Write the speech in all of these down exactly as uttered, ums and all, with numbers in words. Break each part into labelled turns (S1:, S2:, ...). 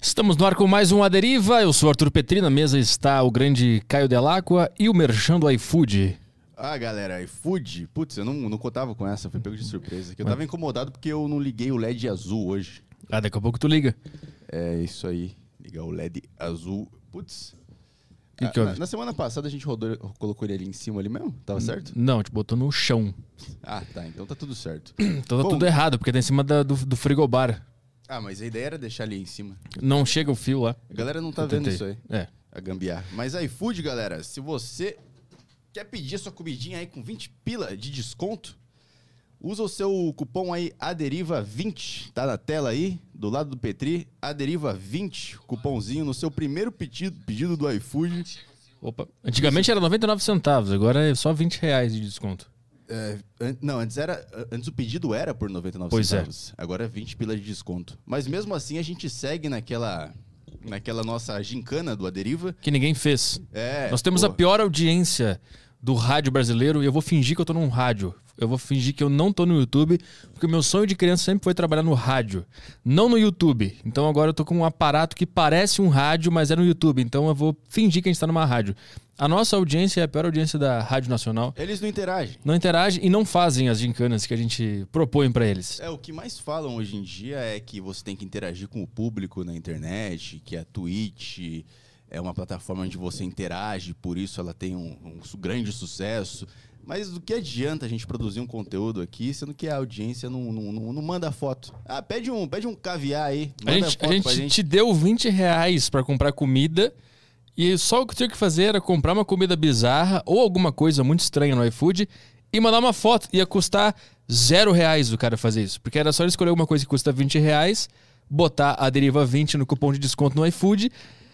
S1: Estamos no ar com mais um A Deriva. Eu sou Arthur Petri, na mesa está o grande Caio Delacqua e o merchan do iFood.
S2: Ah, galera, iFood, putz, eu não, não contava com essa, foi pego de surpresa. Eu tava incomodado porque eu não liguei o L E D azul hoje.
S1: Ah, daqui a pouco tu liga.
S2: É isso aí, ligar o L E D azul. Putz.
S1: Que que
S2: ah,
S1: houve?
S2: na, na semana passada a gente rodou, colocou ele ali em cima ali mesmo? Tava certo?
S1: Não, te botou no chão.
S2: Ah, tá, então tá tudo certo.
S1: Então tá
S2: Bom,
S1: tudo errado, porque tá em cima da- do, do frigobar.
S2: Ah, mas a ideia era deixar ali em cima.
S1: Não chega o fio lá.
S2: A galera não tá
S1: Eu
S2: vendo
S1: tentei.
S2: isso aí.
S1: É.
S2: A gambiarra. Mas iFood, galera, se você quer pedir sua comidinha aí com vinte pila de desconto, usa o seu cupom aí A Deriva vinte, tá na tela aí, do lado do Petri, A Deriva vinte, cupomzinho no seu primeiro pedido, pedido do iFood.
S1: Opa. Antigamente era noventa e nove centavos, agora é só vinte reais de desconto.
S2: É, an- não, antes era, antes o pedido era por noventa e nove
S1: Pois é.
S2: centavos, agora é vinte pila de desconto. Mas mesmo assim a gente segue naquela, naquela nossa gincana do A Deriva.
S1: Que ninguém fez.
S2: É,
S1: Nós temos
S2: pô.
S1: a pior audiência do rádio brasileiro e eu vou fingir que eu tô num rádio. Eu vou fingir que eu não tô no YouTube, porque o meu sonho de criança sempre foi trabalhar no rádio, não no YouTube. Então agora eu tô com um aparato que parece um rádio, mas é no YouTube. Então eu vou fingir que a gente tá numa rádio. A nossa audiência é a pior audiência da Rádio Nacional.
S2: Eles não interagem.
S1: Não interagem e não fazem as gincanas que a gente propõe pra eles.
S2: É, o que mais falam hoje em dia é que você tem que interagir com o público na internet, que a Twitch é uma plataforma onde você interage, por isso ela tem um, um su- grande sucesso. Mas do que adianta a gente produzir um conteúdo aqui, sendo que a audiência não, não, não, não manda foto? Ah, pede um, pede um caviar aí,
S1: A
S2: manda
S1: gente,
S2: foto
S1: a
S2: pra
S1: gente
S2: gente.
S1: te deu vinte reais pra comprar comida e só o que tinha que fazer era comprar uma comida bizarra ou alguma coisa muito estranha no iFood e mandar uma foto. Ia custar zero reais o cara fazer isso. Porque era só ele escolher alguma coisa que custa vinte reais, botar a Deriva vinte no cupom de desconto no iFood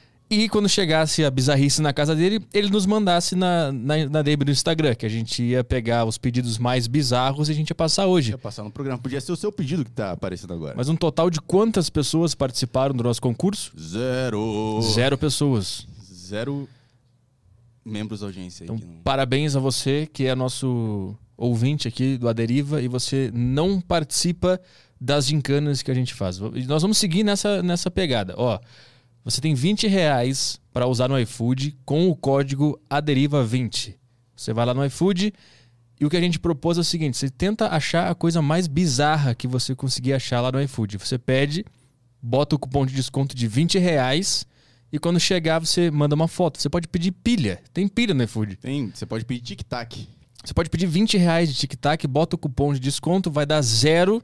S1: e quando chegasse a bizarrice na casa dele, ele nos mandasse na, na, na D M do Instagram, que a gente ia pegar os pedidos mais bizarros e a gente ia passar hoje.
S2: Ia passar no programa. Podia ser o seu pedido que tá aparecendo agora.
S1: Mas um total de quantas pessoas participaram do nosso concurso?
S2: Zero.
S1: Zero pessoas.
S2: Zero membros da audiência aí.
S1: Então,
S2: que não-
S1: parabéns a você que é nosso ouvinte aqui do A Deriva e você não participa das gincanas que a gente faz. E nós vamos seguir nessa, nessa pegada. Ó, você tem vinte reais para usar no iFood com o código A Deriva vinte. Você vai lá no iFood e o que a gente propôs é o seguinte: você tenta achar a coisa mais bizarra que você conseguir achar lá no iFood. Você pede, bota o cupom de desconto de vinte reais e quando chegar você manda uma foto. Você pode pedir pilha. Tem pilha no iFood.
S2: Tem, você pode pedir tic-tac.
S1: Você pode pedir vinte reais de tic-tac, bota o cupom de desconto, vai dar zero,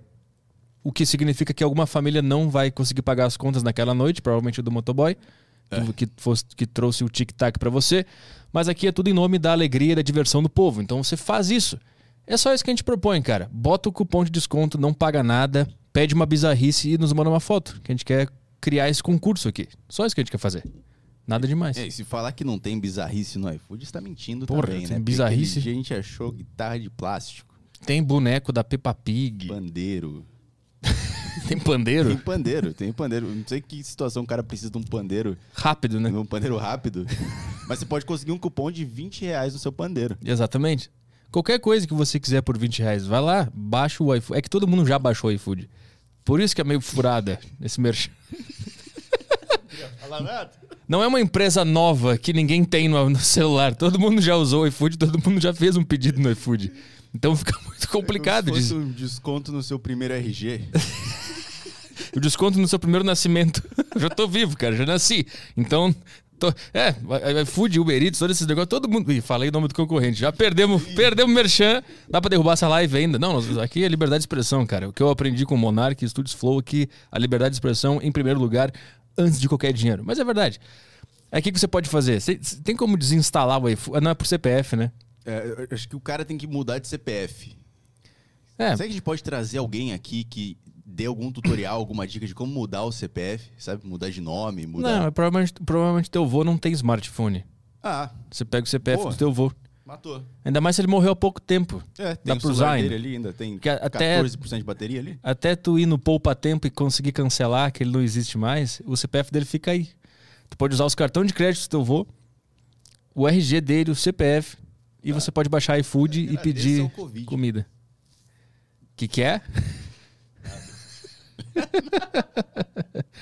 S1: o que significa que alguma família não vai conseguir pagar as contas naquela noite, provavelmente o do motoboy,
S2: É.
S1: que, fosse, que trouxe o tic-tac pra você. Mas aqui é tudo em nome da alegria e da diversão do povo. Então você faz isso. É só isso que a gente propõe, cara. Bota o cupom de desconto, não paga nada, pede uma bizarrice e nos manda uma foto, que a gente quer criar esse concurso aqui. Só isso que a gente quer fazer. Nada demais.
S2: É, e se falar que não tem bizarrice no iFood, você tá mentindo
S1: Porra,
S2: também,
S1: tem
S2: né? Porque
S1: bizarrice.
S2: aquele dia a gente achou guitarra de plástico,
S1: Tem boneco da Peppa Pig.
S2: pandeiro.
S1: Tem pandeiro.
S2: Tem pandeiro, tem pandeiro. Não sei que situação o cara precisa de um pandeiro,
S1: Rápido, né?
S2: um pandeiro rápido. Mas você pode conseguir um cupom de vinte reais no seu pandeiro.
S1: Exatamente. Qualquer coisa que você quiser por vinte reais, vai lá, baixa o iFood. É que todo mundo já baixou o iFood. Por isso que é meio furada esse merchan.
S2: Fala nada.
S1: Não é uma empresa nova que ninguém tem no, no celular. Todo mundo já usou o iFood, todo mundo já fez um pedido no iFood. Então fica muito complicado.
S2: Se fosse
S1: de-
S2: um desconto no seu primeiro R G.
S1: O desconto no seu primeiro nascimento. Eu já tô vivo, cara, já nasci. Então, tô- é, iFood, Uber Eats, todos esses negócios, todo mundo... Ih, falei o nome do concorrente. Já perdemos, perdemos o merchan. Dá pra derrubar essa live ainda? Não, nós- aqui é liberdade de expressão, cara. O que eu aprendi com o Monark e Studios Flow aqui, a liberdade de expressão em primeiro lugar, antes de qualquer dinheiro. Mas é verdade. É o que que você pode fazer? Você- tem como desinstalar o iFood? Ah, não, é por C P F, né?
S2: É, eu acho que o cara tem que mudar de C P F.
S1: É,
S2: Será que a gente pode trazer alguém aqui que dê algum tutorial, alguma dica de como mudar o C P F? Sabe? Mudar de nome, mudar...
S1: não, é provavelmente, provavelmente teu avô não tem smartphone.
S2: Ah,
S1: Você pega o C P F
S2: Boa.
S1: do teu avô.
S2: matou.
S1: Ainda mais se ele morreu há pouco tempo.
S2: É,
S1: Dá
S2: tem o
S1: pra usar
S2: celular
S1: ainda.
S2: dele ali ainda, tem
S1: Que até-
S2: quatorze por cento de bateria ali.
S1: Até tu ir no poupa-tempo e conseguir cancelar, que ele não existe mais, o C P F dele fica aí. Tu pode usar os cartões de crédito do teu avô, o R G dele, o C P F, e você pode baixar iFood e
S2: Agradeça
S1: pedir
S2: ao Covid.
S1: comida. O que que é?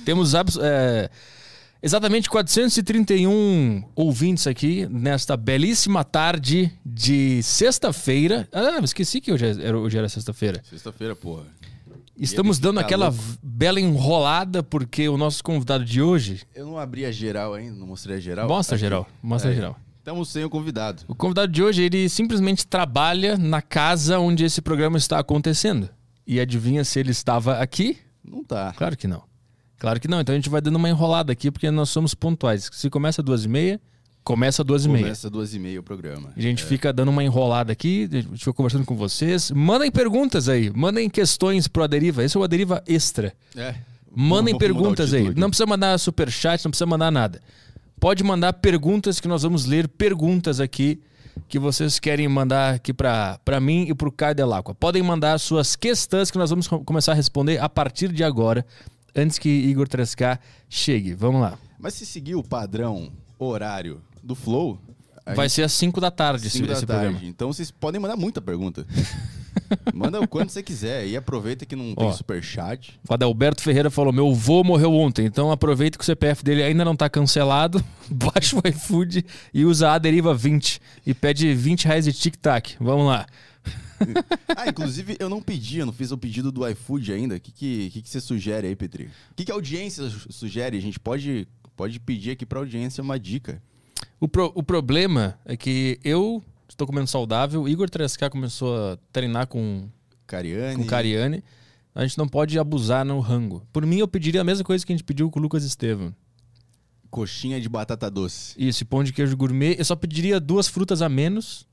S1: Temos é, exatamente quatrocentos e trinta e um ouvintes aqui nesta belíssima tarde de sexta-feira. Ah, esqueci que hoje era, hoje era sexta-feira.
S2: Sexta-feira, porra.
S1: Estamos dando aquela louco. bela enrolada porque o nosso convidado de hoje...
S2: Eu não abri a geral ainda, não mostrei a geral.
S1: Mostra a geral, mostra
S2: é,
S1: a geral.
S2: Estamos sem o convidado.
S1: O convidado de hoje, ele simplesmente trabalha na casa onde esse programa está acontecendo. E adivinha se ele estava aqui?
S2: Não tá.
S1: Claro que não. Claro que não. Então a gente vai dando uma enrolada aqui porque nós somos pontuais. Se começa às duas e meia, começa às duas e meia.
S2: Começa às duas e meia o programa.
S1: A gente
S2: é. fica
S1: dando uma enrolada aqui, a gente fica conversando com vocês. Mandem perguntas aí, mandem questões pro Aderiva. Esse é o Aderiva Extra.
S2: É.
S1: Mandem
S2: Vamos
S1: perguntas aí.
S2: aqui.
S1: Não precisa mandar superchat, não precisa mandar nada. Pode mandar perguntas que nós vamos ler perguntas aqui que vocês querem mandar aqui para mim e pro Caio Delacqua. Podem mandar suas questões que nós vamos começar a responder a partir de agora, antes que Igor três K chegue. Vamos lá.
S2: Mas se seguir o padrão horário do Flow...
S1: Vai ser às cinco da tarde esse,
S2: da
S1: esse
S2: tarde.
S1: programa.
S2: Então vocês podem mandar muita pergunta. Manda o quanto você quiser. E aproveita que não tem
S1: Ó,
S2: superchat.
S1: O Adalberto Ferreira falou, meu vô morreu ontem, então aproveita que o C P F dele ainda não tá cancelado, baixa o iFood e usa a Deriva vinte. E pede vinte reais de tic-tac. Vamos lá.
S2: Ah, inclusive eu não pedi, eu não fiz o pedido do iFood ainda. O que, que, que, que você sugere aí, Petri? O que, que a audiência sugere? A gente pode, pode pedir aqui pra audiência uma dica.
S1: O, pro, o problema é que eu estou comendo saudável, o Igor três K começou a treinar com
S2: Cariani.
S1: com Cariani. A gente não pode abusar no rango. Por mim, eu pediria a mesma coisa que a gente pediu com o Lucas Estevam.
S2: Coxinha de batata doce.
S1: Isso, e pão de queijo gourmet. Eu só pediria duas frutas a menos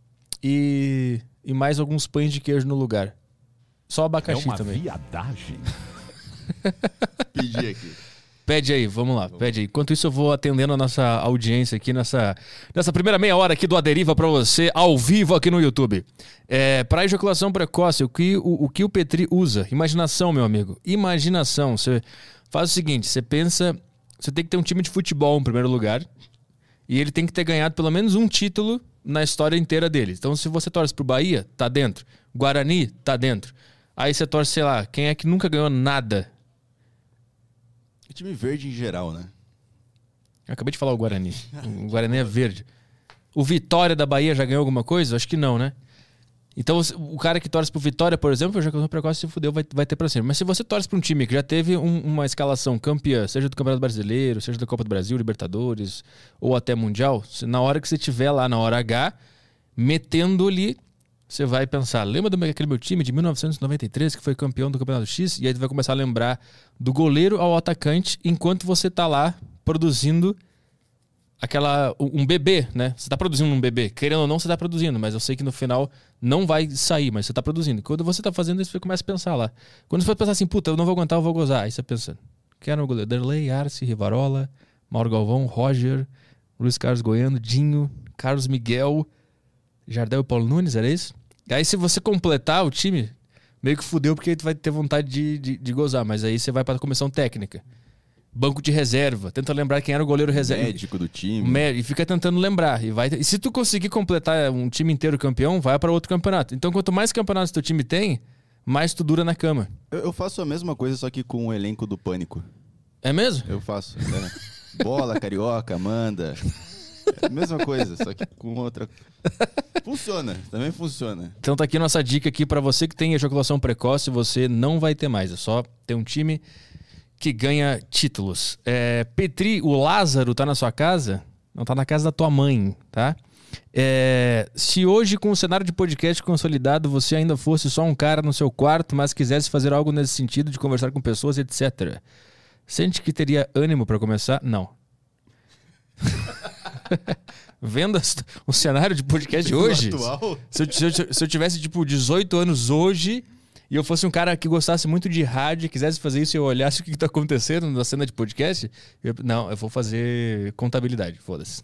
S1: e, e mais alguns pães de queijo no lugar. Só abacaxi
S3: é uma
S1: também.
S3: Viadagem.
S2: Pedi aqui.
S1: Pede aí, vamos lá, pede aí. Enquanto isso eu vou atendendo a nossa audiência aqui nessa, nessa primeira meia hora aqui do Aderiva pra você, ao vivo aqui no YouTube. É, para ejaculação precoce, o que o, o que o Petri usa? Imaginação, meu amigo. Imaginação. Você faz o seguinte, você pensa, você tem que ter um time de futebol em primeiro lugar e ele tem que ter ganhado pelo menos um título na história inteira dele. Então se você torce pro Bahia, tá dentro. Guarani, tá dentro. Aí você torce, sei lá, quem é que nunca ganhou nada?
S2: O time verde em geral, né?
S1: Eu acabei de falar o Guarani. O Guarani é verde. O Vitória da Bahia já ganhou alguma coisa? Acho que não, né? Então, o cara que torce pro Vitória, por exemplo, já que o precoce se fudeu, vai, vai ter pra cima. Mas se você torce pra um time que já teve um, uma escalação campeã, seja do Campeonato Brasileiro, seja da Copa do Brasil, Libertadores, ou até Mundial, na hora que você estiver lá, na hora H, metendo-lhe, você vai pensar, lembra daquele meu time de mil novecentos e noventa e três que foi campeão do Campeonato X? E aí você vai começar a lembrar do goleiro ao atacante enquanto você tá lá produzindo aquela um bebê, né? Você tá produzindo um bebê. Querendo ou não, você tá produzindo, mas eu sei que no final não vai sair, mas você tá produzindo. Quando você tá fazendo isso, você começa a pensar lá. Quando você vai pensar assim, puta, eu não vou aguentar, eu vou gozar. Aí você pensa, quero o goleiro. Derlei, Arce, Rivarola, Mauro Galvão, Roger, Luiz Carlos Goiano, Dinho, Carlos Miguel, Jardel e Paulo Nunes, era isso? Aí se você completar o time, meio que fudeu porque tu vai ter vontade de, de, de gozar. Mas aí você vai pra comissão técnica. Banco de reserva. Tenta lembrar quem era o goleiro reserva.
S2: Médico do time.
S1: E fica tentando lembrar. E, vai, e se tu conseguir completar um time inteiro campeão, vai pra outro campeonato. Então quanto mais campeonatos teu time tem, mais tu dura na cama.
S2: Eu, eu faço a mesma coisa, só que com o elenco do Pânico.
S1: É mesmo?
S2: Eu faço. É. Bola, Carioca, Amanda... É a mesma coisa, só que com outra... Funciona, também funciona.
S1: Então tá aqui nossa dica aqui pra você que tem ejaculação precoce, você não vai ter mais. É só ter um time que ganha títulos. É, Petri, o Lázaro tá na sua casa? Não, tá na casa da tua mãe, tá? É, se hoje com o cenário de podcast consolidado você ainda fosse só um cara no seu quarto, mas quisesse fazer algo nesse sentido de conversar com pessoas, etcétera. Sente que teria ânimo pra começar? Não. Vendo o cenário de podcast hoje, se eu, se, eu, se eu tivesse tipo dezoito anos hoje e eu fosse um cara que gostasse muito de rádio e quisesse fazer isso e eu olhasse o que está acontecendo na cena de podcast, eu, não, eu vou fazer contabilidade, foda-se.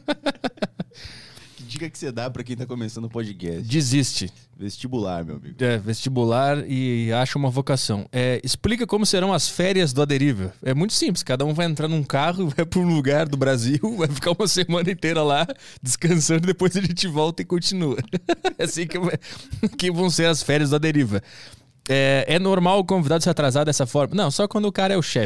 S2: Que dica que você dá pra quem tá começando o podcast?
S1: Desiste.
S2: Vestibular, meu amigo.
S1: É, vestibular e acha uma vocação. É, explica como serão as férias do Aderiva. É muito simples, cada um vai entrar num carro, vai para um lugar do Brasil, vai ficar uma semana inteira lá, descansando, depois a gente volta e continua. É assim que, que vão ser as férias do Aderiva. É, é normal o convidado se atrasar dessa forma? Não, só quando o cara é o chefe.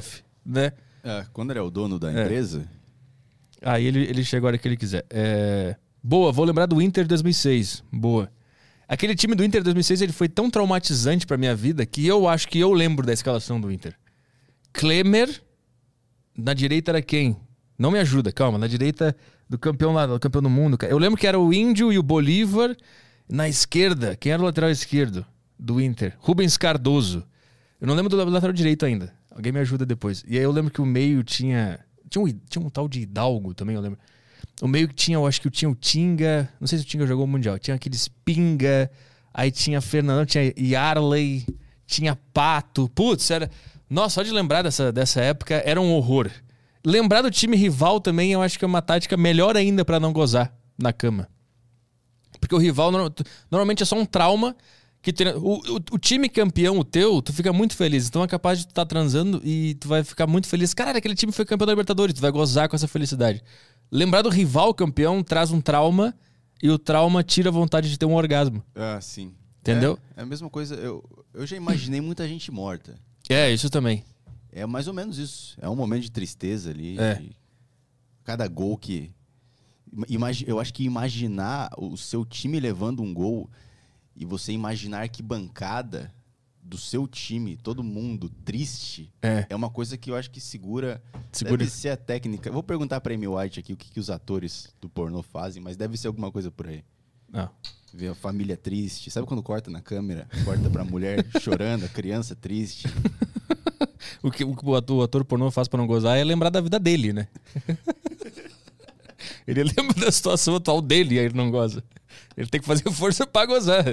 S1: né?
S2: É, quando ele é o dono da
S1: É.
S2: empresa...
S1: Aí ele, ele chega a hora que ele quiser. É... Boa, vou lembrar do Inter dois mil e seis. Boa. Aquele time do Inter dois mil e seis ele foi tão traumatizante pra minha vida que eu acho que eu lembro da escalação do Inter. Klemer, na direita era quem? Não me ajuda, calma. Na direita do campeão lá, do campeão do mundo. Eu lembro que era o Índio e o Bolívar. Na esquerda, quem era o lateral esquerdo do Inter? Rubens Cardoso. Eu não lembro do lateral direito ainda. Alguém me ajuda depois. E aí eu lembro que o meio tinha... Tinha um, tinha um tal de Hidalgo também, eu lembro. O meio que tinha, eu acho que tinha o Tinga. Não sei se o Tinga jogou o Mundial. Tinha aqueles Pinga. Aí tinha Fernandão, tinha Yarley. Tinha Pato. Putz, era... Nossa, só de lembrar dessa, dessa época era um horror. Lembrar do time rival também eu acho que é uma tática melhor ainda pra não gozar na cama. Porque o rival normalmente é só um trauma. Que tu, o, o, o time campeão, o teu, tu fica muito feliz. Então é capaz de tu estar transando e tu vai ficar muito feliz. Caralho, aquele time foi campeão da Libertadores. Tu vai gozar com essa felicidade. Lembrar do rival campeão traz um trauma e o trauma tira a vontade de ter um orgasmo.
S2: Ah, sim.
S1: Entendeu?
S2: É, é a mesma coisa. Eu, eu já imaginei muita gente morta.
S1: É, isso também.
S2: É mais ou menos isso. É um momento de tristeza ali.
S1: É.
S2: De cada gol que... Imagi... Eu acho que imaginar o seu time levando um gol e você imaginar que bancada do seu time, todo mundo triste,
S1: É.
S2: é uma coisa que eu acho que segura...
S1: Segura.
S2: Deve ser a técnica. Eu vou perguntar pra Amy White aqui o que, que os atores do pornô fazem, mas deve ser alguma coisa por aí.
S1: Não.
S2: Ver a família triste. Sabe quando corta na câmera? Corta pra mulher chorando, a criança triste.
S1: O que o ator, o ator pornô faz pra não gozar é lembrar da vida dele, né? Ele lembra da situação atual dele e aí ele não goza. Ele tem que fazer força pra gozar.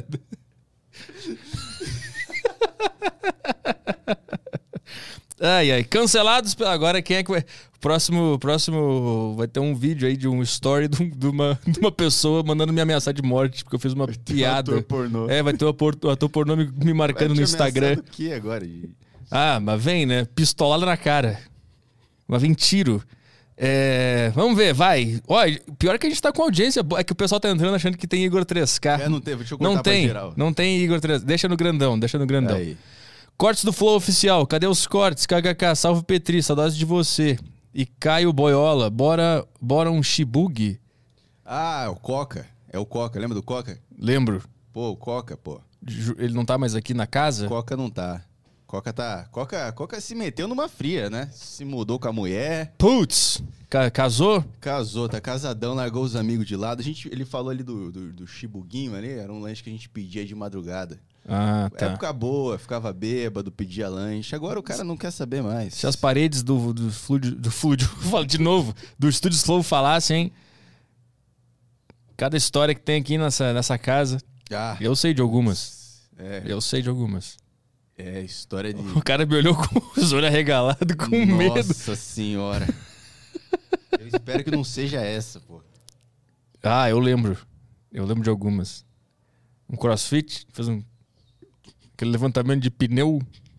S1: Ai, ai. Cancelados. Agora quem é que vai... Próximo, próximo vai ter um vídeo aí de um story de, um- de uma, de uma pessoa mandando me ameaçar de morte porque eu fiz uma piada.
S2: ator pornô.
S1: É, vai ter um ator, um ator pornô me, me marcando
S2: Vai
S1: no
S2: te
S1: Instagram.
S2: ameaçar do quê agora? E-
S1: Ah, mas vem, né? Pistolada na cara. Mas vem tiro. É, vamos ver, vai. Olha, pior que a gente tá com audiência boa. É que o pessoal tá entrando achando que tem Igor três K.
S2: É, não teve, deixa eu cortar
S1: Não
S2: pra
S1: tem,
S2: geral.
S1: não tem Igor três K. Deixa no grandão, deixa no grandão.
S2: Aí.
S1: Cortes do Flow Oficial. Cadê os cortes? K K K, salve Petri, saudades de você. E Caio Boiola, bora, bora um Shibug?
S2: Ah, o Coca. É o Coca, lembra do Coca?
S1: Lembro.
S2: Pô, o Coca, pô.
S1: Ju- Ele não tá mais aqui na casa?
S2: Coca não tá. Coca tá... Coca, Coca se meteu numa fria, né? Se mudou com a mulher,
S1: Putz, ca- casou?
S2: casou, tá casadão, largou os amigos de lado. A gente, ele falou ali do, do, do chibuguinho ali, era um lanche que a gente pedia de madrugada.
S1: Ah, tá.
S2: Época boa, ficava bêbado, pedia lanche. Agora o cara não quer saber mais.
S1: Se as paredes do, do Fluidio, do Fluidio, falo de novo, do Estúdio Flow falassem, hein? Cada história que tem aqui nessa, nessa casa,
S2: Ah,
S1: eu sei de algumas.
S2: é,
S1: Eu sei de algumas.
S2: é história de...
S1: O cara me olhou com os olhos arregalados, com medo.
S2: Nossa senhora. Eu espero que não seja essa, pô.
S1: Ah, eu lembro. Eu lembro de algumas. Um crossfit, fez um... Aquele levantamento de pneu.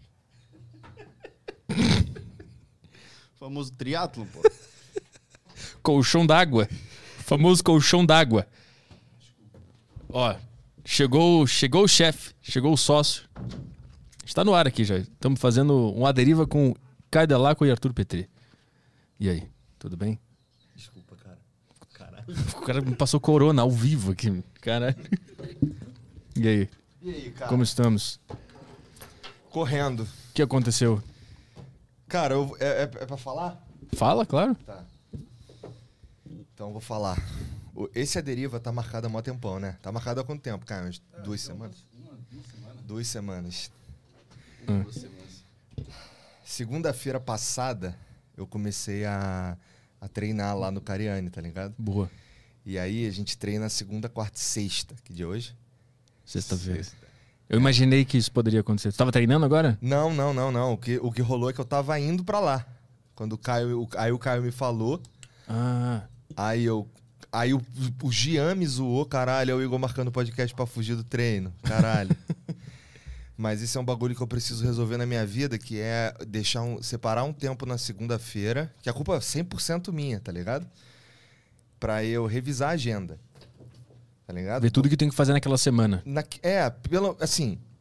S2: Famoso triatlon, pô.
S1: Colchão d'água. Famoso colchão d'água. Ó, chegou, chegou o chefe, chegou o sócio. Está no ar aqui já. Estamos fazendo um aderiva com Caio Delaco e Arthur Petri. E aí, tudo bem?
S3: Desculpa, cara. Caralho.
S1: O cara me passou corona ao vivo aqui. Caralho. E aí,
S3: E aí, cara?
S1: como estamos?
S3: Correndo.
S1: O que aconteceu?
S3: Cara, eu, é, é, é pra falar?
S1: Fala, claro.
S3: Tá. Então eu vou falar. O- Esse A Deriva tá marcado há mó tempão, né? Tá marcado há quanto tempo, cara? Umas duas semanas? Duas semanas.
S1: Hum.
S3: Segunda-feira passada, eu comecei a, a treinar lá no Cariani, tá ligado?
S1: Boa.
S3: E aí a gente treina segunda, quarta e sexta. Que dia é hoje?
S1: Sexta-feira. Eu imaginei que isso poderia acontecer. Você tava treinando agora?
S3: Não, não, não, não. O que, o que rolou é que eu tava indo pra lá. Quando o Caio, o, aí o Caio me falou,
S1: Ah,
S3: aí eu... Aí o, o Gian me zoou, caralho, é o Igor marcando podcast pra fugir do treino, caralho. Mas isso é um bagulho que eu preciso resolver na minha vida, que é deixar um, separar um tempo na segunda-feira, que a culpa é cem por cento minha, tá ligado? Pra eu revisar a agenda, tá ligado?
S1: ver tudo que tem que fazer naquela semana.
S3: Na, é, pelo, assim,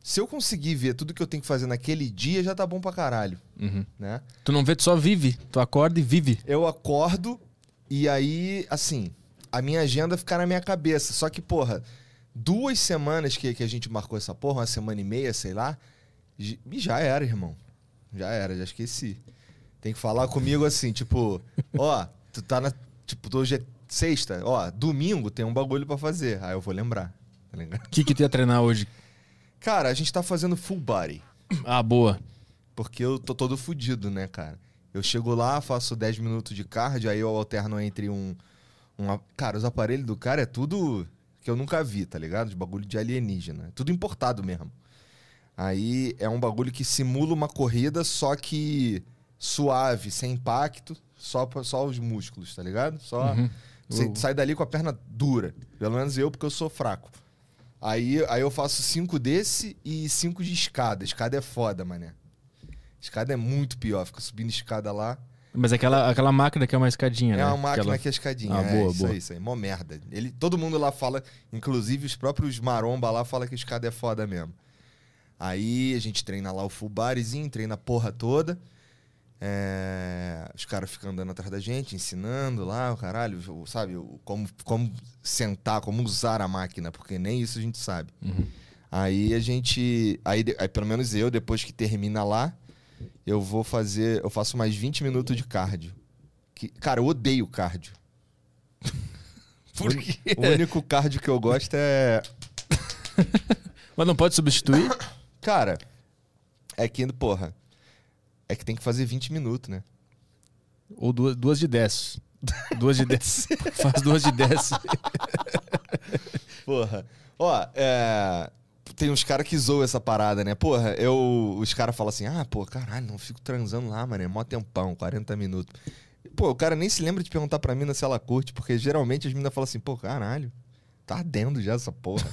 S3: se eu conseguir ver tudo que eu tenho que fazer naquele dia, já tá bom pra caralho,
S1: Uhum.
S3: né?
S1: Tu não vê, tu só vive. Tu acorda e vive.
S3: Eu acordo e aí, assim, a minha agenda fica na minha cabeça. Só que, porra, duas semanas que, que a gente marcou essa porra, uma semana e meia, sei lá, j- e já era, irmão. Já era, já esqueci. Tem que falar comigo assim, tipo, ó, tu tá na... Tipo, hoje é sexta, ó, domingo tem um bagulho pra fazer. Aí eu vou lembrar, tá ligado?
S1: O que que tu ia treinar hoje?
S3: Cara, a gente tá fazendo full body.
S1: Ah, boa.
S3: Porque eu tô todo fudido, né, cara? Eu chego lá, faço dez minutos de cardio, aí eu alterno entre um... um... Cara, os aparelhos do cara é tudo que eu nunca vi, tá ligado? De bagulho de alienígena. É tudo importado mesmo. Aí é um bagulho que simula uma corrida, só que suave, sem impacto, só, pra, só os músculos, tá ligado? Só...
S1: Uhum.
S3: Você
S1: Uh.
S3: sai dali com a perna dura. Pelo menos eu, porque eu sou fraco. Aí, aí eu faço cinco desse e cinco de escada. Escada é foda, mané. Escada é muito pior. Fica subindo escada lá.
S1: Mas aquela, aquela máquina que é uma escadinha,
S3: É
S1: né?
S3: uma máquina
S1: Aquela...
S3: que é escadinha.
S1: Ah,
S3: é,
S1: boa,
S3: isso
S1: boa.
S3: aí, isso aí. Mó merda. Ele, todo mundo lá fala, inclusive os próprios maromba lá falam que escada é foda mesmo. Aí a gente treina lá o full bodyzinho, treina a porra toda. É, os caras ficam andando atrás da gente, ensinando lá, o caralho, sabe? Como, como sentar, como usar a máquina, porque nem isso a gente sabe.
S1: Uhum.
S3: Aí a gente. Aí, aí pelo menos eu, depois que termina lá, eu vou fazer. Eu faço mais vinte minutos de cardio. Que, cara, eu odeio cardio.
S1: Por
S3: O-
S1: quê?
S3: O único cardio que eu gosto é.
S1: Mas não pode substituir?
S3: Cara, é que, porra. É que tem que fazer vinte minutos, né?
S1: Ou duas, duas de dez. Duas de dez. Faz duas de dez.
S3: Porra. Ó, é. Tem uns caras que zoam essa parada, né? Porra, eu. Os caras falam assim, ah, pô, caralho, não fico transando lá, mano. É mó tempão, quarenta minutos. Pô, o cara nem se lembra de perguntar pra mina se ela curte, porque geralmente as meninas falam assim, pô, caralho, tá ardendo já essa porra.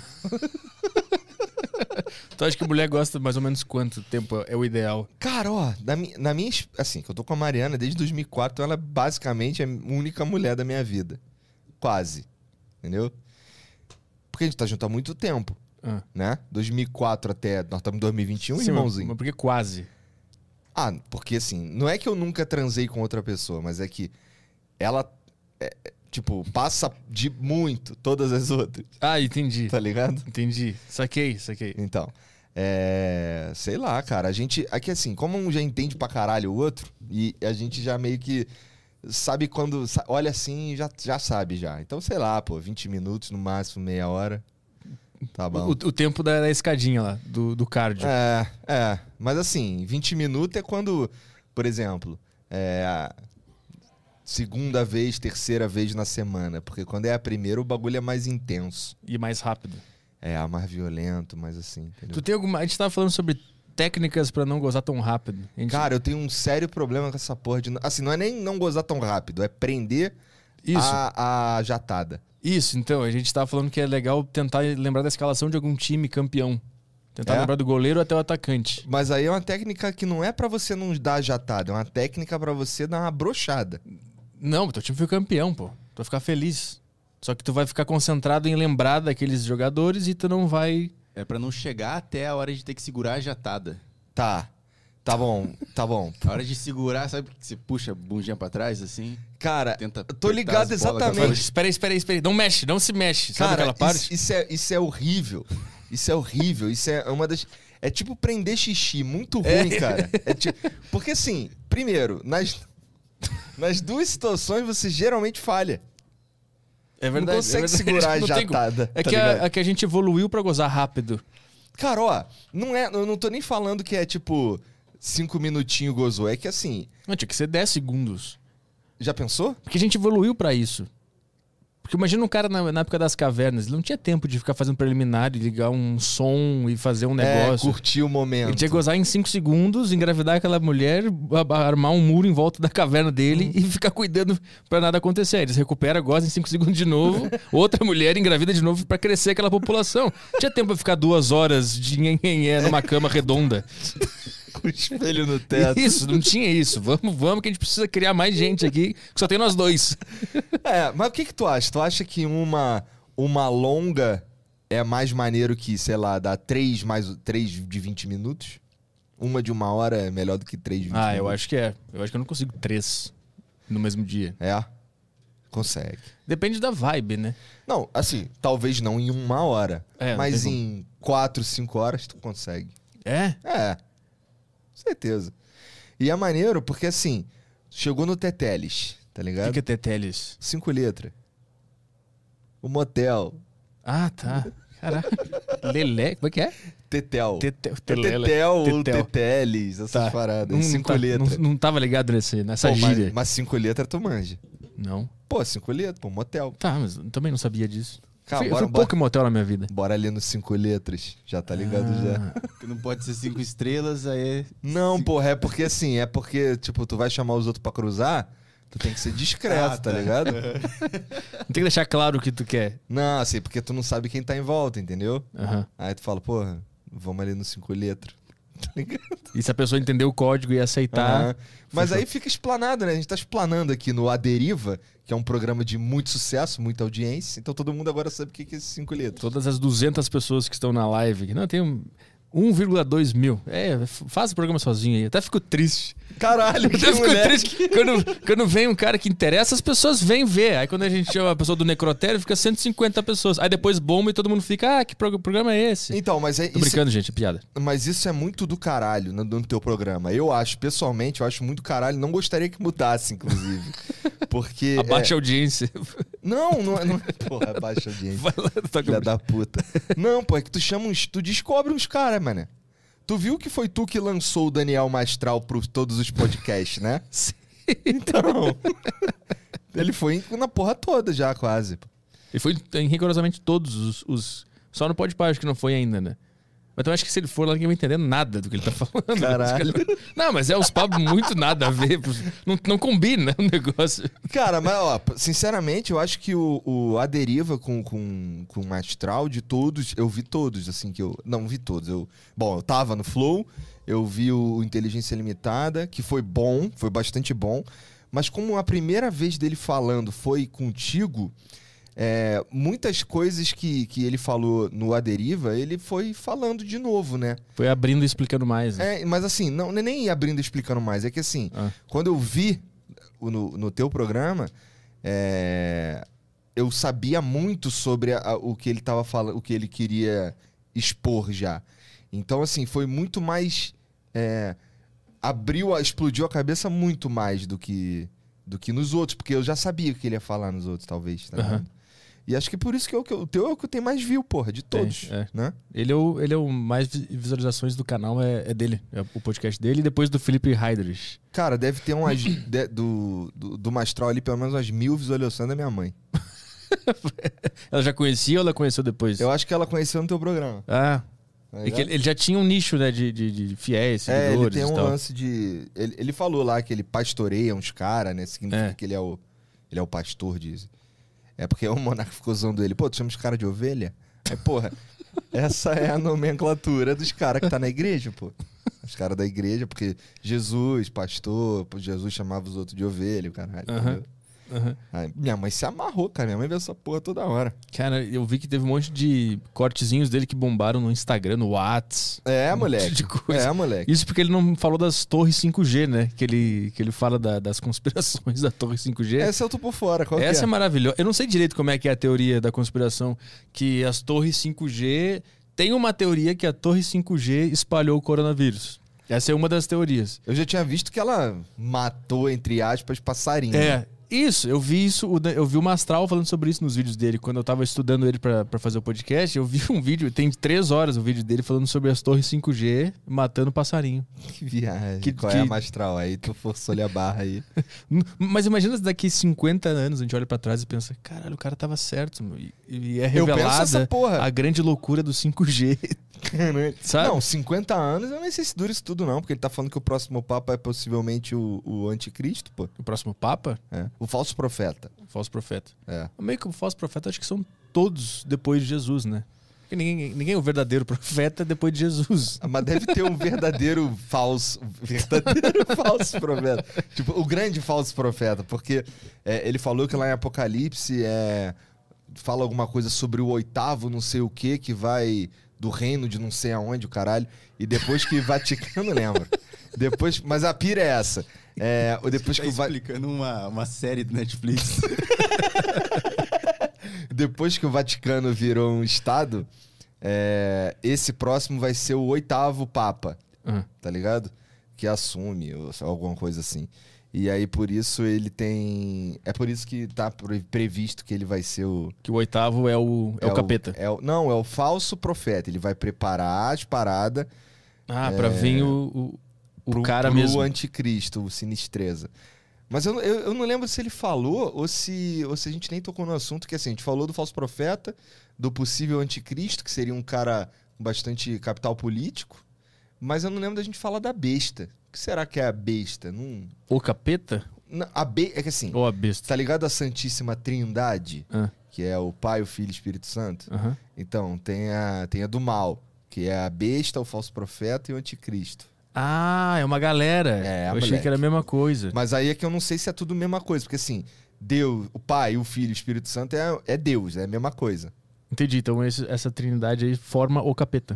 S1: Tu acha que mulher gosta mais ou menos quanto tempo é o ideal?
S3: Cara, ó, na, mi- na minha. es- Assim, que eu tô com a Mariana desde dois mil e quatro, então ela basicamente é a única mulher da minha vida. Quase. Entendeu? Porque a gente tá junto há muito tempo,
S1: Ah.
S3: né? dois mil e quatro até. Nós estamos em dois mil e vinte e um,
S1: Sim,
S3: irmãozinho.
S1: mas por que quase?
S3: Ah, porque assim, não é que eu nunca transei com outra pessoa, mas é que ela, é, é, tipo, passa de muito todas as outras,
S1: Ah, entendi.
S3: tá ligado?
S1: Entendi. Saquei, saquei.
S3: Então, é... sei lá, cara, a gente... Aqui assim, como um já entende pra caralho o outro, e a gente já meio que sabe quando... sa- Olha assim, já, já sabe já. Então, sei lá, pô, vinte minutos, no máximo meia hora, tá bom.
S1: O, o tempo da, da escadinha lá, do, do cardio.
S3: É, é. Mas assim, vinte minutos é quando, por exemplo, é a segunda vez, terceira vez na semana. Porque quando é a primeira, o bagulho é mais intenso.
S1: E mais rápido.
S3: É, mais violento, mais assim, entendeu?
S1: Tu tem alguma... A gente tava falando sobre técnicas pra não gozar tão rápido. A gente...
S3: Cara, eu tenho um sério problema com essa porra de... Assim, não é nem não gozar tão rápido, é prender
S1: Isso.
S3: a, a jatada.
S1: Isso, então, a gente tava falando que é legal tentar lembrar da escalação de algum time campeão. Tentar
S3: É?
S1: lembrar do goleiro até o atacante.
S3: Mas aí é uma técnica que não é pra você não dar a jatada, é uma técnica pra você dar uma brochada.
S1: Não, teu time foi campeão, pô. Tu vai ficar feliz. Só que tu vai ficar concentrado em lembrar daqueles jogadores e tu não vai...
S2: É pra não chegar até a hora de ter que segurar a jatada.
S3: Tá, tá bom, tá bom.
S2: A hora de segurar, sabe que você puxa a bundinha pra trás, assim?
S3: Cara,
S2: Tenta
S3: eu tô
S2: apertar
S3: ligado
S2: as bolas com a
S3: exatamente.
S2: frente.
S1: Espera aí, espera aí, espera aí. Não mexe, não se mexe. Sabe
S3: Cara,
S1: aquela parte?
S3: Isso, isso é, isso é horrível. Isso é horrível. Isso é uma das. É tipo prender xixi, muito ruim, cara. É ti- Porque assim, primeiro, nas, nas duas situações você geralmente falha.
S1: É verdade.
S3: não consegue
S1: é verdade.
S3: segurar a
S1: Não tem como.
S3: jatada.
S1: É
S3: tá
S1: que
S3: ligado?
S1: a, a que a gente evoluiu pra gozar rápido.
S3: Cara, ó, não é, eu não tô nem falando que é tipo cinco minutinhos gozou. É que assim,
S1: Não, tinha que ser dez segundos.
S3: já pensou?
S1: Porque a gente evoluiu pra isso. Porque imagina um cara na, na época das cavernas, ele não tinha tempo de ficar fazendo preliminar, de ligar um som e fazer um negócio.
S3: É, curtir o momento.
S1: Ele tinha que gozar em cinco segundos, engravidar aquela mulher, a- a- armar um muro em volta da caverna dele
S3: Hum.
S1: e ficar cuidando pra nada acontecer. Eles recupera, goza em cinco segundos de novo, outra mulher engravida de novo pra crescer aquela população. Tinha tempo pra ficar duas horas de nhenhenhé numa cama redonda.
S3: Com o espelho no teto.
S1: Isso, não tinha isso. Vamos, vamos, que a gente precisa criar mais gente aqui, que só tem nós dois.
S3: É, mas o que que tu acha? Tu acha que uma, uma longa é mais maneiro que, sei lá, dá três, mais, três de vinte minutos? Uma de uma hora é melhor do que três de vinte
S1: Ah,
S3: minutos?
S1: eu acho que é. Eu acho que eu não consigo três no mesmo dia.
S3: É? Consegue.
S1: Depende da vibe, né?
S3: Não, assim, talvez não em uma hora.
S1: É, não
S3: mas
S1: tem
S3: em quatro, cinco horas tu consegue.
S1: É?
S3: É. Certeza. E é maneiro porque, assim, chegou no Teteles, tá
S1: O
S3: ligado?
S1: que, que é Teteles?
S3: Cinco letras. O motel.
S1: Ah, tá. Caraca. Lelé, como é que é?
S3: Tetel.
S1: Tetel.
S3: É
S1: Telele.
S3: Tetel ou
S1: Tetel.
S3: Teteles, essas
S1: Tá.
S3: paradas.
S1: Não,
S3: cinco
S1: tá-
S3: letras.
S1: Não, não tava ligado nesse, nessa
S3: Pô,
S1: gíria.
S3: mas, mas cinco letras tu manja.
S1: Não.
S3: Pô, cinco letras, pô, motel.
S1: Tá, mas eu também não sabia disso.
S3: Cara,
S1: eu fui,
S3: bora-
S1: eu fui pouco em motel na minha vida.
S3: Bora ali no cinco letras. Já tá ligado já.
S1: Ah,
S2: Não pode ser cinco estrelas, aí...
S3: Não,
S2: Sim.
S3: porra, é porque assim, é porque, tipo, tu vai chamar os outros pra cruzar, tu tem que ser discreto,
S2: Ah,
S3: tá
S2: tá.
S3: ligado?
S1: Tem que deixar claro o que tu quer.
S3: Não, assim, porque tu não sabe quem tá em volta, entendeu?
S1: Aham.
S3: Aí tu fala, porra, vamos ali no cinco letras. Tá ligado?
S1: E se a pessoa entender o código e aceitar.
S3: Aham. Mas
S1: fechou.
S3: aí fica explanado, né? A gente tá explanando aqui no A Deriva, que é um programa de muito sucesso, muita audiência, então todo mundo agora sabe o que que é esses cinco letras.
S1: Todas as duzentas pessoas que estão na live aqui. Não, tem um um vírgula dois mil. É, f- faz o programa sozinho aí. Até fico triste.
S3: Caralho,
S1: Até
S3: que
S1: fico
S3: moleque.
S1: triste. Quando, quando vem um cara que interessa, as pessoas vêm ver. Aí quando a gente chama a pessoa do necrotério, fica cento e cinquenta pessoas. Aí depois bomba e todo mundo fica, ah, que prog- programa é esse?
S3: Então, mas é
S1: Tô
S3: isso,
S1: brincando, gente, é piada.
S3: mas isso é muito do caralho no, no teu programa. Eu acho, pessoalmente, eu acho muito caralho. Não gostaria que mudasse, inclusive. Porque.
S1: Abaixa
S3: é...
S1: a audiência.
S3: Não, não é. Não... é- Porra, abaixa a audiência.
S1: Vai lá, toca
S3: Filha
S1: o-
S3: da puta. Não, pô, é que tu chama uns. Tu descobre uns caras, mano. Tu viu que foi tu que lançou o Daniel Mastral por todos os podcasts, né?
S1: Sim.
S3: Então. Ele foi na porra toda já, quase.
S1: Ele foi em rigorosamente todos os, os- Só no Podpah, acho que não foi ainda, né? Mas eu acho que se ele for lá, ninguém vai entender nada do que ele tá falando.
S3: Caralho.
S1: Não, mas é uns papos muito nada a ver. Não, não combina o negócio.
S3: Cara, mas ó, sinceramente, eu acho que o, o A Deriva com, com, com o Mastral, de todos, eu vi todos, assim, que eu... Não, vi todos. Eu, bom, eu tava no Flow, eu vi o Inteligência Limitada, que foi bom, foi bastante bom, mas como a primeira vez dele falando foi contigo, é, muitas coisas que, que ele falou no A Deriva, ele foi falando de novo, né?
S1: Foi abrindo e explicando mais. Né?
S3: É, mas assim, não, nem abrindo e explicando mais, é que assim...
S1: Ah.
S3: Quando eu vi o- no, no teu programa, é, eu sabia muito sobre a- o que ele tava falando, o que ele queria expor já. Então, assim, foi muito mais. é, abriu, a- explodiu a cabeça muito mais do que, do que nos outros, porque eu já sabia o que ele ia falar nos outros, talvez. Tá
S1: Aham.
S3: ligado? E acho que é por isso que, eu, que eu- o teu é o que tem mais view, porra, de todos.
S1: é.
S3: Né?
S1: Ele, é o, ele é o mais vi- visualizações do canal, é, é dele. É o podcast dele e depois do Felipe Heidrich.
S3: Cara, deve ter umas. de- do, do, do Mastral ali, pelo menos umas mil visualizações da minha mãe.
S1: Ela já conhecia ou ela conheceu depois?
S3: Eu acho que ela conheceu no teu programa.
S1: Ah,
S3: tá
S1: é que
S3: ligado?
S1: ele, ele já tinha um nicho, né, de, de, de fiéis,
S3: É, ele
S1: seguidores
S3: tem
S1: e
S3: um
S1: tal.
S3: lance de. Ele, ele falou lá que ele pastoreia uns caras, né? Significa
S1: É.
S3: que ele é o. Ele é o pastor, dizem. É porque o monarca ficou zoando ele. Pô, tu chama os caras de ovelha? Aí, porra, essa é a nomenclatura dos caras que tá na igreja, pô. Os caras da igreja, porque Jesus, pastor, pô, Jesus chamava os outros de ovelha, o caralho.
S1: Aham.
S3: Entendeu?
S1: Aham.
S3: Aí, minha mãe se amarrou, cara. Minha mãe vê essa porra toda hora.
S1: Cara, eu vi que teve um monte de cortezinhos dele que bombaram no Instagram, no Whats.
S3: É,
S1: um monte
S3: moleque.
S1: de coisa.
S3: É, moleque.
S1: Isso porque ele não falou das torres cinco G, né? Que ele, que ele fala da- das conspirações da torre cinco G.
S3: Essa eu tô por fora. Qual
S1: Essa
S3: que
S1: é maravilhosa. Eu não sei direito como é que é a teoria da conspiração, que as torres cinco G... Tem uma teoria que a torre cinco G espalhou o coronavírus. Essa é uma das teorias.
S3: Eu já tinha visto que ela matou, entre aspas, passarinho.
S1: É, isso, eu vi isso, o Dan- eu vi o Mastral falando sobre isso nos vídeos dele. Quando eu tava estudando ele pra, pra fazer o podcast, eu vi um vídeo, tem três horas o vídeo dele falando sobre as torres cinco G matando passarinho.
S3: Que viagem.
S1: Que-
S3: Qual
S1: que-
S3: é a Mastral? Aí tu forçou-lhe a barra aí.
S1: N- Mas imagina se daqui cinquenta anos a gente olha pra trás e pensa, caralho, o cara tava certo, meu. E, e é
S3: Eu penso
S1: revelada
S3: essa porra.
S1: a grande loucura do cinco G. Sabe?
S3: Não, cinquenta anos eu nem sei se dura isso tudo não, porque ele tá falando que o próximo Papa é possivelmente o, o anticristo, pô.
S1: O próximo Papa,
S3: É. O falso profeta.
S1: o falso profeta.
S3: É.
S1: Meio que o falso profeta, acho que são todos depois de Jesus, né? Porque ninguém, ninguém é o verdadeiro profeta depois de Jesus.
S3: Ah, mas deve ter um verdadeiro falso. Verdadeiro falso profeta. Tipo, o grande falso profeta. Porque é, ele falou que lá em Apocalipse é. fala alguma coisa sobre o oitavo não sei o que, que vai do reino de não sei aonde, o caralho. E depois que Vaticano, lembra? Depois, mas a pira é essa. É, depois
S2: Você
S3: que
S2: tá
S3: vai
S2: explicando uma, uma série do Netflix.
S3: Depois que o Vaticano virou um estado, é, esse próximo vai ser o oitavo Papa,
S1: Uhum.
S3: tá ligado? Que assume, ou alguma coisa assim. E aí, por isso, ele tem... É por isso que tá pre- previsto que ele vai ser o...
S1: Que o oitavo é o, é o capeta.
S3: é o- não, é o falso profeta. Ele vai preparar as paradas
S1: Ah, pra vir o, o, o
S3: pro,
S1: cara
S3: pro
S1: mesmo.
S3: anticristo, o Sinistreza. Mas eu, eu, eu não lembro se ele falou ou se, ou se a gente nem tocou no assunto, que assim, a gente falou do falso profeta, do possível anticristo, que seria um cara com bastante capital político, mas eu não lembro da gente falar da besta. O que será que é a besta? Não,
S1: O capeta
S3: não, a be, é que assim,
S1: ou a besta?
S3: tá ligado a Santíssima Trindade,
S1: Ah,
S3: que é o Pai, o Filho e o Espírito Santo?
S1: aham.
S3: Então, tem a, tem a do mal, que é a besta, o falso profeta e o anticristo.
S1: Ah, é uma galera.
S3: É, a
S1: Eu achei
S3: moleque.
S1: que era a mesma coisa.
S3: Mas aí é que eu não sei se é tudo a mesma coisa, porque assim, Deus, o Pai, o Filho e o Espírito Santo é, é Deus, é a mesma coisa.
S1: Entendi. Então esse- essa trindade aí forma o capeta.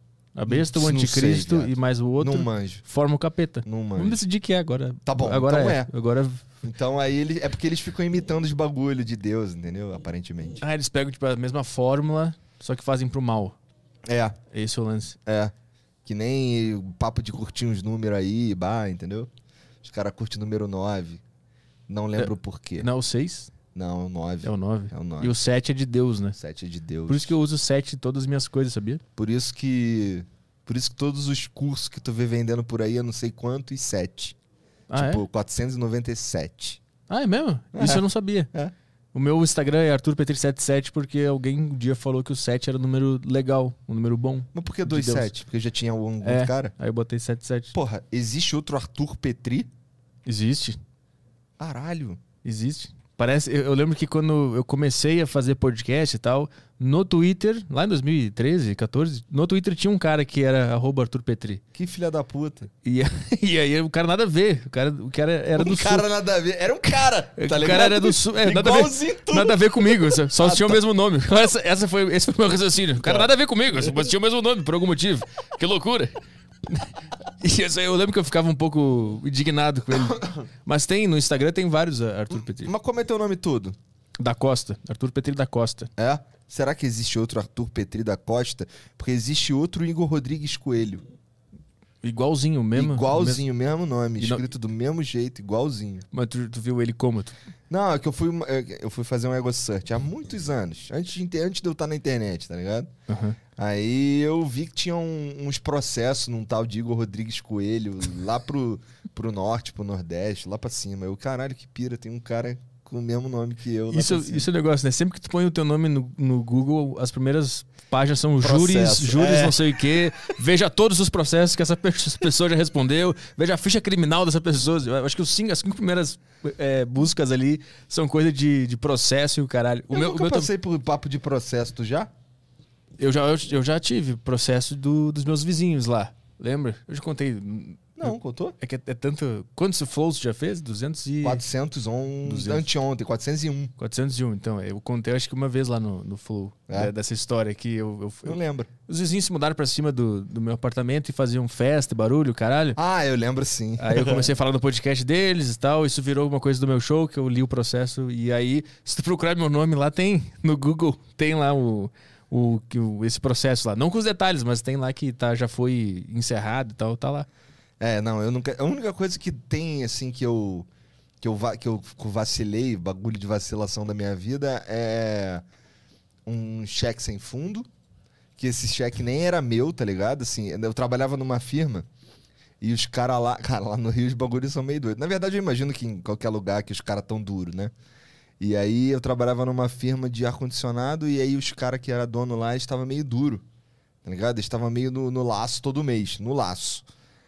S1: A besta, o
S3: Não sei,
S1: anticristo
S3: viado.
S1: e mais o outro
S3: Não manjo,
S1: forma o capeta.
S3: não
S1: Vamos
S3: manjo.
S1: decidir que é agora.
S3: Tá bom,
S1: agora
S3: então
S1: é.
S3: é.
S1: Agora.
S3: Então aí ele, é porque eles ficam imitando os bagulho de Deus, entendeu? Aparentemente.
S1: Ah, eles pegam tipo, a mesma fórmula, só que fazem pro mal.
S3: É,
S1: Esse é o lance.
S3: é. Que nem o papo de curtir uns números aí, bah, entendeu? Os caras curtem número nove. Não lembro o porquê.
S1: Não, o seis
S3: Não, é o nove.
S1: é o nove.
S3: É o nove.
S1: E o sete é de Deus, né?
S3: sete é de Deus.
S1: Por isso que eu uso o sete em todas as minhas coisas, sabia?
S3: Por isso que... Por isso que todos os cursos que tu vê vendendo por aí, eu não sei quanto, e sete.
S1: Ah,
S3: tipo,
S1: é?
S3: quatrocentos e noventa e sete.
S1: Ah, é mesmo?
S3: É.
S1: Isso eu não sabia.
S3: É.
S1: O meu Instagram é arthur petri setenta e sete porque alguém um dia falou que o sete era um número legal, um número bom.
S3: Mas por que
S1: De
S3: dois
S1: Deus.
S3: sete? Porque já tinha um outro
S1: É.
S3: cara?
S1: Aí eu botei setenta e sete.
S3: Porra, existe outro Arthur Petri?
S1: Existe,
S3: Caralho.
S1: existe. Parece, eu, eu lembro que quando eu comecei a fazer podcast e tal, no Twitter, lá em dois mil e treze, quatorze, no Twitter tinha um cara que era arroba Arthur Petri.
S3: Que filha da puta.
S1: E, e aí o cara nada a ver. O cara, o cara era do
S3: um cara
S1: sul.
S3: nada a ver. Era um cara, tá
S1: o
S3: ligado?
S1: cara era do sul. É, nada a ver.
S3: Igualzinho tu.
S1: Nada a ver comigo, só, só
S3: Ah,
S1: tinha o
S3: tá.
S1: mesmo nome. Essa, essa foi, esse foi o meu raciocínio. O cara
S3: Tá.
S1: nada a ver comigo, só tinha o mesmo nome, por algum motivo. Que loucura. E isso aí, eu lembro que eu ficava um pouco indignado com ele. Mas tem, no Instagram tem vários uh, Arthur Petri.
S3: Mas como é teu nome todo?
S1: Da Costa. Arthur Petri da Costa.
S3: É? Será que existe outro Arthur Petri da Costa? Porque existe outro Igor Rodrigues Coelho.
S1: Igualzinho, mesmo.
S3: igualzinho, mesmo nome.
S1: E não-
S3: Escrito do mesmo jeito, igualzinho.
S1: Mas tu, tu viu ele como? Tu-
S3: Não, é que eu fui, é, eu fui fazer um ego search há muitos anos. Antes de, inter- antes de eu estar na internet, tá ligado?
S1: Aham.
S3: Aí eu vi que tinha um- uns processos num tal de Igor Rodrigues Coelho, lá pro, pro norte, pro nordeste, lá pra cima. Eu, caralho, que pira, tem um cara com o mesmo nome que eu. Lá
S1: Isso,
S3: pra cima.
S1: isso é o negócio, né? Sempre que tu põe o teu nome no, no Google, as primeiras páginas são
S3: Processo,
S1: júris, júris
S3: é.
S1: não sei o quê. Veja todos os processos que essa pe- essa pessoa já respondeu. Veja a ficha criminal dessa pessoa. Eu acho que os cinco, as cinco primeiras é, buscas ali são coisa de, de processo e o caralho. O
S3: eu
S1: meu, o
S3: nunca
S1: meu tam-
S3: passei por papo de processo, tu já?
S1: eu, já, eu, eu já tive processo do- dos meus vizinhos lá. Lembra? Eu já contei.
S3: Não, contou?
S1: É que é, é tanto... Quantos flows tu já fez? duzentos e...
S3: quatrocentos e um,
S1: duzentos.
S3: anteontem, quatrocentos e um.
S1: quatrocentos e um, então. Eu contei acho que uma vez lá no, no Flow,
S3: É?
S1: da- dessa história que eu, eu,
S3: Eu
S1: eu-
S3: lembro.
S1: os vizinhos se mudaram pra cima do, do meu apartamento e faziam festa, barulho, caralho.
S3: Ah, eu lembro sim.
S1: Aí eu comecei a falar no podcast deles e tal, isso virou uma coisa do meu show, que eu li o processo, e aí, se tu procurar meu nome lá, tem, no Google, tem lá o, o, que o- esse processo lá. Não com os detalhes, mas tem lá que tá, já foi encerrado e tal, tá lá.
S3: É, não, eu nunca. A única coisa que tem, assim, que eu. Que eu, va- que eu vacilei, bagulho de vacilação da minha vida, é um cheque sem fundo. Que esse cheque nem era meu, tá ligado? Assim, eu trabalhava numa firma e os caras lá. Cara, lá no Rio os bagulhos são meio doidos. Na verdade, eu imagino que em qualquer lugar que os caras tão duros, né? E aí eu trabalhava numa firma de ar-condicionado e aí os caras que era dono lá estavam meio duro, tá ligado? Eles estavam meio no, no laço todo mês, no laço.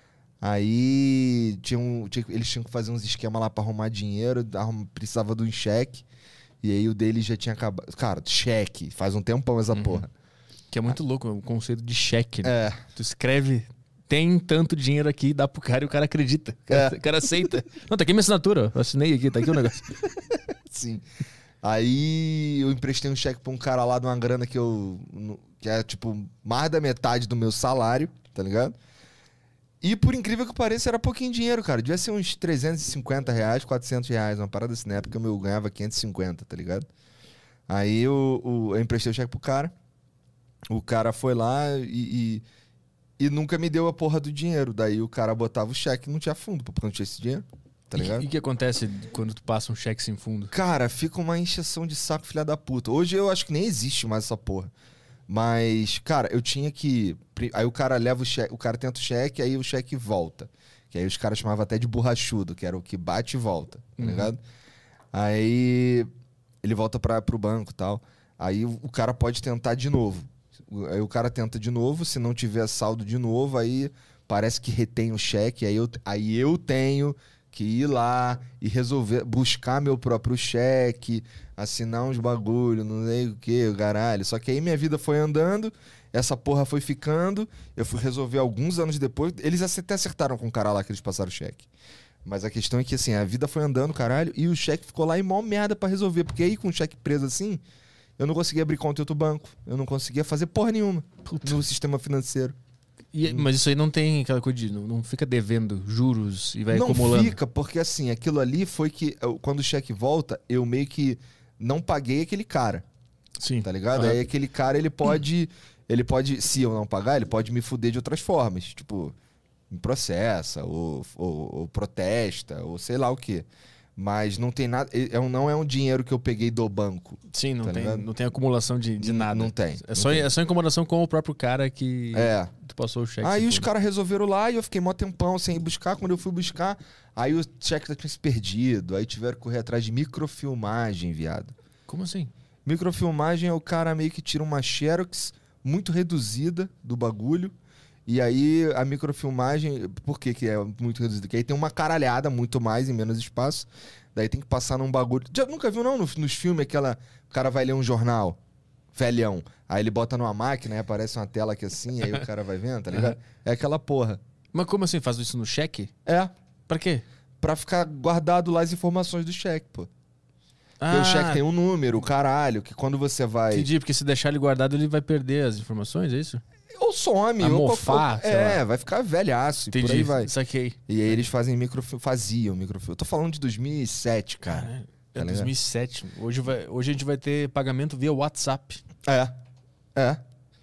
S3: Aí tinham, tinha- eles tinham que fazer uns esquemas lá pra arrumar dinheiro, arrum- precisava de um cheque. E aí o deles já tinha acabado. Cara, cheque, faz um tempão essa porra.
S1: Que é muito louco, o conceito de cheque, né?
S3: É,
S1: Tu escreve, tem tanto dinheiro aqui, dá pro cara e o cara acredita. O cara,
S3: É.
S1: o cara aceita. Não, tá aqui minha assinatura, ó. Eu assinei aqui, tá aqui o negócio.
S3: sim. Aí eu emprestei um cheque pra um cara lá de uma grana que eu... Que é, tipo, mais da metade do meu salário, tá ligado? E por incrível que pareça, era pouquinho dinheiro, cara. Devia ser uns trezentos e cinquenta reais, quatrocentos reais. Uma parada assim, na época eu ganhava quinhentos e cinquenta, tá ligado? Aí eu, eu, eu emprestei o cheque pro cara. O cara foi lá e, e, e nunca me deu a porra do dinheiro. Daí o cara botava o cheque e não tinha fundo, porque não tinha esse dinheiro. Tá ligado?
S1: E o que acontece quando tu passa um cheque sem fundo?
S3: Cara, fica uma encheção de saco, filha da puta. Hoje eu acho que nem existe mais essa porra. Mas, cara, eu tinha que... Aí o cara leva o cheque, o cara tenta o cheque, aí o cheque volta. Que aí os caras chamavam até de borrachudo, que era o que bate e volta, tá ligado? Uhum. Aí ele volta pra, pro banco e tal. Aí o, o cara pode tentar de novo. Aí o cara tenta de novo, se não tiver saldo de novo, aí parece que retém o cheque. Aí eu, aí eu tenho... que ir lá e resolver, buscar meu próprio cheque, assinar uns bagulho, não sei o que, caralho. Só que aí minha vida foi andando, essa porra foi ficando, eu fui resolver alguns anos depois. Eles até acertaram com o cara lá que eles passaram o cheque. Mas a questão é que, assim, a vida foi andando, caralho, e o cheque ficou lá em mó merda pra resolver. Porque aí, com o cheque preso assim, eu não conseguia abrir conta em outro banco. Eu não conseguia fazer porra nenhuma Puta. no sistema financeiro.
S1: E, mas isso aí não tem aquela coisa de... Não, não fica devendo juros e vai
S3: não
S1: acumulando?
S3: Não fica, porque assim, aquilo ali foi que... Eu, quando o cheque volta, eu meio que não paguei aquele cara.
S1: Sim.
S3: Tá ligado?
S1: Ah.
S3: Aí aquele cara, ele pode... Ele pode, se eu não pagar, ele pode me fuder de outras formas. Tipo, me processa, ou, ou, ou protesta, ou sei lá o quê. Mas não tem nada... É, não é um dinheiro que eu peguei do banco.
S1: Sim, não,
S3: tá
S1: tem,
S3: ligado?
S1: não tem acumulação de, de nada.
S3: Não tem.
S1: É só,
S3: não tem.
S1: é só incomodação com o próprio cara que
S3: é.
S1: tu passou o cheque.
S3: Aí os caras resolveram lá e eu fiquei mó tempão sem ir buscar. Quando eu fui buscar, aí o cheque tinha se perdido. Aí tiveram que correr atrás de microfilmagem, viado.
S1: Como assim?
S3: Microfilmagem é o cara meio que tira uma xerox muito reduzida do bagulho. E aí a microfilmagem... Por que que é muito reduzida? Porque aí tem uma caralhada muito mais em menos espaço. Daí tem que passar num bagulho... Já nunca viu, não? Nos, nos filmes, aquela... O cara vai ler um jornal, velhão. Aí ele bota numa máquina e aparece uma tela aqui assim, aí o cara vai vendo, tá ligado? É aquela porra.
S1: Mas como assim? Faz isso no cheque?
S3: É.
S1: Pra quê?
S3: Pra ficar guardado lá as informações do cheque, pô.
S1: Ah,
S3: porque o cheque tem um número, caralho, que quando você vai...
S1: Entendi, porque se deixar ele guardado, ele vai perder as informações, é isso?
S3: Ou some,
S1: a
S3: ou
S1: mofar,
S3: qualquer... É, lá. vai ficar velhaço,
S1: Entendi,
S3: e por aí vai.
S1: Saquei.
S3: E aí eles fazem microfilm, faziam microfilm. Eu tô falando de dois mil e sete, cara.
S1: Cara,
S3: tá
S1: é dois mil e sete. Hoje, vai, hoje a gente vai ter pagamento via WhatsApp.
S3: É, é.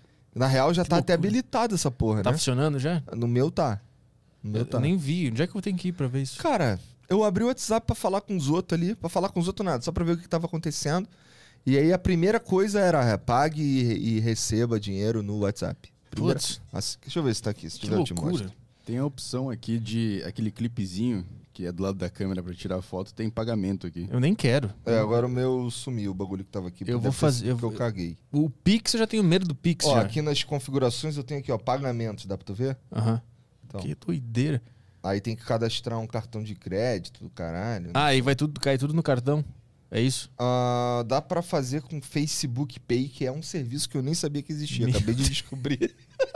S3: Na real já
S1: que
S3: tá
S1: loucura.
S3: até habilitada essa porra,
S1: tá
S3: né?
S1: Tá funcionando já?
S3: No meu tá. No meu
S1: eu,
S3: tá.
S1: eu nem vi. Onde é que eu tenho que ir pra ver isso?
S3: Cara, eu abri o WhatsApp pra falar com os outros ali. Pra falar com os outros nada, só pra ver o que tava acontecendo. E aí a primeira coisa era é, pague e, e receba dinheiro no WhatsApp. Primeira...
S1: Putz.
S3: Nossa, deixa eu ver se tá aqui. Se
S1: que
S3: tiver,
S1: loucura.
S3: eu te mostro.
S2: Tem a opção aqui de aquele clipezinho que é do lado da câmera pra tirar foto, tem pagamento aqui.
S1: Eu nem quero.
S3: É, agora o meu sumiu, o bagulho que tava aqui.
S1: Eu vou fazer. Eu,
S3: eu caguei.
S1: O Pix, eu já tenho medo do Pix.
S3: Ó,
S1: já.
S3: aqui nas configurações eu tenho aqui, ó, pagamentos, dá pra tu ver?
S1: Aham. Uhum.
S3: Então,
S1: que doideira.
S3: aí tem que cadastrar um cartão de crédito do caralho.
S1: Ah, e vai tudo, cair tudo no cartão? É isso?
S3: Uh, dá pra fazer com Facebook Pay, que é um serviço que eu nem sabia que existia.
S1: Meu
S3: Acabei de descobrir.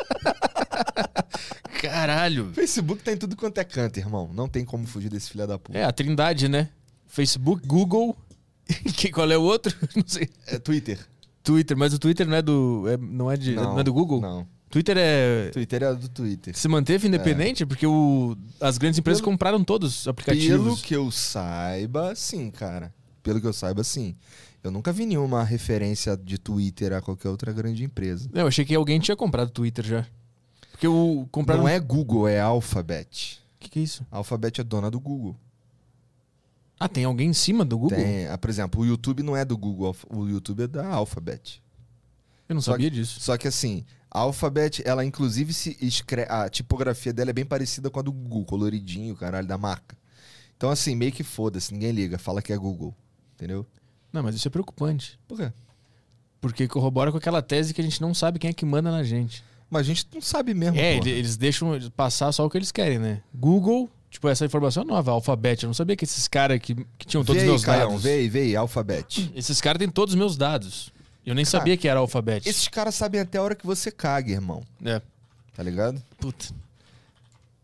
S1: Caralho.
S3: Facebook tá em tudo quanto é canto, irmão. Não tem como fugir desse filho da puta.
S1: É, a trindade, né? Facebook, Google... que, qual é o outro? Não sei.
S3: É Twitter.
S1: Twitter, mas o Twitter não é do... É, não, é de,
S3: Não,
S1: não é do Google?
S3: Não.
S1: Twitter é...
S3: Twitter é do Twitter.
S1: Se manteve independente? É. Porque o, as grandes empresas
S3: Pelo,
S1: compraram todos os aplicativos.
S3: Pelo que eu saiba, sim, cara. Pelo que eu saiba, sim. Eu nunca vi nenhuma referência de Twitter a qualquer outra grande empresa.
S1: Eu achei que alguém tinha comprado o Twitter já. Porque o compraram...
S3: Não é Google, é Alphabet.
S1: O que, que é isso?
S3: A Alphabet é dona do Google.
S1: Ah, tem alguém em cima do Google?
S3: Tem. Ah, por exemplo, o YouTube não é do Google, o YouTube é da Alphabet.
S1: Eu não
S3: só
S1: sabia
S3: que,
S1: disso.
S3: Só que assim, a Alphabet, ela inclusive se escreve... A tipografia dela é bem parecida com a do Google, coloridinho, caralho, da marca. Então assim, meio que foda-se, ninguém liga, fala que é Google. Entendeu?
S1: Não, mas isso é preocupante.
S3: Por quê?
S1: Porque corrobora com aquela tese que a gente não sabe quem é que manda na gente.
S3: Mas a gente não sabe mesmo.
S1: É,
S3: porra.
S1: eles deixam passar só o que eles querem, né? Google, tipo, essa informação nova, Alphabet. Eu não sabia que esses caras que, que tinham todos os meus
S3: Caião,
S1: dados.
S3: Vê aí, vê aí, Alphabet.
S1: Esses caras têm todos os meus dados. Eu nem
S3: Cara,
S1: sabia que era Alphabet.
S3: Esses caras sabem até a hora que você caga, irmão.
S1: É.
S3: Tá ligado?
S1: Puta.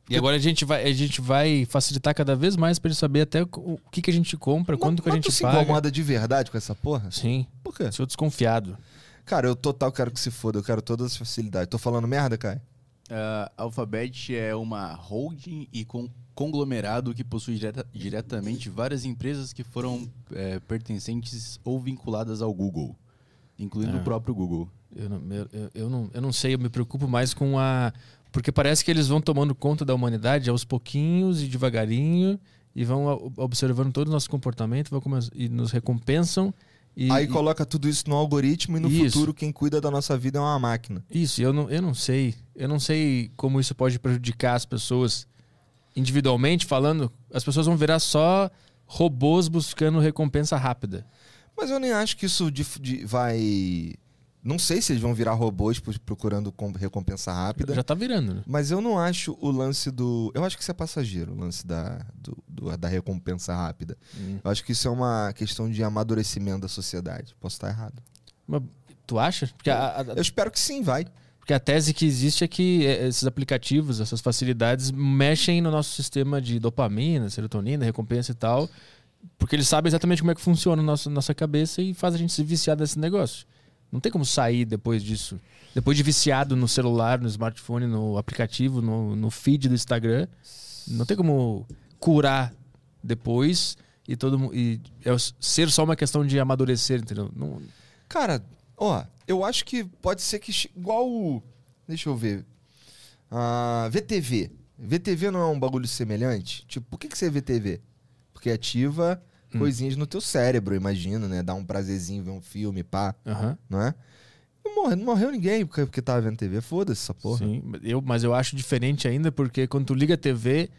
S1: E agora a gente vai, a gente vai facilitar cada vez mais pra ele saber até o que, que a gente compra, quanto que a gente
S3: tu se
S1: paga.
S3: incomoda de verdade com essa porra?
S1: Sim.
S3: Por quê?
S1: Sou desconfiado.
S3: Cara, eu total quero que se foda. Eu quero todas as facilidades. Tô falando merda, Kai?
S2: A Alphabet é uma holding e con conglomerado que possui direta diretamente várias empresas que foram é, pertencentes ou vinculadas ao Google, incluindo
S1: É.
S2: o próprio Google.
S1: Eu não, eu, eu, eu não, eu não sei, eu me preocupo mais com a... Porque parece que eles vão tomando conta da humanidade aos pouquinhos e devagarinho e vão a- observando todo o nosso comportamento vão come- e nos recompensam. E,
S3: Aí
S1: e-
S3: coloca tudo isso no algoritmo e no
S1: Isso.
S3: futuro quem cuida da nossa vida é uma máquina.
S1: Isso, eu não, eu não sei. Eu não sei como isso pode prejudicar as pessoas individualmente falando. As pessoas vão virar só robôs buscando recompensa rápida.
S3: Mas eu nem acho que isso dif- de- vai... Não sei se eles vão virar robôs pro- procurando com- recompensa rápida.
S1: Já tá virando, né?
S3: Mas eu não acho o lance do... Eu acho que isso é passageiro, o lance da, do- do- da recompensa rápida.
S1: Hum.
S3: Eu acho que isso é uma questão de amadurecimento da sociedade. Posso estar errado.
S1: Mas tu acha? Porque a, a-
S3: Eu espero que sim, vai.
S1: porque a tese que existe é que esses aplicativos, essas facilidades, mexem no nosso sistema de dopamina, serotonina, recompensa e tal. Porque eles sabem exatamente como é que funciona a nossa, nossa cabeça e faz a gente se viciar desse negócio. Não tem como sair depois disso. Depois de viciado no celular, no smartphone, no aplicativo, no, no feed do Instagram. Não tem como curar depois e todo mu- e é o- ser só uma questão de amadurecer, entendeu? Não,
S3: Cara, ó, eu acho que pode ser que... che- Igual o... Deixa eu ver. Ah, V T V. V T V não é um bagulho semelhante? Tipo, por que, que você vê T V? Porque ativa
S1: Hum.
S3: coisinhas no teu cérebro, eu imagino, né? Dá um prazerzinho ver um filme, pá,
S1: aham.
S3: não é? Não morreu, não morreu ninguém porque, porque tava vendo T V. Foda-se essa porra.
S1: Sim, eu, mas eu acho diferente ainda porque quando tu liga a T V,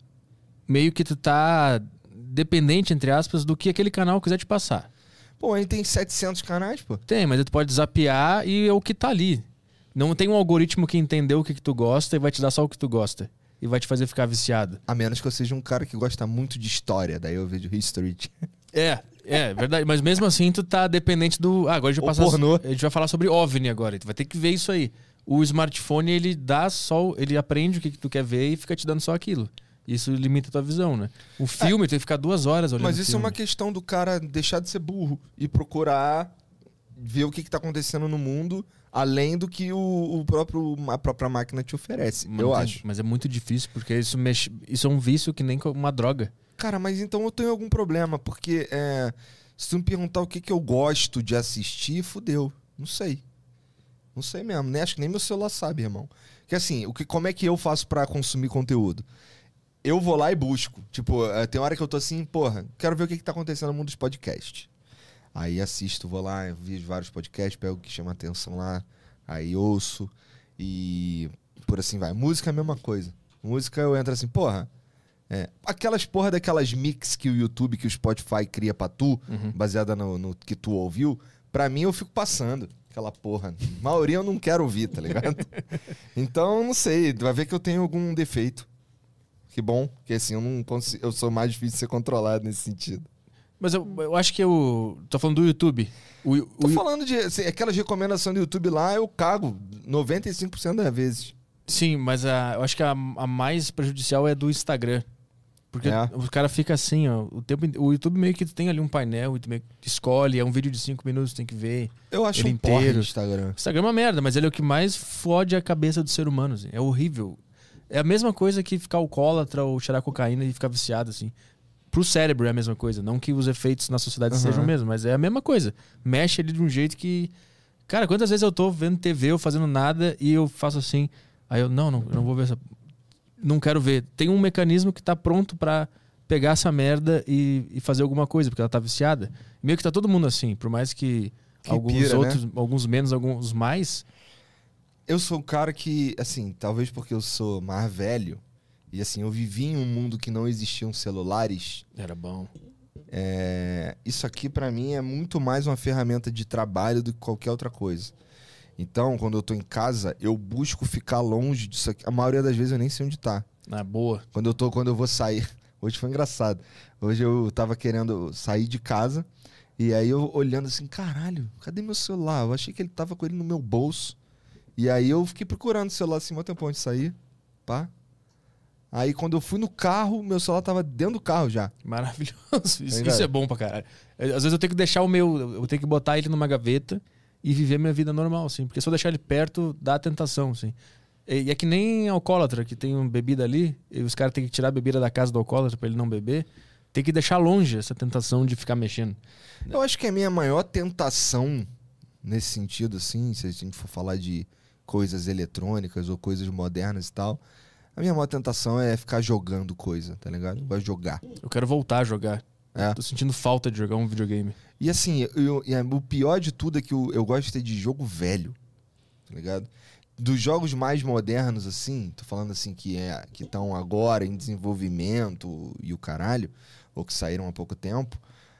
S1: meio que tu tá dependente, entre aspas, do que aquele canal quiser te passar.
S3: Pô, ele tem setecentos canais, pô.
S1: Tem, mas tu pode zapear e é o que tá ali. Não tem um algoritmo que entendeu o que, que tu gosta e vai te dar só o que tu gosta. E vai te fazer ficar viciado.
S3: A menos que eu seja um cara que gosta muito de história. Daí eu vejo History.
S1: É, é verdade. Mas mesmo assim, tu tá dependente do... Ah, agora a gente vai
S3: O
S1: passar...
S3: pornô.
S1: A gente vai falar sobre OVNI agora. Tu vai ter que ver isso aí. O smartphone, ele dá só... Ele aprende o que, que tu quer ver e fica te dando só aquilo. Isso limita a tua visão, né? O filme, tu tem que ficar duas horas olhando
S3: Mas isso é
S1: filme.
S3: uma questão do cara deixar de ser burro e procurar ver o que, que tá acontecendo no mundo, além do que o, o próprio, a própria máquina te oferece,
S1: Mas
S3: eu
S1: não tem-
S3: acho.
S1: Mas é muito difícil, porque isso mexe... Isso é um vício que nem co- uma droga.
S3: Cara, mas então eu tenho algum problema, porque é, se tu me perguntar o que, que eu gosto de assistir, fudeu. Não sei. Não sei mesmo, né? Acho que nem meu celular sabe, irmão. Que assim, o que, como é que eu faço pra consumir conteúdo? Eu vou lá e busco. Tipo, eh, tem hora que eu tô assim, porra, quero ver o que, que tá acontecendo no mundo dos podcasts. Aí assisto, vou lá, vejo vários podcasts, pego o que chama atenção lá, aí ouço e por assim vai. Música é a mesma coisa. Música eu entro assim, porra, é, aquelas porra daquelas mix que o YouTube, que o Spotify cria pra tu,
S1: Uhum.
S3: baseada no, no que tu ouviu, pra mim eu fico passando aquela porra. A maioria eu não quero ouvir, tá ligado? Então, não sei, vai ver que eu tenho algum defeito. Que bom, que assim, eu não consigo, eu sou mais difícil de ser controlado nesse sentido.
S1: Mas eu, eu acho que eu... Tô falando do YouTube. O, o,
S3: Tô falando de assim, aquelas recomendações do YouTube lá, eu cago noventa e cinco por cento das vezes.
S1: Sim, mas a, eu acho que a, a mais prejudicial é do Instagram. Porque
S3: É.
S1: o cara fica assim, ó. O, tempo, in- o YouTube meio que tem ali um painel, e tu meio que escolhe, é um vídeo de cinco minutos, tem que ver.
S3: Eu acho
S1: Ele
S3: um porre
S1: inteiro.
S3: no Instagram.
S1: O Instagram é uma merda, mas ele é o que mais fode a cabeça do ser humano, assim. É horrível. É a mesma coisa que ficar alcoólatra ou cheirar cocaína e ficar viciado, assim. Pro cérebro é a mesma coisa. Não que os efeitos na sociedade
S3: Aham.
S1: sejam o mesmo, mas é a mesma coisa. Mexe ali de um jeito que... Cara, quantas vezes eu tô vendo T V ou fazendo nada e eu faço assim... Aí eu, não, não, eu não vou ver essa... Não quero ver. Tem um mecanismo que tá pronto pra pegar essa merda e, e fazer alguma coisa, porque ela tá viciada. Meio que tá todo mundo assim, por mais que,
S3: Que
S1: alguns
S3: pira, né?
S1: outros, alguns menos, alguns mais...
S3: Eu sou um cara que, assim, talvez porque eu sou mais velho, e assim, eu vivi em um mundo que não existiam celulares,
S1: Era bom.
S3: é, isso aqui pra mim é muito mais uma ferramenta de trabalho do que qualquer outra coisa. Então, quando eu tô em casa, eu busco ficar longe disso aqui. A maioria das vezes eu nem sei onde tá.
S1: Na boa.
S3: Quando eu tô, quando eu vou sair. Hoje foi engraçado. Hoje eu tava querendo sair de casa, e aí eu olhando assim, caralho, cadê meu celular? Eu achei que ele tava com ele no meu bolso. E aí eu fiquei procurando o celular assim, um tempão de sair. Pá. Aí quando eu fui no carro, meu celular tava dentro do carro já.
S1: Maravilhoso. Isso,
S3: Tá
S1: isso é bom pra caralho. Às vezes eu tenho que deixar o meu... Eu tenho que botar ele numa gaveta e viver minha vida normal, assim. Porque se eu deixar ele perto, dá a tentação, assim. E é que nem alcoólatra, que tem uma bebida ali, e os caras têm que tirar a bebida da casa do alcoólatra pra ele não beber. Tem que deixar longe essa tentação de ficar mexendo.
S3: Eu acho que a minha maior tentação, nesse sentido, assim, se a gente for falar de coisas eletrônicas ou coisas modernas e tal, a minha maior tentação é ficar jogando coisa, tá ligado? Eu gosto de jogar.
S1: Eu quero voltar a jogar.
S3: É.
S1: Tô sentindo falta de jogar um videogame.
S3: E assim, eu, e o pior de tudo é que eu, eu gosto de ter de jogo velho, tá ligado? Dos jogos mais modernos, assim, tô falando assim que é, que estão agora em desenvolvimento e o caralho, ou que saíram há pouco tempo,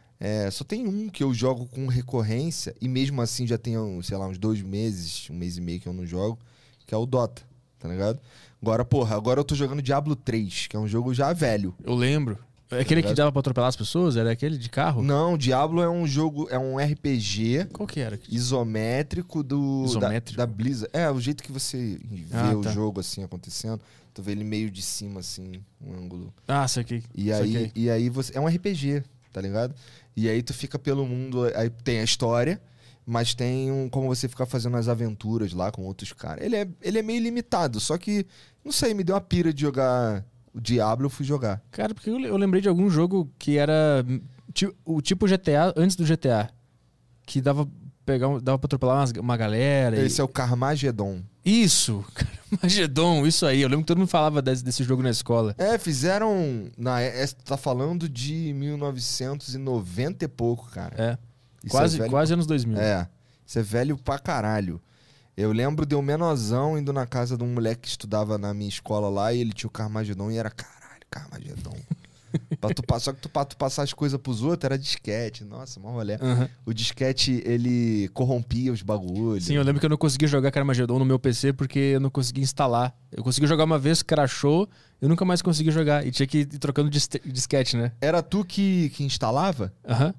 S3: é, só tem um que eu jogo com recorrência, e mesmo assim já tem, sei lá, uns dois meses, um mês e meio que eu não jogo, que é o Dota, tá ligado? Agora, porra, agora eu tô jogando Diablo três, que é um jogo já velho.
S1: Eu lembro. É aquele que dava pra atropelar as pessoas? Era aquele de carro?
S3: Não, Diablo é um jogo, é um R P G
S1: Qual que era?
S3: isométrico do
S1: Isométrico?
S3: Da, da Blizzard. É, o jeito que você vê
S1: Ah,
S3: o
S1: tá.
S3: jogo assim acontecendo, tu vê ele meio de cima assim, um ângulo.
S1: Ah, isso aqui.
S3: E aí, e aí você é um R P G, tá ligado? E aí tu fica pelo mundo, aí tem a história, mas tem um como você ficar fazendo as aventuras lá com outros caras. Ele é, ele é meio limitado, só que não sei, me deu uma pira de jogar o Diablo, eu fui jogar.
S1: Cara, porque eu eu lembrei de algum jogo que era ti- o tipo G T A antes do G T A. Que dava, pegar, um- dava pra atropelar umas- uma galera. e-
S3: Esse é o Carmageddon.
S1: Isso! Carmageddon, isso aí. Eu lembro que todo mundo falava desse, desse jogo na escola.
S3: É, fizeram. Na, é, tá falando de mil novecentos e noventa e pouco, cara.
S1: É.
S3: Isso
S1: Quase,
S3: é velho
S1: quase anos dois mil.
S3: É, isso é velho pra caralho. Eu lembro de eu menorzão indo na casa de um moleque que estudava na minha escola lá e ele tinha o Carmageddon e era caralho, Carmageddon. pra tu, pa- só que tu, pra tu passar as coisas pros outros era disquete. Nossa, mó rolê.
S1: Aham.
S3: O disquete, ele corrompia os bagulhos.
S1: Sim, eu lembro que eu não conseguia jogar Carmageddon no meu P C porque eu não conseguia instalar. Eu consegui jogar uma vez, crashou, eu nunca mais consegui jogar. E tinha que ir trocando dis- disquete, né?
S3: Era tu que, que instalava?
S1: Aham,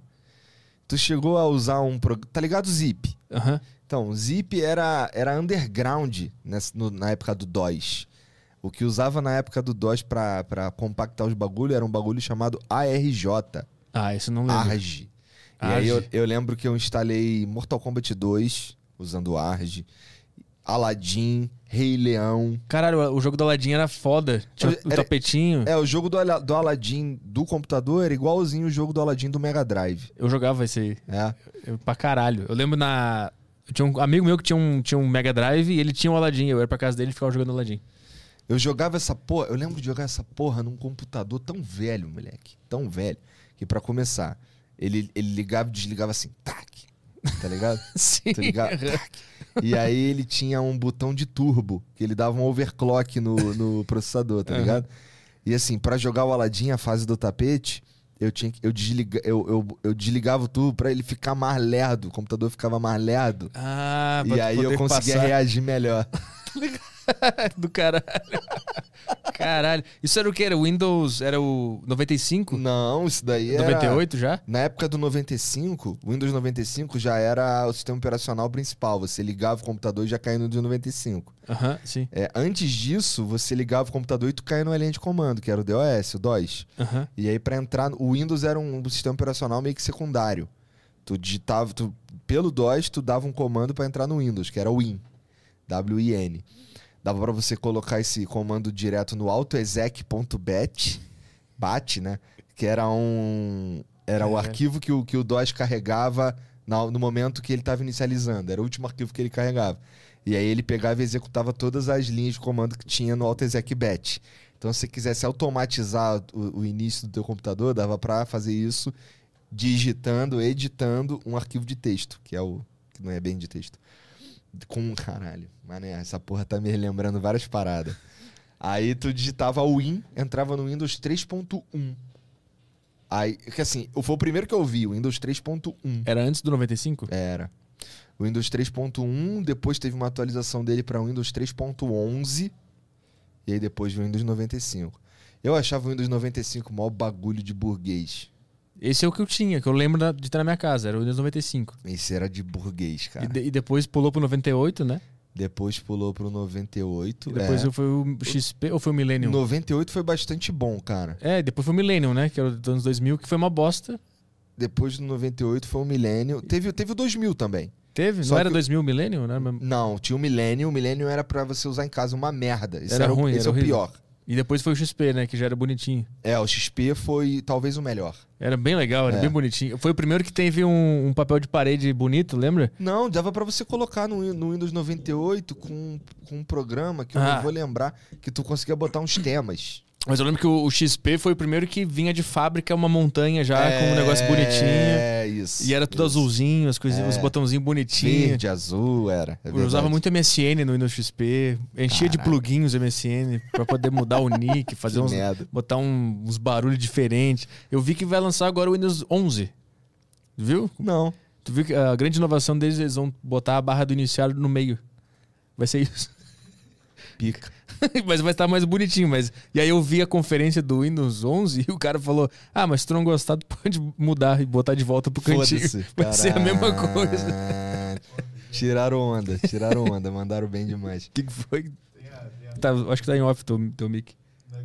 S3: Tu chegou a usar um programa. Tá ligado o Zip?
S1: aham.
S3: Então, o Zip era, era underground nessa- no- na época do DOS. O que usava na época do DOS pra, pra compactar os bagulhos era um bagulho chamado A R J.
S1: Ah, esse eu não lembro.
S3: A R G. E
S1: A R G.
S3: aí eu, eu lembro que eu instalei Mortal Kombat dois usando o A R G. Aladdin, Rei Leão.
S1: Caralho, o jogo do Aladdin era foda. Tinha o
S3: Era-
S1: tapetinho.
S3: É, o jogo do, Ala- do Aladdin do computador era igualzinho o jogo do Aladdin do Mega Drive.
S1: Eu jogava esse aí.
S3: É.
S1: Eu, pra caralho. Eu lembro na. Eu tinha um amigo meu que tinha um, tinha um Mega Drive e ele tinha um Aladdin. Eu ia pra casa dele e ficava jogando Aladdin.
S3: Eu jogava essa porra, eu lembro de jogar essa porra num computador tão velho, moleque. Tão velho. Que pra começar, ele, ele ligava e desligava assim, tac. Tá ligado?
S1: Sim.
S3: Tu ligava, tac. E aí ele tinha um botão de turbo, que ele dava um overclock no, no processador, tá
S1: Aham.
S3: ligado? E assim, pra jogar o Aladdin, a fase do tapete, eu tinha que, eu, desliga, eu, eu, eu desligava o turbo pra ele ficar mais lerdo, o computador ficava mais lerdo.
S1: Ah, pra
S3: E
S1: tu
S3: aí eu
S1: poder
S3: conseguia
S1: passar.
S3: reagir melhor.
S1: Do caralho. Caralho. Isso era o que? Era o Windows. Era o noventa e cinco?
S3: Não, isso daí era...
S1: noventa e oito já?
S3: Na época do noventa e cinco, o Windows noventa e cinco já era o sistema operacional principal. Você ligava o computador e já caía no Windows noventa e cinco.
S1: Aham, sim.
S3: É, antes disso, você ligava o computador e tu caía numa linha de comando, que era o DOS, o DOS.
S1: Aham.
S3: E aí pra entrar... O Windows era um sistema operacional meio que secundário. Tu digitava... Tu, pelo DOS, tu dava um comando pra entrar no Windows, que era o Win. W I N. Dava pra você colocar esse comando direto no autoexec.bat. Bat, né? Que era um... Era o
S1: É.
S3: arquivo que o, que o DOS carregava na- no momento que ele estava inicializando. Era o último arquivo que ele carregava. E aí ele pegava e executava todas as linhas de comando que tinha no autoexec.bat. Então, se você quisesse automatizar o, o início do teu computador, dava pra fazer isso digitando, editando um arquivo de texto, que é o... que não é bem de texto. Com caralho, mané, essa porra tá me lembrando várias paradas. Aí tu digitava o Win, entrava no Windows três ponto um. Aí, que assim, foi o primeiro que eu vi, o Windows três ponto um.
S1: Era antes do noventa e cinco?
S3: Era. O Windows três ponto um, depois teve uma atualização dele para Windows três ponto onze. E aí depois veio o Windows noventa e cinco. Eu achava o Windows noventa e cinco o maior bagulho de burguês.
S1: Esse é o que eu tinha, que eu lembro da- de ter na minha casa. Era o Windows noventa e cinco.
S3: Esse era de burguês, cara.
S1: E, de- e depois pulou pro noventa e oito, né?
S3: Depois pulou pro noventa e oito.
S1: E depois
S3: é.
S1: foi o X P ou foi o Millennium?
S3: noventa e oito foi bastante bom, cara.
S1: É, depois foi o Millennium, né? Que era dos anos dois mil, que foi uma bosta.
S3: Depois do noventa e oito foi o Millennium. Teve, teve o dois mil também.
S1: Teve?
S3: Só
S1: Não era
S3: que-
S1: dois mil o Millennium? Não, era...
S3: Não, tinha o Millennium. O Millennium era pra você usar em casa uma merda. Esse
S1: Era
S3: era, o-
S1: ruim,
S3: esse
S1: era
S3: é o
S1: horrível.
S3: pior.
S1: E depois foi o X P, né? Que já era bonitinho.
S3: É, o X P foi talvez o melhor.
S1: Era bem legal, era
S3: É.
S1: bem bonitinho. Foi o primeiro que teve um, um papel de parede bonito, lembra?
S3: Não, dava pra você colocar no, Win- no Windows noventa e oito com, com um programa que eu
S1: Ah.
S3: não vou lembrar, que tu conseguia botar uns temas.
S1: Mas eu lembro que o, o X P foi o primeiro que vinha de fábrica uma montanha já com um negócio bonitinho.
S3: É, isso.
S1: E era tudo
S3: isso.
S1: azulzinho, as coisinhas, os botãozinhos bonitinhos.
S3: Verde, azul, era. É
S1: Eu usava
S3: verdade.
S1: muito M S N no Windows X P, enchia de
S3: Caralho.
S1: pluginhos M S N pra poder mudar o nick, fazer
S3: Que
S1: uns,
S3: merda.
S1: botar um- uns barulhos diferentes. Eu vi que vai lançar agora o Windows onze. Viu?
S3: Não.
S1: Tu viu que a grande inovação deles, eles vão botar a barra do iniciar no meio. Vai ser isso.
S3: Pica.
S1: Mas vai estar mais bonitinho. Mas... E aí eu vi a conferência do Windows onze e o cara falou: ah, mas se tu não gostar, tu pode mudar e botar de volta pro cantinho.
S3: Foda-se.
S1: Vai ser a mesma coisa.
S3: Caralho. Tiraram onda, tiraram onda, mandaram bem demais.
S1: O que, que foi? Tá, acho que tá em off teu, teu mic.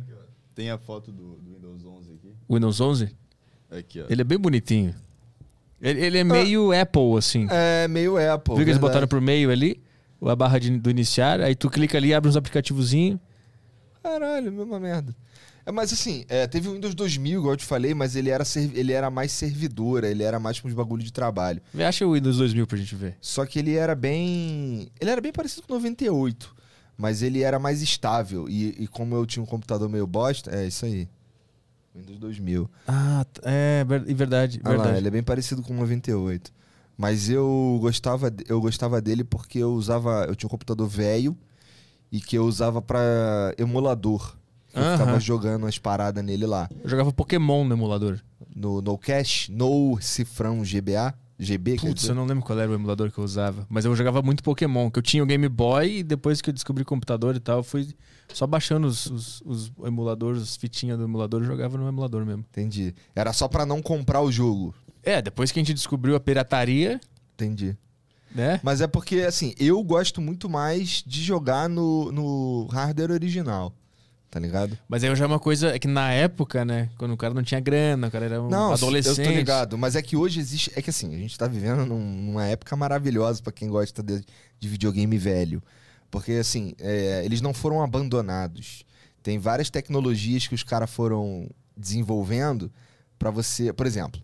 S2: Tem a foto do, do Windows onze aqui.
S1: O Windows onze?
S2: Aqui, ó.
S1: Ele é bem bonitinho. Ele, ele é meio Apple, assim.
S3: É meio Apple.
S1: Viu que eles
S3: verdade.
S1: botaram pro meio ali? A barra de- do iniciar, aí tu clica ali, abre uns aplicativozinhos.
S3: Caralho, mesma merda. É, mas assim, é, teve o Windows dois mil, igual eu te falei, mas ele era, ser- ele era mais servidora, ele era mais com uns bagulho de trabalho.
S1: Vê, acha o Windows dois mil pra gente ver.
S3: Só que ele era bem... Ele era bem parecido com o noventa e oito, mas ele era mais estável. E, e como eu tinha um computador meio bosta, é isso aí. Windows dois mil.
S1: Ah, t- é ver- é verdade,
S3: Ah lá,
S1: verdade.
S3: ele é bem parecido com o noventa e oito. Mas eu gostava, eu gostava dele porque eu usava... Eu tinha um computador velho e que eu usava pra emulador. Eu
S1: Aham.
S3: ficava jogando as paradas nele lá.
S1: Eu jogava Pokémon no emulador.
S3: No No Cache, No Cifrão G B A, G B, quer
S1: Putz,
S3: dizer.
S1: eu não lembro qual era o emulador que eu usava. Mas eu jogava muito Pokémon, que eu tinha o Game Boy e depois que eu descobri computador e tal, eu fui só baixando os, os, os emuladores, as fitinhas do emulador, eu jogava no emulador mesmo.
S3: Entendi. Era só pra não comprar o jogo.
S1: É, depois que a gente descobriu a pirataria,
S3: Entendi.
S1: né?
S3: Mas é porque, assim, eu gosto muito mais de jogar no, no hardware original. Tá ligado?
S1: Mas aí já é uma coisa, é que na época, né, quando o cara não tinha grana, o cara era um
S3: Não,
S1: adolescente.
S3: eu tô ligado. Mas é que hoje existe... É que assim, a gente tá vivendo num- numa época maravilhosa pra quem gosta de, de videogame velho. Porque, assim, é, eles não foram abandonados. Tem várias tecnologias que os caras foram desenvolvendo pra você... Por exemplo,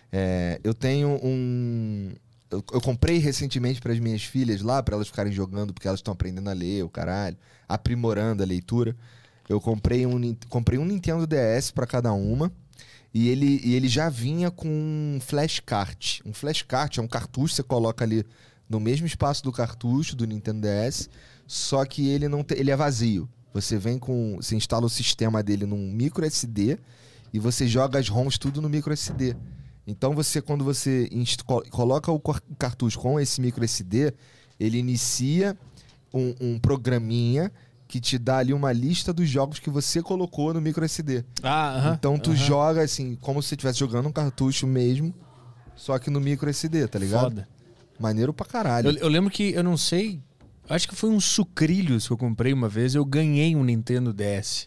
S3: é, eu tenho um... Eu, eu comprei recentemente para as minhas filhas lá, pra elas ficarem jogando, porque elas estão aprendendo a ler, o caralho, aprimorando a leitura. Eu comprei um, Nin- comprei um Nintendo D S para cada uma. E ele, e ele já vinha com um flashcard. Um flashcard é um cartucho que você coloca ali no mesmo espaço do cartucho do Nintendo D S, só que ele não te- ele é vazio. Você vem com, você instala o sistema dele num micro S D e você joga as ROMs tudo no micro S D. Então você, quando você inst- co- coloca o cor- cartucho com esse micro S D, ele inicia um, um programinha que te dá ali uma lista dos jogos que você colocou no micro S D.
S1: Ah, aham.
S3: Então tu
S1: aham.
S3: joga assim, como se você estivesse jogando um cartucho mesmo, só que no micro S D, tá ligado?
S1: Foda.
S3: Maneiro pra caralho.
S1: Eu, eu lembro que, eu não sei, acho que foi um sucrilhos que eu comprei uma vez, eu ganhei um Nintendo D S.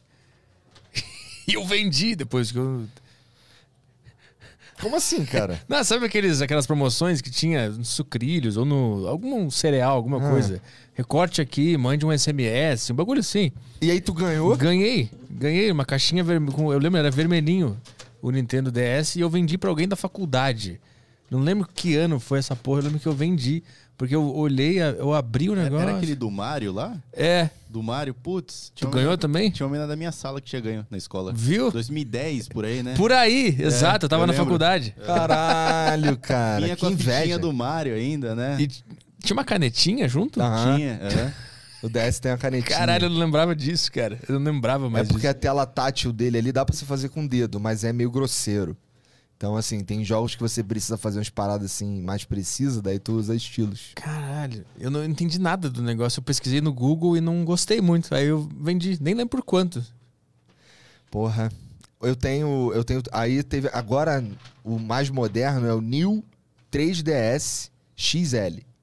S1: E eu vendi depois que eu...
S3: Como assim, cara?
S1: Não, sabe aqueles, aquelas promoções que tinha nos sucrilhos ou no algum cereal, alguma
S3: Ah.
S1: coisa? Recorte aqui, mande um S M S, um bagulho assim.
S3: E aí tu ganhou?
S1: Ganhei, ganhei uma caixinha vermelha, eu lembro, era vermelhinho o Nintendo D S e eu vendi pra alguém da faculdade. Não lembro que ano foi essa porra, eu lembro que eu vendi. Porque eu olhei, eu abri o negócio.
S2: Era aquele do Mario lá?
S1: É.
S2: Do Mario, putz.
S1: Tu
S2: tinha uma
S1: ganhou
S2: menina-
S1: também?
S2: Tinha uma menina da minha sala que tinha ganho na escola.
S1: Viu?
S2: dois mil e dez, por aí, né?
S1: Por aí, exato, eu tava
S2: eu
S1: na
S2: lembro.
S1: faculdade.
S3: Caralho, cara.
S2: Vinha
S3: que
S2: com a
S3: inveja.
S2: fitinha do Mario ainda, né?
S1: E t- tinha uma canetinha junto?
S3: Aham.
S2: Tinha, é.
S3: O D S tem a canetinha.
S1: Caralho, eu não lembrava disso, cara. Eu não lembrava
S3: É
S1: mais
S3: porque
S1: disso.
S3: a tela tátil dele ali dá pra você fazer com o dedo, mas é meio grosseiro. Então, assim, tem jogos que você precisa fazer umas paradas assim mais precisas, daí tu usa estilos.
S1: Caralho, eu não entendi nada do negócio. Eu pesquisei no Google e não gostei muito. Aí eu vendi, nem lembro por quanto.
S3: Porra. Eu tenho. Eu tenho. Aí teve. Agora, o mais moderno é o New três D S X L.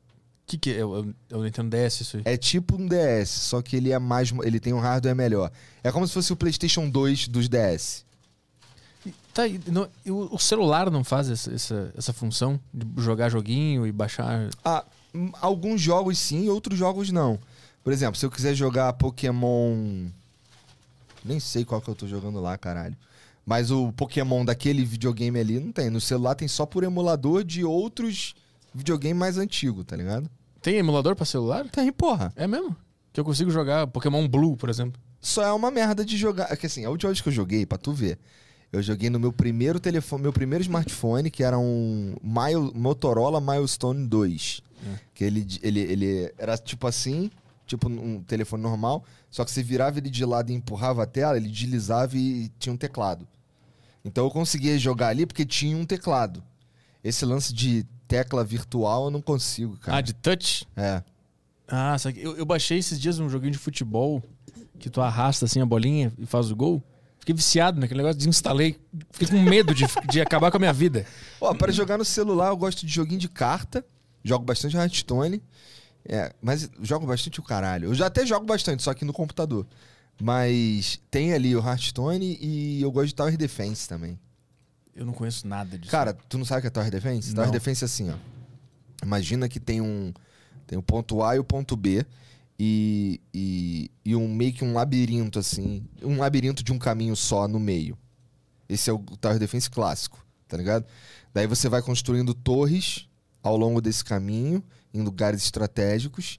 S1: que, que é? É o, é o Nintendo D S isso aí?
S3: É tipo um D S, só que ele é mais. Ele tem um hardware melhor. É como se fosse o PlayStation dois dos D S.
S1: E, tá, e, não, e o, o celular não faz essa, essa, essa função de jogar joguinho e baixar?
S3: Ah, hum, alguns jogos sim, outros jogos não. Por exemplo, se eu quiser jogar Pokémon. Nem sei qual que eu tô jogando lá, caralho. Mas o Pokémon daquele videogame ali não tem. No celular tem só por emulador de outros videogames mais antigos, tá ligado?
S1: Tem emulador pra celular?
S3: Tem, porra.
S1: É mesmo? Que eu consigo jogar Pokémon Blue, por exemplo.
S3: Só é uma merda de jogar. É que assim, a última vez que eu joguei, pra tu ver, eu joguei no meu primeiro telefone, meu primeiro smartphone, que era um Mile, Motorola Milestone dois. É. Que ele, ele, ele era tipo assim, tipo um telefone normal, só que você virava ele de lado e empurrava a tela, ele deslizava e tinha um teclado. Então eu conseguia jogar ali porque tinha um teclado. Esse lance de tecla virtual eu não consigo, cara.
S1: Ah, de touch?
S3: É.
S1: Ah, sabe, eu, eu baixei esses dias um joguinho de futebol que tu arrasta assim a bolinha e faz o gol. Fiquei viciado naquele negócio, desinstalei. Fiquei com medo de, de acabar com a minha vida.
S3: Ó, para jogar no celular eu gosto de joguinho de carta. Jogo bastante Hearthstone. É, mas jogo bastante o caralho. Eu já até jogo bastante, só que no computador. Mas tem ali o Hearthstone e eu gosto de Tower Defense também.
S1: Eu não conheço nada disso.
S3: Cara, tu não sabe o que é Tower Defense?
S1: Não.
S3: Tower Defense é assim, ó. Imagina que tem um, tem o ponto A e o ponto B e, e, e um, meio que um labirinto, assim. Um labirinto de um caminho só no meio. Esse é o Tower Defense clássico, tá ligado? Daí você vai construindo torres ao longo desse caminho, em lugares estratégicos.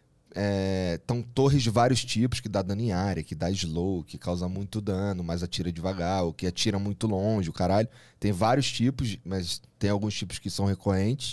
S3: É, então, torres de vários tipos, que dá dano em área, que dá slow, que causa muito dano, mas atira devagar, ou que atira muito longe, o caralho. Tem vários tipos, mas tem alguns tipos que são recorrentes.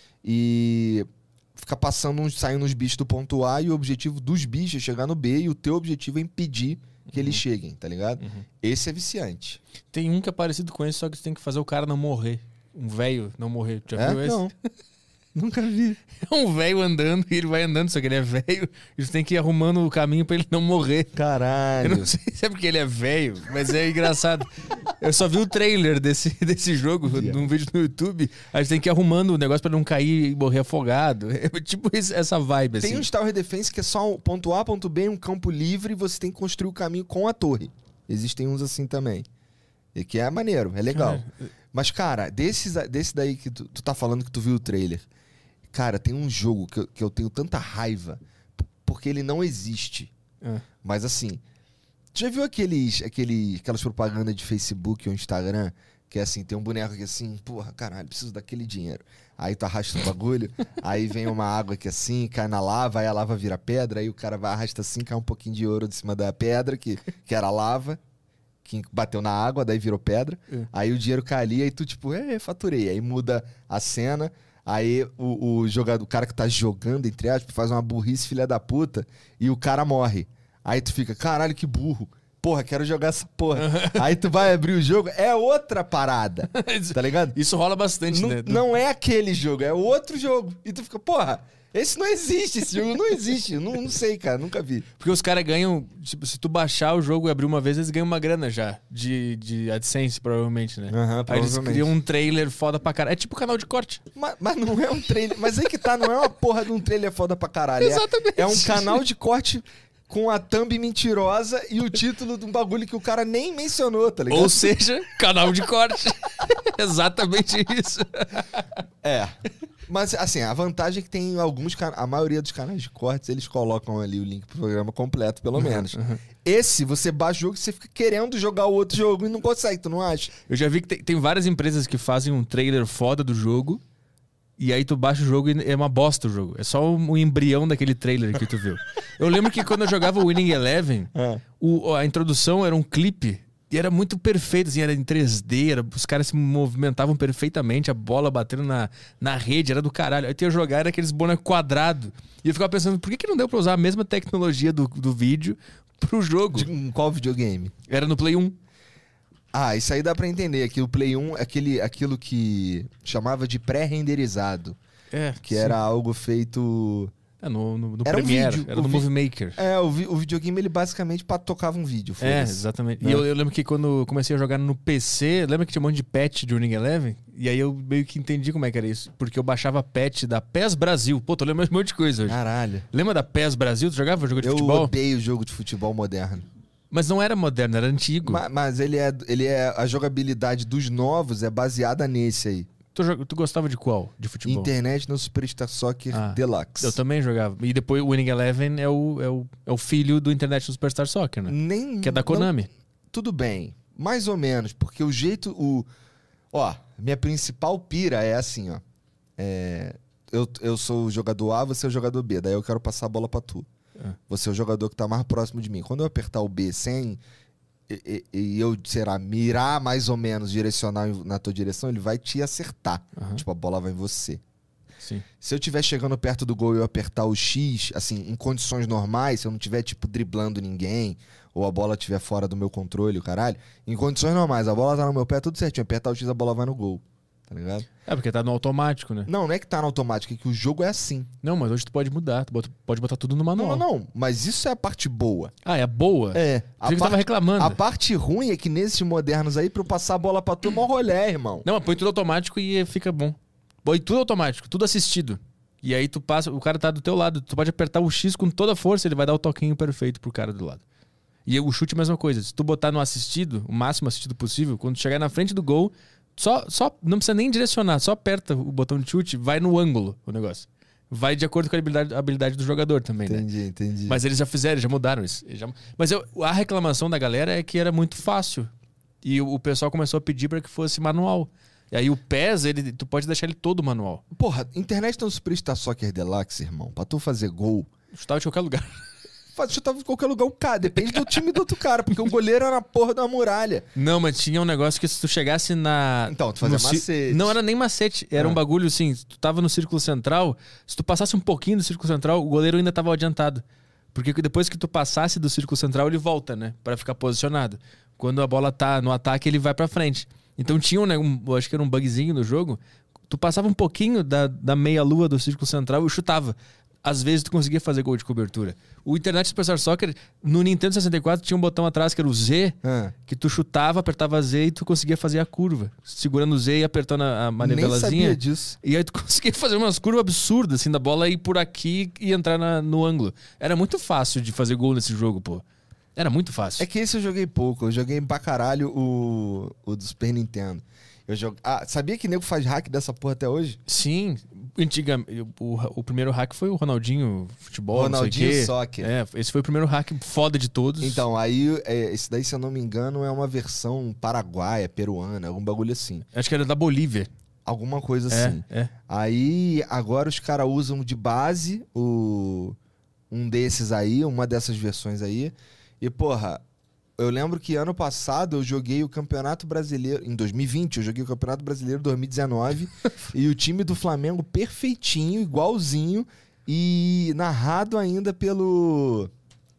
S3: E fica passando, uns, saindo os bichos do ponto A, e o objetivo dos bichos é chegar no B, e o teu objetivo é impedir que uhum. eles cheguem, tá ligado? Uhum. Esse é viciante.
S1: Tem um que é parecido com esse, só que você tem que fazer o cara não morrer. Um velho não morrer. Já
S3: é?
S1: viu esse?
S3: Não. Nunca vi.
S1: É um velho andando e ele vai andando, só que ele é velho. E você tem que ir arrumando o caminho pra ele não morrer.
S3: Caralho.
S1: Eu não sei se é porque ele é velho, mas é engraçado. Eu só vi o trailer desse, desse jogo yeah. num vídeo no YouTube. A gente tem que ir arrumando o negócio pra não cair e morrer afogado. É tipo essa vibe, assim.
S3: Tem um Tower Defense que é só um ponto A, ponto B, um campo livre, e você tem que construir o caminho com a torre. Existem uns assim também. E que é maneiro, é legal. Cara, mas, cara, desses, desse daí que tu, tu tá falando que tu viu o trailer... Cara, tem um jogo que eu, que eu tenho tanta raiva porque ele não existe. É. Mas assim, já viu aqueles, aqueles, aquelas propagandas de Facebook ou Instagram que é assim, tem um boneco que assim, porra, caralho, preciso daquele dinheiro. Aí tu arrasta o bagulho, aí vem uma água que assim, cai na lava, aí a lava vira pedra, aí o cara vai arrasta assim, cai um pouquinho de ouro de cima da pedra, que, que era lava, que bateu na água, daí virou pedra. É. Aí o dinheiro cai ali, aí tu tipo, é, faturei. Aí muda a cena... Aí o, o jogador, o cara que tá jogando, entre aspas, faz uma burrice filha da puta e o cara morre. Aí tu fica, caralho, que burro. Porra, quero jogar essa porra. Aí tu vai abrir o jogo, é outra parada. Tá ligado?
S1: Isso rola bastante,
S3: não,
S1: né?
S3: Não é aquele jogo, é outro jogo. E tu fica, porra, esse não existe, esse jogo não existe. Eu não, não sei, cara, nunca vi.
S1: Porque os caras ganham, tipo, se tu baixar o jogo e abrir uma vez, eles ganham uma grana já. De, de AdSense, provavelmente, né?
S3: Uhum,
S1: Aí eles criam um trailer foda pra caralho. É tipo canal de corte.
S3: Mas, mas não é um trailer. Mas aí que tá, não é uma porra de um trailer foda pra caralho.
S1: Exatamente.
S3: É, é um canal de corte com a thumb mentirosa e o título de um bagulho que o cara nem mencionou, tá ligado?
S1: Ou seja, canal de corte. Exatamente isso.
S3: É. Mas, assim, a vantagem é que tem alguns... Can... A maioria dos canais de cortes, eles colocam ali o link pro programa completo, pelo menos. Uhum. Esse, você baixa o jogo e você fica querendo jogar o outro jogo e não consegue, tu não acha?
S1: Eu já vi que tem, tem várias empresas que fazem um trailer foda do jogo e aí tu baixa o jogo e é uma bosta o jogo. É só o, o embrião daquele trailer que tu viu. Eu lembro que quando eu jogava o Winning Eleven, é. o, a introdução era um clipe... E era muito perfeito, assim, era em três D, era, os caras se movimentavam perfeitamente, a bola batendo na, na rede, era do caralho. Aí tu ia jogar, era aqueles bonecos quadrados. E eu ficava pensando, por que, que não deu pra usar a mesma tecnologia do, do vídeo pro jogo?
S3: De qual videogame?
S1: Era no Play um.
S3: Ah, isso aí dá pra entender, que o Play um é aquele, aquilo que chamava de pré-renderizado.
S1: É,
S3: que
S1: sim.
S3: era algo feito
S1: É, no, no, no
S3: Era um
S1: Premiere,
S3: vídeo,
S1: era
S3: o
S1: no
S3: vi-
S1: Movie Maker.
S3: É, o, vi- o videogame ele basicamente pa- tocava um vídeo.
S1: É,
S3: foda-se.
S1: exatamente.
S3: Né?
S1: E eu, eu lembro que quando eu comecei a jogar no P C, lembra que tinha um monte de patch de Winning Eleven? E aí eu meio que entendi como é que era isso. Porque eu baixava patch da P E S Brasil. Pô, tô lembrando um monte de coisa hoje.
S3: Caralho.
S1: Lembra da P E S Brasil? Tu jogava jogo de
S3: Eu
S1: futebol?
S3: odeio jogo de futebol moderno.
S1: Mas não era moderno, era antigo.
S3: Ma- Mas, ele, é, ele é. A jogabilidade dos novos é baseada nesse aí.
S1: Tu, jo- tu gostava de qual? De futebol?
S3: Internet no Superstar Soccer
S1: Ah,
S3: Deluxe.
S1: Eu também jogava. E depois o Winning Eleven é o, é o, é o filho do Internet Superstar Soccer, né?
S3: Nem,
S1: Que é da
S3: não-
S1: Konami.
S3: tudo bem. Mais ou menos, porque o jeito. O, ó, minha principal pira é assim, ó. É, eu, eu sou o jogador A, você é o jogador B. Daí eu quero passar a bola pra tu.
S1: É.
S3: Você é o jogador que tá mais próximo de mim. Quando eu apertar o B sem. E, e- e eu, será, mirar mais ou menos, direcionar na tua direção, ele vai te acertar.
S1: Aham.
S3: Tipo, a bola vai em você.
S1: Sim.
S3: Se eu estiver chegando perto do gol e eu apertar o X, assim, em condições normais, se eu não estiver, tipo, driblando ninguém, ou a bola estiver fora do meu controle, o caralho, em condições normais, a bola tá no meu pé, tudo certinho. Apertar o X, a bola vai no gol. Tá ligado?
S1: É, porque tá no automático, né?
S3: Não, não é que tá no automático, é que o jogo é assim.
S1: Não, mas hoje tu pode mudar. Tu bota- pode botar tudo no
S3: Não,
S1: manual.
S3: não, não. Mas isso é a parte boa.
S1: Ah, é a boa?
S3: É. A
S1: Achei que tu tava
S3: parte,
S1: reclamando.
S3: a parte ruim é que nesses modernos aí, pra eu passar a bola pra tu, é mó rolé, irmão.
S1: Não, mas põe tudo automático e fica bom. Põe tudo automático, tudo assistido. E aí tu passa, o cara tá do teu lado. Tu pode apertar o X com toda a força, ele vai dar o toquinho perfeito pro cara do lado. E o chute é a mesma coisa. Se tu botar no assistido, o máximo assistido possível, quando chegar na frente do gol, só, só não precisa nem direcionar, só aperta o botão de chute, vai no ângulo o negócio. Vai de acordo com a habilidade, a habilidade do jogador também, né?
S3: Entendi, entendi.
S1: Mas eles já fizeram, já mudaram isso. Eles já- Mas eu- a reclamação da galera é que era muito fácil. E o, o pessoal começou a pedir para que fosse manual. E aí o P E S, ele, tu pode deixar ele todo manual.
S3: Porra, internet no Superstar Soccer Deluxe, irmão, pra tu fazer gol,
S1: Chutava de qualquer lugar.
S3: faz- chutava em qualquer lugar o cara. Depende do time do outro cara, porque o goleiro era na porra da muralha.
S1: Não, mas tinha um negócio que se tu chegasse na...
S3: Então, tu fazia
S1: no ci-
S3: macete.
S1: Não era nem macete. Era
S3: Ah.
S1: um bagulho assim, se tu tava no círculo central, se tu passasse um pouquinho do círculo central, o goleiro ainda tava adiantado. Porque depois que tu passasse do círculo central, ele volta, né? Pra ficar posicionado. Quando a bola tá no ataque, ele vai pra frente. Então tinha um, né, um eu acho que era um bugzinho no jogo. Tu passava um pouquinho da, da meia-lua do círculo central e chutava. Às vezes tu conseguia fazer gol de cobertura. O Internet Superstar Soccer, no Nintendo sessenta e quatro, tinha um botão atrás que era o Z,
S3: Ah,
S1: que tu chutava, apertava Z e tu conseguia fazer a curva. Segurando o Z e apertando a, a
S3: nem
S1: manivelazinha.
S3: sabia disso.
S1: E aí tu conseguia fazer umas curvas absurdas, assim, da bola ir por aqui e entrar na- no ângulo. Era muito fácil de fazer gol nesse jogo, pô. Era muito fácil.
S3: É que esse eu joguei pouco. Eu joguei pra caralho o, o do Super Nintendo. Eu jogo... Ah, sabia que nego faz hack dessa porra até hoje?
S1: Sim, antiga, o, o primeiro hack foi o Ronaldinho Futebol,
S3: Ronaldinho
S1: não sei o quê.
S3: Soccer.
S1: É, esse foi o primeiro hack foda de todos.
S3: Então, aí, é, esse daí, se eu não me engano, é uma versão paraguaia, peruana, algum bagulho assim.
S1: Acho que era da Bolívia.
S3: Alguma coisa
S1: É,
S3: assim.
S1: é.
S3: Aí, agora os caras usam de base o, um desses aí, uma dessas versões aí. E, porra, eu lembro que ano passado eu joguei o Campeonato Brasileiro, em dois mil e vinte, eu joguei o Campeonato Brasileiro dois mil e dezenove, e o time do Flamengo perfeitinho, igualzinho, e narrado ainda pelo...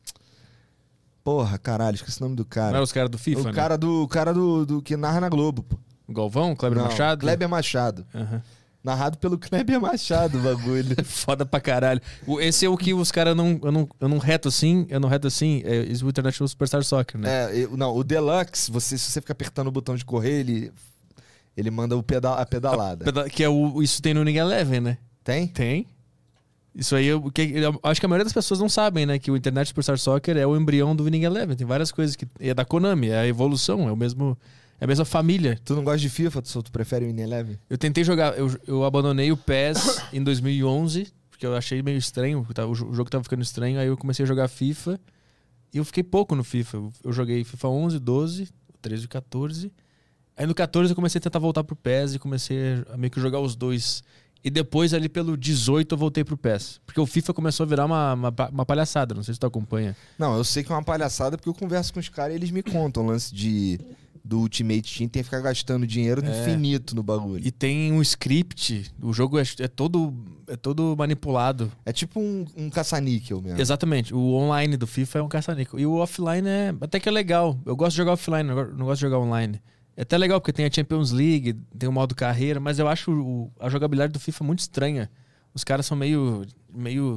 S3: Porra, caralho, esqueci o nome do
S1: Não
S3: cara.
S1: era os caras do FIFA,
S3: o
S1: né?
S3: cara, do, o cara do, do que narra na Globo, pô.
S1: O Galvão, Kleber
S3: Não,
S1: Machado.
S3: Kleber Machado.
S1: Aham.
S3: Narrado pelo Kleber Machado, o bagulho.
S1: Foda pra caralho. O- Esse é o que os caras não. Eu não, eu não reto assim, eu não reto assim. É esse é o International Superstar Soccer, né?
S3: É, eu- não, o Deluxe, você, se você ficar apertando o botão de correr, ele, ele manda o peda a pedalada.
S1: Peda- Que é o. Isso tem no Winning Eleven, né?
S3: Tem?
S1: Tem. Isso aí, eu, que, eu acho que a maioria das pessoas não sabem, né? Que o Internet Superstar Soccer é o embrião do Winning Eleven. Tem várias coisas que. É da Konami, é a evolução, é o mesmo. É a mesma família.
S3: Tu não gosta de FIFA, tu, só- tu prefere o Winning Eleven?
S1: Eu tentei jogar, eu, eu abandonei o P E S em dois mil e onze, porque eu achei meio estranho, tá- o jo- o jogo tava ficando estranho, aí eu comecei a jogar FIFA e eu fiquei pouco no FIFA. Eu, eu joguei FIFA onze, doze, treze e quatorze. Aí no quatorze eu comecei a tentar voltar pro P E S e comecei a meio que jogar os dois. E depois ali pelo dezoito eu voltei pro P E S. Porque o FIFA começou a virar uma, uma, pa- uma palhaçada, não sei se tu acompanha.
S3: Não, eu sei que é uma palhaçada porque eu converso com os caras e eles me contam o lance de, do Ultimate Team, tem que ficar gastando dinheiro
S1: É.
S3: infinito no bagulho.
S1: E tem um script, o jogo é, é todo, é todo manipulado.
S3: É tipo um, um caça-níquel mesmo.
S1: Exatamente. O online do FIFA é um caça-níquel. E o offline é até que é legal. Eu gosto de jogar offline, não go- não gosto de jogar online. É até legal porque tem a Champions League, tem o modo carreira, mas eu acho o- a jogabilidade do FIFA muito estranha. Os caras são meio, meio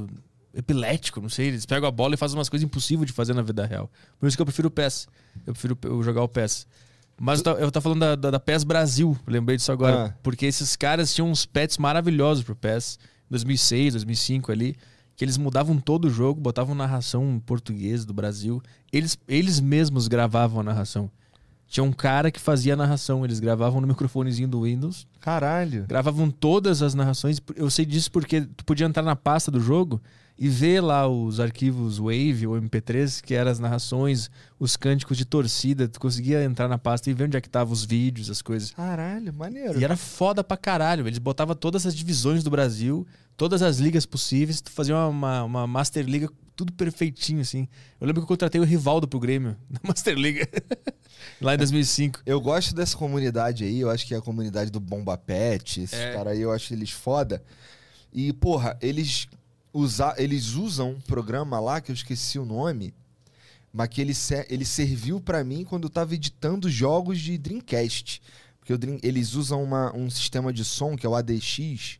S1: epilético, não sei. Eles pegam a bola e fazem umas coisas impossíveis de fazer na vida real. Por isso que eu prefiro o P E S. Eu prefiro eu jogar o P E S. Mas eu, eu tava falando da, da, da P E S Brasil, lembrei disso agora. Ah. Porque esses caras tinham uns patches maravilhosos pro P E S. dois mil e seis, dois mil e cinco ali. Que eles mudavam todo o jogo, botavam narração em português do Brasil. Eles, eles mesmos gravavam a narração. Tinha um cara que fazia a narração. Eles gravavam no microfonezinho do Windows.
S3: Caralho.
S1: Gravavam todas as narrações. Eu sei disso porque tu podia entrar na pasta do jogo e ver lá os arquivos Wave ou M P três, que eram as narrações, os cânticos de torcida. Tu conseguia entrar na pasta e ver onde é que estavam os vídeos, as coisas.
S3: Caralho, maneiro.
S1: E era foda pra caralho. Eles botavam todas as divisões do Brasil, todas as ligas possíveis. Tu fazia uma, uma, uma Master Liga, tudo perfeitinho, assim. Eu lembro que eu contratei o Rivaldo pro Grêmio, na Master Liga. Lá em dois mil e cinco.
S3: Eu gosto dessa comunidade aí, eu acho que é a comunidade do Bomba Pet, esses é. caras aí, eu acho eles foda. E, porra, eles, usa, eles usam um programa lá, que eu esqueci o nome, mas que ele, ele serviu pra mim quando eu tava editando jogos de Dreamcast. Porque o Dream, eles usam uma, um sistema de som, que é o A D X,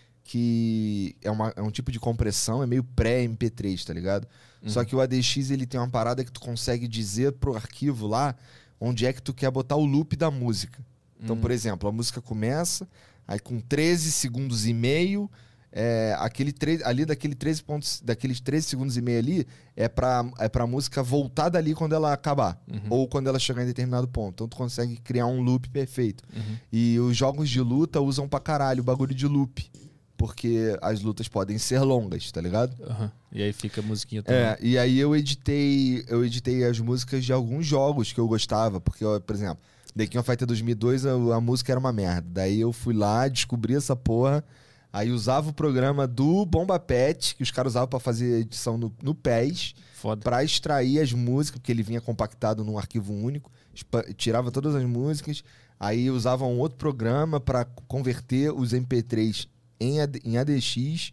S3: que é, uma, é um tipo de compressão, é meio pré-M P três, tá ligado? Uhum. Só que o A D X, ele tem uma parada que tu consegue dizer pro arquivo lá onde é que tu quer botar o loop da música. Então, hum. por exemplo, a música começa, aí com treze segundos e meio, é, aquele tre- ali daquele treze pontos, daqueles treze segundos e meio ali, é pra, é pra música voltar dali quando ela acabar. Uhum. Ou quando ela chegar em determinado ponto. Então tu consegue criar um loop perfeito. Uhum. E os jogos de luta usam pra caralho o bagulho de loop. Porque as lutas podem ser longas, tá ligado?
S1: Uhum. E aí fica a musiquinha também.
S3: É, e aí eu editei, eu editei as músicas de alguns jogos que eu gostava. Porque, por exemplo, The King of Fighters dois mil e dois, a, a música era uma merda. Daí eu fui lá, descobri essa porra. Aí usava o programa do Bomba Pet, que os caras usavam pra fazer edição no, no P E S.
S1: Foda.
S3: Pra extrair as músicas, porque ele vinha compactado num arquivo único. Tirava todas as músicas. Aí usava um outro programa pra converter os M P três em A D X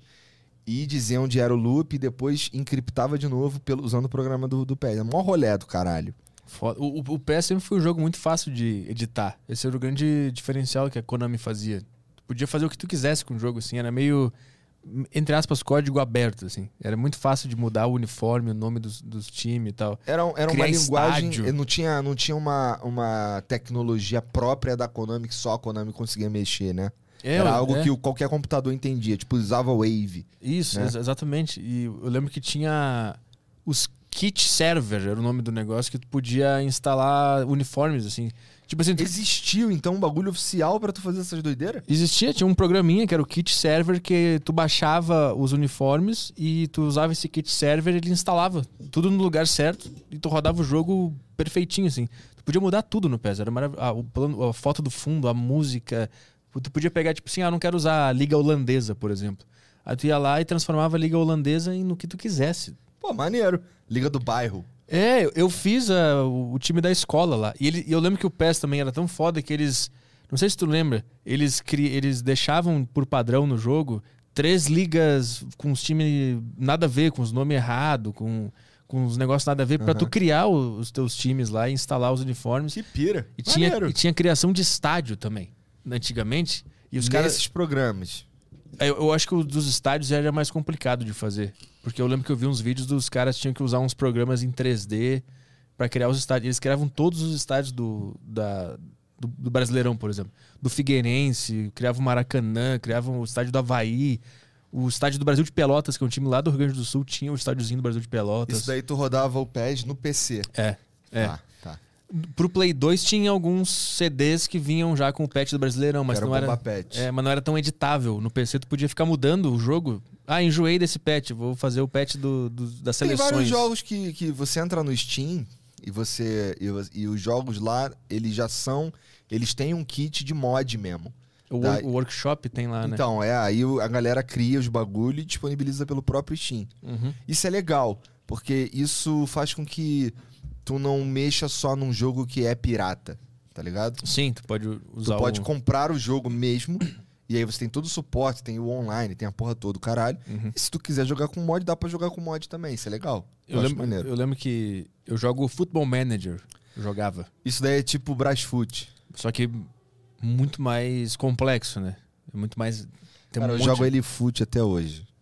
S3: e dizer onde era o loop e depois encriptava de novo pelo, usando o programa do, do P E S. É mó rolê do caralho.
S1: Foda. O, o P E S sempre foi um jogo muito fácil de editar. Esse era o grande diferencial que a Konami fazia. Tu podia fazer o que tu quisesse com o jogo, assim. Era meio, entre aspas, código aberto, assim. Era muito fácil de mudar o uniforme, o nome dos, dos times e tal.
S3: Era, era uma linguagem...
S1: Estádio.
S3: Não tinha, não tinha uma, uma tecnologia própria da Konami que só a Konami conseguia mexer, né? É, era algo é. que qualquer computador entendia, tipo, usava Wave.
S1: Isso, né? ex- exatamente. E eu lembro que tinha os kit server, era o nome do negócio, que tu podia instalar uniformes, assim. Tipo assim, tu...
S3: Existiu, então, um bagulho oficial pra tu fazer essas doideiras?
S1: Existia, tinha um programinha que era o kit server, que tu baixava os uniformes e tu usava esse kit server e ele instalava tudo no lugar certo e tu rodava o jogo perfeitinho, assim. Tu podia mudar tudo no P E S, era marav- ah, o plano, a foto do fundo, a música... Tu podia pegar, tipo assim, ah, não quero usar a Liga Holandesa, por exemplo. Aí tu ia lá e transformava a Liga Holandesa em no que tu quisesse.
S3: Pô, maneiro. Liga do bairro.
S1: É, eu fiz a, o, o time da escola lá. E ele, eu lembro que o P E S também era tão foda que eles... Não sei se tu lembra. Eles, cri, eles deixavam por padrão no jogo três ligas com os times nada a ver, com os nomes errados, com, com os negócios nada a ver, uhum. pra tu criar o, os teus times lá e instalar os uniformes.
S3: Que pira.
S1: E tinha, e tinha criação de estádio também. Antigamente, e os caras...
S3: Nesses programas.
S1: Eu, eu acho que o dos estádios era mais complicado de fazer. Porque eu lembro que eu vi uns vídeos dos caras que tinham que usar uns programas em três D pra criar os estádios. Eles criavam todos os estádios do, da, do, do Brasileirão, por exemplo. Do Figueirense, criavam o Maracanã, criavam o estádio do Avaí. O estádio do Brasil de Pelotas, que é um time lá do Rio Grande do Sul, tinha o estádiozinho do Brasil de Pelotas.
S3: Isso daí tu rodava o P E S no P C.
S1: É, é.
S3: Ah, tá.
S1: Pro Play dois tinha alguns C Ds que vinham já com o patch do Brasileirão, mas
S3: era
S1: não era,
S3: patch.
S1: É, mas não era tão editável. No P C tu podia ficar mudando o jogo. Ah, enjoei desse patch, vou fazer o patch do, do, das
S3: Tem
S1: seleções.
S3: Tem vários jogos que, que você entra no Steam e você e, e os jogos lá, eles já são... Eles têm um kit de mod mesmo.
S1: O,
S3: tá?
S1: o workshop tem lá, né?
S3: Então, é, aí a galera cria os bagulho e disponibiliza pelo próprio Steam.
S1: Uhum.
S3: Isso é legal, porque isso faz com que tu não mexa só num jogo que é pirata, tá ligado?
S1: Sim, tu pode usar
S3: Tu pode
S1: o...
S3: comprar o jogo mesmo, e aí você tem todo o suporte, tem o online, tem a porra toda, caralho. Uhum. E se tu quiser jogar com mod, dá pra jogar com mod também, isso é legal. Eu,
S1: eu,
S3: acho
S1: lembro,
S3: maneiro.
S1: eu lembro que eu jogo Football Manager, eu jogava.
S3: Isso daí é tipo Brasfoot.
S1: Só que muito mais complexo, né? É muito mais... Tem
S3: Cara,
S1: um
S3: eu
S1: monte...
S3: jogo ele fute até hoje.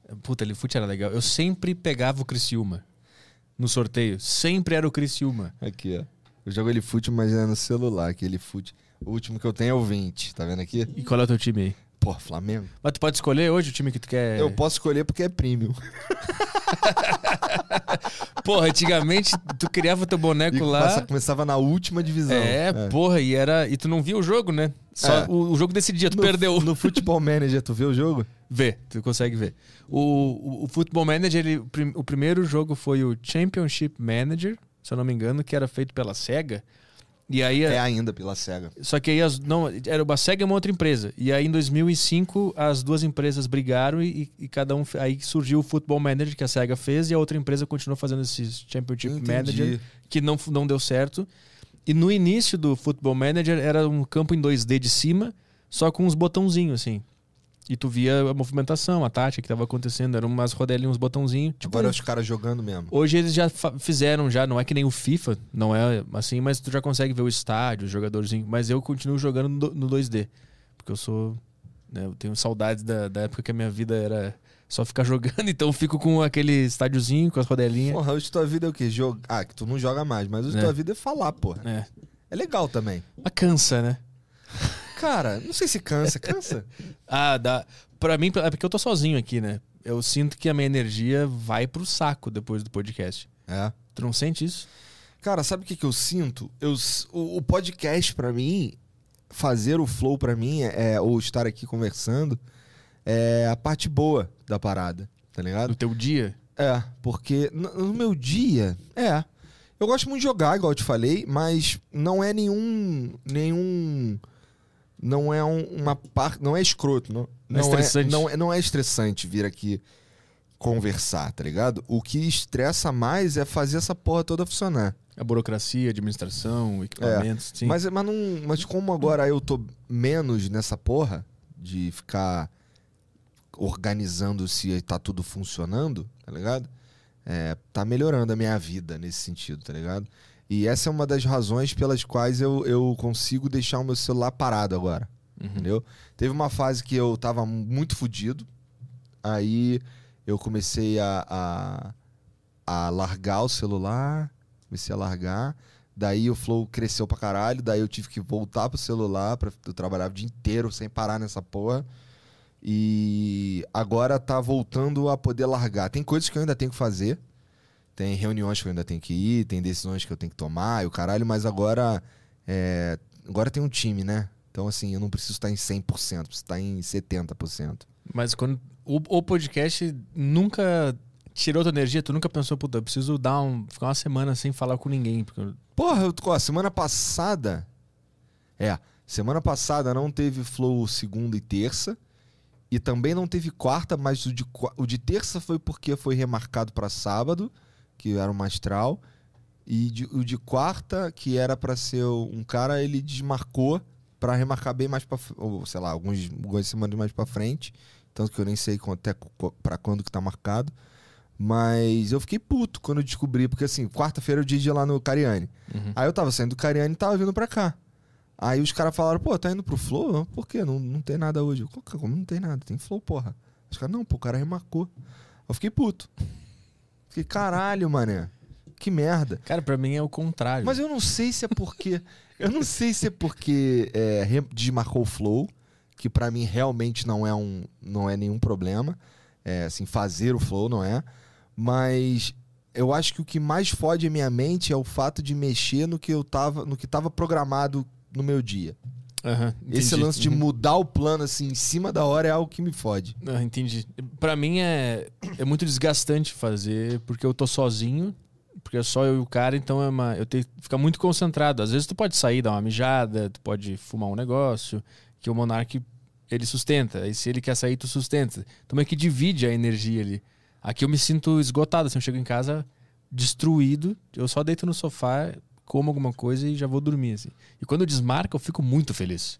S1: Puta, ele fute era legal. Eu sempre pegava o Criciúma no sorteio. Sempre era o Criciúma.
S3: Aqui, ó. Eu jogo ele fute, mas é no celular. Aquele fute. O último que eu tenho é o vinte. Tá vendo aqui?
S1: E qual é o teu time aí?
S3: Pô, Flamengo.
S1: Mas tu pode escolher hoje o time que tu quer...
S3: Eu posso escolher porque é premium.
S1: Porra, antigamente tu criava teu boneco
S3: E
S1: lá...
S3: passa- começava na última divisão.
S1: É, porra, e era... E tu não via o jogo, né? Só
S3: É.
S1: o, o jogo decidia, tu
S3: No-
S1: perdeu.
S3: No Futebol Manager, tu vê o jogo?
S1: Vê, tu consegue ver. O, o, o Football Manager, ele, o, prim- o primeiro jogo foi o Championship Manager, se eu não me engano, que era feito pela SEGA. E aí...
S3: É ainda pela SEGA.
S1: Só que aí as, não, era uma SEGA e uma outra empresa. E aí em dois mil e cinco as duas empresas brigaram e, e cada um... Aí surgiu o Football Manager que a SEGA fez e a outra empresa continuou fazendo esse Championship
S3: Entendi.
S1: Manager que não, não deu certo. E no início do Football Manager era um campo em dois D de cima, só com uns botãozinhos assim. E tu via a movimentação, a tática que estava acontecendo. Eram umas rodelinhas, uns botãozinhos. Tipo,
S3: Agora é os caras jogando mesmo.
S1: hoje eles já fa- fizeram, já não é que nem o FIFA, não é assim, mas tu já consegue ver o estádio, os jogadores. Mas eu continuo jogando no, do- no dois D. Porque eu sou. Né, eu tenho saudades da, da época que a minha vida era só ficar jogando, então eu fico com aquele estádiozinho, com as rodelinhas.
S3: Porra, hoje tua vida é o quê? Jogar. Ah, que tu não joga mais, mas hoje
S1: É.
S3: tua vida é falar, porra.
S1: É.
S3: É legal também.
S1: Mas cansa, né?
S3: Cara, não sei se cansa. Cansa?
S1: Ah, dá. Pra mim, é porque eu tô sozinho aqui, né? Eu sinto que a minha energia vai pro saco depois do podcast.
S3: É.
S1: Tu não sente isso?
S3: Cara, sabe o que, que eu sinto? Eu, s- o, o podcast, pra mim, fazer o flow pra mim, é, é- ou estar aqui conversando, é a parte boa da parada, tá ligado?
S1: No teu dia?
S3: É, porque no, no meu dia, é. Eu gosto muito de jogar, igual eu te falei, mas não é nenhum. nenhum. Não é um- uma parte. Não é escroto. Não,
S1: Não é
S3: não
S1: estressante.
S3: não, é, não é estressante vir aqui conversar, tá ligado? O que estressa mais é fazer essa porra toda funcionar.
S1: A burocracia, a administração, equipamentos, sim.
S3: Mas, mas, não, mas como agora eu tô menos nessa porra de ficar organizando se tá tudo funcionando, tá ligado? É, tá melhorando a minha vida nesse sentido, tá ligado? E essa é uma das razões pelas quais eu, eu consigo deixar o meu celular parado agora,
S1: Uhum.
S3: entendeu? Teve uma fase que eu tava muito fudido, aí eu comecei a, a, a largar o celular, comecei a largar, daí o flow cresceu pra caralho, daí eu tive que voltar pro celular, pra, eu trabalhava o dia inteiro sem parar nessa porra, e agora tá voltando a poder largar. Tem coisas que eu ainda tenho que fazer, tem reuniões que eu ainda tenho que ir, tem decisões que eu tenho que tomar, e o caralho, mas agora, é, agora tem um time, né? Então, assim, eu não preciso estar em cem por cento, preciso estar em setenta por cento.
S1: Mas quando o, o podcast nunca tirou tua energia, tu nunca pensou, puta, eu preciso dar um, ficar uma semana sem falar com ninguém. Porque eu-
S3: Porra, eu, ó, semana passada. É, semana passada não teve flow segunda e terça. E também não teve quarta, mas o de, qua- o de terça foi porque foi remarcado pra sábado, que era uma astral. E de- o de quarta, que era pra ser um cara, ele desmarcou pra remarcar bem mais pra f- ou sei lá, alguns, algumas semanas mais pra frente. Tanto que eu nem sei qu- até qu- pra quando que tá marcado. Mas eu fiquei puto quando eu descobri, porque assim, quarta-feira é o dia de ir lá no Cariani.
S1: Uhum.
S3: Aí eu tava saindo do Cariani e tava vindo pra cá. Aí os caras falaram, pô, tá indo pro Flow? Por quê? Não, não tem nada hoje. Eu, como não tem nada? Tem Flow, porra. Os caras, não, pô, o cara remarcou. Eu fiquei puto. Fiquei, caralho, mané. Que merda.
S1: Cara, pra mim é o contrário.
S3: Mas eu não sei se é porque... eu não sei se é porque é, re- desmarcou o Flow, que pra mim realmente não é, um, não é nenhum problema. É, assim, fazer o Flow não é. Mas eu acho que o que mais fode a minha mente é o fato de mexer no que eu tava, no que tava programado no meu dia.
S1: Aham,
S3: Esse
S1: entendi.
S3: lance de
S1: Uhum.
S3: mudar o plano assim em cima da hora é algo que me fode.
S1: Ah, entendi. Pra mim é, é muito desgastante fazer, porque eu tô sozinho, porque é só eu e o cara, então é uma, eu tenho que ficar muito concentrado. Às vezes tu pode sair, dar uma mijada, tu pode fumar um negócio, que o Monark, ele sustenta. Aí se ele quer sair, tu sustenta. Então meio que divide a energia ali. Aqui eu me sinto esgotado, assim, eu chego em casa destruído, eu só deito no sofá, como alguma coisa e já vou dormir, assim. E quando eu desmarco, eu fico muito feliz.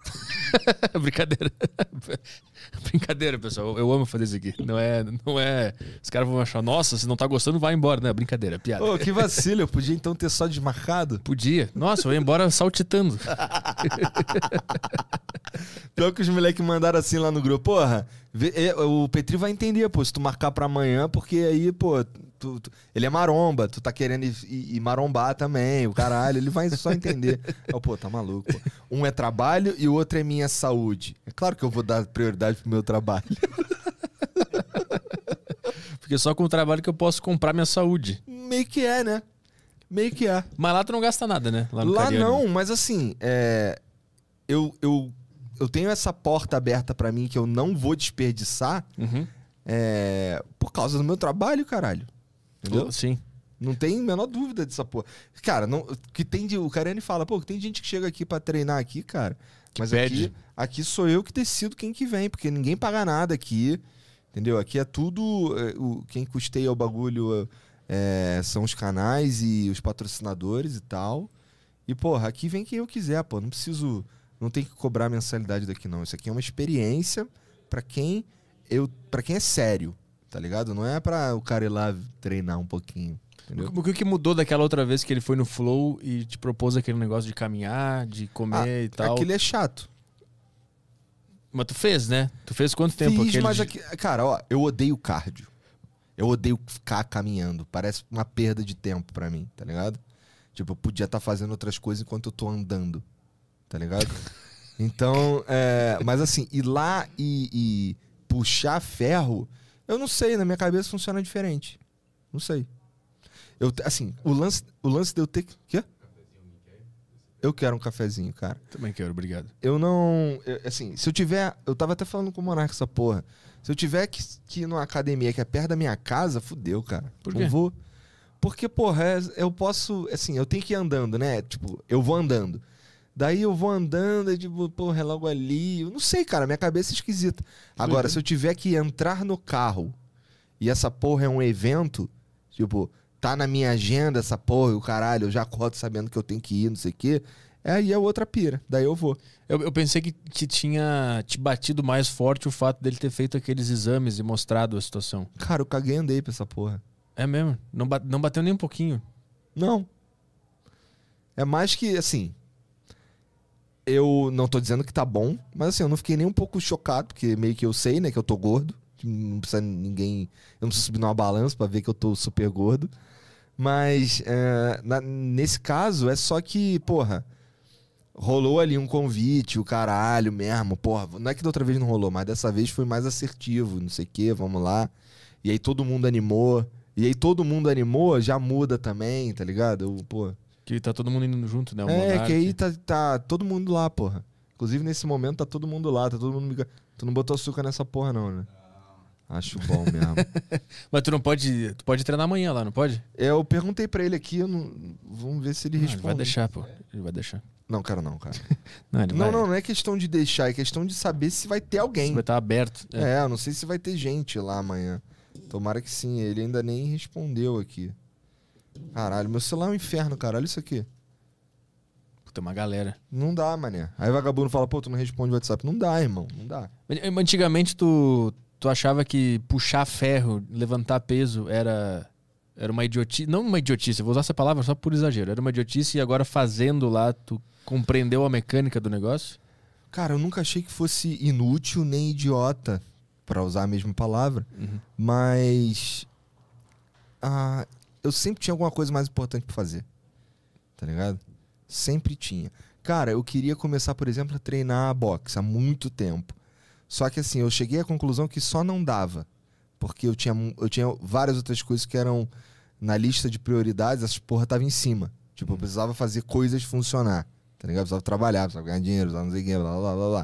S1: Brincadeira. Brincadeira, pessoal. Eu amo fazer isso aqui. Não é, não é. Os caras vão achar, nossa, se não tá gostando, vai embora. Não, brincadeira, piada.
S3: Ô, que vacilo, eu podia então ter só desmarcado?
S1: Podia. Nossa, eu ia embora saltitando.
S3: Pior que os moleques mandaram assim lá no grupo. Porra, vê- é, o Petri vai entender, pô, se tu marcar pra amanhã, porque aí, pô, tu- tu- ele é maromba, tu tá querendo ir, ir- ir marombar também, o caralho, ele vai só entender. Eu, pô, tá maluco, pô. Um é trabalho e o outro é minha saúde. É claro que eu vou dar prioridade pro meu trabalho.
S1: Porque só com o trabalho que eu posso comprar minha saúde.
S3: Meio que é, né? Meio que é.
S1: Mas lá tu não gasta nada, né? Lá, no
S3: Lá
S1: Cariani.
S3: não, mas assim, é, eu, eu, eu tenho essa porta aberta pra mim que eu não vou desperdiçar
S1: Uhum.
S3: é, por causa do meu trabalho, caralho. Entendeu?
S1: Sim.
S3: Não tem a menor dúvida dessa porra. Cara, não, que tem de, o Cariani fala, pô, tem gente que chega aqui pra treinar aqui, cara.
S1: Que
S3: Mas
S1: pede.
S3: aqui, aqui sou eu que decido quem que vem, porque ninguém paga nada aqui. Entendeu? Aqui é tudo. É, o, quem custeia o bagulho é, são os canais e os patrocinadores e tal. E, porra, aqui vem quem eu quiser, pô. Não preciso. Não tem que cobrar mensalidade daqui, não. Isso aqui é uma experiência pra quem eu, para quem é sério, tá ligado? Não é pra o cara ir lá treinar um pouquinho. Entendeu?
S1: O que que mudou daquela outra vez que ele foi no Flow e te propôs aquele negócio de caminhar, de comer
S3: Ah,
S1: e tal?
S3: aquilo é chato.
S1: Mas tu fez, né? Tu fez quanto tempo
S3: Fiz,
S1: aquele
S3: mas
S1: de-
S3: aqui, cara, ó, eu odeio cardio. Eu odeio ficar caminhando. Parece uma perda de tempo pra mim, tá ligado? Tipo, eu podia estar fazendo outras coisas enquanto eu tô andando, tá ligado? Então, é, mas assim, ir lá e, e puxar ferro, eu não sei, na minha cabeça funciona diferente. Não sei. Eu, assim, o lance, o lance de eu ter que... Quê? Eu quero um cafezinho, cara.
S1: Também quero, obrigado.
S3: Eu não... eu- assim, se eu tiver... Eu tava até falando com o Monarca essa porra. Se eu tiver que, que ir numa academia que é perto da minha casa, fudeu, cara.
S1: Por quê?
S3: Não vou. Porque, porra, é- eu posso... Assim, eu tenho que ir andando, né? Tipo, eu vou andando. Daí eu vou andando e, tipo, porra, é logo ali. Eu não sei, cara. Minha cabeça é esquisita. Agora, se eu tiver que entrar no carro e essa porra é um evento, tipo... Tá na minha agenda essa porra, e o caralho, eu já acordo sabendo que eu tenho que ir, não sei o quê. Aí é outra pira, daí eu vou.
S1: Eu, eu pensei que, que tinha te batido mais forte o fato dele ter feito aqueles exames e mostrado a situação.
S3: Cara, eu caguei e andei pra essa porra.
S1: É mesmo? Não, ba- não bateu nem um pouquinho.
S3: Não. É mais que, assim... Eu não tô dizendo que tá bom, mas assim, eu não fiquei nem um pouco chocado, porque meio que eu sei, né, que eu tô gordo. Não precisa ninguém... Eu não preciso subir numa balança pra ver que eu tô super gordo. Mas, é, na- nesse caso, é só que, porra... Rolou ali um convite, o caralho mesmo, porra. Não é que da outra vez não rolou, mas dessa vez foi mais assertivo, não sei o quê, vamos lá. E aí todo mundo animou. E aí todo mundo animou, já muda também, tá ligado? Eu, pô...
S1: Que tá todo mundo indo junto, né? O
S3: É,
S1: Monark.
S3: que aí tá, tá todo mundo lá, porra. Inclusive, nesse momento, tá todo mundo lá, tá todo mundo... me- Tu não botou açúcar nessa porra, não, né? Acho bom mesmo.
S1: Mas tu não pode. Tu pode treinar amanhã lá, não pode?
S3: Eu perguntei pra ele aqui, eu não... vamos ver se ele
S1: Ah, ele
S3: responde.
S1: vai deixar, pô. Ele vai deixar.
S3: Não, cara, não, cara.
S1: Não, ele
S3: Não,
S1: vai.
S3: não, não é questão de deixar, é questão de saber se vai ter alguém.
S1: Vai estar aberto. É.
S3: É, eu não sei se vai ter gente lá amanhã. Tomara que sim, ele ainda nem respondeu aqui. Caralho, meu celular é um inferno, cara. Olha isso aqui.
S1: Tem uma galera.
S3: Não dá, mané. Aí o vagabundo fala, pô, tu não responde o WhatsApp. Não dá, irmão, não dá.
S1: Antigamente tu, tu achava que puxar ferro, levantar peso era, era uma idiotice. Não uma idiotice, eu vou usar essa palavra só por exagero. Era uma idiotice e agora fazendo lá, tu compreendeu a mecânica do negócio?
S3: Cara, eu nunca achei que fosse inútil nem idiota, pra usar a mesma palavra.
S1: Uhum.
S3: Mas... ah, eu sempre tinha alguma coisa mais importante pra fazer. Tá ligado? Sempre tinha. Cara, eu queria começar, por exemplo, a treinar boxe há muito tempo. Só que assim, eu cheguei à conclusão que só não dava. Porque eu tinha, eu tinha várias outras coisas que eram na lista de prioridades, essas porra tava em cima. Tipo, eu precisava fazer coisas funcionar. Tá ligado? Eu precisava trabalhar, precisava ganhar dinheiro, precisava não sei o que, blá, blá, blá, blá.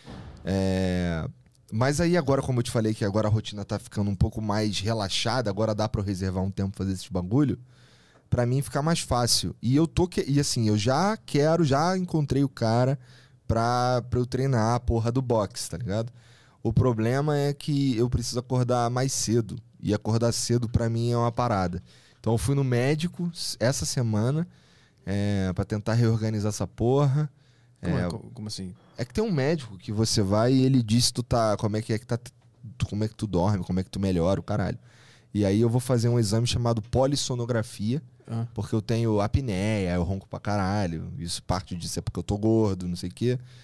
S3: É... Mas aí agora, como eu te falei, que agora a rotina tá ficando um pouco mais relaxada, agora dá pra eu reservar um tempo pra fazer esses bagulho, pra mim ficar mais fácil. E eu tô... Que... E assim, eu já quero, já encontrei o cara pra, pra eu treinar a porra do boxe, tá ligado? O problema é que eu preciso acordar mais cedo. E acordar cedo pra mim é uma parada. Então eu fui no médico essa semana é, pra tentar reorganizar essa porra.
S1: Como,
S3: É,
S1: é- co- como assim?
S3: é que tem um médico que você vai e ele diz tu tá, como é que é que tá, tu- como é que tu dorme, como é que tu melhora, o caralho. E aí eu vou fazer um exame chamado polissonografia,
S1: Ah,
S3: porque eu tenho apneia, eu ronco pra caralho. Isso parte disso é porque eu tô gordo, não sei o quê.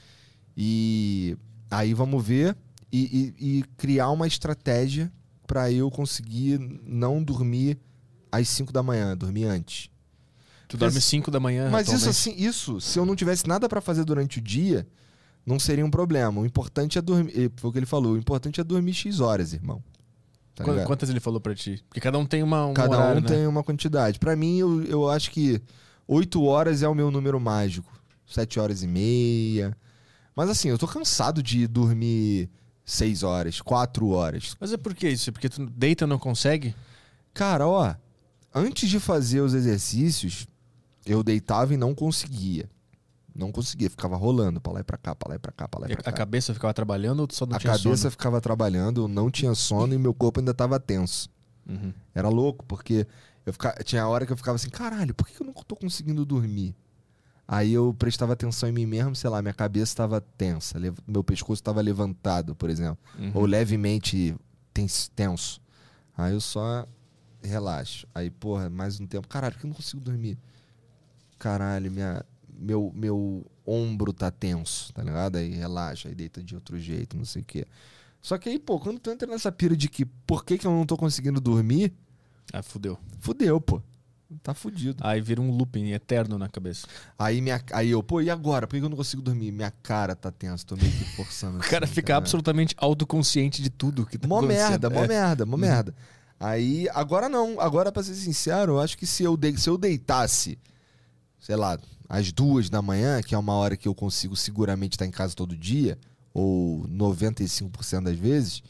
S3: E aí vamos ver e, e, e criar uma estratégia pra eu conseguir não dormir às cinco da manhã, dormir antes.
S1: Tu dorme cinco da manhã.
S3: Mas isso
S1: atualmente?
S3: assim, isso, se eu não tivesse nada pra fazer durante o dia, não seria um problema. O importante é dormir. Foi o que ele falou. O importante é dormir X horas, irmão. Tá
S1: Qu-
S3: ligado?
S1: Quantas ele falou pra ti? Porque cada um tem uma, um
S3: Cada
S1: horário,
S3: um
S1: né?
S3: tem uma quantidade. Pra mim, eu, eu acho que oito horas é o meu número mágico. Sete horas e meia. Mas assim, eu tô cansado de dormir seis horas, quatro horas.
S1: Mas é por que isso? Porque tu deita e não consegue?
S3: Cara, ó, antes de fazer os exercícios, eu deitava e não conseguia. Não conseguia, ficava rolando pra lá e pra cá, pra lá e pra cá, pra lá e
S1: E
S3: pra cá.
S1: a cabeça ficava trabalhando ou tu só não
S3: A
S1: tinha
S3: cabeça
S1: sono?
S3: ficava trabalhando, eu não tinha sono e meu corpo ainda tava tenso.
S1: Uhum.
S3: Era louco, porque eu ficava, tinha hora que eu ficava assim, caralho, por que que eu não tô conseguindo dormir? Aí eu prestava atenção em mim mesmo, sei lá, minha cabeça estava tensa, lev- meu pescoço estava levantado, por exemplo,
S1: Uhum.
S3: ou levemente tens- tenso. Aí eu só relaxo. Aí, porra, mais um tempo, caralho, por que eu não consigo dormir? Caralho, minha, meu, meu ombro tá tenso, tá ligado? Aí relaxa, aí deita de outro jeito, não sei o quê. Só que aí, pô, quando tu entra nessa pira de que por que que eu não tô conseguindo dormir,
S1: Ah, fudeu.
S3: fudeu, pô. Tá fudido.
S1: Aí vira um looping eterno na cabeça.
S3: Aí, minha, aí eu, pô, e agora? Por que eu não consigo dormir? Minha cara tá tensa, tô meio que forçando.
S1: O cara
S3: assim,
S1: fica
S3: tá
S1: absolutamente autoconsciente de tudo que tá
S3: Mó
S1: acontecendo.
S3: merda, mó
S1: É.
S3: merda, mó merda. Aí, agora não. Agora, pra ser sincero, eu acho que se eu, de, se eu deitasse, sei lá, às duas da manhã, que é uma hora que eu consigo seguramente estar em casa todo dia, ou noventa e cinco por cento das vezes,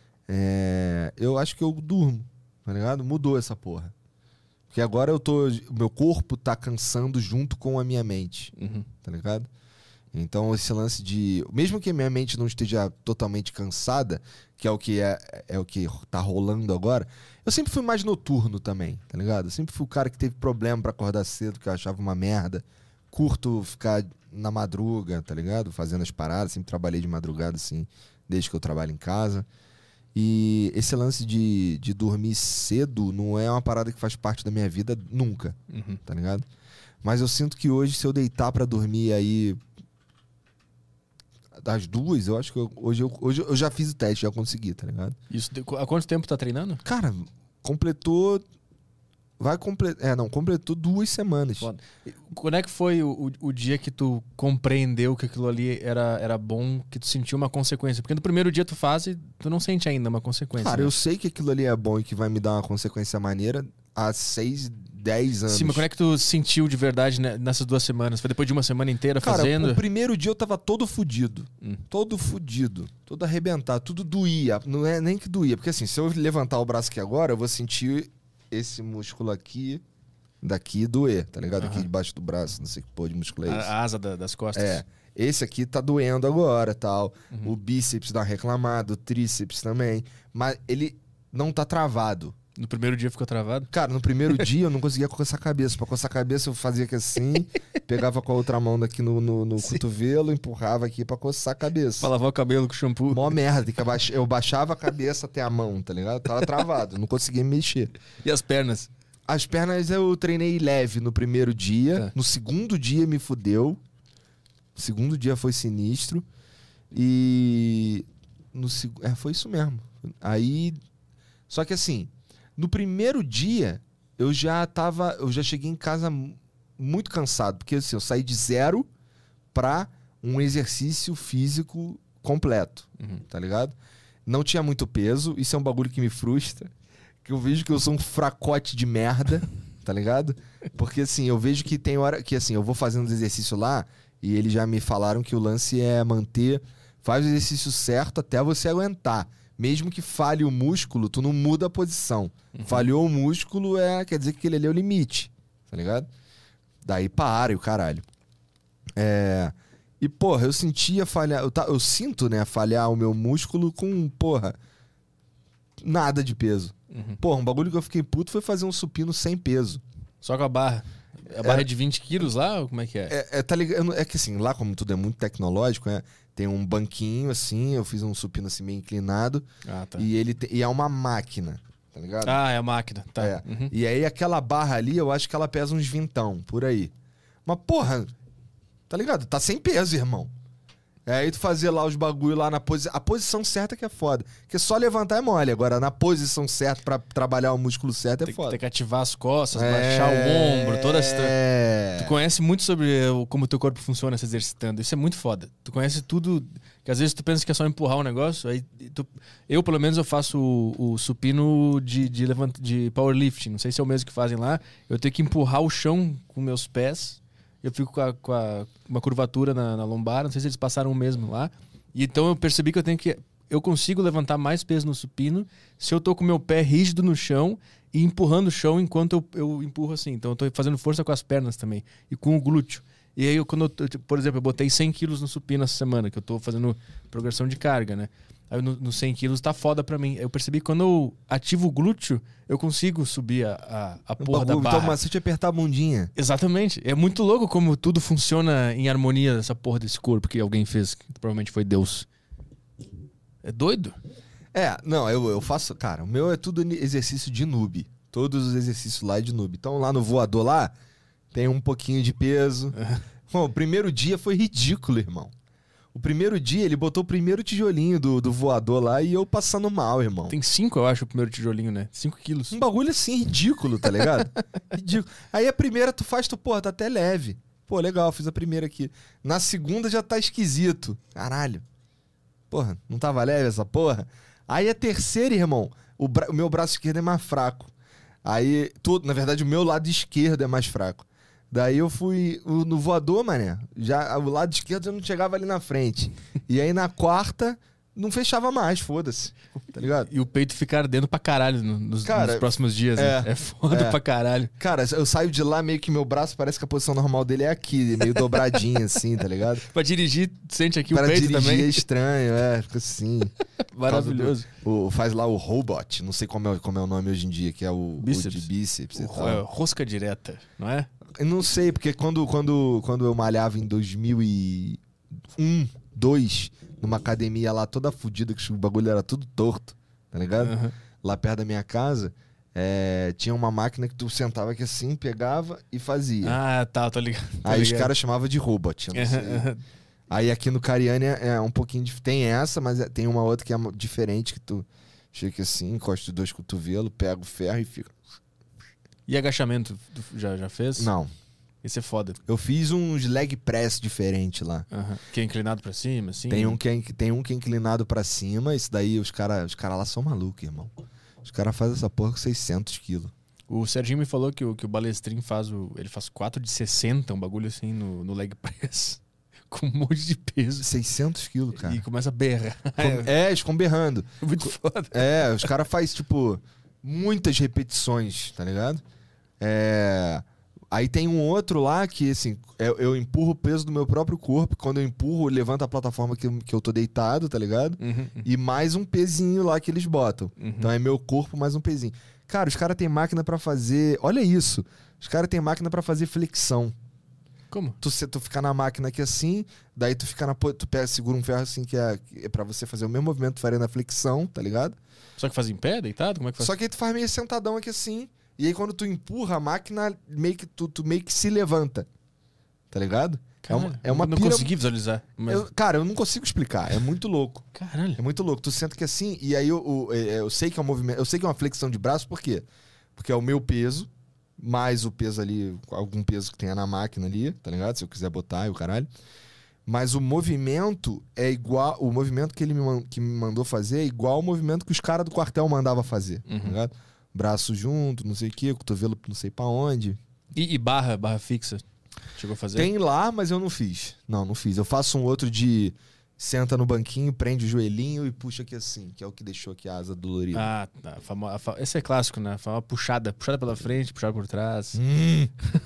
S3: é, eu acho que eu durmo, tá ligado? Mudou essa porra. Porque agora eu tô. O meu corpo tá cansando junto com a minha mente,
S1: Uhum.
S3: tá ligado? Então esse lance de. Mesmo que a minha mente não esteja totalmente cansada, que é o que é, é o que tá rolando agora, eu sempre fui mais noturno também, tá ligado? Eu sempre fui o cara que teve problema pra acordar cedo, que eu achava uma merda. Curto ficar na madruga, tá ligado? Fazendo as paradas, sempre trabalhei de madrugada, assim, desde que eu trabalho em casa. E esse lance de, de dormir cedo não é uma parada que faz parte da minha vida nunca,
S1: Uhum.
S3: tá ligado? Mas eu sinto que hoje, se eu deitar pra dormir aí das duas, eu acho que eu- hoje, eu, hoje eu já fiz o teste, já consegui, tá ligado?
S1: Isso, de- há quanto tempo tá treinando?
S3: Cara, completou. Vai completar. É, não, completou duas semanas.
S1: Foda. E Quando é que foi o, o, o dia que tu compreendeu que aquilo ali era, era bom, que tu sentiu uma consequência? Porque no primeiro dia tu faz e tu não sente ainda uma consequência.
S3: Cara,
S1: né?
S3: eu sei que aquilo ali é bom e que vai me dar uma consequência maneira há seis, dez anos.
S1: Sim, mas quando é que tu sentiu de verdade né, nessas duas semanas? Foi depois de uma semana inteira
S3: Cara,
S1: fazendo?
S3: o primeiro dia eu tava todo fudido.
S1: Hum.
S3: Todo fudido. Todo arrebentado. Tudo doía. Não é nem que doía. Porque assim, se eu levantar o braço aqui agora, eu vou sentir esse músculo aqui, daqui doer, tá ligado? Aqui
S1: Aham.
S3: debaixo do braço. Não sei que porra de músculo é
S1: A,
S3: esse.
S1: a asa da- das costas.
S3: É. Esse aqui tá doendo agora, tal.
S1: Uhum.
S3: O bíceps dá uma reclamada, o tríceps também. Mas ele não tá travado.
S1: No primeiro dia ficou travado?
S3: Cara, no primeiro dia eu não conseguia coçar a cabeça. Pra coçar a cabeça eu fazia aqui assim, pegava com a outra mão daqui no, no, no cotovelo, empurrava aqui pra coçar a cabeça.
S1: Pra lavar o cabelo com shampoo.
S3: Mó merda, tem que abaixar- eu baixava a cabeça até a mão, tá ligado? Tava travado, não conseguia me mexer.
S1: E as pernas?
S3: As pernas eu treinei leve no primeiro dia,
S1: Tá.
S3: no segundo dia me fudeu. O segundo dia foi sinistro. E. No, seg- é, foi isso mesmo. Aí. Só que assim, no primeiro dia, eu já tava. Eu já cheguei em casa mu- muito cansado. Porque assim, eu saí de zero pra um exercício físico completo.
S1: Uhum.
S3: Tá ligado? Não tinha muito peso. Isso é um bagulho que me frustra. Que eu vejo que eu sou um fracote de merda. Tá ligado? Porque assim, eu vejo que tem hora que assim, eu vou fazendo os exercícios lá e eles já me falaram que o lance é manter, faz o exercício certo até você aguentar. Mesmo que falhe o músculo, tu não muda a posição. Falhou o músculo, é, quer dizer que aquele ali é o limite. Tá ligado? Daí para e o caralho. É... E, porra, eu sentia falhar... Eu, ta- eu sinto, né, falhar o meu músculo com, porra, nada de peso.
S1: Uhum.
S3: Porra, um bagulho que eu fiquei puto foi fazer um supino sem peso.
S1: Só com a barra. A barra é de vinte quilos lá? Ou como é que é?
S3: É, é, tá ligado? Eu não- é que assim, lá como tudo é muito tecnológico, né, tem um banquinho assim, eu fiz um supino assim meio inclinado
S1: Ah, tá.
S3: e ele te- e é uma máquina, tá ligado?
S1: Ah, é a máquina. Tá.
S3: É.
S1: Uhum.
S3: E aí aquela barra ali, eu acho que ela pesa uns vintão, por aí. Mas porra, tá ligado? Tá sem peso, irmão. É, aí tu fazer lá os bagulho lá na posição. A posição certa que é foda. Porque só levantar é mole. Agora, na posição certa pra trabalhar o músculo certo é
S1: Tem,
S3: foda.
S1: tem que ativar as costas,
S3: É...
S1: baixar o ombro, toda essa...
S3: É.
S1: Tu conhece muito sobre o- como o teu corpo funciona se exercitando. Isso é muito foda. Tu conhece tudo... Que às vezes tu pensa que é só empurrar um negócio. Aí tu... Eu, pelo menos, eu faço o, o supino de, de, levant... de powerlifting. Não sei se é o mesmo que fazem lá. Eu tenho que empurrar o chão com meus pés. Eu fico com, a, com a- uma curvatura na, na lombar. Não sei se eles passaram o mesmo lá. E então eu percebi que eu tenho que... Eu consigo levantar mais peso no supino se eu tô com o meu pé rígido no chão e empurrando o chão enquanto eu, eu empurro assim. Então eu tô fazendo força com as pernas também. E com o glúteo. E aí, eu, quando eu, eu, por exemplo, eu botei cem quilos no supino essa semana, que eu tô fazendo progressão de carga, né? Aí no, no cem quilos tá foda pra mim. Eu percebi que quando eu ativo o glúteo, eu consigo subir a, a, a porra da barra.
S3: Então, mas se te apertar a bundinha.
S1: Exatamente. É muito louco como tudo funciona em harmonia dessa porra desse corpo que alguém fez, que provavelmente foi Deus. É doido?
S3: É, não, eu, eu faço... Cara, o meu é tudo exercício de noob. Todos os exercícios lá é de noob. Então lá no voador lá, tem um pouquinho de peso. Bom, o primeiro dia foi ridículo, irmão. O primeiro dia, ele botou o primeiro tijolinho do, do voador lá e eu passando mal, irmão.
S1: Tem cinco, eu acho, o primeiro tijolinho, né? Cinco quilos.
S3: Um bagulho assim, ridículo, tá ligado? Ridículo. Aí a primeira tu faz, tu, porra, tá até leve. Pô, legal, fiz a primeira aqui. Na segunda já tá esquisito. Caralho. Porra, não tava leve essa porra? Aí a terceira, irmão, o, bra- o meu braço esquerdo é mais fraco. Aí, tudo, na verdade, o meu lado esquerdo é mais fraco. Daí eu fui o- no voador, mané. Já, o lado esquerdo já não chegava ali na frente. E aí na quarta, não fechava mais, foda-se. Tá ligado?
S1: E o peito fica ardendo pra caralho no- nos,
S3: Cara,
S1: nos próximos dias,
S3: é,
S1: né? É foda
S3: é.
S1: pra caralho.
S3: Cara, eu saio de lá meio que meu braço parece que a posição normal dele é aqui, meio dobradinho assim, tá ligado?
S1: Pra dirigir, sente aqui
S3: Para
S1: o peito
S3: dirigir
S1: também.
S3: é estranho, é, fica assim.
S1: Maravilhoso.
S3: O, faz lá o robot, não sei como é, como é o nome hoje em dia, que é o,
S1: Bíceps.
S3: o de bíceps e
S1: O-
S3: tal.
S1: é, rosca direta, não é?
S3: Eu não sei, porque quando, quando, quando eu malhava em dois mil e um, dois, numa academia lá toda fodida, que o bagulho era tudo torto, tá ligado?
S1: Aham.
S3: Lá perto da minha casa, é, tinha uma máquina que tu sentava aqui assim, pegava e fazia.
S1: Ah, tá, tô ligado. tô
S3: Aí os
S1: ligado.
S3: caras chamavam de robot, eu não sei.
S1: Aham, aham.
S3: Aí aqui no Cariani é é um pouquinho... dif- Tem essa, mas é- tem uma outra que é mo- diferente, que tu chega assim, encosta os dois cotovelos, pega o ferro e fica...
S1: E agachamento, tu já, já fez?
S3: Não.
S1: Esse é foda.
S3: Eu fiz uns leg press diferente lá.
S1: Aham. Que é inclinado pra cima, assim.
S3: Tem um que é, inc- tem um que é inclinado pra cima, isso daí os caras os cara lá são malucos, irmão. Os caras fazem essa porra com seiscentos quilos.
S1: O Serginho me falou que o, que o Balestrin faz o. Ele faz quatro de sessenta, um bagulho assim no, no leg press. Com um monte de peso.
S3: seiscentos quilos, cara.
S1: E começa a berrar.
S3: Com- é, eles ficam berrando.
S1: Muito foda.
S3: É, os caras fazem, tipo, muitas repetições, tá ligado? É... Aí tem um outro lá que, assim, eu, eu empurro o peso do meu próprio corpo. Quando eu empurro, levanta a plataforma que, eu- que eu tô deitado, tá ligado?
S1: Uhum,
S3: E mais um pezinho lá que eles botam.
S1: uhum.
S3: Então é meu corpo mais um pezinho. Cara, os caras têm máquina pra fazer... Olha isso. Os caras têm máquina pra fazer flexão.
S1: Como?
S3: Tu, se- tu fica na máquina aqui assim, daí tu fica na... po- Tu pega, segura um ferro assim, que é, que é pra você fazer o mesmo movimento que tu faria na flexão, tá ligado?
S1: Só que faz em pé, deitado? Como é que faz?
S3: Só que aí tu faz meio sentadão aqui assim. E aí quando tu empurra a máquina, meio que tu, tu meio que se levanta. Tá ligado? É uma,
S1: Caralho,
S3: é uma
S1: não
S3: pira...
S1: consegui visualizar. Mas...
S3: Eu- cara, eu não consigo explicar. É muito louco.
S1: Caralho.
S3: É muito louco. Tu senta que assim, e aí eu, eu, eu sei que é um movimento. Eu sei que é uma flexão de braço, por quê? Porque é o meu peso, mais o peso ali, algum peso que tenha na máquina ali, tá ligado? Se eu quiser botar e o caralho. Mas o movimento é igual. O movimento que ele me, man- que me mandou fazer é igual ao movimento que os caras do quartel mandavam fazer.
S1: Uhum.
S3: Tá ligado? Braço junto, não sei o quê, cotovelo não sei pra onde.
S1: E, e barra, barra fixa? Chegou a fazer?
S3: Tem lá, mas eu não fiz. Não, não fiz. Eu faço um outro de senta no banquinho, prende o joelhinho e puxa aqui assim, que é o que deixou aqui a asa dolorida.
S1: Ah, tá. A famo... a fa... Esse é clássico, né? A famosa puxada. Puxada pela frente, puxada por trás.
S3: Hum.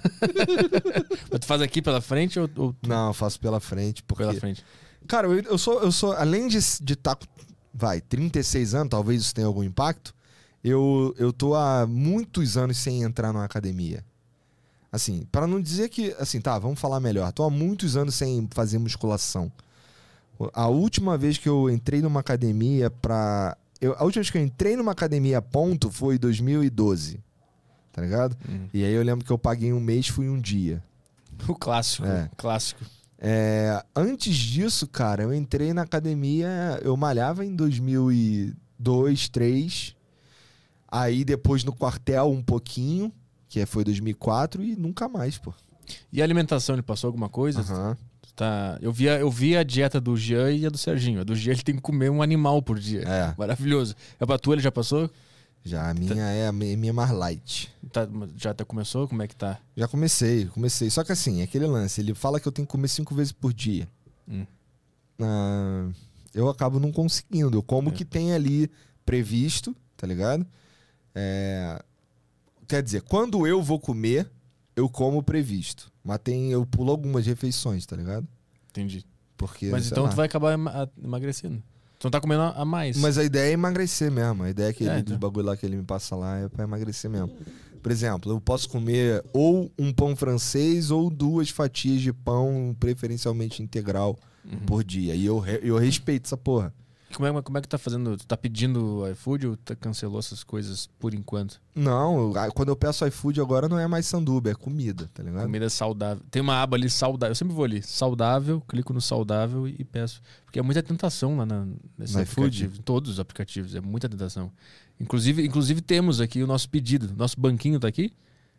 S1: Mas tu faz aqui pela frente ou, ou
S3: Não, eu faço pela frente, porque...
S1: pela frente?
S3: Cara, eu, eu sou, eu sou, além de estar com, vai, trinta e seis anos, talvez isso tenha algum impacto, eu, eu tô há muitos anos sem entrar numa academia. Assim, para não dizer que, assim, tá, vamos falar melhor. Tô há muitos anos sem fazer musculação. A última vez que eu entrei numa academia pra... Eu, a última vez que eu entrei numa academia a ponto foi em dois mil e doze, tá ligado?
S1: Uhum.
S3: E aí eu lembro que eu paguei um mês, fui um dia.
S1: O clássico.
S3: É.
S1: Clássico.
S3: É, antes disso, cara, eu entrei na academia, eu malhava em dois mil e dois, dois mil e três. Aí depois no quartel um pouquinho, que foi dois mil e quatro, e nunca mais, pô.
S1: E a alimentação, ele passou alguma coisa?
S3: Aham.
S1: Tá. Eu vi, a, eu vi a dieta do Jean e a do Serginho. A do Jean ele tem que comer um animal por dia.
S3: É.
S1: Maravilhoso. A pra tua ele já passou?
S3: Já a minha é a minha mais light.
S1: Tá, já tá, começou? Como é que tá?
S3: Já comecei, comecei. Só que assim, aquele lance, ele fala que eu tenho que comer cinco vezes por dia.
S1: Hum.
S3: Ah, eu acabo não conseguindo. Eu como o
S1: É.
S3: que tem ali previsto, tá ligado? É, quer dizer, quando eu vou comer, eu como o previsto. Mas tem, eu pulo algumas refeições, tá ligado?
S1: Entendi.
S3: Porque,
S1: Mas
S3: sei
S1: então
S3: lá.
S1: tu vai acabar ema- emagrecendo. Tu não tá comendo a mais.
S3: Mas a ideia é emagrecer mesmo. A ideia é que
S1: É,
S3: ele,
S1: então.
S3: do bagulho lá que ele me passa lá é pra emagrecer mesmo. Por exemplo, eu posso comer ou um pão francês ou duas fatias de pão, preferencialmente integral,
S1: Uhum.
S3: por dia. E eu, re- eu respeito essa porra.
S1: Como é, como é que tá fazendo? Tu tá pedindo iFood ou tu cancelou essas coisas por enquanto?
S3: Não, a- quando eu peço iFood agora não é mais sanduba, é comida, tá ligado?
S1: Comida saudável. Tem uma aba ali saudável. Eu sempre vou ali. Saudável, clico no saudável e peço. Porque é muita tentação lá na, nesse
S3: No iFood?
S1: aplicativo. Em todos os aplicativos. É muita tentação. Inclusive, inclusive temos aqui o nosso pedido. Nosso banquinho tá aqui.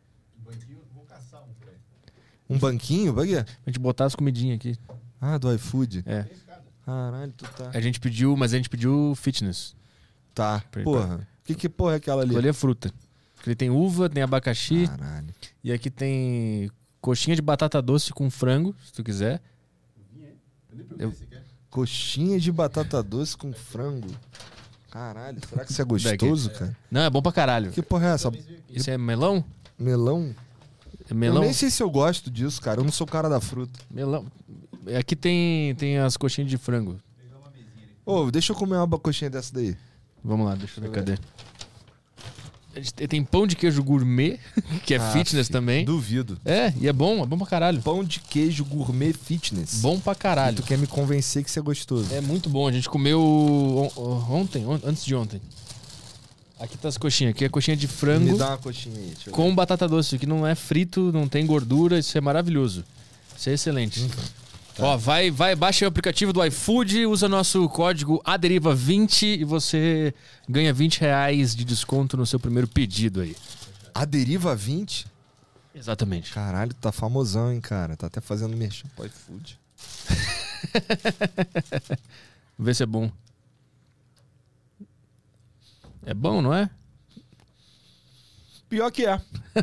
S3: Um banquinho, pra quê?
S1: Pra gente botar as comidinhas aqui.
S3: Ah, do iFood.
S1: É.
S3: Caralho, tu tá...
S1: A gente pediu, mas a gente pediu fitness.
S3: Tá,
S1: Pra-
S3: porra. Que que porra é aquela ali?
S1: Aquilo ali é fruta. Ele tem uva, tem abacaxi.
S3: Caralho.
S1: E aqui tem coxinha de batata doce com frango, se tu quiser. Eu-
S3: Coxinha de batata doce com frango. Caralho, será que isso é gostoso, cara?
S1: Não, é bom pra caralho.
S3: Que porra é essa?
S1: Isso é melão?
S3: Melão?
S1: É melão?
S3: Eu nem sei se eu gosto disso, cara. Eu não sou o cara da fruta.
S1: Melão. Aqui tem, tem as coxinhas de frango.
S3: Ô, deixa eu comer uma coxinha dessa daí.
S1: Vamos lá, deixa eu ver,
S3: Deixa eu
S1: cadê? A gente tem- Tem pão de queijo gourmet, que é
S3: Ah,
S1: fitness
S3: fi-
S1: também.
S3: Duvido.
S1: É, e é bom, é bom pra caralho.
S3: Pão de queijo gourmet fitness.
S1: Bom pra
S3: E
S1: caralho.
S3: tu quer me convencer que isso é gostoso.
S1: É muito bom. A gente comeu on- on- ontem, on- antes de ontem. Aqui tá as coxinhas. Aqui é coxinha de frango
S3: Me dá uma coxinha aí. Deixa eu ver.
S1: com batata doce, que não é frito, não tem gordura. Isso é maravilhoso. Isso é excelente.
S3: Tá.
S1: Ó, vai, vai, baixa o aplicativo do iFood, usa nosso código A Deriva vinte e você ganha vinte reais de desconto no seu primeiro pedido aí.
S3: A Deriva vinte?
S1: Exatamente.
S3: Caralho, tá famosão, hein, cara. Tá até fazendo merchan pro iFood.
S1: Vê se é bom. É bom, não é?
S3: Pior que é.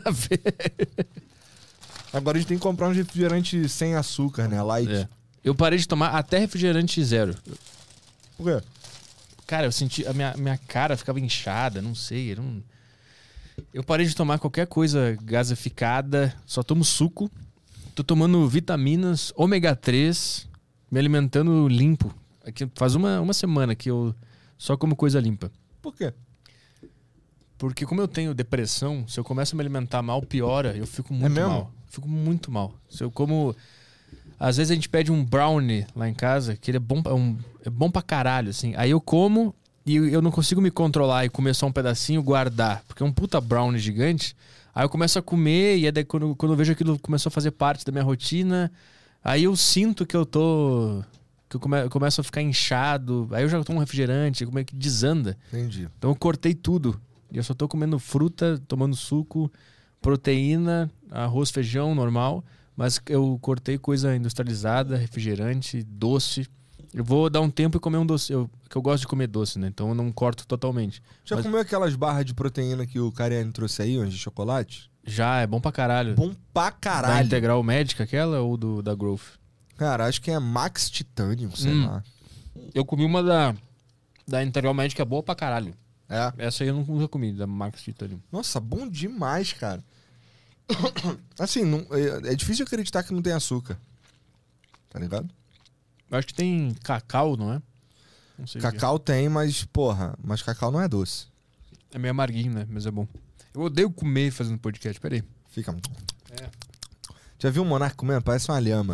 S3: Agora a gente tem que comprar um refrigerante sem açúcar, né? Light.
S1: É. Eu parei de tomar até refrigerante zero.
S3: Por quê?
S1: Cara, eu senti. A minha, minha cara ficava inchada, não sei. Era um... Eu parei de tomar qualquer coisa gasificada, só tomo suco. Tô tomando vitaminas, ômega três, me alimentando limpo. Aqui faz uma, uma semana que eu só como coisa limpa.
S3: Por quê?
S1: Porque como eu tenho depressão, se eu começo a me alimentar mal, piora. Eu fico muito
S3: mesmo?
S1: mal. Fico muito mal. Se eu como... Às vezes a gente pede um brownie lá em casa, que ele é bom, é um, é bom pra caralho, assim. Aí eu como e eu não consigo me controlar e comer só um pedacinho, guardar. Porque é um puta brownie gigante. Aí eu começo a comer e aí daí quando, quando eu vejo aquilo começou a fazer parte da minha rotina, aí eu sinto que eu tô... Que eu, come, eu começo a ficar inchado. Aí eu já tomo um refrigerante, como é que desanda.
S3: Entendi.
S1: Então eu cortei tudo. E eu só tô comendo fruta, tomando suco, proteína, arroz, feijão normal. Mas eu cortei coisa industrializada, refrigerante, doce. Eu vou dar um tempo e comer um doce. Eu, que eu gosto de comer doce, né? Então eu não corto totalmente.
S3: Já
S1: Mas
S3: comeu aquelas barras de proteína que o Cariani trouxe aí, onde de chocolate?
S1: já é bom pra caralho.
S3: Bom pra
S1: Da
S3: caralho.
S1: Integral Médica, aquela ou do, da Growth?
S3: Cara, acho que é Max Titanium, sei
S1: Hum.
S3: lá.
S1: Eu comi uma da, da Integral Médica boa pra caralho.
S3: É.
S1: Essa aí eu nunca comi, da Max Titanium.
S3: Nossa, bom demais, cara. Assim, não- é, é difícil acreditar que não tem açúcar. Tá ligado?
S1: Eu acho que tem cacau, não é? Não sei o que é.
S3: Cacau tem, mas, porra, mas cacau não é doce.
S1: É meio amarguinho, né? Mas é bom. Eu odeio comer fazendo podcast, peraí.
S3: Fica.
S1: É.
S3: Já viu um monarca comendo? Parece uma lhama.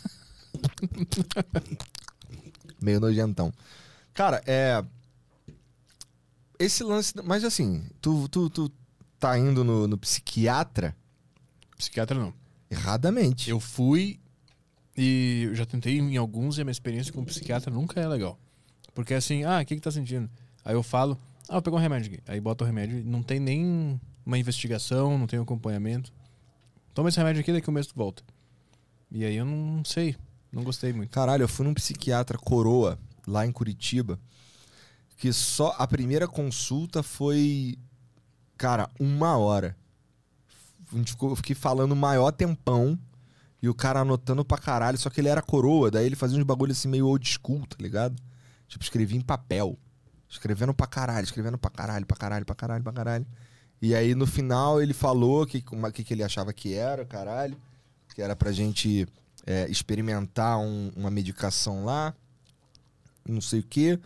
S3: Meio nojentão. Cara, é. Esse lance. Mas assim, tu, tu, tu tá indo no, no psiquiatra
S1: Psiquiatra não.
S3: erradamente.
S1: Eu fui E eu já tentei em alguns e a minha experiência com o psiquiatra nunca é legal. Porque assim, ah, o que que tá sentindo? Aí eu falo, ah, eu pego um remédio aqui. Aí bota o remédio e não tem nem uma investigação, não tem um acompanhamento. Toma esse remédio aqui, daqui um mês tu volta. E aí eu não sei, não gostei muito.
S3: Caralho, eu fui num psiquiatra coroa, lá em Curitiba, que só a primeira consulta foi, cara, uma hora. A gente ficou, eu fiquei falando o maior tempão e o cara anotando pra caralho, só que ele era coroa, daí ele fazia uns bagulho assim meio old school, tá ligado? Tipo, escrevia em papel. Escrevendo pra caralho, escrevendo pra caralho, pra caralho, pra caralho, pra caralho. E aí no final ele falou o que, que, que ele achava que era, caralho. Que era pra gente é, experimentar um, uma medicação lá, não sei o quê.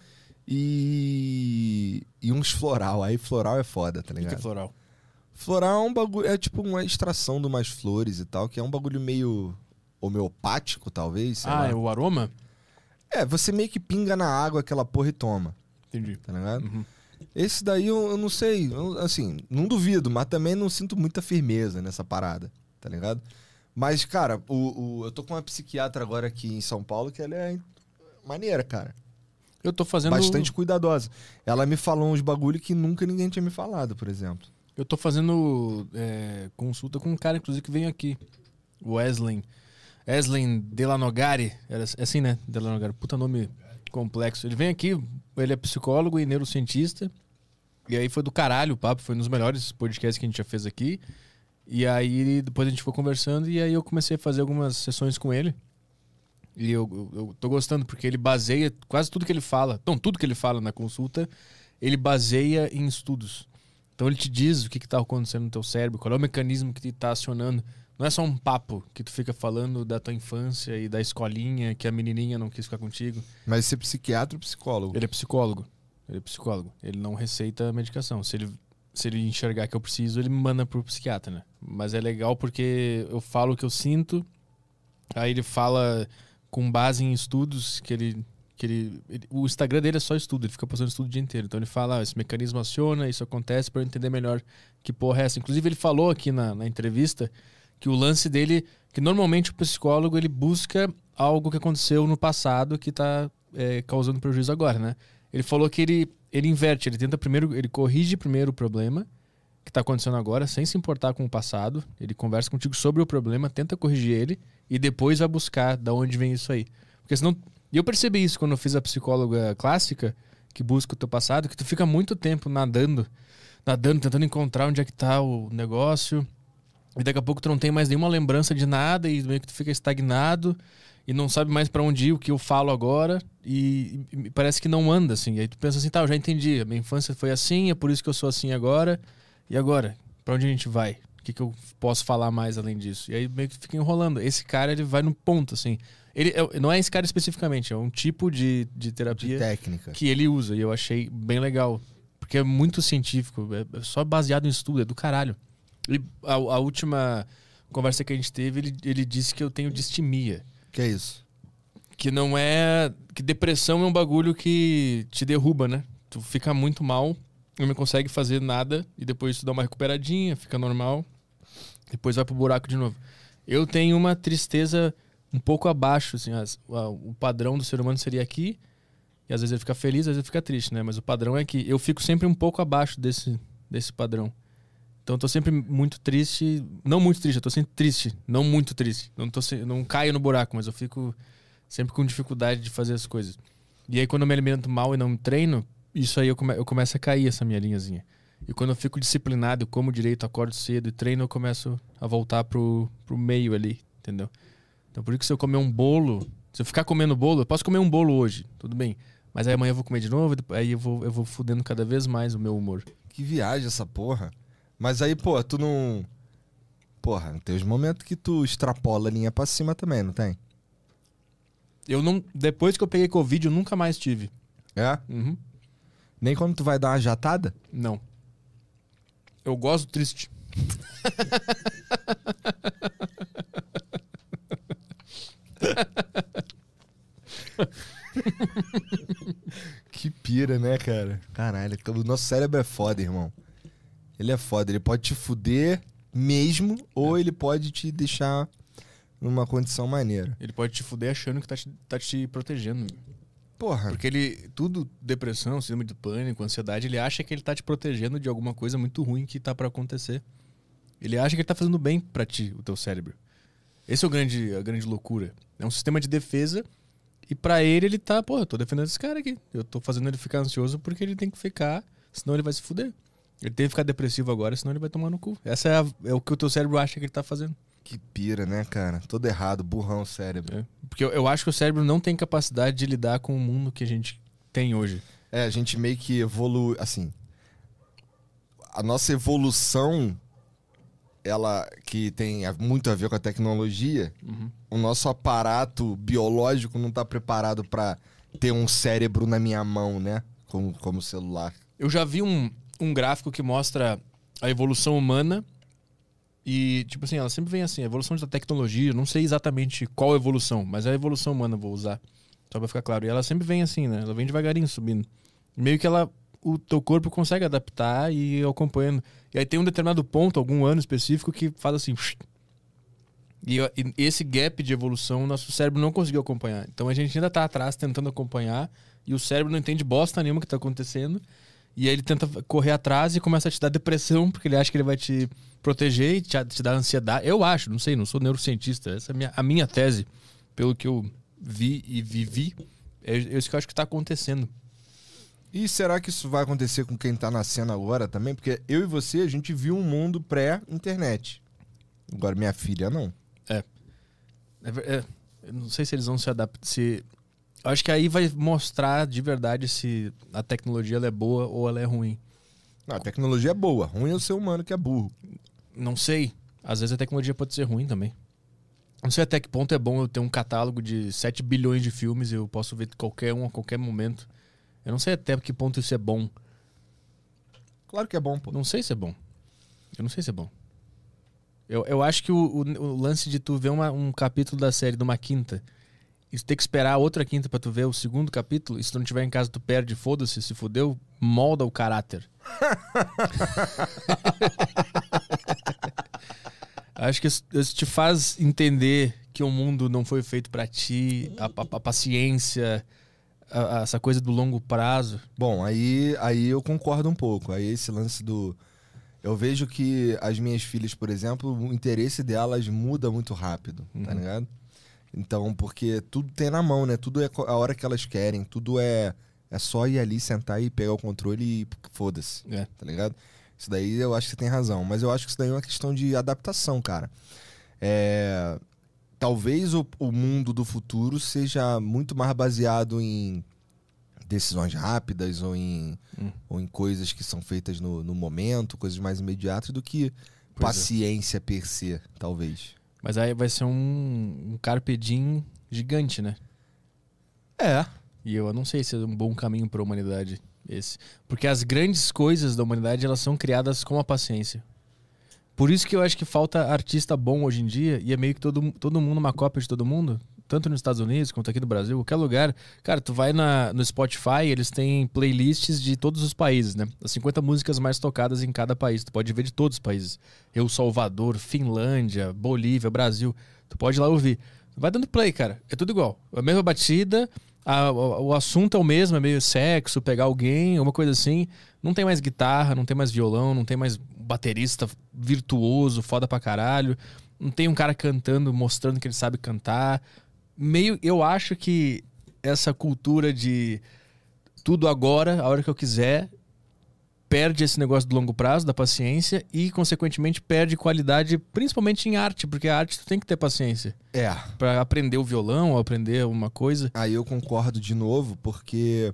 S3: E, e uns floral. Aí floral é foda, tá
S1: O que
S3: ligado?
S1: que é floral?
S3: Floral é um bagulho, é tipo uma extração de umas flores e tal, que é um bagulho meio homeopático, talvez. Sei
S1: Ah,
S3: lá.
S1: é o aroma?
S3: É, você meio que pinga na água aquela porra e toma,
S1: Entendi.
S3: tá ligado?
S1: Uhum.
S3: Esse daí eu, eu não sei, eu, assim, não duvido, mas também não sinto muita firmeza nessa parada, tá ligado? Mas, cara, o, o, eu tô com uma psiquiatra agora aqui em São Paulo que ela é maneira, cara.
S1: Eu tô fazendo...
S3: Bastante cuidadosa. Ela me falou uns bagulho que nunca ninguém tinha me falado, por exemplo.
S1: Eu tô fazendo é, consulta com um cara, inclusive, que veio aqui. O Wesley. Wesley Delanogari. Era é assim, né? Delanogari. Puta nome complexo. Ele vem aqui, ele é psicólogo e neurocientista. E aí foi do caralho o papo. Foi um dos melhores podcasts que a gente já fez aqui. E aí depois a gente foi conversando e aí eu comecei a fazer algumas sessões com ele. E eu, eu, eu tô gostando, porque ele baseia quase tudo que ele fala. Não, tudo que ele fala na consulta, ele baseia em estudos. Então ele te diz o que está acontecendo no teu cérebro, qual é o mecanismo que está acionando. Não é só um papo que tu fica falando da tua infância e da escolinha, que a menininha não quis ficar contigo.
S3: Mas ser psiquiatra ou psicólogo?
S1: Ele é psicólogo. Ele é psicólogo. Ele não receita medicação. Se ele, se ele enxergar que eu preciso, ele me manda pro psiquiatra, né? Mas é legal porque eu falo o que eu sinto, aí ele fala com base em estudos que ele... Que ele, ele, o Instagram dele é só estudo, ele fica postando estudo o dia inteiro. Então ele fala, ah, esse mecanismo aciona, isso acontece, para eu entender melhor que porra é essa. Inclusive ele falou aqui na, na entrevista que o lance dele, que normalmente o psicólogo ele busca algo que aconteceu no passado que tá é, causando prejuízo agora, né? Ele falou que ele, ele inverte, ele tenta primeiro, ele corrige primeiro o problema que tá acontecendo agora, sem se importar com o passado. Ele conversa contigo sobre o problema, tenta corrigir ele e depois vai buscar de onde vem isso aí. Porque senão... E eu percebi isso quando eu fiz a psicóloga clássica, que busca o teu passado, que tu fica muito tempo nadando, nadando, tentando encontrar onde é que tá o negócio, e daqui a pouco tu não tem mais nenhuma lembrança de nada, e meio que tu fica estagnado, e não sabe mais pra onde ir, o que eu falo agora, e, e parece que não anda, assim. E aí tu pensa assim, tá, eu já entendi, a minha infância foi assim, é por isso que eu sou assim agora, e agora? Pra onde a gente vai? O que, que eu posso falar mais além disso? E aí meio que fica enrolando. Esse cara, ele vai no ponto, assim... Ele é, não é esse cara especificamente, é um tipo de, de terapia
S3: De técnica.
S1: que ele usa. E eu achei bem legal. Porque é muito científico, é só baseado em estudo, é do caralho. E a, a última conversa que a gente teve, ele, ele disse que eu tenho distimia.
S3: Que é isso?
S1: Que não é... Que depressão é um bagulho que te derruba, né? Tu fica muito mal, não consegue fazer nada, e depois tu dá uma recuperadinha, fica normal, depois vai pro buraco de novo. Eu tenho uma tristeza... um pouco abaixo, assim, as, a, o padrão do ser humano seria aqui, e às vezes ele fica feliz, às vezes ele fica triste, né? Mas o padrão é que eu fico sempre um pouco abaixo desse, desse padrão. Então eu tô sempre muito triste, não muito triste, eu tô sempre triste, não muito triste. Não, tô, não caio no buraco, mas eu fico sempre com dificuldade de fazer as coisas. E aí quando eu me alimento mal e não treino, isso aí eu, come, eu começo a cair, essa minha linhazinha. E quando eu fico disciplinado, eu como direito, acordo cedo e treino, eu começo a voltar pro, pro meio ali, entendeu? Então por isso que se eu comer um bolo, se eu ficar comendo bolo, eu posso comer um bolo hoje, tudo bem. Mas aí amanhã eu vou comer de novo, aí eu vou, eu vou fudendo cada vez mais o meu humor.
S3: Que viagem essa porra. Mas aí, pô, tu não... Porra, tem os momentos que tu extrapola a linha pra cima também, não tem?
S1: Eu não... Depois que eu peguei Covid, eu nunca mais tive.
S3: É?
S1: Uhum.
S3: Nem quando tu vai dar uma jatada?
S1: Não. Eu gosto triste.
S3: Que pira, né, cara? Caralho, o nosso cérebro é foda, irmão. Ele é foda, ele pode te fuder mesmo, ou ele pode te deixar numa condição maneira.
S1: Ele pode te fuder achando que tá te, tá te protegendo.
S3: Porra.
S1: Porque ele, tudo, depressão, síndrome de pânico, ansiedade, ele acha que ele tá te protegendo de alguma coisa muito ruim que tá pra acontecer. Ele acha que ele tá fazendo bem pra ti, o teu cérebro. Esse é o grande, a grande loucura. É um sistema de defesa e pra ele, ele tá, pô, eu tô defendendo esse cara aqui. Eu tô fazendo ele ficar ansioso porque ele tem que ficar, senão ele vai se fuder. Ele tem que ficar depressivo agora, senão ele vai tomar no cu. Essa é, a, é o que o teu cérebro acha que ele tá fazendo.
S3: Que pira, né, cara? Todo errado, burrão o cérebro.
S1: É. Porque eu, eu acho que o cérebro não tem capacidade de lidar com o mundo que a gente tem hoje.
S3: É, a gente meio que evolui, assim... A nossa evolução, ela que tem muito a ver com a tecnologia,
S1: Uhum.
S3: o nosso aparato biológico não tá preparado pra ter um cérebro na minha mão, né? Como, como celular.
S1: Eu já vi um, um gráfico que mostra a evolução humana e, tipo assim, ela sempre vem assim, a evolução da tecnologia, não sei exatamente qual evolução, mas a evolução humana eu vou usar, só pra ficar claro. E ela sempre vem assim, né? Ela vem devagarinho subindo. Meio que ela, o teu corpo consegue adaptar e ir acompanhando. E aí tem um determinado ponto, algum ano específico, que faz assim... E, e esse gap de evolução, o nosso cérebro não conseguiu acompanhar. Então a gente ainda tá atrás tentando acompanhar e o cérebro não entende bosta nenhuma que tá acontecendo. E aí ele tenta correr atrás e começa a te dar depressão, porque ele acha que ele vai te proteger e te, te dar ansiedade. Eu acho, não sei, não sou neurocientista. Essa é a minha, a minha tese, pelo que eu vi e vivi, é isso que eu acho que tá acontecendo.
S3: E será que isso vai acontecer com quem tá nascendo agora também? Porque eu e você, a gente viu um mundo pré-internet. Agora minha filha não.
S1: É. É, é. Eu não sei se eles vão se adaptar. Se... Eu acho que aí vai mostrar de verdade se a tecnologia ela é boa ou ela é ruim.
S3: Não, a tecnologia é boa. Ruim é o ser humano que é burro.
S1: Não sei. Às vezes a tecnologia pode ser ruim também. Não sei até que ponto é bom eu ter um catálogo de sete bilhões de filmes e eu posso ver qualquer um a qualquer momento. Eu não sei até que ponto isso é bom.
S3: Claro que é bom, pô.
S1: Não sei se é bom. Eu não sei se é bom. Eu, eu acho que o, o, o lance de tu ver uma, um capítulo da série de uma quinta e tu ter que esperar outra quinta pra tu ver o segundo capítulo, e se tu não tiver em casa tu perde, foda-se, se fudeu, molda o caráter. Acho que isso, isso te faz entender que o mundo não foi feito pra ti, a, a, a paciência, a, a, essa coisa do longo prazo.
S3: Bom, aí, aí eu concordo um pouco. Aí esse lance do... Eu vejo que as minhas filhas, por exemplo, o interesse delas muda muito rápido, tá
S1: Uhum.
S3: ligado? Então, porque tudo tem na mão, né? Tudo é a hora que elas querem. Tudo é, é só ir ali, sentar e pegar o controle e foda-se,
S1: É.
S3: tá ligado? Isso daí eu acho que você tem razão. Mas eu acho que isso daí é uma questão de adaptação, cara. É... Talvez o, o mundo do futuro seja muito mais baseado em decisões rápidas ou em,
S1: Hum.
S3: ou em coisas que são feitas no, no momento, coisas mais imediatas do que
S1: Pois é.
S3: paciência per se, talvez.
S1: Mas aí vai ser um, um carpe diem gigante, né?
S3: É.
S1: E eu não sei se é um bom caminho para a humanidade esse. Porque as grandes coisas da humanidade, elas são criadas com a paciência. Por isso que eu acho que falta artista bom hoje em dia, e é meio que todo, todo mundo uma cópia de todo mundo, tanto nos Estados Unidos quanto aqui no Brasil, qualquer lugar. Cara, tu vai na, no Spotify, eles têm playlists de todos os países, né? As cinquenta músicas mais tocadas em cada país. Tu pode ver de todos os países. El Salvador, Finlândia, Bolívia, Brasil. Tu pode ir lá ouvir. Vai dando play, cara. É tudo igual. A mesma batida, a, o, o assunto é o mesmo, é meio sexo, pegar alguém, uma coisa assim. Não tem mais guitarra, não tem mais violão, não tem mais baterista virtuoso, foda pra caralho. Não tem um cara cantando, mostrando que ele sabe cantar. Meio, eu acho que essa cultura de tudo agora, a hora que eu quiser, perde esse negócio do longo prazo, da paciência, e, consequentemente, perde qualidade, principalmente em arte, porque a arte tu tem que ter paciência.
S3: É.
S1: Pra aprender o violão, ou aprender uma coisa.
S3: Aí eu concordo de novo, porque...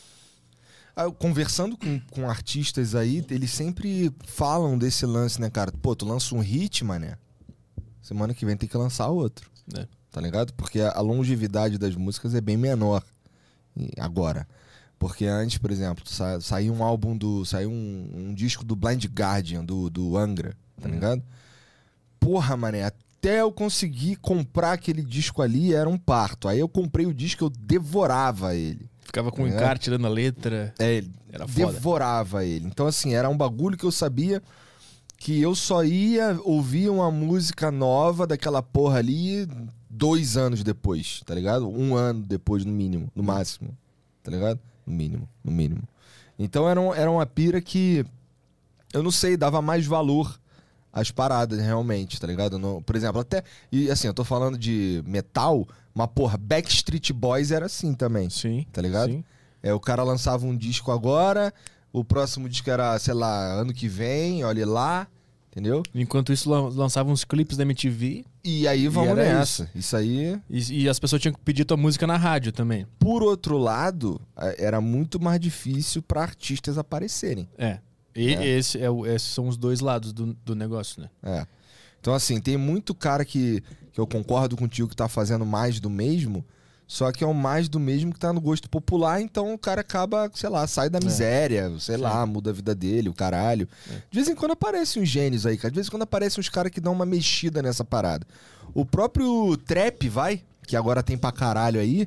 S3: Ah, eu conversando com, com artistas aí, eles sempre falam desse lance, né, cara? Pô, tu lança um hit, mané. Semana que vem tem que lançar outro.
S1: É.
S3: Tá ligado? Porque a longevidade das músicas é bem menor agora. Porque antes, por exemplo, sa saiu um álbum do... Saiu um, um disco do Blind Guardian, do, do Angra, tá
S1: Uhum.
S3: ligado? Porra, mané, até eu conseguir comprar aquele disco ali era um parto. Aí eu comprei o disco, eu devorava ele.
S1: Ficava com o
S3: É.
S1: encarte dando a letra.
S3: É, ele
S1: Era foda.
S3: devorava ele. Então, assim, era um bagulho que eu sabia que eu só ia ouvir uma música nova daquela porra ali dois anos depois, tá ligado? Um ano depois, no mínimo, no máximo, tá ligado? No mínimo, no mínimo. Então era, um, era uma pira que, eu não sei, dava mais valor às paradas, realmente, tá ligado? No, por exemplo, até, e assim, eu tô falando de metal, mas porra, Backstreet Boys era assim também,
S1: Sim,
S3: tá ligado?
S1: sim.
S3: É, o cara lançava um disco agora, o próximo disco era, sei lá, ano que vem, olha lá, entendeu?
S1: Enquanto isso, lan- lançavam uns clipes da M T V
S3: E aí vamos
S1: era
S3: nessa. Isso. isso aí.
S1: e, e as pessoas tinham que pedir tua música na rádio também.
S3: Por outro lado, a- era muito mais difícil pra artistas aparecerem.
S1: É. E
S3: É.
S1: Esse é o- esses são os dois lados do, do negócio, né?
S3: É. Então, assim, tem muito cara que, que eu concordo contigo que tá fazendo mais do mesmo, só que é o mais do mesmo que tá no gosto popular, então o cara acaba, sei lá, sai da miséria, sei
S1: Sim.
S3: lá, muda a vida dele, o caralho.
S1: É.
S3: De vez em quando aparecem uns gênios aí, cara. De vez em quando aparecem uns caras que dão uma mexida nessa parada. O próprio Trap, vai, que agora tem pra caralho aí,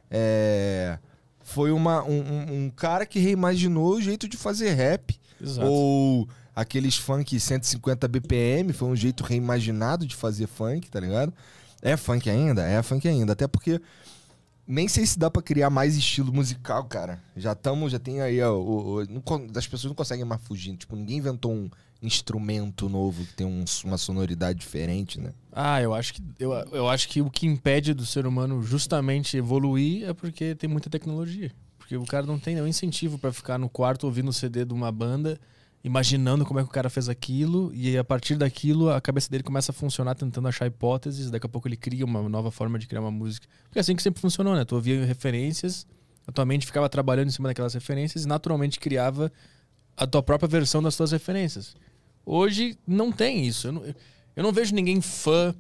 S3: é... foi uma, um, um- um cara que reimaginou o jeito de fazer rap.
S1: Exato.
S3: Ou aqueles funk cento e cinquenta B P M, foi um jeito reimaginado de fazer funk, tá ligado? É funk ainda? É funk ainda. Até porque nem sei se dá pra criar mais estilo musical, cara. Já estamos, já tem aí, ó, o, o- não con- as pessoas não conseguem mais fugir. Tipo, ninguém inventou um instrumento novo que tem um- uma sonoridade diferente, né?
S1: Ah, eu acho que eu, eu acho que o que impede do ser humano justamente evoluir é porque tem muita tecnologia. Porque o cara não tem nenhum incentivo pra ficar no quarto ouvindo o C D de uma banda, imaginando como é que o cara fez aquilo, e a partir daquilo a cabeça dele começa a funcionar tentando achar hipóteses, daqui a pouco ele cria uma nova forma de criar uma música. Porque é assim que sempre funcionou, né? Tu ouvia referências, a tua mente ficava trabalhando em cima daquelas referências e naturalmente criava a tua própria versão das tuas referências. Hoje não tem isso. Eu não, eu não vejo ninguém fã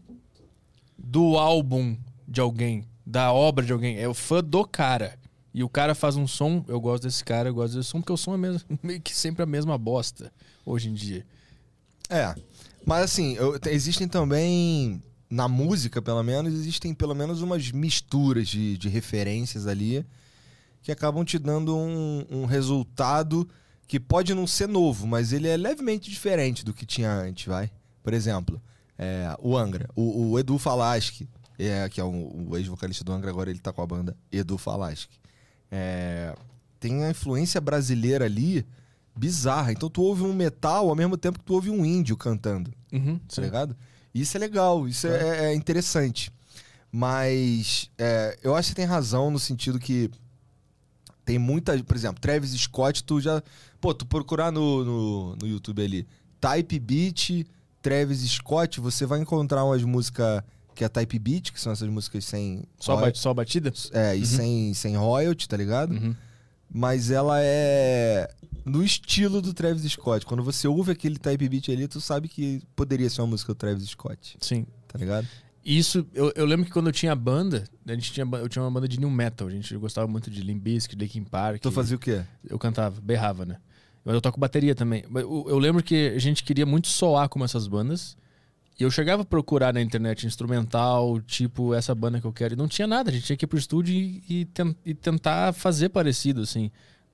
S1: do álbum de alguém, da obra de alguém. É o fã do cara. E o cara faz um som, eu gosto desse cara, eu gosto desse som, porque o som é mesmo, meio que sempre a mesma bosta, hoje em dia.
S3: É. Mas assim, eu- te- existem também, na música pelo menos, existem pelo menos umas misturas de, de referências ali que acabam te dando um, um resultado que pode não ser novo, mas ele é levemente diferente do que tinha antes, vai. Por exemplo, é, o Angra, o, o Edu Falaschi, é, que é o, o ex-vocalista do Angra, agora ele tá com a banda Edu Falaschi. É, tem a influência brasileira ali bizarra. Então tu ouve um metal ao mesmo tempo que tu ouve um índio cantando,
S1: Uhum,
S3: tá
S1: sim.
S3: ligado? Isso é legal, isso é, é interessante. Mas é, eu acho que você tem razão no sentido que tem muita... Por exemplo, Travis Scott, tu já... Pô, tu procurar no, no, no YouTube ali, Type Beat, Travis Scott, você vai encontrar umas músicas que é Type Beat, que são essas músicas sem...
S1: Só,
S3: royal-
S1: bat, só batida?
S3: É, e
S1: Uhum.
S3: sem, sem royalty, tá ligado?
S1: Uhum.
S3: Mas ela é no estilo do Travis Scott. Quando você ouve aquele type beat ali, tu sabe que poderia ser uma música do Travis Scott,
S1: Sim.
S3: tá ligado?
S1: Isso, eu, eu lembro que quando eu tinha banda, a gente tinha, ba- eu tinha uma banda de new metal, a gente gostava muito de Limp Bizkit, Linkin Park.
S3: Tu fazia o quê?
S1: Eu cantava, berrava, né? Mas eu toco bateria também. Mas Eu, eu lembro que a gente queria muito soar como essas bandas. E eu chegava a procurar na internet instrumental, tipo essa banda que eu quero. E não tinha nada, a gente tinha que ir pro estúdio e, e, ten- e tentar fazer parecido, assim.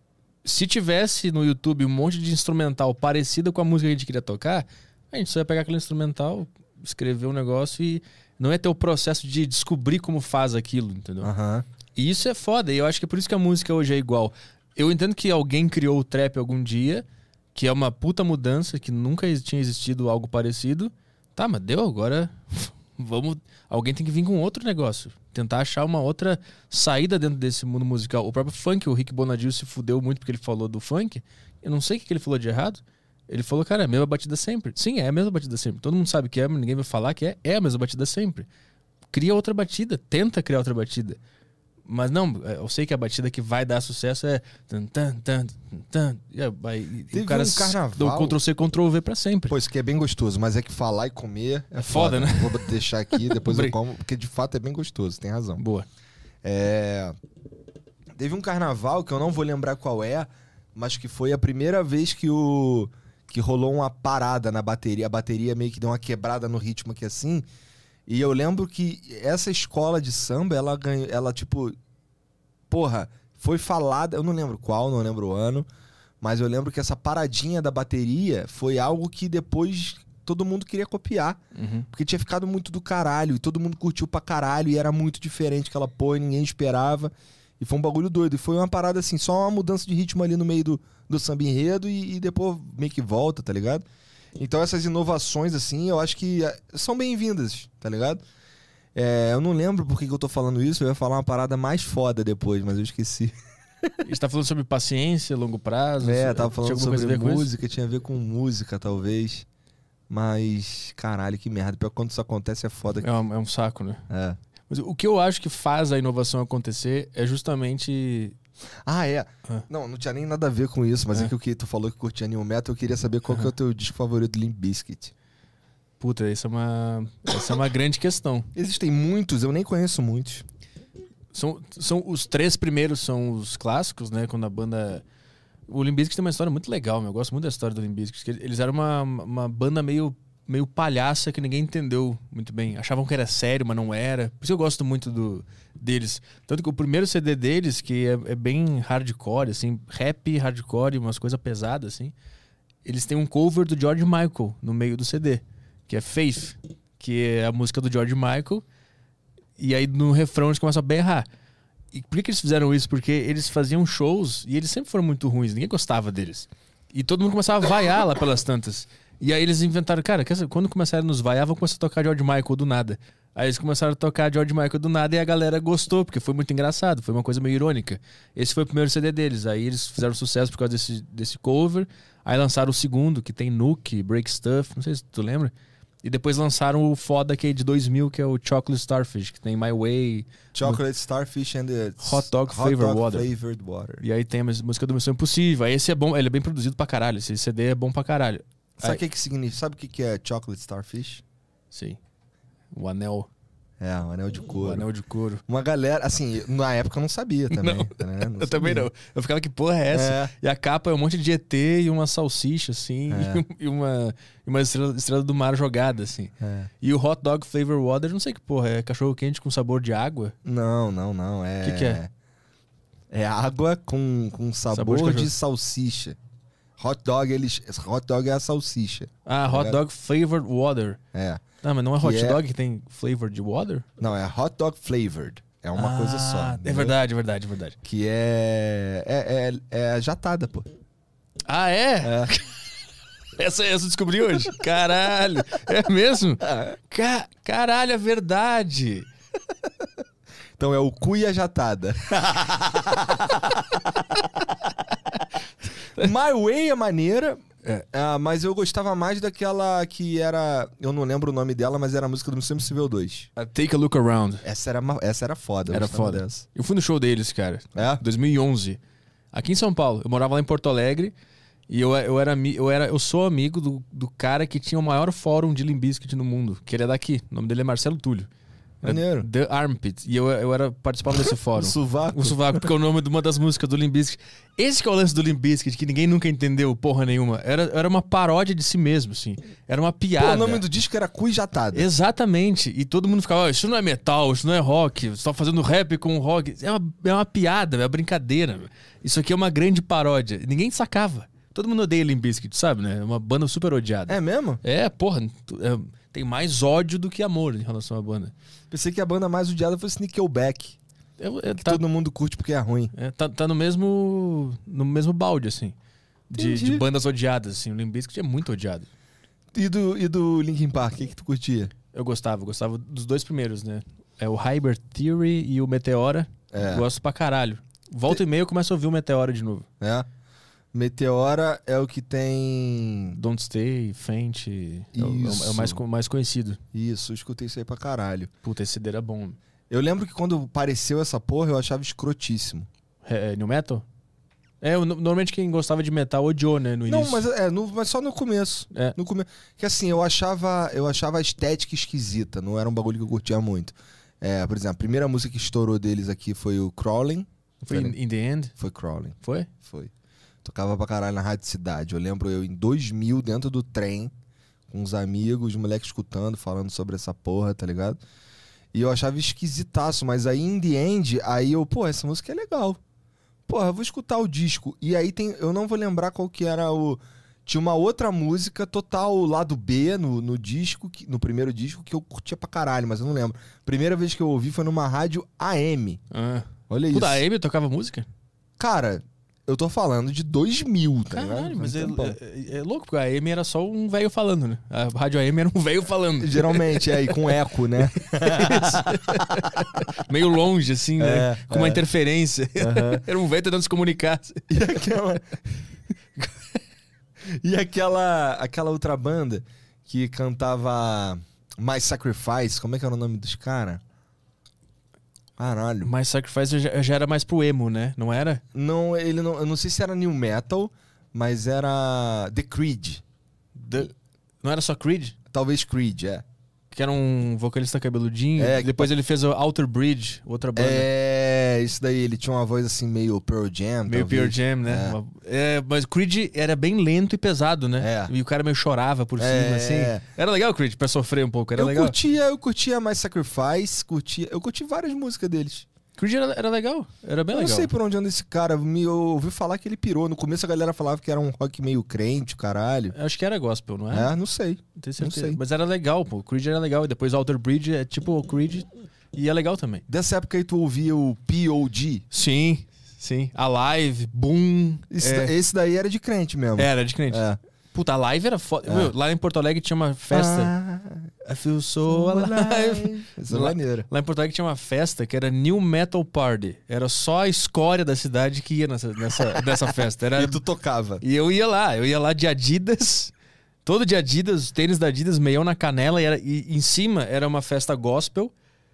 S1: Se tivesse no YouTube um monte de instrumental parecido com a música que a gente queria tocar, a gente só ia pegar aquele instrumental, escrever um negócio e não ia ter o processo de descobrir como faz aquilo, entendeu?
S3: Aham.
S1: E isso é foda, e eu acho que é por isso que a música hoje é igual. Eu entendo que alguém criou o trap algum dia, que é uma puta mudança, que nunca tinha existido algo parecido. Tá, mas deu, agora vamos... Alguém tem que vir com outro negócio. Tentar achar uma outra saída dentro desse mundo musical. O próprio funk, o Rick Bonadil se fudeu muito porque ele falou do funk. Eu não sei o que ele falou de errado. Ele falou, cara, é a mesma batida sempre. Sim, é a mesma batida sempre. Todo mundo sabe que é, mas ninguém vai falar que é. É a mesma batida sempre. Cria outra batida. Tenta criar outra batida. Mas não, eu sei que a batida que vai dar sucesso é... Tan, tan, tan, tan, e aí, e
S3: Teve
S1: o cara
S3: um carnaval-
S1: do Ctrl C, Ctrl V pra sempre.
S3: Pô, isso aqui é bem gostoso, mas é que falar e comer é,
S1: É foda, né?
S3: Vou deixar aqui, depois eu
S1: Obri-
S3: como, porque de fato é bem gostoso, tem razão.
S1: Boa.
S3: É... Teve um carnaval que eu não vou lembrar qual é, mas que foi a primeira vez que o que rolou uma parada na bateria. A bateria meio que deu uma quebrada no ritmo aqui assim. E eu lembro que essa escola de samba, ela ganhou, ela tipo, porra, foi falada, eu não lembro qual, não lembro o ano, Mas eu lembro que essa paradinha da bateria foi algo que depois todo mundo queria copiar.
S1: Uhum.
S3: Porque tinha ficado muito do caralho. E todo mundo curtiu pra caralho. E era muito diferente aquela porra. E ninguém esperava. E foi um bagulho doido. E foi uma parada assim, só uma mudança de ritmo ali no meio do, do samba enredo. E, e depois meio que volta, tá ligado? Então essas inovações, assim, eu acho que são bem-vindas, tá ligado? É, eu não lembro por que que eu tô falando isso. Eu ia falar uma parada mais foda depois, mas eu esqueci.
S1: A gente tá falando sobre paciência, longo prazo.
S3: É,
S1: tinha
S3: tava falando
S1: alguma coisa a
S3: sobre
S1: ver com isso?
S3: música. Tinha a ver com música, talvez. Mas, caralho, que merda. Pior que quando isso acontece é foda.
S1: É um, é um saco, né?
S3: É.
S1: Mas o que eu acho que faz a inovação acontecer é justamente...
S3: Ah, é.
S1: Ah.
S3: Não, não tinha nem nada a ver com isso, mas é,
S1: É.
S3: que o que tu falou que curtia New Metal, eu queria saber qual que é o teu disco favorito do Limp Bizkit.
S1: Puta, essa é uma, essa é uma grande questão.
S3: Existem muitos, eu nem conheço muitos.
S1: São, são os três primeiros são os clássicos, né? Quando a banda... O Limp Bizkit tem uma história muito legal, meu. Eu gosto muito da história do Limp Bizkit. que Eles eram uma, uma banda meio, meio palhaça que ninguém entendeu muito bem. Achavam que era sério, mas não era. Por isso eu gosto muito do, deles. Tanto que o primeiro C D deles, que é, é bem hardcore, assim, rap, hardcore, umas coisas pesadas, assim. Eles têm um cover do George Michael no meio do C D, que é Faith, que é a música do George Michael. E aí no refrão eles começam a berrar. E por que, que eles fizeram isso? Porque eles faziam shows e eles sempre foram muito ruins, ninguém gostava deles. E todo mundo começava a vaiar lá pelas tantas. E aí eles inventaram, cara, quando começaram a nos vaiar, vão começar a tocar George Michael do nada. Aí eles começaram a tocar George Michael do nada e a galera gostou, porque foi muito engraçado, foi uma coisa meio irônica. Esse foi o primeiro C D deles, aí eles fizeram sucesso por causa desse, desse cover. Aí lançaram o segundo, que tem Nuke, Break Stuff, não sei se tu lembra. E depois lançaram o foda que é de dois mil, que é o Chocolate Starfish, que tem My Way...
S3: Chocolate Starfish and the
S1: Hot Dog Flavored Water.
S3: Flavored Water.
S1: E aí tem a música do Missão Impossível. Aí esse é bom, ele é bem produzido pra caralho. Esse C D é bom pra caralho.
S3: Sabe o
S1: Aí-
S3: que que significa? Sabe o que que é Chocolate Starfish?
S1: Sim. O anel.
S3: É, um anel de
S1: O
S3: couro.
S1: anel de couro.
S3: Uma galera, assim, na época eu não sabia também.
S1: Não.
S3: né? Não
S1: Eu também
S3: sabia.
S1: não. Eu ficava, que porra é essa?
S3: É.
S1: E a capa é um monte de E T e uma salsicha, assim.
S3: É.
S1: E uma, e uma estrela, estrela do mar jogada, assim.
S3: É.
S1: E o Hot Dog Flavor Water, não sei que porra. É cachorro quente com sabor de água?
S3: Não, não, não. É...
S1: Que que é?
S3: É água com, com sabor,
S1: Sabor de
S3: de,
S1: cachorro.
S3: salsicha. Hot dog, eles... Hot dog é a salsicha.
S1: Ah, Hot Dog Flavored Water.
S3: É.
S1: Ah, mas não é
S3: Que
S1: hot
S3: é-
S1: dog que tem flavor de water?
S3: Não, é hot dog flavored. É uma
S1: Ah,
S3: coisa só.
S1: É
S3: entendeu?
S1: verdade, é verdade, é verdade.
S3: Que é... É, é, é jatada, pô.
S1: Ah, é?
S3: É.
S1: Essa, essa eu descobri hoje. Caralho. É mesmo? Ca- caralho, é verdade.
S3: Então é o cu e a jatada. My Way é maneira,
S1: É.
S3: ah, mas eu gostava mais daquela que era... Eu não lembro o nome dela, mas era a música do Missão Impossível dois.
S1: Uh, Take a Look Around.
S3: Essa era, ma- essa era foda. eu
S1: Era
S3: gostava
S1: foda.
S3: dessa.
S1: Eu fui no show deles, cara.
S3: É?
S1: dois mil e onze. Aqui em São Paulo. Eu morava lá em Porto Alegre. E eu, eu, era, ami- eu, era, eu sou amigo do, do cara que tinha o maior fórum de Limp Bizkit no mundo. Que ele é daqui. O nome dele é Marcelo Túlio. Era
S3: Maneiro.
S1: The Armpit. E eu, eu era, participava desse
S3: O
S1: fórum.
S3: sovaco.
S1: O sovaco, porque é o nome de uma das músicas do Limp Bizkit. Esse que é o lance do Limp Bizkit, que ninguém nunca entendeu porra nenhuma. Era, era uma paródia de si mesmo, assim. Era uma
S3: Pô,
S1: piada.
S3: o nome do disco era Cu e Jatada.
S1: Exatamente. E todo mundo ficava, "Ah, isso não é metal, isso não é rock, você tá fazendo rap com rock." É uma, é uma piada, é uma brincadeira. Isso aqui é uma grande paródia. Ninguém sacava. Todo mundo odeia Limp Bizkit, sabe, né? É uma banda super odiada.
S3: É mesmo?
S1: É, porra, tu- é, tem mais ódio do que amor em relação à banda.
S3: Pensei que a banda mais odiada fosse Nickelback.
S1: É, é,
S3: Que
S1: tá,
S3: todo mundo curte porque é ruim.
S1: é, tá, tá no mesmo no mesmo balde, assim. De,
S3: Entendi.
S1: de bandas odiadas, assim. O Limp Bizkit é muito odiado.
S3: E do, e do Linkin Park, o que, que tu curtia?
S1: Eu gostava, eu gostava dos dois primeiros, né? É o Hybrid Theory e o Meteora.
S3: É.
S1: Gosto pra caralho. Volta e meia eu começo a ouvir o Meteora de novo.
S3: É? Meteora é o que tem...
S1: Don't Stay, Faint, é o, é o- é o mais, co- mais conhecido.
S3: Isso, eu escutei isso aí pra caralho.
S1: Puta, esse C D era bom.
S3: Eu lembro que quando apareceu essa porra, eu achava escrotíssimo.
S1: É, é New Metal? É, eu- normalmente quem gostava de metal odiou, né, no início.
S3: Não, mas, é, no- mas só no começo.
S1: É.
S3: No come... Que assim, eu achava, eu achava a estética esquisita, não era um bagulho que eu curtia muito. É, por exemplo, a primeira música que estourou deles aqui foi o Crawling.
S1: Foi in, in the End?
S3: Foi Crawling,
S1: Foi?
S3: foi. Tocava pra caralho na Rádio Cidade. Eu lembro eu em dois mil, dentro do trem, com uns amigos, os moleques escutando, falando sobre essa porra, tá ligado? E eu achava esquisitaço, mas aí, in the end, aí eu, pô, essa música é legal. porra, eu vou escutar o disco. E aí tem, eu não vou lembrar qual que era o... Tinha uma outra música total lado B no, no disco, que, no primeiro disco, que eu curtia pra caralho, mas eu não lembro. Primeira vez que eu ouvi foi numa rádio A M.
S1: Ah.
S3: Olha
S1: Puta,
S3: isso.
S1: a Amy tocava música?
S3: Cara, eu tô falando de dois mil, tá ligado?
S1: Caralho, mas
S3: Um
S1: é,
S3: tempão.
S1: é, é louco, porque a A M era só um velho falando, né? A rádio A M era um velho falando.
S3: Geralmente, é, e com eco, né?
S1: Meio longe, assim, né?
S3: É,
S1: Com uma
S3: é.
S1: interferência.
S3: Aham.
S1: Era um velho tentando se comunicar.
S3: E aquela... e aquela, aquela outra banda que cantava My Sacrifice, como é que era o nome dos caras? Caralho.
S1: Mas Sacrifice já, já era mais pro emo, né? Não era?
S3: Não, ele não, eu não sei se era New Metal, mas era The Creed.
S1: The- Não era só Creed?
S3: Talvez Creed, é.
S1: Que era um vocalista cabeludinho.
S3: É, que
S1: Depois ele fez o Outer Bridge, outra banda.
S3: É, isso daí, ele tinha uma voz assim meio Pearl Jam,
S1: Meio
S3: talvez.
S1: Pure Jam, né?
S3: É.
S1: Uma- é, mas Creed era bem lento e pesado, né?
S3: É.
S1: E o cara meio chorava por cima,
S3: É.
S1: assim. Era legal o Creed, pra sofrer um pouco, era
S3: eu
S1: legal.
S3: curtia, eu curtia mais Sacrifice, curtia, eu curti várias músicas deles.
S1: Creed era, era legal, era bem
S3: eu
S1: legal.
S3: não sei por onde anda esse cara, me eu ouvi falar que ele pirou. No começo a galera falava que era um rock meio crente, caralho.
S1: Acho que era gospel, não é?
S3: É, não sei.
S1: Não tenho certeza.
S3: sei.
S1: Mas era legal, pô. O Creed era legal. E depois o Outer Bridge é tipo o Creed e é legal também.
S3: Dessa época aí tu ouvia o P O D.
S1: Sim, sim. Alive, Boom.
S3: Esse,
S1: é.
S3: da- esse daí era de crente mesmo.
S1: Era de crente.
S3: É.
S1: Puta, a Live era foda.
S3: É.
S1: Meu, lá em Porto Alegre tinha uma festa.
S3: Ah,
S1: I feel so alive.
S3: Essa é
S1: Lá-
S3: maneira.
S1: Lá em Porto Alegre tinha uma festa que era New Metal Party. Era só a escória da cidade que ia nessa, nessa, nessa festa. Era...
S3: E tu tocava.
S1: E eu ia lá, eu ia lá de Adidas, todo de Adidas, tênis da Adidas, meião na canela, e, era, e em cima era uma festa gospel.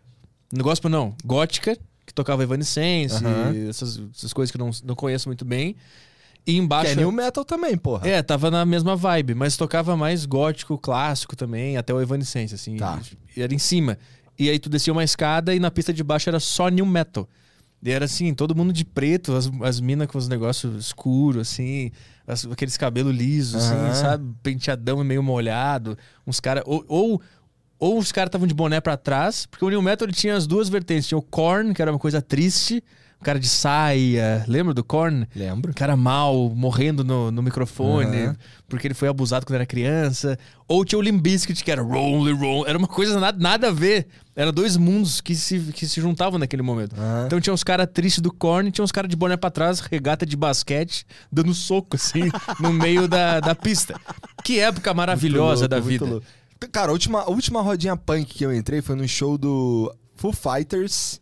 S1: No gospel não, gótica, que tocava Evanescence,
S3: Aham.
S1: essas, essas coisas que eu não, não conheço muito bem. E
S3: Que
S1: embaixo...
S3: é New Metal também, porra.
S1: É, tava na mesma vibe, mas tocava mais gótico, clássico também, até o Evanescence, assim.
S3: Tá.
S1: E era em cima. E aí tu descia uma escada e na pista de baixo era só new metal. E era assim, todo mundo de preto, as, as minas com os negócios escuros, assim, as- aqueles cabelos lisos,
S3: Aham.
S1: assim, sabe? Penteadão e meio molhado. Uns caras... Ou, ou, ou os caras estavam de boné pra trás, porque o new metal ele tinha as duas vertentes. Tinha o Korn, que era uma coisa triste, um cara de saia. Lembra do Korn?
S3: Lembro.
S1: Um cara mal, morrendo no, no microfone,
S3: Aham.
S1: porque ele foi abusado quando era criança. Ou tinha o Limp Bizkit, que era Rolling, Roll. Era uma coisa nada, nada a ver. Era dois mundos que se, que se juntavam naquele momento.
S3: Aham.
S1: Então tinha uns caras tristes do Korn, tinha uns caras de boné pra trás, regata de basquete, dando soco, assim, no meio da, da pista. Que época maravilhosa
S3: Muito
S1: da
S3: louco, muito
S1: vida.
S3: louco. Cara, a última, a última rodinha punk que eu entrei foi no show do Foo Fighters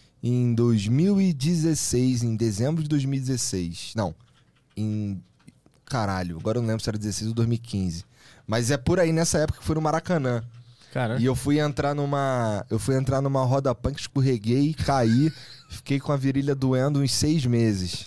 S3: em dois mil e dezesseis, em dezembro de dois mil e dezesseis. Não, em... Caralho, agora eu não lembro se era dezesseis ou dois mil e quinze. Mas é por aí nessa época que foi no Maracanã.
S1: Cara,
S3: E eu fui entrar numa. Eu fui entrar numa roda punk, escorreguei, caí, fiquei com a virilha doendo uns seis meses.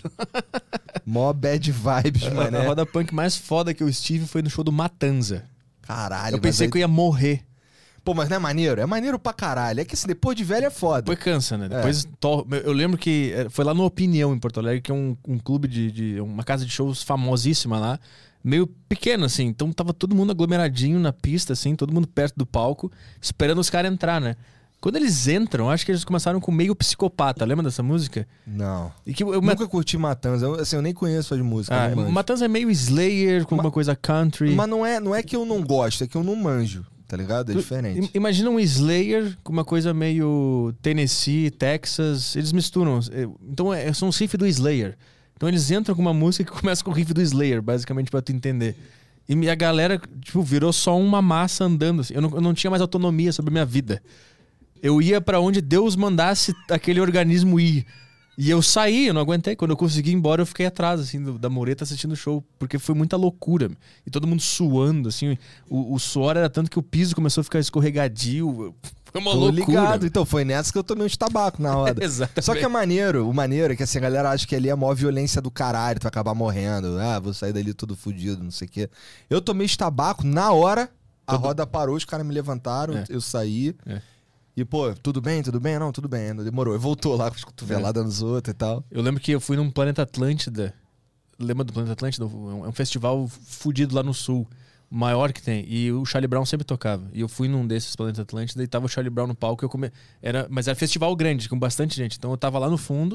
S3: Mó bad vibes,
S1: a,
S3: mano.
S1: a roda punk mais foda que eu estive foi no show do Matanza.
S3: Caralho,
S1: Eu pensei
S3: mas aí-
S1: que eu ia morrer.
S3: Pô, mas não é maneiro? É maneiro pra caralho. É que assim, depois de velho é foda.
S1: Depois cansa, né? Depois to- eu lembro que eh, foi lá no Opinião, em Porto Alegre, que é um, um clube de, de- uma casa de shows famosíssima lá, meio pequeno, assim. Então tava todo mundo aglomeradinho na pista, assim, todo mundo perto do palco, esperando os caras entrar, né? Quando eles entram, acho que eles começaram com meio psicopata. Lembra dessa música?
S3: Não.
S1: E que eu,
S3: Eu nunca curti Matanza. Eu, assim, eu nem conheço as músicas.
S1: ah,
S3: não manjo.
S1: Matanza é meio Slayer, com
S3: Ma-
S1: uma coisa country.
S3: Mas não é, não é que eu não gosto, é que eu não manjo. Tá ligado? É diferente.
S1: I- Imagina um Slayer com uma coisa meio Tennessee, Texas. Eles misturam. eh, Então é, são os riffs do Slayer. Então eles entram com uma música que começa com o riff do Slayer, basicamente, pra tu entender. E me- a galera, tipo, virou só uma massa andando. Assim. Eu, não, eu não tinha mais autonomia sobre a minha vida. Eu ia pra onde Deus mandasse aquele organismo ir. E eu saí, eu não aguentei. Quando eu consegui ir embora, eu fiquei atrás, assim, do- da mureta assistindo o show. Porque foi muita loucura. E todo mundo suando, assim. O, o suor era tanto que o piso começou a ficar escorregadio. Foi uma
S3: Tô
S1: loucura.
S3: ligado. Então, foi nessa que eu tomei uns tabaco na roda.
S1: Exatamente.
S3: Só que é maneiro, o maneiro é que assim, a galera acha que ali é a maior violência do caralho, tu vai acabar morrendo. Ah, vou sair dali todo fudido, não sei o quê. Eu tomei esse tabaco, na hora, a
S1: Todo-
S3: roda parou, os caras me levantaram,
S1: É.
S3: eu saí.
S1: É.
S3: E, pô, tudo bem, tudo bem? Não, tudo bem. Demorou. E voltou lá com os cotoveladas nos outros e tal.
S1: Eu lembro que eu fui num Planeta Atlântida. Lembra do Planeta Atlântida? É um festival fudido lá no sul. Maior que tem. E o Charlie Brown sempre tocava. E eu fui num desses Planeta Atlântida e tava o Charlie Brown no palco. E eu come... era... Mas era festival grande, com bastante gente. Então eu tava lá no fundo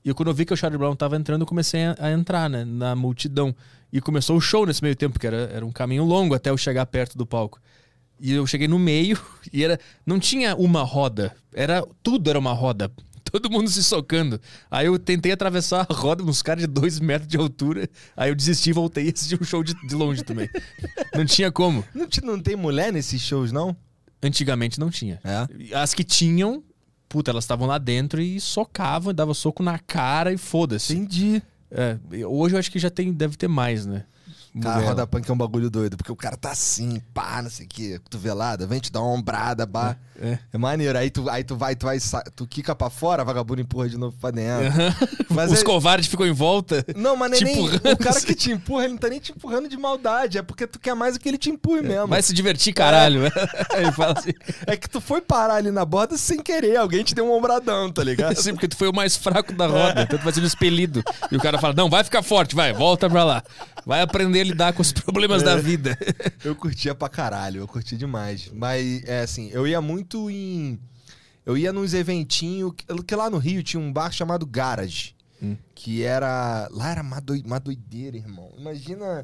S1: E eu, quando eu vi que o Charlie Brown tava entrando, eu comecei a, a entrar, né, na multidão. E começou o show nesse meio tempo, porque era, era um caminho longo até eu chegar perto do palco. E eu cheguei no meio e era, não tinha uma roda, era, tudo era uma roda. Todo mundo se socando. Aí eu tentei atravessar a roda, uns caras de dois metros de altura. Aí eu desisti e voltei a assistir um show de, de longe também. Não tinha como.
S3: Não, te- não tem mulher nesses shows, não?
S1: Antigamente não tinha.
S3: É.
S1: As que tinham, puta, elas estavam lá dentro e socavam, dava soco na cara e foda-se.
S3: Entendi.
S1: É, hoje eu acho que já tem, deve ter mais, né?
S3: Cara,
S1: Mulher.
S3: roda punk é um bagulho doido, porque o cara tá assim, pá, não sei o que, cotovelada, vem te dar uma ombrada, pá.
S1: É.
S3: É maneiro. Aí tu, aí tu vai, tu vai, sa- tu quica pra fora, vagabundo empurra de novo pra dentro. Mas
S1: Os
S3: é-
S1: covardes ficam em volta.
S3: Não, mas não é
S1: te
S3: nem.
S1: empurrando,
S3: O cara
S1: assim.
S3: que te empurra, ele não tá nem te empurrando de maldade. É porque tu quer mais do que ele te empurre mesmo.
S1: Vai se divertir, caralho. Ele fala assim.
S3: É que tu foi parar ali na borda sem querer. Alguém te deu um ombradão, tá ligado?
S1: Assim, porque tu foi o mais fraco da roda, então tu vai sendo expelido. E o cara fala, não, vai ficar forte, vai, volta pra lá. Vai aprender a lidar com os problemas da vida.
S3: Eu curtia pra caralho, eu curti demais. Mas, é assim, eu ia muito em... Eu ia nos eventinhos... Que que lá no Rio tinha um bar chamado Garage.
S1: Hum.
S3: Que era... Lá era uma, doi- uma doideira, irmão. Imagina...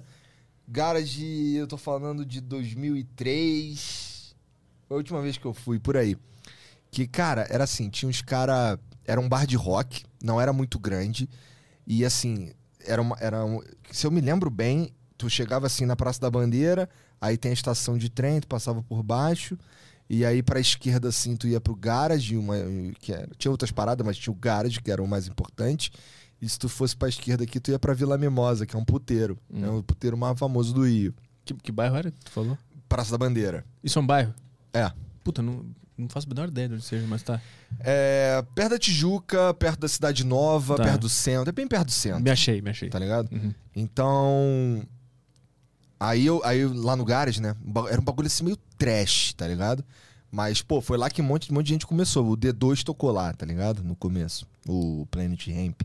S3: Garage, eu tô falando de dois mil e três... Foi a última vez que eu fui, por aí. Que, cara, era assim, tinha uns cara... Era um bar de rock, não era muito grande. E, assim, era uma... Era um, se eu me lembro bem, tu chegava assim na Praça da Bandeira, aí tem a estação de trem, tu passava por baixo... E aí pra esquerda, assim, tu ia pro Garage, uma, que era, tinha outras paradas, mas tinha o Garage, que era o mais importante. E se tu fosse pra esquerda aqui, tu ia pra Vila Mimosa, que é um puteiro.
S1: Hum.
S3: É o puteiro mais famoso do Rio.
S1: Que, que bairro era que tu falou?
S3: Praça da Bandeira.
S1: Isso é um bairro?
S3: É.
S1: Puta, não, não faço a menor ideia de onde seja, mas tá.
S3: É perto da Tijuca, perto da Cidade Nova,
S1: Tá.
S3: perto do centro. É bem perto do centro,
S1: Me achei, me achei.
S3: tá ligado?
S1: Uhum.
S3: Então... Aí, eu, aí eu, lá no Garage, né? um ba- Era um bagulho assim meio trash, tá ligado? Mas, pô, foi lá que um monte, um monte de gente começou. O D dois tocou lá, tá ligado? No começo. O Planet Hemp.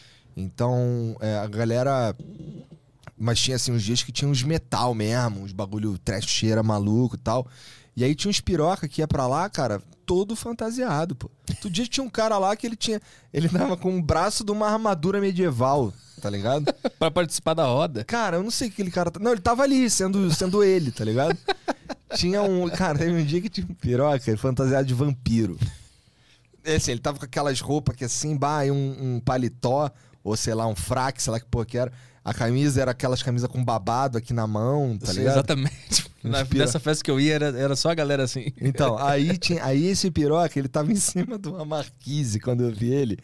S3: Então, é, a galera... Mas tinha, assim, uns dias que tinha uns metal mesmo, uns bagulho trecheira maluco e tal. E aí tinha uns piroca que ia pra lá, cara, todo fantasiado, pô. Outro dia tinha um cara lá que ele tinha... Ele tava com o braço de uma armadura medieval, tá ligado?
S1: Pra participar da roda.
S3: Cara, eu não sei que aquele cara... tá- Não, ele tava ali, sendo, sendo ele, tá ligado? Tinha um... Cara, teve um dia que tinha um piroca fantasiado de vampiro. É assim, ele tava com aquelas roupas que assim, bah, e um, um paletó, ou sei lá, um fraque, sei lá que porra que era. A camisa era aquelas camisas com babado aqui na mão, tá
S1: Sim,
S3: ligado?
S1: exatamente. Na,
S3: Inspira.
S1: nessa festa que eu ia, era, era só a galera assim.
S3: Então, aí, tinha, aí esse piroca, ele tava em cima de uma marquise quando eu vi ele.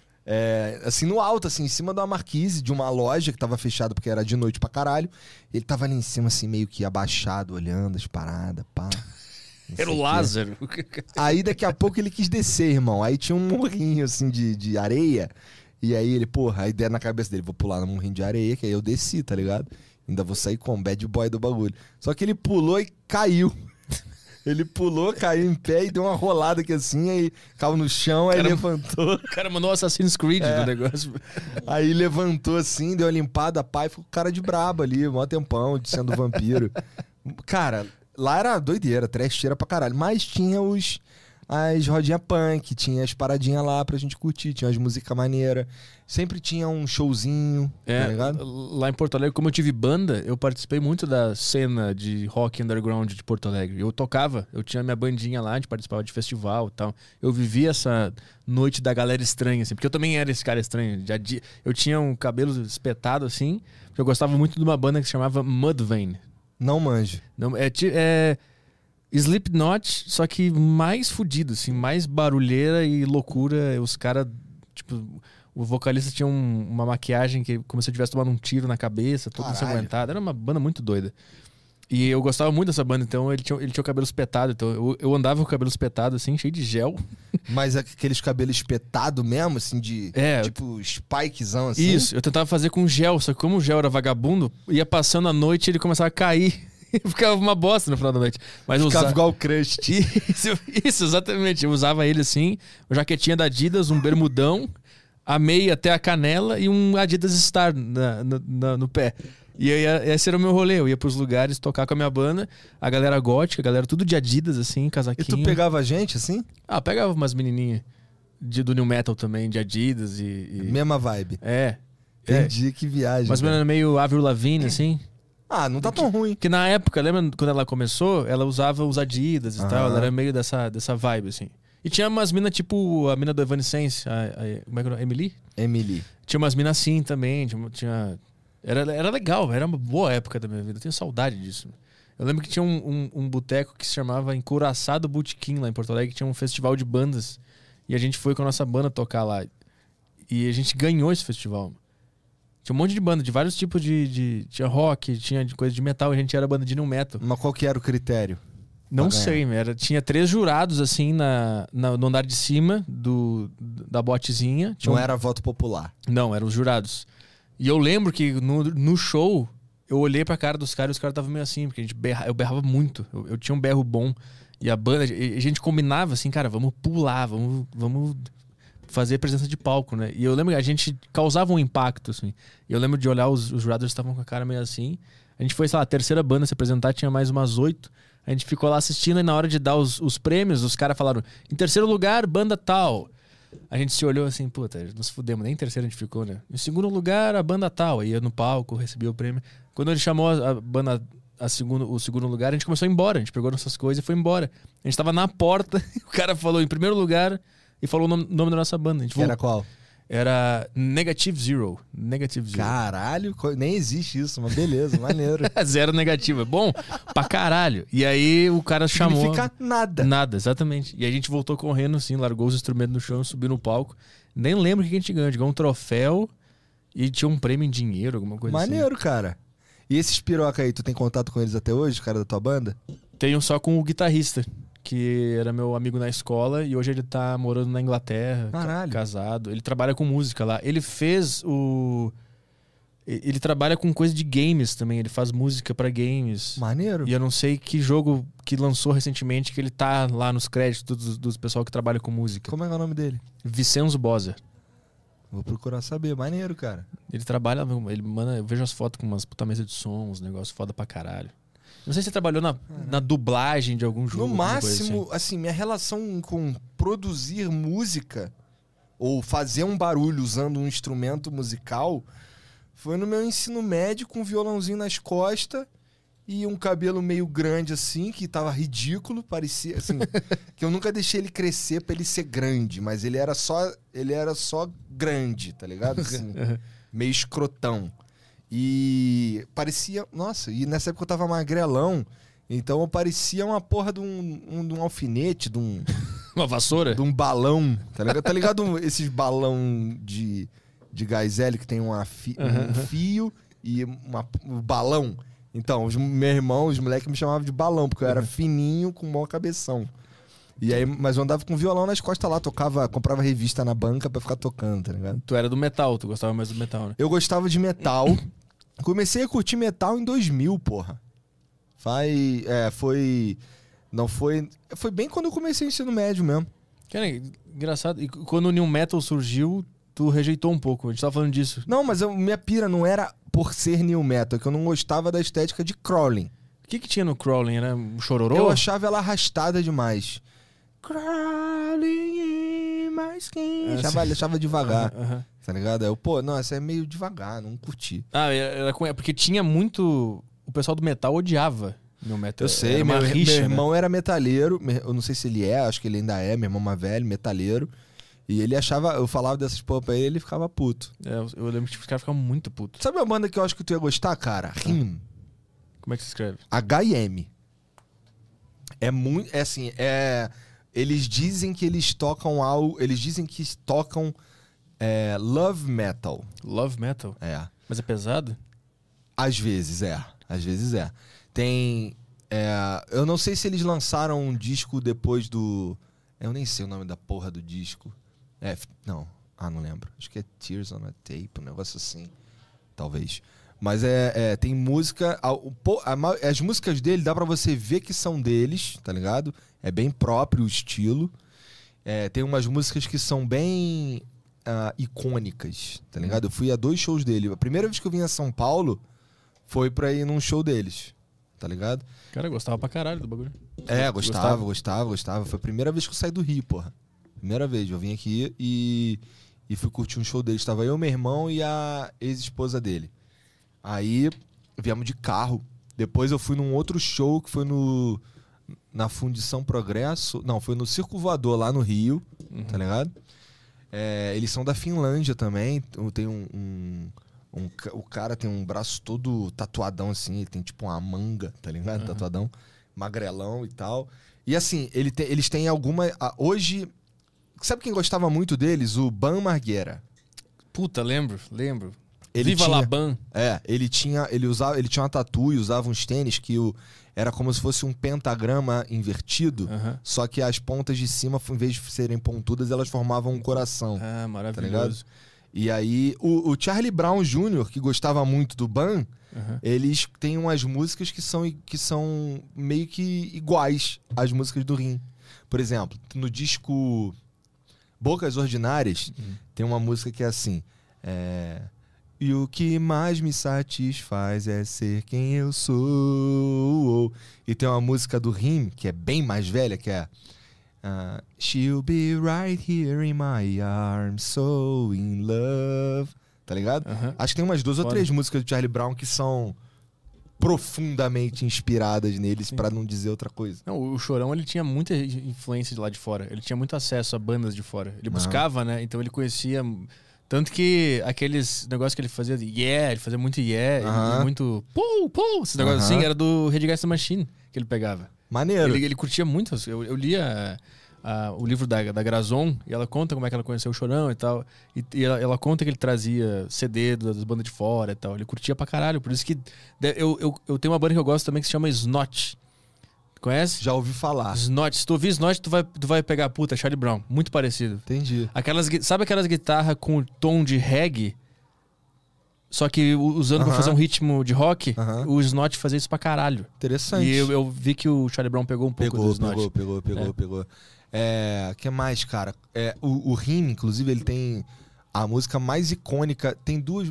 S3: É, assim, no alto, assim, em cima de uma marquise de uma loja que tava fechada porque era de noite pra caralho. Ele tava ali em cima, assim, meio que abaixado, olhando as paradas, pá. Não
S1: Era
S3: sei
S1: o
S3: quê.
S1: Lázaro.
S3: Aí daqui a pouco ele quis descer, irmão. Aí tinha um morrinho, assim, de, de areia. E aí ele, porra, a ideia na cabeça dele, vou pular no morrinho de areia, que aí eu desci, tá ligado? Ainda vou sair com o bad boy do bagulho. Só que ele pulou e caiu. Ele pulou, caiu em pé e deu uma rolada aqui assim, aí caiu no chão, aí
S1: Cara,
S3: levantou.
S1: O cara mandou o Assassin's Creed
S3: É.
S1: do negócio.
S3: Aí levantou assim, deu uma limpada, pá, e ficou com cara de brabo ali, mó tempão, de sendo vampiro. Cara, lá era doideira, trecheira pra caralho. Mas tinha os... As rodinhas punk, tinha as paradinhas lá pra gente curtir, tinha as músicas maneiras. Sempre tinha um showzinho,
S1: É,
S3: tá ligado?
S1: lá em Porto Alegre, como eu tive banda, eu participei muito da cena de rock underground de Porto Alegre. Eu tocava, eu tinha minha bandinha lá, a gente participava de festival e tal. Eu vivi essa noite da galera estranha, assim, porque eu também era esse cara estranho. Já di- Eu tinha um cabelo espetado, assim, porque eu gostava muito de uma banda que se chamava Mudvayne.
S3: Não manjo.
S1: Não, é, ti- é Slipknot, só que mais fudido, assim, mais barulheira e loucura. Os caras, tipo, o vocalista tinha um- uma maquiagem que como se eu tivesse tomado um tiro na cabeça, todo
S3: Caralho.
S1: ensanguentado. Era uma banda muito doida. E eu gostava muito dessa banda, então ele tinha, ele tinha o cabelo espetado. Então eu, eu andava com o cabelo espetado, assim, cheio de gel.
S3: Mas aqueles cabelos espetados mesmo, assim, de...
S1: É.
S3: Tipo, spikezão, assim.
S1: Isso, eu tentava fazer com gel, só que como o gel era vagabundo, ia passando a noite e ele começava a cair. E ficava uma bosta no final da noite. Mas eu
S3: Ficava
S1: usava...
S3: igual o Crust.
S1: Isso, isso, exatamente. Eu usava ele assim, uma jaquetinha da Adidas, um bermudão, a meia até a canela e um Adidas Star na, na- na- no pé. E aí, esse era o meu rolê. Eu ia pros lugares tocar com a minha banda, a galera gótica, a galera tudo de Adidas, assim,
S3: E
S1: casaquinho.
S3: tu pegava a gente, assim?
S1: Ah, pegava umas menininhas. de, do New Metal também, de Adidas e... e...
S3: Mesma vibe.
S1: É.
S3: Entendi, é. Que viagem.
S1: Mas
S3: cara.
S1: meio Avril Lavigne, assim.
S3: Ah, não tá tão ruim.
S1: Porque na época, lembra quando ela começou, ela usava os Adidas e
S3: Aham.
S1: tal, ela era meio dessa, dessa vibe, assim. E tinha umas minas tipo a mina do Evanescence, a, a, como é que é o nome? Emily?
S3: Emily.
S1: Tinha umas minas assim também, tinha... tinha era, era legal, era uma boa época da minha vida, eu tenho saudade disso. Eu lembro que tinha um, um, um boteco que se chamava Encouraçado Botequim lá em Porto Alegre, que tinha um festival de bandas. E a gente foi com a nossa banda tocar lá. E a gente ganhou esse festival. Tinha um monte de banda, de vários tipos de... de tinha rock, tinha coisa de metal, a gente era banda de new metal.
S3: Mas qual que era o critério?
S1: Não sei, era, tinha três jurados assim na, na, no andar de cima do, da botezinha. Tinha
S3: Não
S1: um...
S3: era voto popular.
S1: Não, eram os jurados. E eu lembro que no, no show, eu olhei pra cara dos caras e os caras estavam meio assim, porque a gente berra, eu berrava muito. Eu, eu tinha um berro bom. E a banda, a gente combinava assim, cara, vamos pular, vamos, vamos fazer presença de palco, né? E eu lembro que a gente causava um impacto, assim. E eu lembro de olhar, os, os jurados estavam com a cara meio assim. A gente foi, sei lá, a terceira banda a se apresentar, tinha mais umas oito. A gente ficou lá assistindo e na hora de dar os, os prêmios, os caras falaram, em terceiro lugar, banda tal. A gente se olhou assim, puta, nos fudemos, nem em terceiro a gente ficou, né? Em segundo lugar, a banda tal. Aí ia no palco, recebia o prêmio. Quando ele chamou a, a banda, a segundo, o segundo lugar, a gente começou a ir embora. A gente pegou nossas coisas e foi embora. A gente tava na porta, o cara falou em primeiro lugar e falou o nome, nome da nossa banda. A gente
S3: Que era qual?
S1: Era Negative Zero. Negative Zero.
S3: Caralho, nem existe isso, mas beleza, maneiro.
S1: Zero negativo. É bom pra caralho. E aí o cara chamou...
S3: Significa nada.
S1: Nada, exatamente. E a gente voltou correndo assim, largou os instrumentos no chão, subiu no palco. Nem lembro o que a gente ganhou. A gente ganhou um troféu e tinha um prêmio em dinheiro, alguma coisa
S3: Maneiro,
S1: assim.
S3: cara. E esses piroca aí, tu tem contato com eles até hoje, cara da tua banda?
S1: Tenho só com o guitarrista, que era meu amigo na escola e hoje ele tá morando na Inglaterra, ca- casado. Ele trabalha com música lá. Ele fez o... Ele trabalha com coisa de games também, ele faz música pra games.
S3: Maneiro.
S1: E eu não sei que jogo que lançou recentemente que ele tá lá nos créditos dos, dos pessoal que trabalha com música.
S3: Como é que é o nome dele?
S1: Vicenzo Bozer.
S3: Vou procurar saber. Maneiro, cara.
S1: Ele trabalha, ele manda, eu vejo as fotos com umas puta mesa de som, uns negócios foda pra caralho. Não sei se você trabalhou na, na dublagem de algum jogo.
S3: No máximo, assim. assim, minha relação com produzir música ou fazer um barulho usando um instrumento musical foi no meu ensino médio com um violãozinho nas costas e um cabelo meio grande assim, que tava ridículo, parecia assim, que eu nunca deixei ele crescer pra ele ser grande, mas ele era só, ele era só grande, tá ligado? Assim, meio escrotão. E parecia... Nossa, e nessa época eu tava magrelão, então eu parecia uma porra de um, um, de um alfinete, de um...
S1: Uma vassoura?
S3: De um balão, tá ligado? Tá ligado esses balão de, de gás hélio que tem uma fi,
S1: Uhum.
S3: um fio e uma, um balão? Então, os, meu irmão, os moleques me chamavam de balão, porque eu era fininho com maior cabeção. E aí, mas eu andava com violão nas costas lá, tocava, comprava revista na banca pra ficar tocando, tá ligado?
S1: Tu era do metal, tu gostava mais do metal, né?
S3: Eu gostava de metal. Comecei a curtir metal em dois mil, porra. Faz, é, foi... Não foi... Foi bem quando eu comecei o ensino médio mesmo.
S1: Cara, engraçado. E quando o New Metal surgiu, tu rejeitou um pouco. A gente tava falando disso.
S3: Não, mas eu, minha pira não era por ser new metal, é que eu não gostava da estética de crawling.
S1: O que que tinha no Crawling? Era um chororô?
S3: Eu achava ela arrastada demais. Crawling in my skin.
S1: É,
S3: Achava, achava devagar,
S1: Aham, aham.
S3: tá ligado? Aí eu, pô, não, essa é meio devagar, não curti.
S1: Ah, era com... porque tinha muito... O pessoal do metal odiava New Metal.
S3: Eu sei,
S1: era uma
S3: meu,
S1: rixa,
S3: meu
S1: né?
S3: irmão era metaleiro, me- eu não sei se ele é, acho que ele ainda é, meu irmão mais velho, metaleiro. E ele achava, eu falava dessas porra pra ele, ele ficava puto.
S1: É, eu- eu lembro que os caras ficavam muito putos.
S3: Sabe uma banda que eu acho que tu ia gostar, cara? Rim.
S1: Como é que se escreve?
S3: H I M. É muito, é assim, é... Eles dizem que eles tocam algo, eles dizem que tocam é, love metal.
S1: Love Metal?
S3: É.
S1: Mas é pesado?
S3: Às vezes é, às vezes é. Tem, é, eu não sei se eles lançaram um disco depois do, eu nem sei o nome da porra do disco. É, f- não, ah, não lembro. Acho que é Tears on a Tape, um negócio assim, talvez. Mas é, é, tem música, a, o po- a ma- as músicas dele dá pra você ver que são deles, tá ligado? É bem próprio o estilo. É, tem umas músicas que são bem ah, icônicas, tá ligado? Eu fui a dois shows dele. A primeira vez que eu vim a São Paulo foi pra ir num show deles, tá ligado?
S1: Cara, eu gostava pra caralho do bagulho.
S3: É, gostava, gostava, gostava. Foi a primeira vez que eu saí do Rio, porra. Primeira vez, eu vim aqui e, e fui curtir um show dele. Estava eu, meu irmão e a ex-esposa dele. Aí viemos de carro. Depois eu fui num outro show que foi no na Fundição Progresso. Não, foi no Circo Voador lá no Rio, uhum. tá ligado? É, eles são da Finlândia também. Tem um, um, um... O cara tem um braço todo tatuadão assim. Ele tem tipo uma manga, tá ligado? Uhum. Tatuadão. Magrelão e tal. E assim, ele te, eles têm alguma... Hoje... Sabe quem gostava muito deles? O Bam Margera.
S1: Puta, lembro, lembro.
S3: Ele
S1: Viva
S3: tinha,
S1: la Bam.
S3: É, ele tinha, ele usava, ele tinha uma tatu e usava uns tênis que o, era como se fosse um pentagrama invertido,
S1: uhum.
S3: só que as pontas de cima, em vez de serem pontudas, elas formavam um coração.
S1: Ah, maravilhoso.
S3: Tá e aí, o, o Charlie Brown Júnior, que gostava muito do Bam, uhum. eles têm umas músicas que são, que são meio que iguais às músicas do Rim. Por exemplo, no disco Bocas Ordinárias, uhum. tem uma música que é assim... É... E o que mais me satisfaz é ser quem eu sou. E tem uma música do Rim, que é bem mais velha, que é... Uh, She'll be right here in my arms, so in love. Tá ligado?
S1: Uh-huh.
S3: Acho que tem umas duas
S1: Foda.
S3: ou três músicas do Charlie Brown que são profundamente inspiradas neles, pra não dizer outra coisa.
S1: Não, o Chorão, ele tinha muita influência de lá de fora. Ele tinha muito acesso a bandas de fora. Ele buscava, né? Então ele conhecia... Tanto que aqueles negócios que ele fazia de yeah, ele fazia muito yeah,
S3: uh-huh.
S1: e muito pô, pô, esse negócio uh-huh. assim, era do Rage Against the Machine que ele pegava.
S3: Maneiro.
S1: Ele, ele curtia muito. Eu, eu lia uh, o livro da, da Grazon e ela conta como é que ela conheceu o Chorão e tal. E, e ela, ela conta que ele trazia C D das bandas de fora e tal. Ele curtia pra caralho. Por isso que eu, eu, eu tenho uma banda que eu gosto também que se chama Snot. Conhece?
S3: Já ouvi falar.
S1: Snot. Se tu ouvir Snot, tu vai, tu vai pegar, puta, Charlie Brown. Muito parecido.
S3: Entendi.
S1: Aquelas, sabe aquelas guitarras com tom de reggae? Só que usando uh-huh. pra fazer um ritmo de rock?
S3: Uh-huh.
S1: O Snot fazia isso pra caralho.
S3: Interessante.
S1: E eu, eu vi que o Charlie Brown pegou um pouco
S3: pegou,
S1: do Snot.
S3: Pegou, pegou, pegou,
S1: é.
S3: pegou. É, o que mais, cara? É, o, o Rim, inclusive, ele tem a música mais icônica. Tem duas...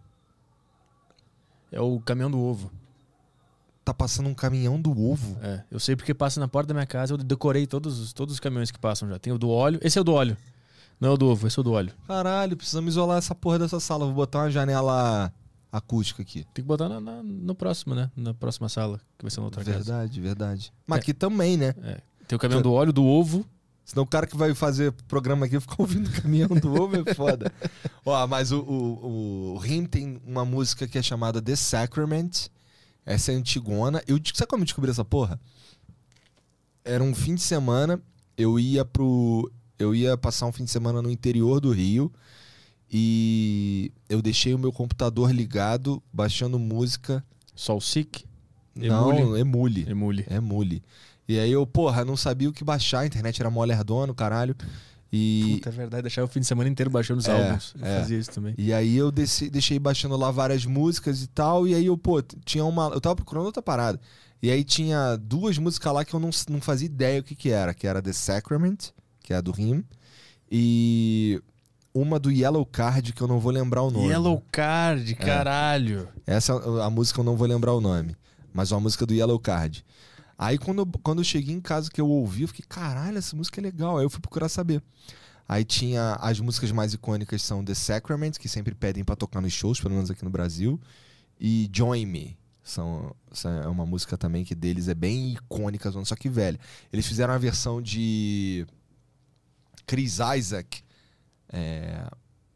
S1: É o Caminhão do Ovo.
S3: Tá passando um caminhão do ovo.
S1: É, eu sei porque passa na porta da minha casa, eu decorei todos, os- todos os caminhões que passam já. Tem o do óleo, esse é o do óleo. Não é o do ovo, esse é o do óleo.
S3: Caralho, precisamos isolar essa porra dessa sala. Vou botar uma janela acústica aqui.
S1: Tem que botar na- na- no próximo, né? Na próxima sala, que vai ser na outra casa.
S3: Verdade, verdade. Mas
S1: É.
S3: aqui também, né?
S1: É. Tem o caminhão do óleo, do ovo.
S3: Senão o cara que vai fazer programa aqui fica ouvindo o caminhão do ovo, é foda. Ó, mas o, o, o Rim tem uma música que é chamada The Sacrament. Essa é antigona. Eu, sabe como eu descobri essa porra? Era um fim de semana, eu ia pro... Eu ia passar um fim de semana no interior do Rio e eu deixei o meu computador ligado, baixando música.
S1: Soul Sick.
S3: Não, Emule.
S1: Emule.
S3: Emule. E aí eu, porra, não sabia o que baixar, a internet era mó lerdona, caralho. E...
S1: Puta, é verdade, deixava o fim de semana inteiro baixando os
S3: É,
S1: álbuns. Eu
S3: é.
S1: fazia isso também.
S3: E aí eu desci, deixei baixando lá várias músicas e tal. E aí eu, pô, tinha uma... Eu tava procurando outra parada. E aí tinha duas músicas lá que eu não, não fazia ideia o que que era. Que era The Sacrament, que é a do Rim. E uma do Yellow Card, que eu não vou lembrar o nome.
S1: Yellow Card, caralho.
S3: Essa a música eu não vou lembrar o nome. Mas é uma música do Yellow Card. Aí quando eu, quando eu cheguei em casa que eu ouvi, eu fiquei, caralho, essa música é legal. Aí eu fui procurar saber. Aí tinha as músicas mais icônicas são The Sacrament, que sempre pedem pra tocar nos shows, pelo menos aqui no Brasil. E Join Me. São, essa é uma música também que deles é bem icônica, só que velha. Eles fizeram a versão de Chris Isaac. É...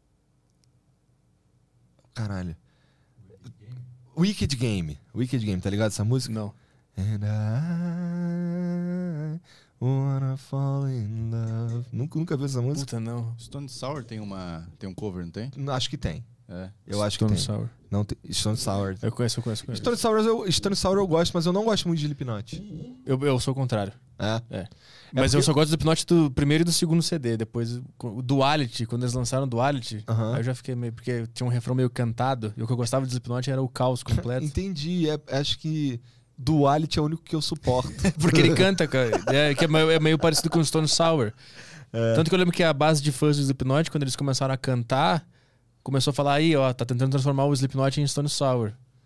S3: Caralho. Wicked Game. Wicked Game, tá ligado essa música?
S1: Não.
S3: And I wanna fall in love. Nunca, nunca viu essa música?
S1: Puta, não.
S2: Stone Sour tem, uma, tem um cover, não tem?
S3: Não, acho que tem.
S2: É.
S3: Eu acho que
S1: Stone
S3: tem.
S1: Sour.
S3: Não tem. Stone Sour.
S1: Eu conheço, eu conheço, eu conheço.
S3: Stone Sour, eu, Stone Sour eu gosto, mas eu não gosto muito de Slipknot.
S1: Eu, eu sou o contrário.
S3: É?
S1: É. Mas
S3: porque-
S1: eu só gosto do Slipknot do primeiro e do segundo C D. Depois, o Duality, quando eles lançaram o Duality,
S3: Aham.
S1: aí eu já fiquei meio... Porque tinha um refrão meio cantado, e o que eu gostava de Slipknot era o caos completo.
S3: Entendi. É, acho que Duality é o único que eu suporto.
S1: Porque ele canta, cara. É, que é meio, é meio parecido com o Stone Sour. Tanto que eu lembro que a base de fãs do Slipknot, quando eles começaram a cantar, começou a falar aí, ó, tá tentando transformar o Slipknot em Stone Sour.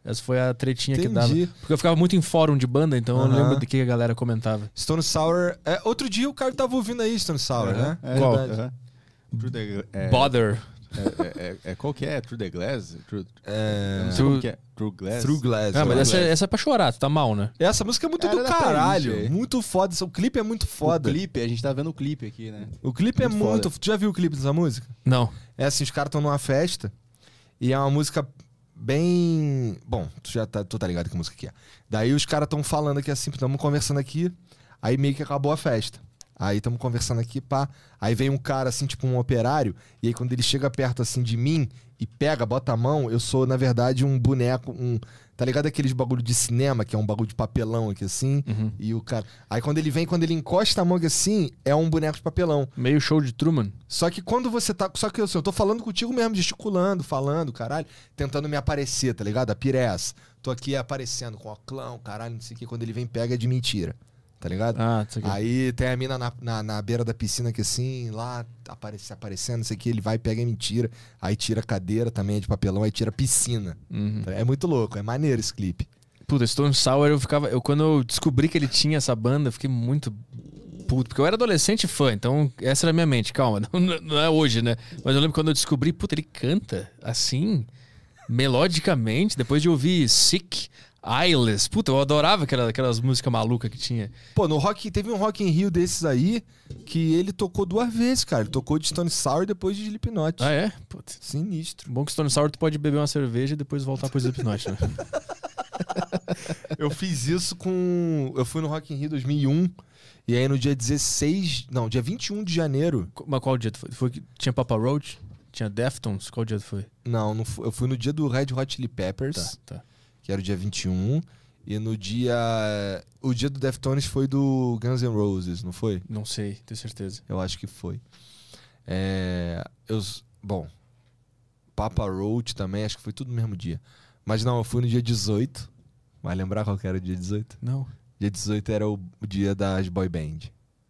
S1: Essa foi a tretinha
S3: Entendi.
S1: que dava. Porque eu ficava muito em fórum de banda, então eu
S3: Aham.
S1: lembro de que a galera comentava.
S3: Stone Sour... É, outro dia o Caio tava ouvindo aí Stone Sour, né?
S2: É,
S1: Qual?
S3: Verdade.
S2: aham. Through the- é,
S1: Bother.
S2: É, é, é, é, qual que é? Through the Glass? Through, eu
S3: É...
S2: não sei
S1: Through-
S2: como que é. Through Glass?
S3: Through Glass.
S1: Ah, mas
S3: eu
S1: essa,
S3: acho.
S1: é- essa é pra chorar, tu tá mal, né?
S3: Essa música é muito
S2: Era
S3: do
S2: da
S3: caralho.
S2: playlist aí.
S3: Muito foda. O clipe é muito
S2: O
S3: foda.
S2: clipe, a gente tá vendo o clipe aqui, né?
S3: O clipe é
S2: Muito
S3: muito...
S2: foda.
S3: Tu já viu o clipe dessa música?
S1: Não.
S3: É assim, os caras estão numa festa e é uma música bem... Bom, tu já tá, tu tá ligado que música que é. Daí os caras estão falando aqui assim, estamos conversando aqui, aí meio que acabou a festa. Aí estamos conversando aqui, pá. Aí vem um cara assim, tipo um operário, e aí quando ele chega perto assim de mim e pega, bota a mão, eu sou, na verdade, um boneco, um... Tá ligado aqueles bagulho de cinema, que é um bagulho de papelão aqui assim,
S1: Uhum.
S3: e o cara... Aí quando ele vem, quando ele encosta a mão aqui assim, é um boneco de papelão.
S1: Meio show de Truman.
S3: Só que quando você tá. Só que assim, eu tô falando contigo mesmo, gesticulando, falando, caralho, tentando me aparecer, tá ligado? A piressa. Tô aqui aparecendo com o clão, caralho, não sei o que. Quando ele vem, pega é de mentira, tá ligado?
S1: Ah, isso aqui.
S3: Aí tem a mina na, na, na beira da piscina que assim, lá, aparece, aparecendo, não sei o que, ele vai e pega é mentira. Aí tira a cadeira, também é de papelão, aí tira a piscina.
S1: Uhum.
S3: É muito louco, é maneiro esse clipe.
S1: Puta, Stone Sour, eu ficava. Eu, quando eu descobri que ele tinha essa banda, eu fiquei muito puto. Porque eu era adolescente fã, então essa era a minha mente. Calma, não, não é hoje, né? Mas eu lembro quando eu descobri, puta, ele canta assim, melodicamente, depois de ouvir Sick, Eyeless. Puta, eu adorava aquela, aquelas músicas malucas que tinha.
S3: Pô, no Rock, teve um Rock in Rio desses aí que ele tocou duas vezes, cara. Ele tocou de Stone Sour e depois de Slipknot.
S1: Ah, é? Puta.
S3: Sinistro.
S1: Bom que Stone Sour tu pode beber uma cerveja e depois voltar pro Slipknot, né?
S3: Eu fiz isso com... Eu fui no Rock in Rio dois mil e um e aí no dia dezesseis... Não, dia vinte e um de janeiro...
S1: Mas qual dia tu foi? Foi que tinha Papa Roach? Tinha Deftones? Qual dia tu foi?
S3: Não, não fui, eu fui no dia do Red Hot Chili Peppers,
S1: Tá, tá.
S3: que era o dia vinte e um. E no dia... O dia do Deftones foi do Guns N' Roses, não foi?
S1: Não sei, tenho certeza.
S3: Eu acho que foi. É... Eu... Bom... Papa Roach também, acho que foi tudo no mesmo dia. Mas não, eu fui no dia dezoito. Vai lembrar qual que era o dia dezoito?
S1: Não.
S3: Dia dezoito era o, o dia das boy band.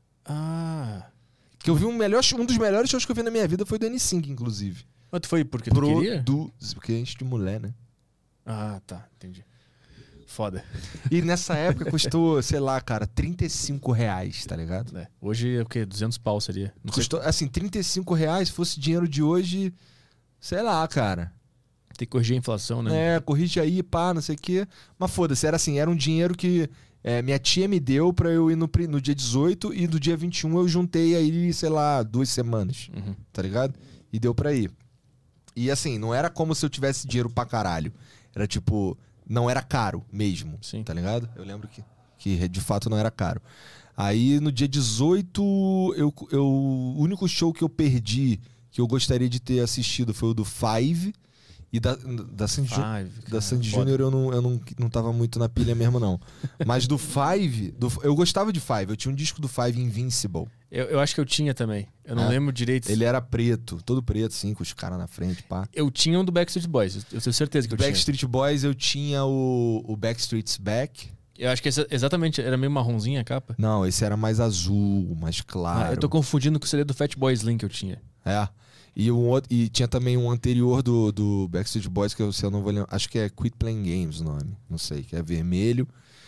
S1: Ah.
S3: Que eu vi um, melhor, um dos melhores shows que eu vi na minha vida foi do N sync, inclusive.
S1: Mas tu foi porque tu queria?
S3: Produz, porque a gente de mulher, né?
S1: Ah, tá, entendi. Foda.
S3: E nessa época custou, sei lá, cara, trinta e cinco reais, tá ligado?
S1: É. Hoje é o quê? duzentos pau seria? Não sei.
S3: Custou, assim, trinta e cinco reais, se fosse dinheiro de hoje, sei lá, cara.
S1: Tem que corrigir a inflação, né?
S3: É, corrige aí, pá, não sei o quê. Mas foda-se, era assim, era um dinheiro que é, minha tia me deu pra eu ir no, pri- no dia dezoito e do dia vinte e um eu juntei aí, sei lá, duas semanas,
S1: Uhum.
S3: tá ligado? E deu pra ir. E assim, não era como se eu tivesse dinheiro pra caralho. Era tipo, não era caro mesmo,
S1: Sim.
S3: tá ligado? Eu lembro que, que de fato não era caro. Aí no dia dezoito, eu, eu, o único show que eu perdi, que eu gostaria de ter assistido foi o do Five. E da, da Sandy, Ju-
S1: Five,
S3: da
S1: cara,
S3: Sandy
S1: foda.
S3: Júnior eu, não, eu não, não tava muito na pilha mesmo, não. Mas do Five, do, eu gostava de Five. Eu tinha um disco do Five Invincible.
S1: Eu, eu acho que eu tinha também. Eu não
S3: É.
S1: lembro direito.
S3: Ele era preto, todo preto, assim, com os caras na frente, pá.
S1: Eu tinha um do Backstreet Boys. Eu eu tenho certeza que eu tinha.
S3: Backstreet Boys eu tinha o, o Backstreet's Back.
S1: Eu acho que esse- exatamente era meio marronzinha a capa.
S3: Não, esse era mais azul, mais claro.
S1: Ah, eu tô confundindo com o C D do Fatboy Slim que eu tinha.
S3: É. E, um outro, e tinha também um anterior do, do Backstreet Boys, que eu, se eu não vou lembrar. Acho que é Quit Playing Games o nome. Não sei, que é vermelho.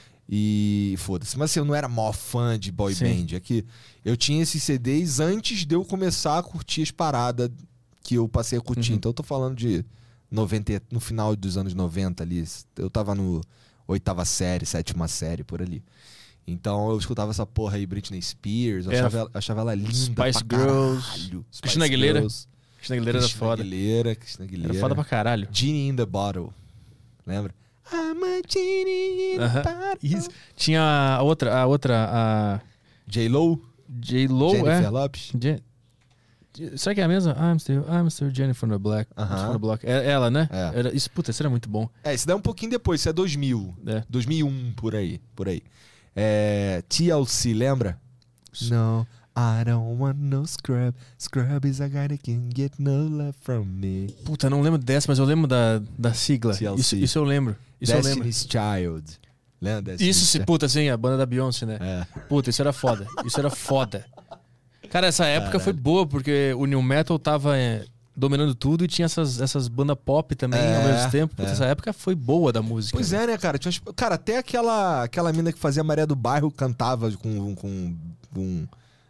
S3: E foda-se. Mas assim, eu não era mó fã de boy
S1: Sim.
S3: band. É que eu tinha esses C Ds antes de eu começar a curtir as paradas que eu passei a curtir.
S1: Uhum.
S3: Então eu tô falando de noventa, no final dos anos noventa ali. Eu tava no oitava série, sétima série, por ali. Então eu escutava essa porra aí, Britney Spears. Eu
S1: É.
S3: achava, ela, achava ela linda
S1: Spice
S3: pra
S1: Girls.
S3: caralho. Spice
S1: Cristina Aguilera.
S3: Girls.
S1: Cristina Aguilera era
S3: Cristina
S1: foda.
S3: Aguilera, Cristina Aguilera.
S1: Era foda pra caralho.
S3: Genie in the Bottle. Lembra? I'm a genie in the
S1: Aham.
S3: bottle.
S1: Isso. Tinha a outra, a outra, a
S3: J-Lo,
S1: J-Lo,
S3: Jennifer
S1: é?
S3: Lopes.
S1: Je- Será que é a mesma? I'm still, I'm still Jennifer on the Black.
S3: Aham.
S1: On the Block. É ela, né?
S3: É.
S1: Era, isso, puta, isso era muito bom.
S3: É, isso daí é um pouquinho depois, isso é dois mil.
S1: É.
S3: dois mil e um, por aí, por aí. É, T L C, lembra? No, I don't want no scrub. Scrub is a guy that can get no love from me.
S1: Puta, não lembro dessa, mas eu lembro da, da sigla.
S3: T L C.
S1: Isso, isso eu lembro. Isso eu lembro.
S3: Destiny's Child. Lembra? Destiny's
S1: Isso, se
S3: Child?
S1: puta, sim, a banda da Beyoncé, né?
S3: É.
S1: Puta, isso era foda. Isso era foda. Cara, essa época foi boa, porque o New Metal tava é, dominando tudo e tinha essas, essas bandas pop também
S3: É,
S1: ao mesmo tempo. Putz,
S3: é.
S1: essa época foi boa da música.
S3: Pois
S1: né?
S3: é, né, cara? Tinha uns- Cara, até aquela, aquela mina que fazia Maria do Bairro cantava com... com, com,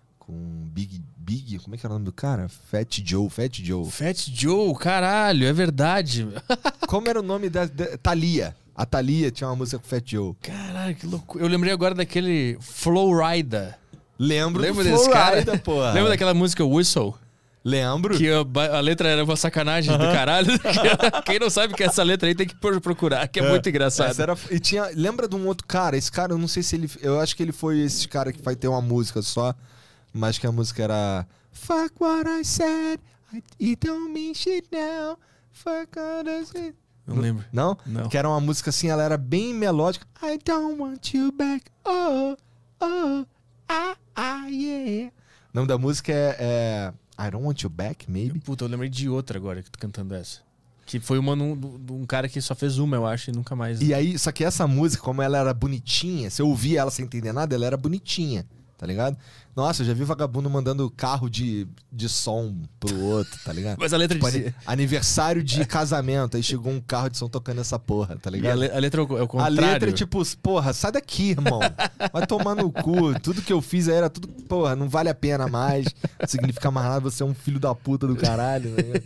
S3: com Big... Big... Como é que era o nome do cara? Fat Joe, Fat Joe.
S1: Fat Joe, caralho, é verdade.
S3: Como era o nome da... da Thalia. A Thalia tinha uma música com Fat Joe.
S1: Caralho, que loucura. Eu lembrei agora daquele Flowrider.
S3: Lembro
S1: Lembra
S3: do
S1: desse cara?
S3: Flowrider, porra.
S1: Lembra daquela música Whistle?
S3: Lembro.
S1: Que a, ba- a letra era uma sacanagem do caralho. Quem não sabe que essa letra aí tem que pro- procurar, que é, muito engraçado.
S3: Essa era, e tinha, lembra de um outro cara? Esse cara, eu não sei se ele... Eu acho que ele foi esse cara que vai ter uma música só, mas que a música era... Fuck what I said, it don't mean shit now. Fuck what I said.
S1: Não lembro.
S3: Não?
S1: Não.
S3: Que era uma música assim, ela era bem melódica. I don't want you back. Oh, oh, ah, ah, yeah. O nome da música é, é I Don't Want You Back, maybe.
S1: Puta, eu lembrei de outra agora que tô cantando essa. Que foi uma num- de um cara que só fez uma, eu acho, e nunca mais.
S3: E aí, só que essa música, como ela era bonitinha, se eu ouvia ela sem entender nada, ela era bonitinha, tá ligado? Nossa, eu já vi vagabundo mandando carro de, de som pro outro, tá ligado?
S1: Mas a letra
S3: Tipo,
S1: dizia-
S3: ani- aniversário de casamento, aí chegou um carro de som tocando essa porra, tá
S1: E a,
S3: ligado?
S1: le- a letra é o é o
S3: A
S1: contrário.
S3: letra é tipo, porra, sai daqui, irmão. Vai tomar no cu. Tudo que eu fiz aí era tudo, porra, não vale a pena mais. Não significa mais nada, você é um filho da puta do caralho. Né?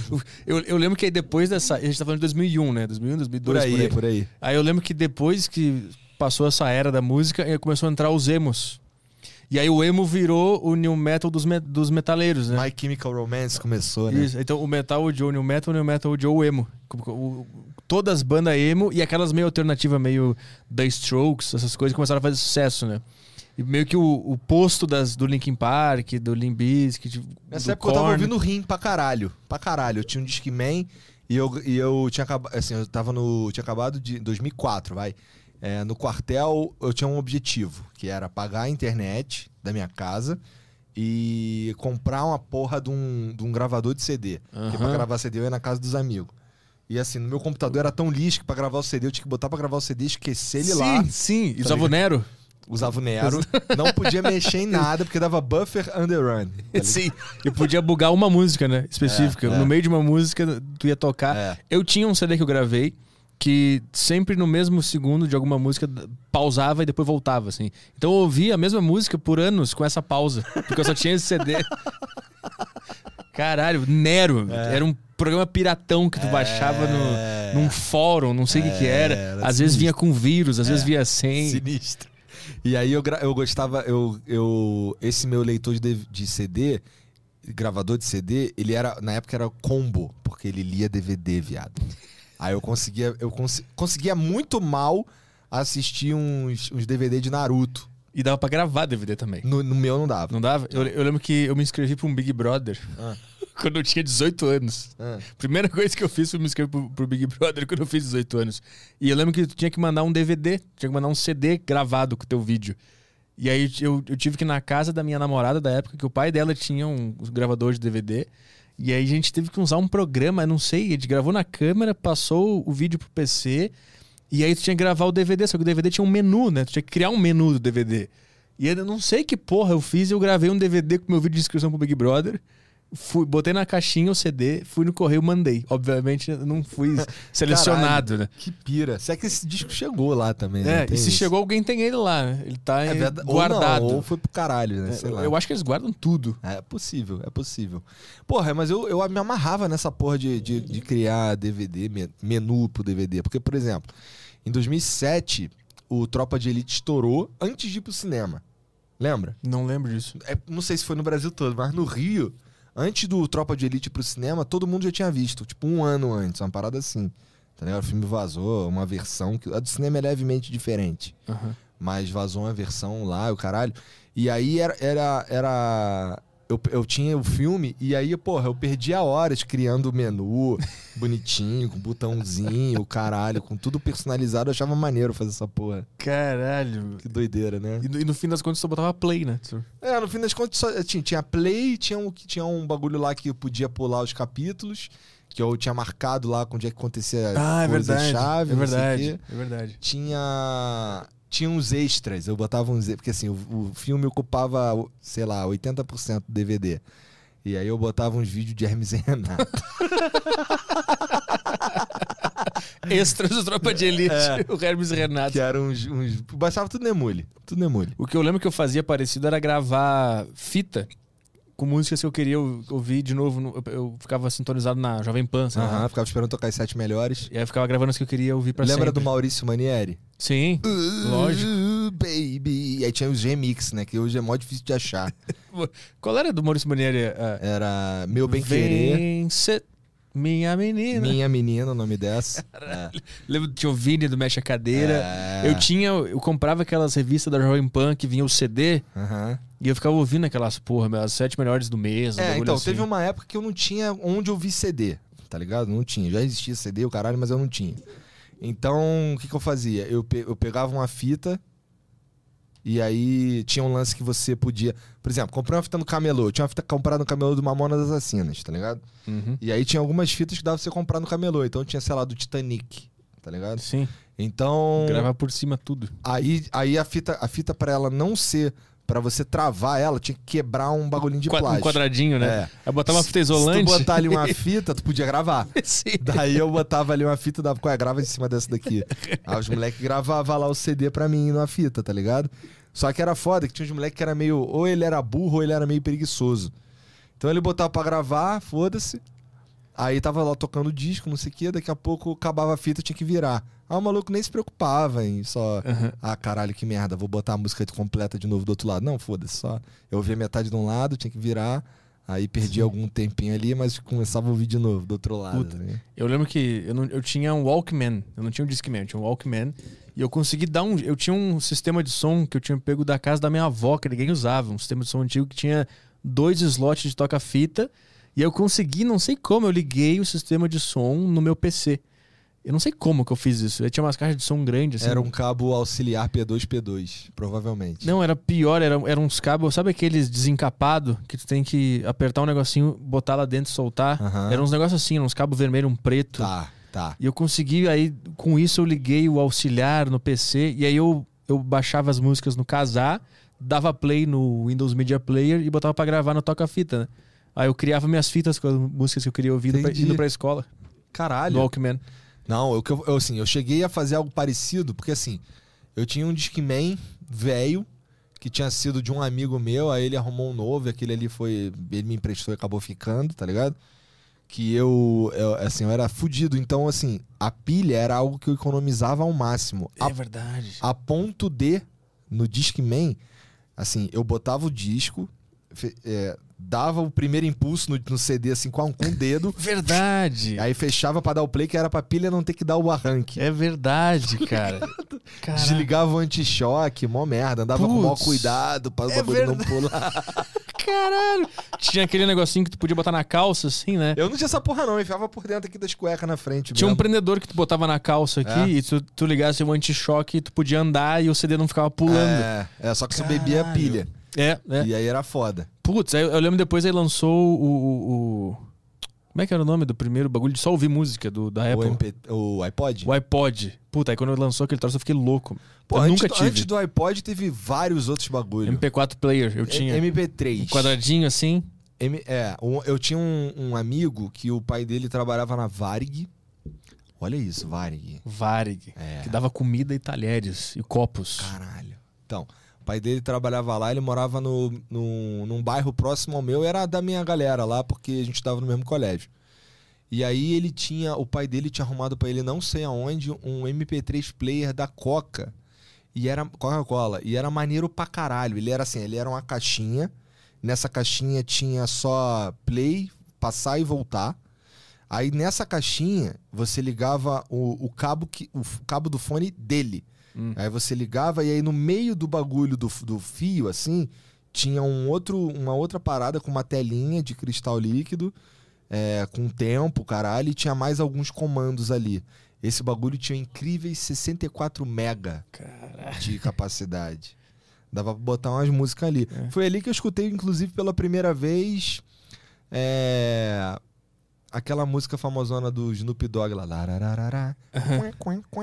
S1: eu, eu lembro que aí depois dessa. A gente tá falando de dois mil e um, né? dois mil e um, dois mil e dois,
S3: Por aí, por aí.
S1: Aí eu lembro que depois que passou essa era da música, aí começou a entrar os emos. E aí o emo virou o new metal dos, me- dos metaleiros, né?
S3: My Chemical Romance começou, né?
S1: Isso. Então o metal odiou o new metal, o new metal odiou o emo. O- o- Todas as bandas emo e aquelas meio alternativas, meio The Strokes, essas coisas começaram a fazer sucesso, né? E meio que o, o posto das, do Linkin Park, do Limp Bizkit,
S3: Nessa
S1: do
S3: época eu tava
S1: Korn.
S3: ouvindo Rim pra caralho. Pra caralho. Eu tinha um Discman e eu, e eu tinha acabado. Assim, eu tava no. Tinha acabado de. dois mil e quatro, vai. É, no quartel eu tinha um objetivo, que era pagar a internet da minha casa e comprar uma porra de um, de um gravador de C D. Porque pra
S1: Aham.
S3: gravar C D eu ia na casa dos amigos. E assim, no meu computador era tão lixo que pra gravar o C D eu tinha que botar pra gravar o C D, esquecer ele
S1: sim,
S3: lá.
S1: sim. E
S3: Tá
S1: usava o Nero?
S3: Usava o Nero. Não podia mexer em nada porque dava buffer underrun. Tá ligado?
S1: Sim. E podia bugar uma música, né? Específica.
S3: É, é.
S1: No meio de uma música, tu ia tocar.
S3: É.
S1: Eu tinha um C D que eu gravei que sempre no mesmo segundo de alguma música pausava e depois voltava, assim. Então eu ouvia a mesma música por anos com essa pausa. Porque eu só tinha esse C D. Caralho, Nero.
S3: É.
S1: Era um programa piratão que tu baixava no, num fórum, não sei o que que era.
S3: era
S1: Às vezes
S3: sinistro.
S1: vinha com vírus, às vezes vinha sem.
S3: Sinistro. E aí eu, gra- eu gostava, eu, eu, esse meu leitor de, D- de C D, gravador de C D, ele era, na época era combo, porque ele lia D V D, viado. Aí eu conseguia, eu cons- conseguia muito mal assistir uns, uns D V D de Naruto.
S1: E dava pra gravar D V D também.
S3: No, no meu não dava.
S1: Não dava? Eu, eu lembro que eu me inscrevi pra um Big Brother
S3: Ah.
S1: quando eu tinha dezoito anos.
S3: Ah.
S1: Primeira coisa que eu fiz foi me inscrever pro, pro Big Brother quando eu fiz dezoito anos. E eu lembro que tu tinha que mandar um D V D, tinha que mandar um C D gravado com o teu vídeo. E aí eu, eu tive que ir na casa da minha namorada da época, que o pai dela tinha um, um gravador de D V D. E aí a gente teve que usar um programa, não sei, a gente gravou na câmera, passou o vídeo pro P C. E aí tu tinha que gravar o D V D, só que o D V D tinha um menu, né? Tu tinha que criar um menu do D V D. E eu não sei que porra eu fiz, eu gravei um D V D com meu vídeo de inscrição pro Big Brother. Fui, botei na caixinha o C D, fui no correio, mandei. Obviamente eu não fui selecionado,
S3: Caralho,
S1: né?
S3: Que pira. Se é que esse disco chegou lá também, né?
S1: É,
S3: Tem
S1: e se
S3: isso.
S1: chegou alguém tem ele lá, né? Ele tá
S3: É
S1: eh,
S3: verdade.
S1: guardado.
S3: Ou, não, ou foi pro caralho, né?
S1: É,
S3: Sei lá.
S1: eu acho que eles guardam tudo.
S3: É possível, é possível. Porra, mas eu, eu me amarrava nessa porra de, de, de criar D V D, me- menu pro D V D. Porque, por exemplo, em dois mil e sete, o Tropa de Elite estourou antes de ir pro cinema. Lembra?
S1: Não lembro disso.
S3: É, não sei se foi no Brasil todo, mas no Rio, antes do Tropa de Elite ir pro cinema, todo mundo já tinha visto. Tipo, um ano antes, uma parada assim. Tá ligado? O filme vazou, uma versão que... A do cinema é levemente diferente.
S1: Aham.
S3: Mas vazou uma versão lá, o caralho. E aí era... era, era... Eu, eu tinha o filme e aí, porra, eu perdia horas criando o menu bonitinho, com botãozinho, o caralho, com tudo personalizado. Eu achava maneiro fazer essa porra.
S1: Caralho.
S3: Que doideira, né?
S1: E no, e no fim das contas só botava play, né? Tu-
S3: É, no fim das contas só, tinha, tinha play, tinha um, tinha um bagulho lá que eu podia pular os capítulos, que eu tinha marcado lá com onde é que acontecia
S1: Ah, é
S3: coisa
S1: verdade.
S3: chave,
S1: é
S3: não sei o
S1: verdade.
S3: quê.
S1: É verdade.
S3: Tinha tinha uns extras, eu botava uns, porque assim, o, o filme ocupava, sei lá, oitenta por cento do D V D. E aí eu botava uns vídeos de Hermes e Renato.
S1: Extras do Tropa de Elite,
S3: É.
S1: o Hermes e Renato.
S3: Que eram uns, uns... Baixava tudo no Emule. Tudo no Emule.
S1: O que eu lembro que eu fazia parecido era gravar fita com músicas que eu queria ouvir de novo. no- Eu, eu ficava sintonizado na Jovem Pan, sabe?
S3: Aham, ficava esperando tocar as sete melhores.
S1: E aí eu ficava gravando as que eu queria ouvir pra
S3: Lembra
S1: sempre.
S3: do Maurício Manieri?
S1: Sim, lógico.
S3: Uh, baby. E aí tinha os remix, né? Que hoje é mó difícil de achar.
S1: Qual era do Maurício Manieri? Ah,
S3: Era Meu Bem Querer,
S1: Vence, minha menina.
S3: Minha Menina, o nome dessa. É.
S1: Lembro que tinha o Vini do Mexe a Cadeira.
S3: É.
S1: Eu tinha, eu comprava aquelas revistas da Jovem Pan que vinha o C D
S3: Aham.
S1: e eu ficava ouvindo aquelas porra, meu, as sete melhores do mês. um
S3: É,
S1: bagulho
S3: então,
S1: assim.
S3: teve uma época que eu não tinha onde ouvir C D, tá ligado? Não tinha. Já existia C D, o caralho, mas eu não tinha. Então, o que que eu fazia? Eu, pe- eu pegava uma fita e aí tinha um lance que você podia... Por exemplo, comprei uma fita no camelô. Eu tinha uma fita comprada no camelô do Mamonas Assassinas, tá ligado?
S1: Uhum.
S3: E aí tinha algumas fitas que dava pra você comprar no camelô. Então tinha, sei lá, do Titanic, tá ligado?
S1: Sim,
S3: Então,
S1: gravar por cima tudo.
S3: aí, aí a fita, a fita pra ela não ser... Pra você travar ela, tinha que quebrar um bagulhinho de
S1: Qua-
S3: plástico.
S1: Um quadradinho, né?
S3: É.
S1: Aí botava uma fita
S3: Se tu
S1: isolante.
S3: botar ali uma fita, tu podia gravar.
S1: Sim.
S3: Daí eu botava ali uma fita e dava, qual é, grava em cima dessa daqui. Aí os moleques gravavam lá o C D pra mim numa fita, tá ligado? Só que era foda, que tinha uns moleques que era meio, ou ele era burro ou ele era meio preguiçoso. Então ele botava pra gravar, foda-se. Aí tava lá tocando disco, não sei o que, daqui a pouco acabava a fita, tinha que virar. Aí o maluco nem se preocupava em só...
S1: Uhum.
S3: Ah, caralho, que merda, vou botar a música completa de novo do outro lado. Não, foda-se, só... Eu ouvia metade de um lado, tinha que virar, aí perdi
S1: Sim.
S3: algum tempinho ali, mas começava a ouvir de novo do outro lado.
S1: Puta.
S3: Né?
S1: Eu lembro que eu, não, eu tinha um Walkman, eu não tinha um Discman, eu tinha um Walkman. E eu consegui dar um... Eu tinha um sistema de som que eu tinha pego da casa da minha avó, que ninguém usava. Um sistema de som antigo que tinha dois slots de toca-fita. E eu consegui, não sei como, eu liguei o sistema de som no meu P C. Eu não sei como que eu fiz isso. Eu tinha umas caixas de som grandes, assim.
S3: Era um cabo auxiliar P dois P dois, provavelmente.
S1: Não, era pior, era, eram uns cabos, sabe aqueles desencapados que tu tem que apertar um negocinho, botar lá dentro e soltar?
S3: Aham.
S1: Eram uns negócios assim, uns cabos vermelhos, um preto.
S3: Tá, tá.
S1: E eu consegui, aí com isso eu liguei o auxiliar no P C e aí eu, eu baixava as músicas no Kazaa, dava play no Windows Media Player e botava pra gravar no toca-fita, né? Aí eu criava minhas fitas com as músicas que eu queria ouvir indo pra,
S3: Entendi.
S1: indo pra escola,
S3: Caralho.
S1: no Walkman.
S3: Não, eu, eu, eu, assim, eu cheguei a fazer algo parecido, porque assim, eu tinha um Discman velho, que tinha sido de um amigo meu, aí ele arrumou um novo, e aquele ali foi, ele me emprestou e acabou ficando, tá ligado? Que eu, eu assim, eu era fudido, então assim, a pilha era algo que eu economizava ao máximo.
S1: É
S3: A,
S1: verdade.
S3: a ponto de, no Discman, assim, eu botava o disco, fe- é, dava o primeiro impulso no, no C D, assim, com, a- com o dedo,
S1: Verdade.
S3: aí fechava pra dar o play, que era pra pilha não ter que dar o arranque.
S1: É verdade, cara. Caraca.
S3: Desligava o anti-choque, mó merda. Andava com o maior
S1: Putz.
S3: cuidado pra o
S1: É
S3: bagulho não
S1: verdade.
S3: pular.
S1: Caralho. Tinha aquele negocinho que tu podia botar na calça, assim, né?
S3: Eu não tinha essa porra não, eu enfiava por dentro aqui das cuecas na frente.
S1: Tinha um
S3: mesmo.
S1: prendedor que tu botava na calça aqui
S3: É.
S1: e tu, tu ligasse o anti-choque e tu podia andar e o C D não ficava pulando.
S3: É, é, só que você bebia a
S1: Caralho.
S3: pilha.
S1: É, é.
S3: E aí era foda.
S1: Putz, aí eu, eu lembro depois aí lançou o, o, o- Como é que era o nome do primeiro bagulho de só ouvir música do, da
S3: O,
S1: Apple?
S3: M P, o iPod?
S1: O iPod. Puta, aí quando lançou aquele troço eu fiquei louco.
S3: Pô,
S1: eu
S3: antes,
S1: nunca
S3: do-
S1: tive.
S3: antes do iPod teve vários outros bagulho.
S1: M P quatro player, eu tinha.
S3: M P três.
S1: Um quadradinho assim.
S3: M- é, um- eu tinha um, um amigo que o pai dele trabalhava na Varig. Olha isso, Varig.
S1: Varig.
S3: É.
S1: Que dava comida e talheres e copos.
S3: Caralho. Então, o pai dele trabalhava lá, ele morava no, no, num bairro próximo ao meu, era da minha galera lá, porque a gente estava no mesmo colégio. E aí ele tinha, o pai dele tinha arrumado pra ele não sei aonde, um M P três player da Coca. E era Coca-Cola. E era maneiro pra caralho. Ele era assim, ele era uma caixinha. Nessa caixinha tinha só play, passar e voltar. Aí nessa caixinha você ligava o, o cabo que, o f- cabo do fone dele.
S1: Hum.
S3: Aí você ligava e aí no meio do bagulho do, do fio, assim, tinha um outro, uma outra parada com uma telinha de cristal líquido, é, com tempo, caralho, e tinha mais alguns comandos ali. Esse bagulho tinha incríveis sessenta e quatro mega
S1: Caralho.
S3: de capacidade. Dava pra botar umas músicas ali.
S1: É.
S3: Foi ali que eu escutei, inclusive, pela primeira vez, é, aquela música famosona do Snoop Dogg lá. Larararará, quen, quen, quen.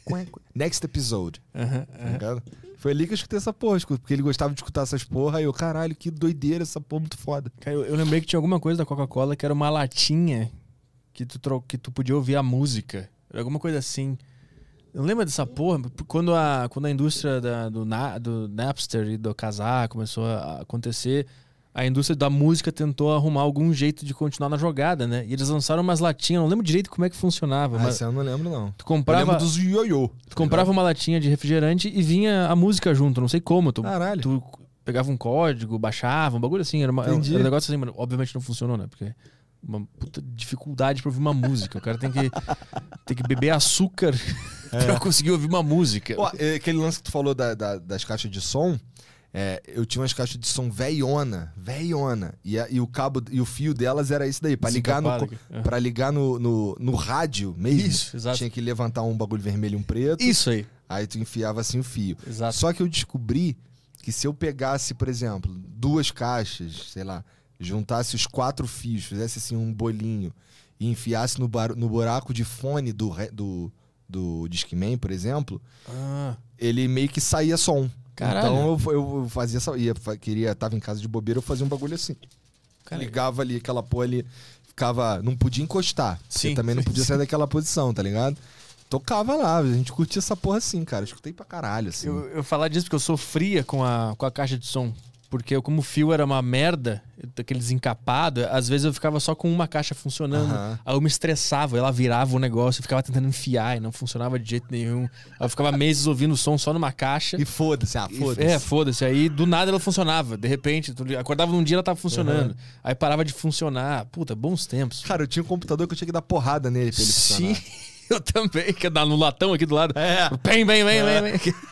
S3: Next episode.
S1: Aham,
S3: Tá ligado? Foi ali que eu escutei essa porra, porque ele gostava de escutar essas porra, e eu, caralho, que doideira essa porra, muito foda.
S1: Cara, eu, eu lembrei que tinha alguma coisa da Coca-Cola que era uma latinha que tu, tro... que tu podia ouvir a música. Era alguma coisa assim. Eu lembro dessa porra, quando a, quando a indústria da, do, Na, do Napster e do Kazaa começou a acontecer, a indústria da música tentou arrumar algum jeito de continuar na jogada, né? E eles lançaram umas latinhas, não lembro direito como é que funcionava.
S3: Ah,
S1: mas
S3: esse eu não lembro, não.
S1: tu comprava,
S3: Eu lembro dos ioiô.
S1: tu comprava uma latinha de refrigerante e vinha a música junto, não sei como. Tu,
S3: Caralho.
S1: tu pegava um código, baixava, um bagulho assim. Era, uma, era,
S3: Entendi.
S1: era um negócio assim, mas obviamente não funcionou, né? Porque uma puta dificuldade pra ouvir uma música. O cara tem que, tem que beber açúcar pra conseguir ouvir uma música.
S3: Pô, é, aquele lance que tu falou da, da- das caixas de som, é, eu tinha umas caixas de som velhona, velhona. E, a- e o cabo e o fio delas era isso daí, pra ligar no,
S1: Desencapado
S3: co-
S1: aqui.
S3: pra ligar no, no, no rádio mesmo.
S1: Isso, exato.
S3: Tinha que levantar um bagulho vermelho e um preto.
S1: Isso aí.
S3: Aí tu enfiava assim o fio.
S1: Exato.
S3: Só que eu descobri que se eu pegasse, por exemplo, duas caixas, sei lá, juntasse os quatro fios, fizesse assim um bolinho e enfiasse no, bar- no buraco de fone do, re- do, do Discman, por exemplo,
S1: Ah,
S3: ele meio que saía som.
S1: Caralho.
S3: Então eu, eu fazia essa. Ia, fa- queria, tava em casa de bobeira, eu fazia um bagulho assim.
S1: cara,
S3: Ligava ali, aquela porra ali, ficava. Não podia encostar.
S1: Sim,
S3: Sim, também não
S1: sim,
S3: podia
S1: sim.
S3: sair daquela posição, tá ligado? Tocava lá, a gente curtia essa porra assim, cara. Eu escutei pra caralho, assim.
S1: eu, eu falar disso porque eu sofria com a, com a caixa de som. Porque eu, como o fio era uma merda, aquele desencapado, às vezes eu ficava só com uma caixa funcionando.
S3: Aham.
S1: Aí eu me estressava, ela virava o negócio, eu ficava tentando enfiar e não funcionava de jeito nenhum. Aí eu ficava meses ouvindo o som só numa caixa.
S3: E foda-se, ah,
S1: E-
S3: foda-se.
S1: É, foda-se. Aí do nada ela funcionava. De repente, tu acordava num dia ela tava funcionando.
S3: Uhum.
S1: Aí parava de funcionar. Puta, bons tempos.
S3: Cara, eu tinha um computador que eu tinha que dar porrada nele pra ele
S1: Sim,
S3: funcionar.
S1: eu também. Que é dar no latão aqui do lado.
S3: É.
S1: Bem, bem, bem,
S3: É.
S1: bem, bem.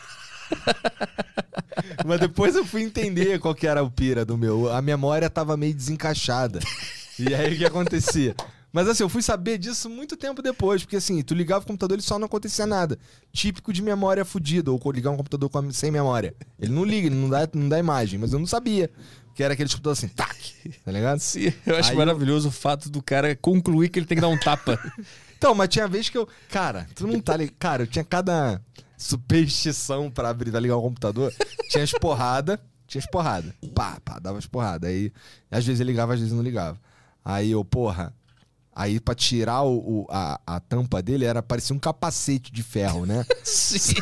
S3: Mas depois eu fui entender qual que era o pira do meu. A memória tava meio desencaixada. E aí o que acontecia? Mas assim, eu fui saber disso muito tempo depois, porque assim, tu ligava o computador e só não acontecia nada. Típico de memória fudida, ou ligar um computador com a- sem memória. Ele não liga, ele não dá, não dá imagem, mas eu não sabia. Que era aquele computador assim, tac, tá ligado?
S1: Sim, eu acho
S3: Aí
S1: maravilhoso o fato do cara concluir que ele tem que dar um tapa.
S3: Então, mas tinha vez que eu. Cara, tu não tá ligado. Cara, eu tinha cada superstição pra abrir, pra ligar o computador. Tinha as porrada, tinha as porrada. Pá, pá, dava as porrada. Aí, às vezes ele ligava, às vezes não ligava. Aí eu, porra. Aí pra tirar o, o- a, a tampa dele, era parecia um capacete de ferro, né?
S1: Sim.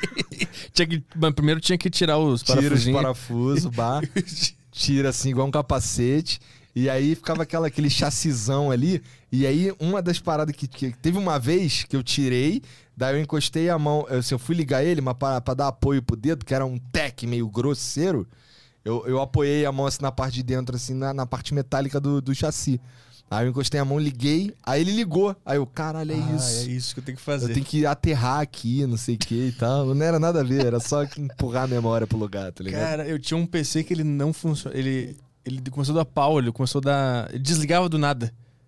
S1: tinha que, mas primeiro tinha que tirar os
S3: Tira os
S1: parafusinhos.
S3: parafusos, bah. Tira assim, igual um capacete. E aí ficava aquela, aquele chassizão ali. E aí, uma das paradas que, que- Teve uma vez que eu tirei, daí eu encostei a mão. Eu, assim, eu fui ligar ele, mas pra, pra dar apoio pro dedo, que era um tec meio grosseiro, eu, eu apoiei a mão assim na parte de dentro, assim, na, na parte metálica do, do chassi. Aí eu encostei a mão, liguei, aí ele ligou. Aí eu, caralho, é
S1: Ah,
S3: isso.
S1: é isso que eu tenho que fazer.
S3: Eu tenho que aterrar aqui, não sei o que e tal. Não era nada a ver, era só empurrar a memória pro lugar, tá ligado?
S1: Cara, eu tinha um P C que ele não funciona. Ele, ele começou a dar pau, ele começou a dar. Ele desligava do nada.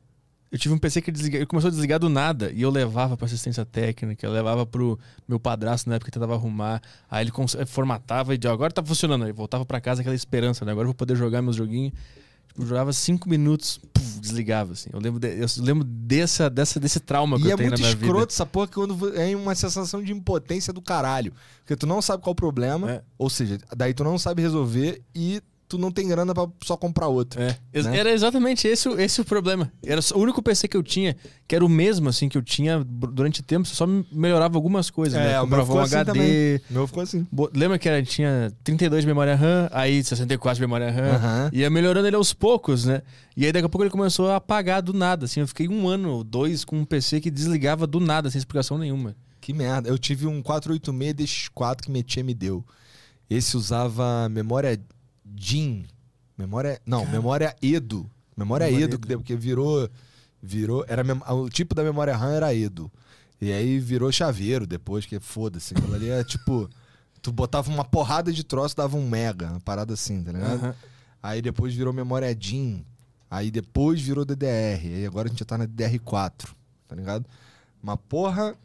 S1: Eu tive um P C que ele, desliga... ele começou a desligar do nada. E eu levava pra assistência técnica, eu levava pro meu padrasto na época que tentava arrumar. Aí ele cons- formatava e dizia, agora tá funcionando. Aí voltava pra casa aquela esperança, né? Agora eu vou poder jogar meus joguinhos. Tipo, eu jogava cinco minutos, puf, desligava, assim. Eu lembro, de- eu lembro dessa, dessa, desse trauma que
S3: E
S1: eu
S3: é
S1: tenho
S3: muito
S1: na minha
S3: escroto
S1: vida.
S3: essa porra que quando é uma sensação de impotência do caralho. Porque tu não sabe qual o problema,
S1: É.
S3: ou seja, daí tu não sabe resolver e tu não tem grana pra só comprar outro.
S1: É, ex-
S3: né?
S1: era exatamente esse, o- esse o problema. Era só- o único P C que eu tinha, que era o mesmo, assim, que eu tinha b- durante o tempo, só me- melhorava algumas coisas, né?
S3: É, o meu
S1: Comprava
S3: ficou
S1: um
S3: assim
S1: H D.
S3: também. O meu ficou assim.
S1: bo- Lembra que era, tinha trinta e dois de memória RAM, aí sessenta e quatro de memória RAM.
S3: Aham.
S1: Ia melhorando ele aos poucos, né? E aí daqui a pouco ele começou a apagar do nada, assim. Eu fiquei um ano ou dois com um P C que desligava do nada, sem explicação nenhuma.
S3: Que merda. Eu tive um quatrocentos e oitenta e seis D X quatro que minha tia me deu. Esse usava memória D I M. Memória. Não,
S1: Cara.
S3: memória Edo. Memória,
S1: Memória
S3: Edo,
S1: Edo.
S3: que deu- porque virou. Virou. Era, mem- o tipo da memória RAM era Edo. E aí virou chaveiro depois, que foda-se. Aquilo ali é tipo. Tu botava uma porrada de troço, dava um mega. Uma parada assim, tá ligado?
S1: Aham.
S3: Aí depois virou memória D I M. Aí depois virou D D R. Aí agora a gente já tá na D D R quatro, tá ligado? Mas porra.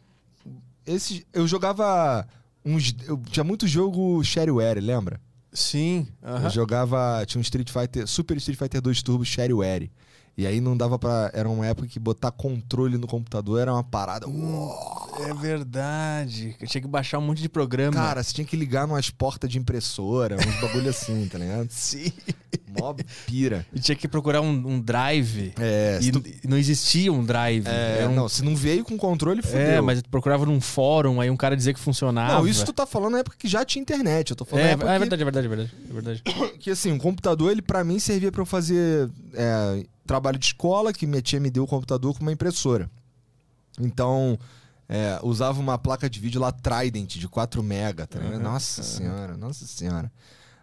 S3: Esse, eu jogava uns. Eu tinha muito jogo shareware, lembra?
S1: Sim. aham.
S3: Eu jogava. Tinha um Street Fighter. Super Street Fighter dois Turbo shareware. E aí não dava pra. Era uma época que botar controle no computador era uma parada. Uou,
S1: É verdade. Eu tinha que baixar um monte de programa.
S3: Cara, você tinha que ligar numas portas de impressora, uns bagulho assim, tá ligado?
S1: Sim.
S3: Mó pira.
S1: E tinha que procurar um, um drive.
S3: É,
S1: E,
S3: se tu-
S1: e não existia um drive.
S3: é,
S1: Era um-
S3: não, se não veio com controle, fudeu.
S1: É, mas tu procurava num fórum, aí um cara dizia que funcionava.
S3: Não, isso tu tá falando na época que já tinha internet. Eu tô falando
S1: É,
S3: na
S1: é
S3: época que-
S1: verdade, é verdade, é verdade, é verdade.
S3: que assim, um computador, ele pra mim servia pra eu fazer é, trabalho de escola, que minha tia me deu o computador com uma impressora. Então, é, usava uma placa de vídeo lá Trident de quatro mega, tá ligado?
S1: Uhum,
S3: Nossa
S1: uhum.
S3: senhora, nossa senhora.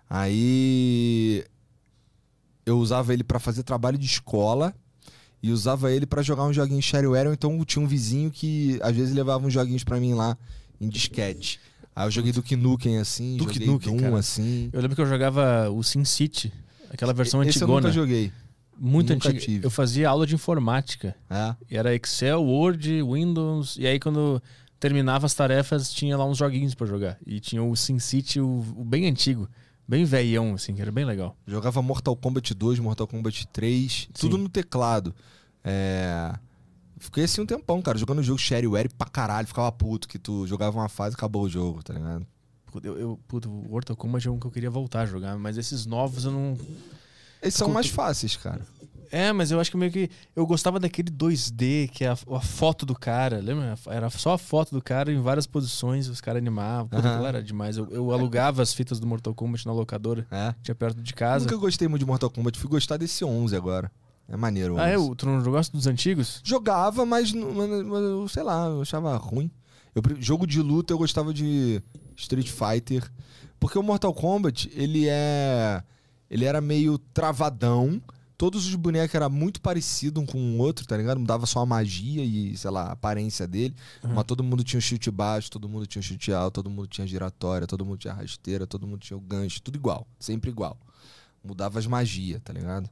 S3: Aí eu usava ele pra fazer trabalho de escola e usava ele pra jogar um joguinho shareware, ou então tinha um vizinho que às vezes levava uns joguinhos pra mim lá em disquete. Aí eu joguei Duke Nukem assim,
S1: Duke
S3: joguei
S1: Nukem,
S3: Doom
S1: cara.
S3: assim.
S1: Eu lembro que eu jogava o SimCity, aquela versão
S3: Esse eu
S1: antigona.
S3: nunca joguei.
S1: Muito
S3: nunca
S1: antiga.
S3: tive.
S1: Eu fazia aula de informática.
S3: É.
S1: E era Excel, Word, Windows. E aí, quando terminava as tarefas, tinha lá uns joguinhos pra jogar. E tinha o SimCity, o, o bem antigo. Bem velhão, assim, que era bem legal.
S3: Jogava Mortal Kombat dois, Mortal Kombat três, tudo
S1: Sim.
S3: no teclado. É... Fiquei assim um tempão, cara, jogando o jogo shareware pra caralho, ficava puto que tu jogava uma fase e acabou o jogo, tá ligado?
S1: Puta, Eu, eu, puta, o Mortal Kombat é um que eu queria voltar a jogar, mas esses novos eu não...
S3: Esses são
S1: Cu-
S3: mais fáceis, cara.
S1: É, mas eu acho que meio que... Eu gostava daquele dois D, que é a, a foto do cara, lembra? Era só a foto do cara em várias posições, os caras animavam. Puta,
S3: Aham.
S1: aquilo era demais. Eu, eu alugava as fitas do Mortal Kombat na locadora,
S3: É.
S1: tinha perto de casa.
S3: Nunca gostei muito de Mortal Kombat, fui gostar desse onze agora. É maneiro. o
S1: Ah, é?
S3: onze.
S1: O- Tu não gosta dos antigos?
S3: Jogava, mas, não- mas, mas eu sei lá, eu achava ruim. Eu, pre- jogo de luta eu gostava de Street Fighter, porque o Mortal Kombat, ele é ele era meio travadão. Todos os bonecos eram muito parecidos um com o outro, tá ligado? Mudava só a magia e, sei lá, a aparência dele.
S1: Uhum.
S3: Mas todo mundo tinha o chute baixo, todo mundo tinha o chute alto, todo mundo tinha giratória, todo mundo tinha rasteira, todo mundo tinha o gancho, tudo igual, sempre igual. Mudava as magias, tá ligado?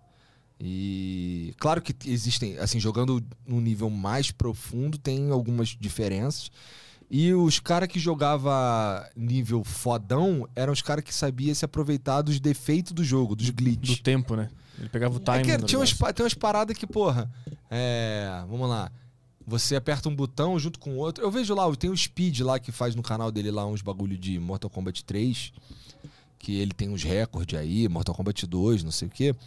S3: E claro que existem, assim, jogando num nível mais profundo, tem algumas diferenças. E os caras que jogava nível fodão eram os caras que sabiam se aproveitar dos defeitos do jogo, dos glitches.
S1: Do tempo, né? Ele pegava o
S3: É
S1: timing.
S3: que
S1: do
S3: tinha umas,
S1: negócio.
S3: pa- tem umas paradas que, porra, é, vamos lá. Você aperta um botão junto com o outro. Eu vejo lá, tem o Speed lá que faz no canal dele lá uns bagulho de Mortal Kombat três, que ele tem uns recordes aí, Mortal Kombat dois, não sei o quê.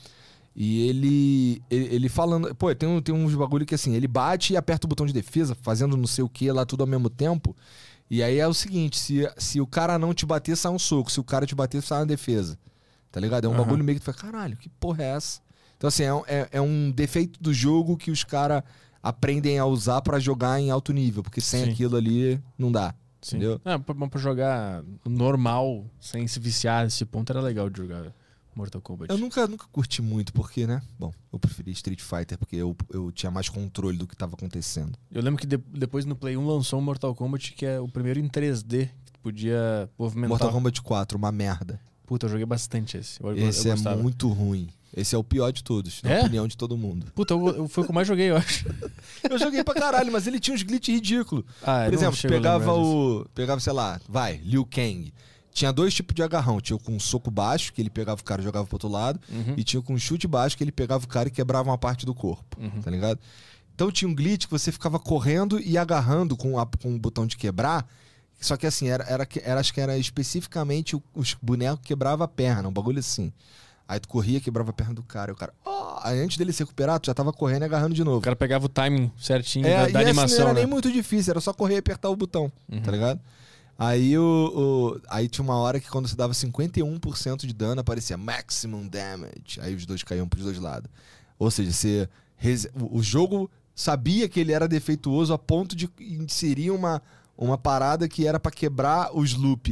S3: E ele, ele, ele falando... Pô, tem, um- tem uns bagulho que assim, ele bate e aperta o botão de defesa, fazendo não sei o que lá, tudo ao mesmo tempo. E aí é o seguinte, se, se o cara não te bater, sai um soco. Se o cara te bater, sai uma defesa. Tá ligado? É um
S1: Aham.
S3: bagulho meio que tu fala, caralho, que porra é essa? Então assim, é, um- é, é um defeito do jogo que os caras aprendem a usar pra jogar em alto nível. Porque sem
S1: Sim.
S3: aquilo ali, não dá.
S1: Sim.
S3: Entendeu?
S1: É, pra, pra jogar normal, sem se viciar nesse ponto, era legal de jogar Mortal Kombat.
S3: Eu nunca, nunca curti muito, porque, né? Bom, eu preferi Street Fighter, porque eu, eu tinha mais controle do que tava acontecendo.
S1: Eu lembro que de- depois no Play um lançou o Mortal Kombat, que é o primeiro em três D, que tu podia movimentar.
S3: Mortal Kombat quatro, uma merda.
S1: Puta, eu joguei bastante esse. Eu, eu-
S3: Esse
S1: eu
S3: é
S1: gostava.
S3: muito ruim. Esse é o pior de todos, na
S1: É?
S3: opinião de todo mundo.
S1: Puta, eu, eu, foi o que eu mais joguei, eu acho.
S3: Eu joguei pra caralho, mas ele tinha uns glitches ridículos.
S1: Ah, eu
S3: Por
S1: não
S3: exemplo,
S1: chego a
S3: pegava
S1: lembrar disso.
S3: o. Pegava, sei lá, vai, Liu Kang. Tinha dois tipos de agarrão. Tinha o com um soco baixo, que ele pegava o cara e jogava pro outro lado.
S1: Uhum.
S3: E tinha o com um chute baixo, que ele pegava o cara e quebrava uma parte do corpo.
S1: Uhum.
S3: Tá ligado? Então tinha um glitch que você ficava correndo e agarrando com, a- com o botão de quebrar. Só que assim, era, era, que- era- acho que era especificamente o- os bonecos que quebrava a perna, um bagulho assim. Aí tu corria, quebrava a perna do cara. E o cara. "Oh!" Aí antes dele se recuperar, tu já tava correndo e agarrando de novo.
S1: O cara pegava o timing certinho
S3: É,
S1: da, da
S3: e assim,
S1: animação,
S3: não era
S1: né?
S3: nem muito difícil, era só correr e apertar o botão,
S1: Uhum.
S3: tá ligado? Aí, o, o- aí tinha uma hora que quando você dava cinquenta e um por cento de dano, aparecia maximum damage. Aí os dois caíam pros dois lados. Ou seja, você rese- o, o jogo sabia que ele era defeituoso a ponto de inserir uma, uma parada que era pra quebrar os loop.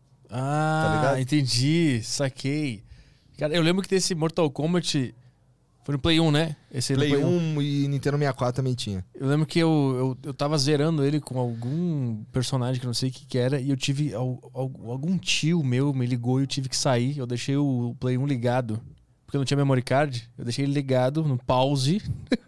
S1: Ah,
S3: Tá ligado?
S1: entendi, saquei. Cara, eu lembro que desse Mortal Kombat foi no Play um, né? Esse aí no
S3: Play um e Nintendo sessenta e quatro também tinha.
S1: Eu lembro que eu, eu, eu tava zerando ele com algum personagem que eu não sei o que, que era, e eu tive. al- al- Algum tio meu me ligou e eu tive que sair. Eu deixei o Play um ligado, porque eu não tinha memory card. Eu deixei ele ligado no pause.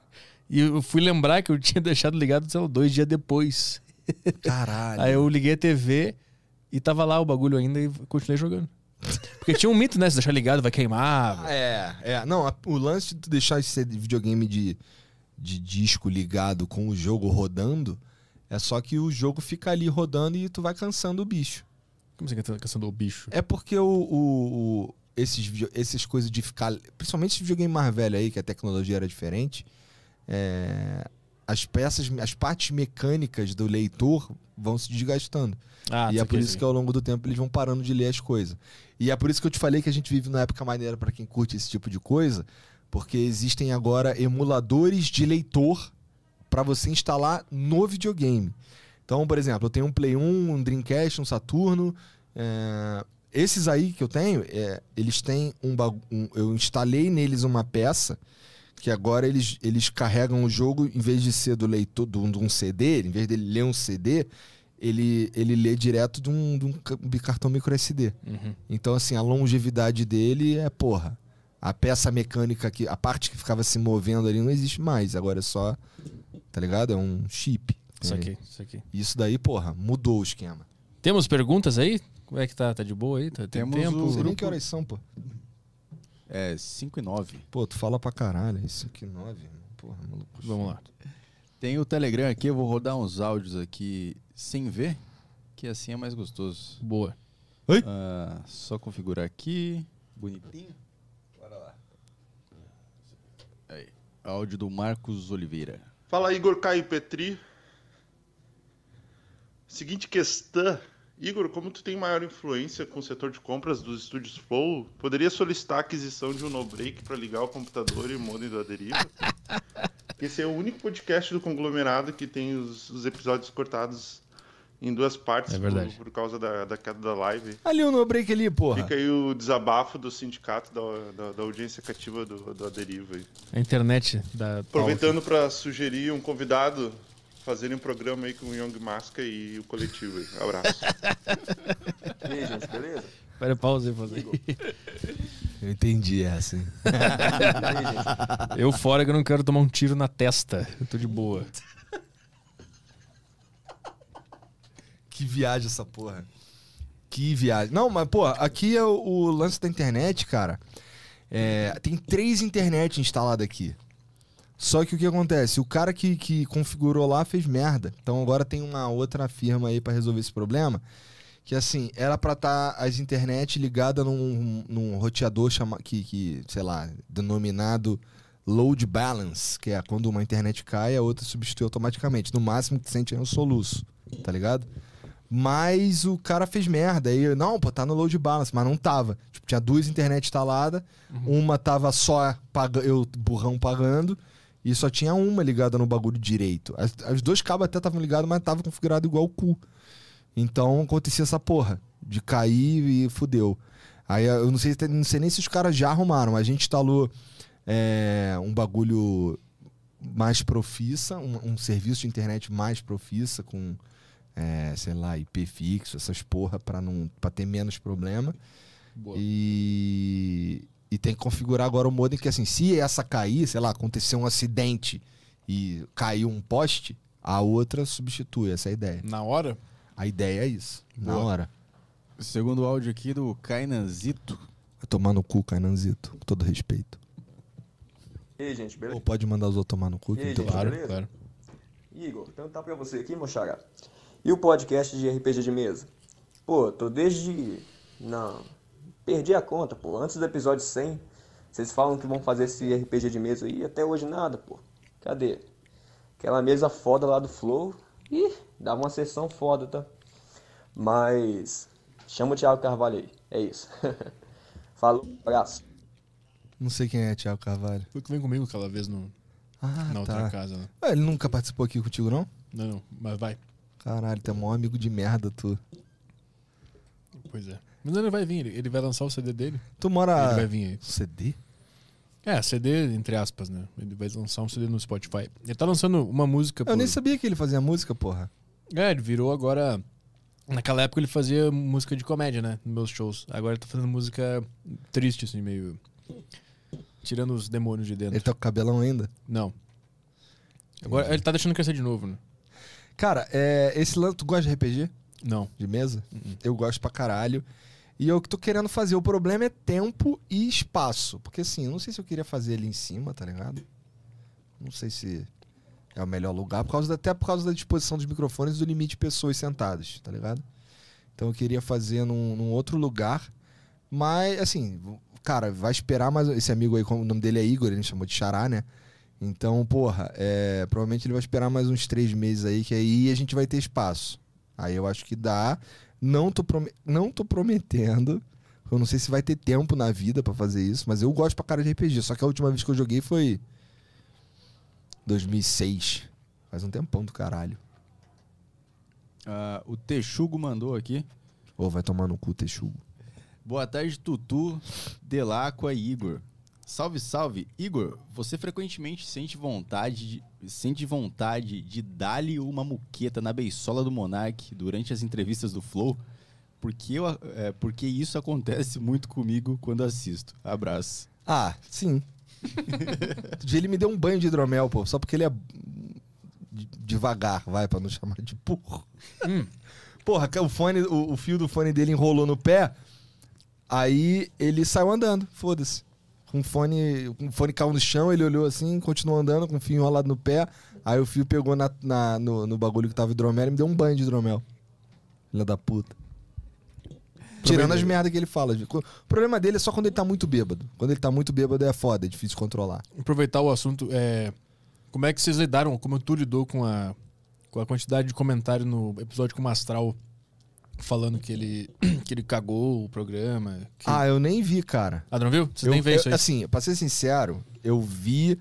S1: E eu fui lembrar que eu tinha deixado ligado, sei lá, dois dias depois.
S3: Caralho.
S1: Aí eu liguei a T V e tava lá o bagulho ainda e continuei jogando. Porque tinha um mito, né? Se deixar ligado vai queimar.
S3: É, é. Não, a- o lance de tu deixar esse videogame de, de disco ligado com o jogo rodando É só que o jogo fica ali rodando e tu vai cansando o bicho.
S1: Como você tá caçando o bicho?
S3: É porque o, o, o, esses, video- essas coisas de ficar... Principalmente esse videogame mais velho aí, que a tecnologia era diferente. é, as peças, as partes mecânicas do leitor vão se desgastando.
S1: Ah,
S3: e é
S1: isso
S3: por
S1: aqui,
S3: isso que ao longo do tempo eles vão parando de ler as coisas. E é por isso que eu te falei que a gente vive numa época maneira para quem curte esse tipo de coisa, porque existem agora emuladores de leitor para você instalar no videogame. Então, por exemplo, eu tenho um Play um, um Dreamcast, um Saturno. é, Esses aí que eu tenho, é, eles têm um, bagu- um... Eu instalei neles uma peça que agora eles, eles carregam o jogo, em vez de ser do leitor de um, de um C D, em vez dele ler um C D, ele, ele lê direto de um, de um ca- de cartão micro S D.
S1: Uhum.
S3: Então, assim, a longevidade dele é, porra, a peça mecânica, que, a parte que ficava se movendo ali não existe mais. Agora é só, tá ligado? É um chip.
S1: Isso
S3: É.
S1: aqui, isso aqui.
S3: Isso daí, porra, mudou o esquema.
S1: Temos perguntas aí? Como é que tá? Tá de boa aí? Tá, tem
S2: Temos
S1: tempo?
S2: o-
S3: Não sei nem
S2: grupo-
S3: que horas são, pô.
S2: É cinco e nove.
S3: Pô, tu fala pra caralho. Isso aqui, nove, irmão. Porra, maluco.
S1: Vamos lá.
S2: Tem o Telegram aqui, eu vou rodar uns áudios aqui sem ver, que assim é mais gostoso.
S1: Boa.
S2: Ah, só configurar aqui, bonitinho. Bora lá. Aí, áudio do Marcos Oliveira.
S4: Fala, Igor Caio Petri. Seguinte questão. Igor, como tu tem maior influência com o setor de compras dos estúdios Flow, poderia solicitar a aquisição de um no-break para ligar o computador e o modem da Deriva? Esse é o único podcast do conglomerado que tem os, os episódios cortados em duas partes
S1: É verdade.
S4: por, por causa da, da queda da live.
S3: Ali o no break ali, porra.
S4: Fica aí o desabafo do sindicato da, da, da audiência cativa do, da Deriva. aí.
S1: A internet da...
S4: Aproveitando para sugerir um convidado fazerem um programa aí com o Young Masca e o coletivo aí. Abraço.
S5: E aí, gente, beleza?
S1: Pera, pausa aí, pausa aí.
S3: Eu entendi essa, hein?
S5: E aí, gente?
S1: Eu fora que eu não quero tomar um tiro na testa. Eu tô de boa.
S3: Que viagem essa porra. Que viagem. Não, mas, pô, aqui é o, o lance da internet, cara. É, tem três internet instaladas aqui. Só que o que acontece? O cara que, que configurou lá fez merda. Então agora tem uma outra firma aí pra resolver esse problema. Que assim, era pra estar as internet ligadas num, num roteador chama, que, que, sei lá, denominado load balance, que é quando uma internet cai, a outra substitui automaticamente. No máximo que sente é um soluço, tá ligado? Mas o cara fez merda. Aí, não, pô, tá no load balance, mas não tava. Tipo, tinha duas internet instaladas, uma tava só paga, eu, burrão, pagando, e só tinha uma ligada no bagulho direito. As, as dois cabos até estavam ligados, mas tava configurado igual o cu. Então acontecia essa porra de cair e fudeu. Aí eu não sei, não sei nem se os caras já arrumaram. A gente instalou é, um bagulho mais profissa, um, um serviço de internet mais profissa, com, é, sei lá, I P fixo, essas porra, pra, não, pra ter menos problema.
S1: Boa.
S3: E, e tem que configurar agora o modem, que assim, se essa cair, sei lá, acontecer um acidente e caiu um poste, a outra substitui. Essa é a ideia.
S1: Na hora?
S3: A ideia é isso, na
S2: Boa.
S3: hora.
S2: Segundo áudio aqui do Kainanzito.
S3: Vai tomar no cu, Kainanzito, com todo respeito.
S5: E aí, gente, beleza?
S3: Ou pode mandar os outros tomar no cu, que
S5: E aí,
S3: não tem
S5: gente?
S3: problema.
S1: Claro,
S5: beleza?
S1: claro.
S5: Igor, perguntar pra você aqui, moçada. E o podcast de R P G de mesa? Pô, tô desde... Não, perdi a conta, pô. Antes do episódio cem, vocês falam que vão fazer esse R P G de mesa e até hoje nada, pô. Cadê? Aquela mesa foda lá do Flow. Ih, dava uma sessão foda, tá? Mas... Chama o Thiago Carvalho aí. É isso. Falou, abraço.
S3: Não sei quem é Thiago Carvalho.
S1: Foi que vem comigo aquela vez no,
S3: Ah,
S1: na outra
S3: tá.
S1: casa, né?
S3: Ah, ele nunca participou aqui contigo, não?
S1: Não, não, mas vai.
S3: Caralho, tu é maior amigo de merda, tu.
S1: Pois é. Mas ele vai vir, ele, ele vai lançar o C D dele.
S3: Tu mora...
S1: Ele vai vir aí.
S3: C D?
S1: É, C D, entre aspas, né? Ele vai lançar um C D no Spotify. Ele tá lançando uma música...
S3: Eu
S1: por-
S3: nem sabia que ele fazia música, porra.
S1: É, ele virou agora... Naquela época ele fazia música de comédia, né? Nos meus shows. Agora ele tá fazendo música triste, assim, meio... Tirando os demônios de dentro.
S3: Ele tá com cabelão ainda?
S1: Não. Agora ele tá deixando crescer de novo, né?
S3: Cara, é, esse lance... Tu gosta de R P G?
S1: Não.
S3: De mesa?
S1: Uhum.
S3: Eu gosto pra caralho. E eu que tô querendo fazer. O problema é tempo e espaço. Porque assim, eu não sei se eu queria fazer ali em cima, tá ligado? Não sei se É o melhor lugar, por causa da, até por causa da disposição dos microfones e do limite de pessoas sentadas, tá ligado? Então eu queria fazer num, num outro lugar, mas, assim, cara, vai esperar mais... Esse amigo aí, o nome dele é Igor, ele chamou de Xará, né? Então, porra, é, provavelmente ele vai esperar mais uns três meses aí, que aí a gente vai ter espaço. Aí eu acho que dá. Não tô, prom... não tô prometendo. Eu não sei se vai ter tempo na vida pra fazer isso, mas eu gosto pra cara de R P G. Só que a última vez que eu joguei foi dois mil e seis. Faz um tempão do caralho.
S2: Uh, o Texugo mandou aqui.
S3: Ô, oh, vai tomar no cu, Texugo.
S2: Boa tarde, Tutu, Delacqua e Igor. Salve, salve. Igor, você frequentemente sente vontade de, sente vontade de dar-lhe uma muqueta na beisola do Monark durante as entrevistas do Flow? Porque, eu, é, porque isso acontece muito comigo quando assisto. Abraço.
S3: Ah, sim. Ele me deu um banho de hidromel, pô, só porque ele é devagar, vai, pra não chamar de burro. Hum. Porra, o, fone, o, o fio do fone dele enrolou no pé, aí ele saiu andando, foda-se. Com o fone, um fone caiu no chão, ele olhou assim, continuou andando com o fio enrolado no pé. Aí o fio pegou na, na, no, no bagulho que tava hidromel e me deu um banho de hidromel. Filha da puta. Tirando as merdas que ele fala. O problema dele é só quando ele tá muito bêbado. Quando ele tá muito bêbado é foda, é difícil de controlar.
S1: Aproveitar o assunto, é... como é que vocês lidaram, como tu lidou com a, com a quantidade de comentário no episódio com o Mastral falando que ele, que ele cagou o programa? Que...
S3: Ah, eu nem vi, cara.
S1: Ah, não viu? Você
S3: eu,
S1: nem vê
S3: eu,
S1: isso aí?
S3: Assim, pra ser sincero, eu vi...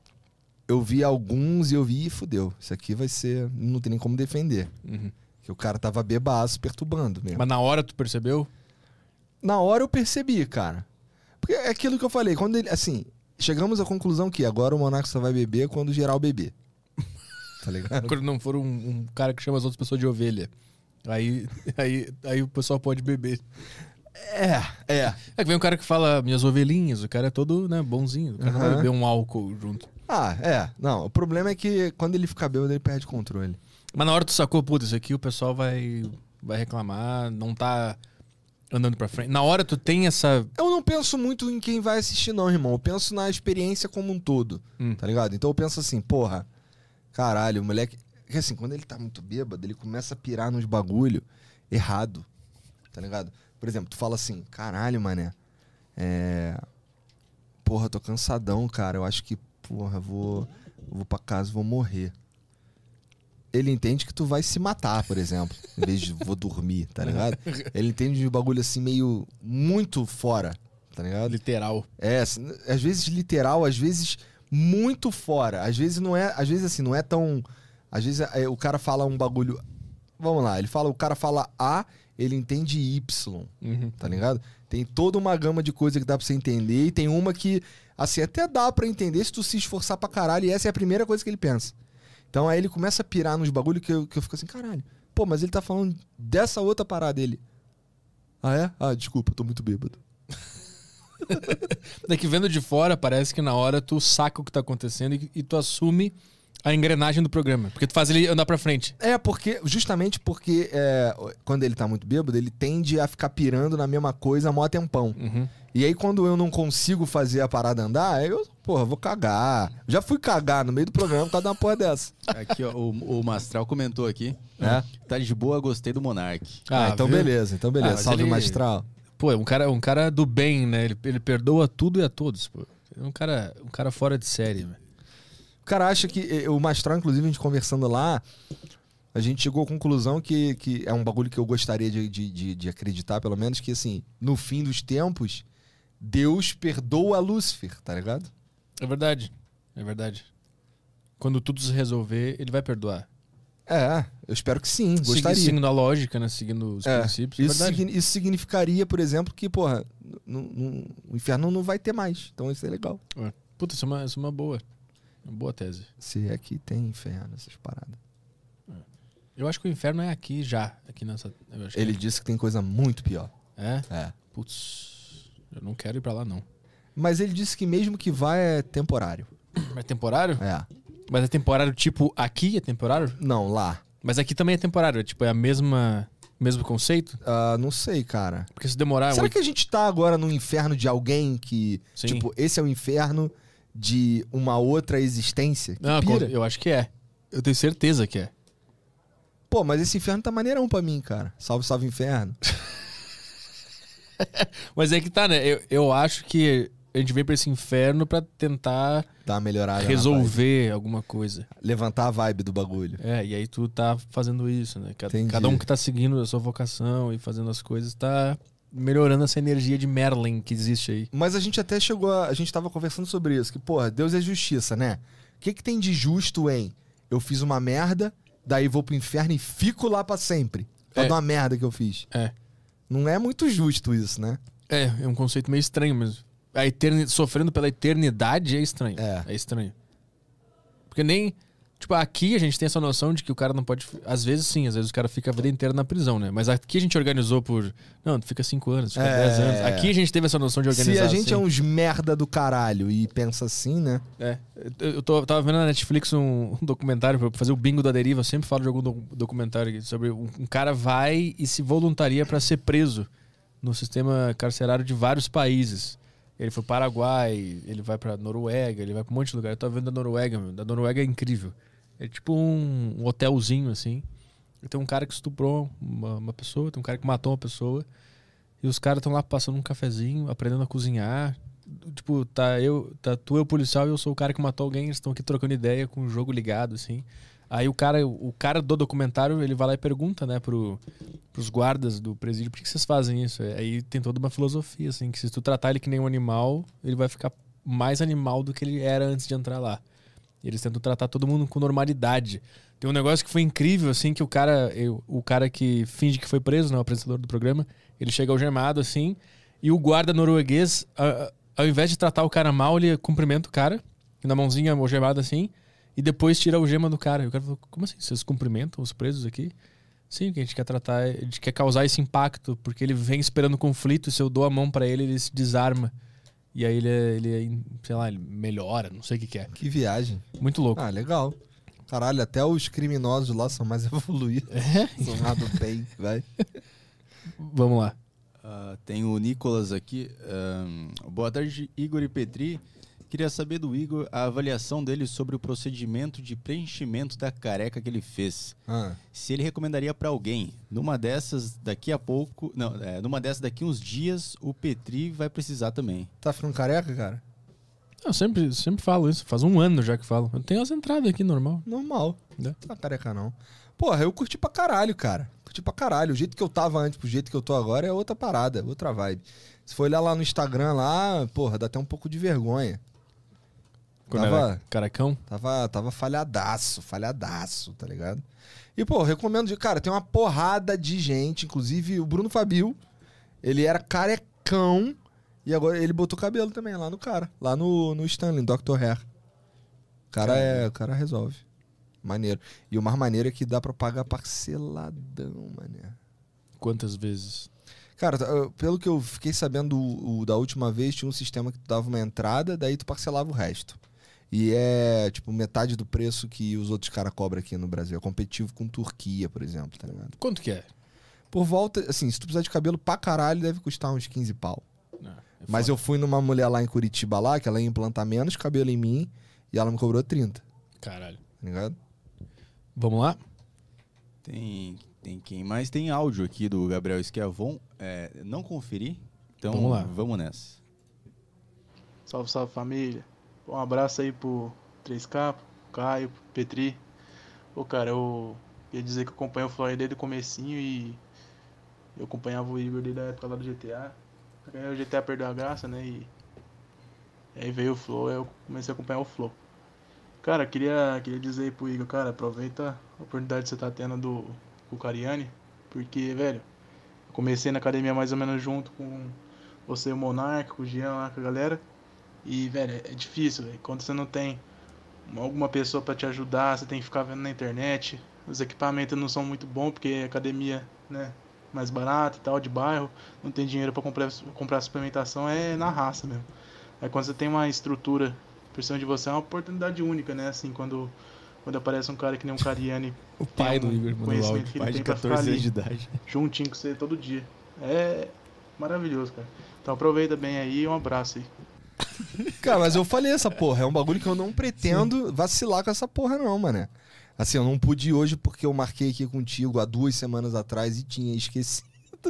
S3: Eu vi alguns e eu vi e fudeu. Isso aqui vai ser... Não tem nem como defender.
S1: Uhum.
S3: Que o cara tava bebaço, perturbando mesmo.
S1: Mas na hora tu percebeu?
S3: Na hora eu percebi, cara. Porque é aquilo que eu falei. Quando ele... Assim, chegamos à conclusão que agora o Monark só vai beber quando geral beber. Tá ligado?
S1: Quando não for um, um cara que chama as outras pessoas de ovelha. Aí, aí, aí o pessoal pode beber.
S3: É, é.
S1: É que vem um cara que fala minhas ovelhinhas, o cara é todo, né, bonzinho. O cara
S3: Uhum.
S1: não vai beber um álcool junto.
S3: Ah, é. Não, o problema é que quando ele fica bêbado, ele perde controle.
S1: Mas na hora tu sacou, puta, isso aqui o pessoal vai, vai reclamar, não tá andando pra frente. Na hora tu tem essa...
S3: Eu não penso muito em quem vai assistir, não, irmão. Eu penso na experiência como um todo,
S1: Hum.
S3: tá ligado? Então eu penso assim, porra, caralho, o moleque... Porque assim, quando ele tá muito bêbado, ele começa a pirar nos bagulho errado, tá ligado? Por exemplo, tu fala assim, caralho, mané, é... Porra, tô cansadão, cara, eu acho que, porra, vou, vou pra casa, vou morrer. Ele entende que tu vai se matar, por exemplo, em vez de vou dormir, tá ligado? Ele entende de bagulho assim meio muito fora, tá ligado?
S1: Literal.
S3: É, assim, às vezes literal, às vezes muito fora. Às vezes não é, às vezes assim, não é tão... Às vezes é, o cara fala um bagulho... Vamos lá, ele fala, o cara fala A, ele entende Y,
S1: Uhum.
S3: tá ligado? Tem toda uma gama de coisa que dá pra você entender e tem uma que, assim, até dá pra entender se tu se esforçar pra caralho e essa é a primeira coisa que ele pensa. Então aí ele começa a pirar nos bagulho que eu, que eu fico assim, caralho, pô, mas ele tá falando dessa outra parada dele. Ah, é? Ah, desculpa, eu tô muito bêbado.
S1: Daqui vendo de fora, parece que na hora tu saca o que tá acontecendo e, e tu assume a engrenagem do programa. Porque tu faz ele andar pra frente.
S3: É, porque, justamente porque é, quando ele tá muito bêbado, ele tende a ficar pirando na mesma coisa há mó tempão.
S1: Uhum.
S3: E aí, quando eu não consigo fazer a parada andar, aí eu, porra, vou cagar. Já fui cagar no meio do programa por causa de uma porra dessa.
S2: Aqui, ó, o, o Mastral comentou aqui.
S3: É?
S2: Tá de boa, gostei do Monark.
S3: Ah, então
S1: viu?
S3: beleza, então
S1: Ah,
S3: beleza.
S1: mas
S3: Salve,
S1: ele-
S3: Mastral.
S1: Pô, é um cara, um cara do bem, né? Ele, ele perdoa tudo e a todos, pô. É um cara, um cara fora de série, velho.
S3: O cara acha que... eh, O Mastral, inclusive, a gente conversando lá, a gente chegou à conclusão que, que é um bagulho que eu gostaria de, de, de, de acreditar, pelo menos, que, assim, no fim dos tempos, Deus perdoa Lúcifer, tá ligado?
S1: É verdade. É verdade. Quando tudo se resolver, ele vai perdoar.
S3: É, eu espero que sim, gostaria.
S1: Segui- Seguindo a lógica, né? Seguindo os
S3: É,
S1: princípios. É
S3: isso,
S1: verdade.
S3: signi- isso significaria, por exemplo, que, porra, n- n- o inferno não vai ter mais. Então isso é legal.
S1: É. Puta, isso é uma, isso é uma boa. Uma boa tese.
S3: Se é que tem inferno, essas paradas.
S1: Eu acho que o inferno é aqui já. Aqui nessa. eu acho que
S3: Ele disse que tem coisa muito pior.
S1: É?
S3: É.
S1: Putz. Eu não quero ir pra lá, não.
S3: Mas ele disse que mesmo que vá é temporário.
S1: Mas é temporário?
S3: É.
S1: Mas é temporário tipo aqui é temporário?
S3: Não, lá.
S1: Mas aqui também é temporário. É, tipo, é a mesma. Mesmo conceito?
S3: Ah, não sei, cara.
S1: Porque se demorar.
S3: Será
S1: oito-
S3: que a gente tá agora no inferno de alguém que...
S1: Sim.
S3: Tipo, esse é o inferno de uma outra existência? Que
S1: Não,
S3: pira.
S1: eu acho que é. Eu tenho certeza que é.
S3: Pô, mas esse inferno tá maneirão pra mim, cara. Salve, salve, inferno.
S1: Mas é que tá, né? Eu, eu acho que a gente vem pra esse inferno pra tentar
S3: Dá uma melhorada.
S1: resolver alguma coisa.
S3: Levantar a vibe do bagulho.
S1: É, e aí tu tá fazendo isso, né? Cada,
S3: Entendi.
S1: cada um que tá seguindo a sua vocação e fazendo as coisas tá melhorando essa energia de Merlin que existe aí.
S3: Mas a gente até chegou a... A gente tava conversando sobre isso. Que, porra, Deus é justiça, né? O que que tem de justo em... Eu fiz uma merda, daí vou pro inferno e fico lá pra sempre. Por
S1: É.
S3: uma merda que eu fiz.
S1: É.
S3: Não é muito justo isso, né?
S1: É, é um conceito meio estranho mesmo. A eterni... Sofrendo pela eternidade é estranho.
S3: É.
S1: É estranho. Porque nem... Tipo, aqui a gente tem essa noção de que o cara não pode... Às vezes sim, às vezes o cara fica a vida inteira na prisão, né? Mas aqui a gente organizou por... Não, tu fica cinco anos, fica
S3: É.
S1: dez anos. Aqui a gente teve essa noção de organizar.
S3: Se a gente
S1: assim.
S3: é uns merda do caralho e pensa assim, né?
S1: É. Eu, eu tô, tava vendo na Netflix um, um documentário pra fazer o bingo da deriva. Eu sempre falo de algum do- documentário aqui, sobre um, um cara vai e se voluntaria pra ser preso no sistema carcerário de vários países. Ele foi pro Paraguai, ele vai pra Noruega, ele vai pra um monte de lugar. Eu tava vendo da Noruega, meu. Da Noruega é incrível. É tipo um, um hotelzinho, assim. E tem um cara que estuprou uma, uma pessoa, tem um cara que matou uma pessoa. E os caras estão lá passando um cafezinho, aprendendo a cozinhar. Tipo, tá eu, tá tu é o policial e eu sou o cara que matou alguém. Eles estão aqui trocando ideia com o jogo ligado, assim. Aí o cara, o cara do documentário, ele vai lá e pergunta, né, pro, pros guardas do presídio, por que vocês fazem isso? Aí tem toda uma filosofia, assim, que se tu tratar ele que nem um animal, ele vai ficar mais animal do que ele era antes de entrar lá. E eles tentam tratar todo mundo com normalidade. Tem um negócio que foi incrível, assim, que o cara, eu, o cara que finge que foi preso, né, o apresentador do programa, ele chega algemado, assim, e o guarda norueguês, a, a, ao invés de tratar o cara mal, ele cumprimenta o cara, na mãozinha algemada, assim, e depois tira a algema do cara. E o cara falou, como assim, vocês cumprimentam os presos aqui? Sim, que a gente quer tratar, a gente quer causar esse impacto, porque ele vem esperando conflito, e se eu dou a mão pra ele, ele se desarma. E aí ele, é, ele é, sei lá, ele melhora, não sei o que que é.
S3: Que viagem.
S1: Muito louco.
S3: Ah, legal. Caralho, até os criminosos lá são mais evoluídos.
S1: É?
S3: São lá do bem, vai.
S1: Vamos lá.
S2: Ah, tem o Nicolas aqui. Ahn, boa tarde, Igor e Petri. Queria saber do Igor a avaliação dele sobre o procedimento de preenchimento da careca que ele fez.
S3: Ah,
S2: Se ele recomendaria pra alguém. Numa dessas, daqui a pouco... Não, é, numa dessas, daqui uns dias, o Petri vai precisar também.
S3: tá ficando careca, cara?
S1: Eu sempre, sempre falo isso, faz um ano já que falo. Eu tenho as entradas aqui, normal.
S3: Normal.
S1: É.
S3: Não tá careca, não. Porra, eu curti pra caralho, cara. Curti pra caralho. O jeito que eu tava antes pro jeito que eu tô agora é outra parada, outra vibe. Se for olhar lá no Instagram, lá, porra, dá até um pouco de vergonha.
S1: Quando
S3: Tava-
S1: era caracão.
S3: Tava, tava falhadaço, falhadaço, tá ligado? E, pô, recomendo de... Cara, tem uma porrada de gente, inclusive o Bruno Fabio, ele era carecão e agora ele botou cabelo também lá no cara, lá no, no Stanley, doutor Hair. O cara, é, o cara resolve. Maneiro. E o mais maneiro é que dá pra pagar parceladão, mané.
S1: Quantas vezes?
S3: Cara, eu- pelo que eu fiquei sabendo o, o da última vez, tinha um sistema que tu dava uma entrada, daí tu parcelava o resto. E é, tipo, metade do preço que os outros caras cobram aqui no Brasil. É competitivo com Turquia, por exemplo, tá ligado?
S1: Quanto que é?
S3: Por volta, assim, se tu precisar de cabelo pra caralho, deve custar uns quinze pau.
S1: Ah, é
S3: Mas
S1: foda.
S3: eu fui numa mulher lá em Curitiba lá, que ela ia implantar menos cabelo em mim, e ela me cobrou trinta,
S1: Caralho.
S3: tá ligado?
S1: Vamos lá?
S2: Tem, tem quem mais? Tem áudio aqui do Gabriel Schiavon. É, não conferi. Então,
S1: Vamos lá.
S2: vamos nessa.
S6: Salve, salve família. Um abraço aí pro três K, pro Caio, pro Petri. Pô, cara, eu ia dizer que eu acompanho o Floyd desde o comecinho e eu acompanhava o Igor desde a época lá do G T A. Só que aí o G T A perdeu a graça, né? E aí veio o Flow, aí eu comecei a acompanhar o Flow. Cara, queria, queria dizer aí pro Igor, cara, aproveita a oportunidade que você tá tendo do com o Cariani, porque, velho, eu comecei na academia mais ou menos junto com você, o Monarca, com o Jean lá, com a galera. E, velho, é difícil, velho. Quando você não tem alguma pessoa pra te ajudar, você tem que ficar vendo na internet. Os equipamentos não são muito bons, porque a academia, né, mais barata e tal, de bairro, não tem dinheiro pra comprar, comprar suplementação, é na raça mesmo. Aí quando você tem uma estrutura por cima de você, é uma oportunidade única, né? Assim, quando, quando aparece um cara que nem um Cariani,
S1: O pai do
S6: um
S1: Igor mandou
S6: conhecimento
S1: áudio.
S6: que
S2: Pai
S6: ele
S2: de
S6: tem pra ficar
S2: catorze
S6: ali
S2: anos de idade.
S6: juntinho com você todo dia. É maravilhoso, cara. Então aproveita bem aí e um abraço aí.
S3: Cara, mas eu falei essa porra, é um bagulho que eu não pretendo vacilar com essa porra não, mané. Assim, eu não pude ir hoje porque eu marquei aqui contigo há duas semanas atrás e tinha esquecido.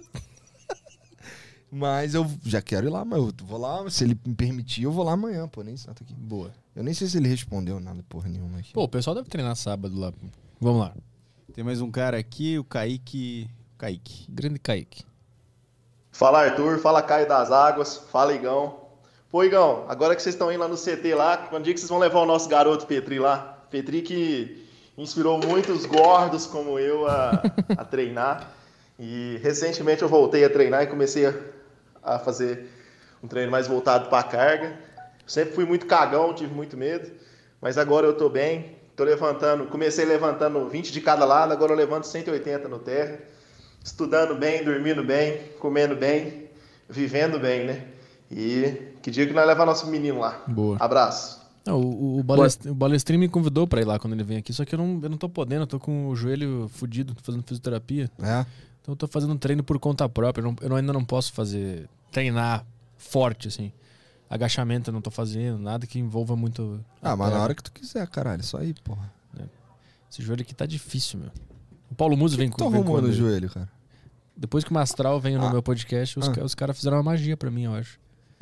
S3: Mas eu já quero ir lá, mas eu vou lá, se ele me permitir, eu vou lá amanhã, pô, nem sento aqui.
S1: Boa.
S3: Eu nem sei se ele respondeu nada, porra nenhuma aqui.
S1: Pô, o pessoal deve treinar sábado lá. Vamos lá.
S2: Tem mais um cara aqui, o Kaique. Kaique.
S1: Grande Kaique.
S7: Fala, Arthur. Fala, Caio das Águas. Fala, Igão. Pô, Igão, agora que vocês estão indo lá no C T lá, quando dia que vocês vão levar o nosso garoto Petri lá? Petri que inspirou muitos gordos como eu a, a treinar. E recentemente eu voltei a treinar e comecei a, a fazer um treino mais voltado para a carga. Sempre fui muito cagão, tive muito medo, mas agora eu tô bem. Tô levantando, comecei levantando vinte de cada lado, agora eu levanto cento e oitenta no terra. Estudando bem, dormindo bem, comendo bem, vivendo bem, né? E que dia que nós levamos nosso menino lá.
S1: Boa.
S7: Abraço.
S1: Não, o, o, Balest, o Balestrin me convidou pra ir lá quando ele vem aqui, só que eu não, eu não tô podendo, eu tô com o joelho fudido, tô fazendo fisioterapia.
S3: É?
S1: Então eu tô fazendo treino por conta própria, eu, não, eu não- ainda não posso fazer, treinar forte, assim. Agachamento eu não tô fazendo, nada que envolva muito... a
S3: Ah, mas na
S1: perna.
S3: hora que tu quiser, caralho. Só aí, porra.
S1: Esse joelho aqui tá difícil, meu. O Paulo Muso vem
S3: Tu
S1: com... vem
S3: arrumou
S1: com
S3: no
S1: ele.
S3: joelho, cara?
S1: Depois que o Mastral veio no
S3: Ah.
S1: meu podcast, os,
S3: Ah.
S1: ca- os caras fizeram uma magia pra mim, eu acho.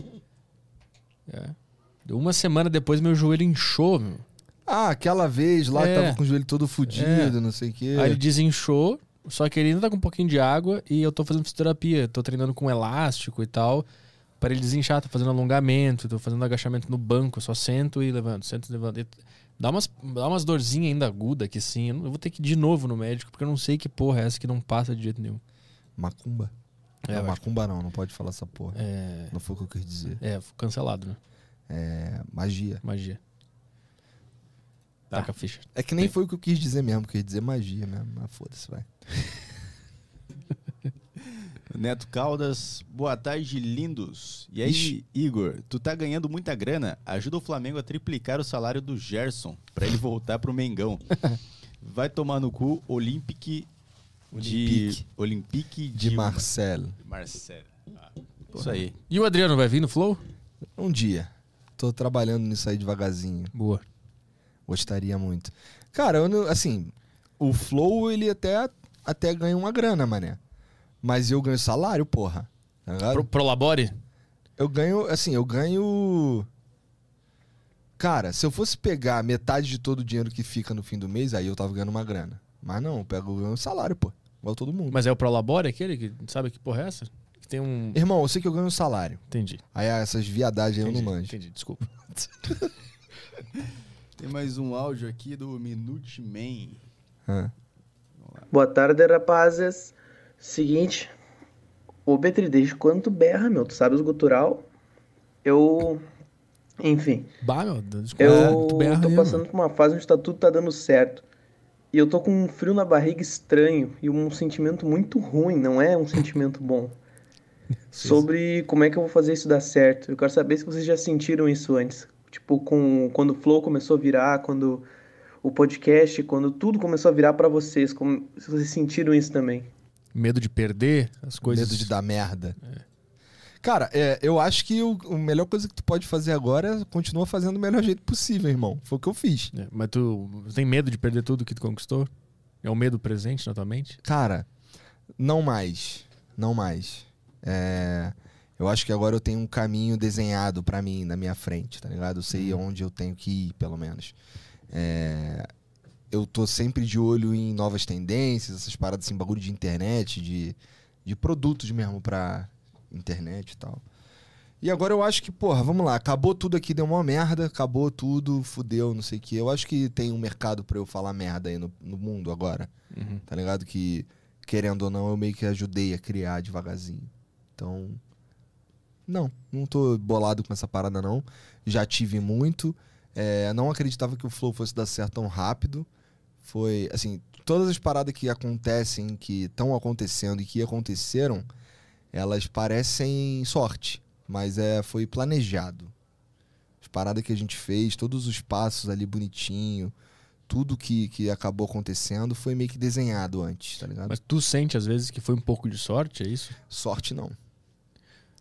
S1: É. Deu uma semana depois, meu joelho inchou, meu.
S3: Ah, aquela vez lá
S1: É.
S3: que tava com o joelho todo fudido, não sei o quê.
S1: Aí ele desinchou, só que ele ainda tá com um pouquinho de água e eu tô fazendo fisioterapia. Tô treinando com elástico e tal, para ele desinchar. Tô fazendo alongamento, tô fazendo agachamento no banco, eu só sento e levanto, sento e levanto. E dá umas, dá umas dorzinhas ainda aguda aqui sim. Eu não- eu vou ter que ir de novo no médico, porque eu não sei que porra é essa que não passa de jeito nenhum.
S3: Macumba.
S1: É,
S3: não,
S1: eu acho
S3: macumba não, não pode falar essa porra.
S1: É,
S3: Não foi o que eu quis dizer.
S1: é cancelado, né?
S3: É magia.
S1: Magia.
S2: Tá.
S1: Taca a ficha.
S3: É que nem
S1: Bem.
S3: foi o que eu quis dizer mesmo, que eu quis dizer magia mesmo. Mas foda-se, vai.
S2: Neto Caldas, boa tarde, lindos. E aí, Igor, tu tá ganhando muita grana? Ajuda o Flamengo a triplicar o salário do Gerson pra ele voltar pro Mengão. Vai tomar no cu Olympique de...
S3: Olympique.
S2: Olympique
S3: De Marcelo.
S2: Marcelo. Ah, isso aí.
S1: E o Adriano vai vir no Flow?
S3: Um dia. Tô trabalhando nisso aí devagarzinho.
S1: Boa.
S3: Gostaria muito. Cara, eu não, assim, o Flow, ele até, até ganha uma grana, mané. Mas eu ganho salário, porra. Tá ligado?
S1: Pro, prolabore?
S3: Eu ganho, assim, eu ganho... Cara, se eu fosse pegar metade de todo o dinheiro que fica no fim do mês, aí eu tava ganhando uma grana. Mas não, eu pego eu ganho salário, pô. Igual todo mundo.
S1: Mas é o prolabore aquele que sabe que porra é essa? Que tem um...
S3: Irmão, eu sei que eu ganho um salário.
S1: Entendi.
S3: Aí essas viadagens aí eu
S1: Entendi,
S3: não manjo.
S1: entendi, desculpa.
S2: Tem mais um áudio aqui do Minute Man.
S3: Ah.
S8: Boa tarde, rapazes. Seguinte, ô Petri, desde quando tu berra, meu? Tu sabe os gutural? Eu. Enfim,
S1: Bah, meu, desculpa.
S8: eu
S1: tu berra
S8: tô
S1: aí,
S8: passando
S1: mano.
S8: por uma fase onde tá tudo tá dando certo. E eu tô com um frio na barriga estranho e um sentimento muito ruim, não é um sentimento bom. Sobre como é que eu vou fazer isso dar certo. Eu quero saber se vocês já sentiram isso antes. Tipo, com, quando o Flow começou a virar, quando o podcast, quando tudo começou a virar pra vocês. Como, se vocês sentiram isso também.
S1: Medo de perder as coisas.
S3: Medo de dar merda. Cara, é, eu acho que o, a melhor coisa que tu pode fazer agora é continuar fazendo do melhor jeito possível, irmão. Foi o que eu fiz.
S1: É, mas tu tem medo de perder tudo que tu conquistou? É um medo presente na tua mente?
S3: Cara, não mais. Não mais. É, eu acho que agora eu tenho um caminho desenhado pra mim, na minha frente, tá ligado? Eu sei onde eu tenho que ir, pelo menos. É, eu tô sempre de olho em novas tendências, essas paradas assim, bagulho de internet, de, de produtos mesmo pra internet e tal. E agora eu acho que, porra, vamos lá, acabou tudo aqui, deu uma merda, acabou tudo, fudeu, não sei o que. Eu acho que tem um mercado pra eu falar merda aí no, no mundo agora,
S1: Uhum.
S3: tá ligado? Que, querendo ou não, eu meio que ajudei a criar devagarzinho. Então, não, não tô bolado com essa parada não. Já tive muito. É, não acreditava que o Flow fosse dar certo tão rápido. Foi, assim, todas as paradas que acontecem, que estão acontecendo e que aconteceram, elas parecem sorte, mas é, foi planejado. As paradas que a gente fez, todos os passos ali bonitinho, tudo que, que acabou acontecendo foi meio que desenhado antes, tá ligado?
S1: Mas tu sente às vezes que foi um pouco de sorte, é isso?
S3: Sorte não.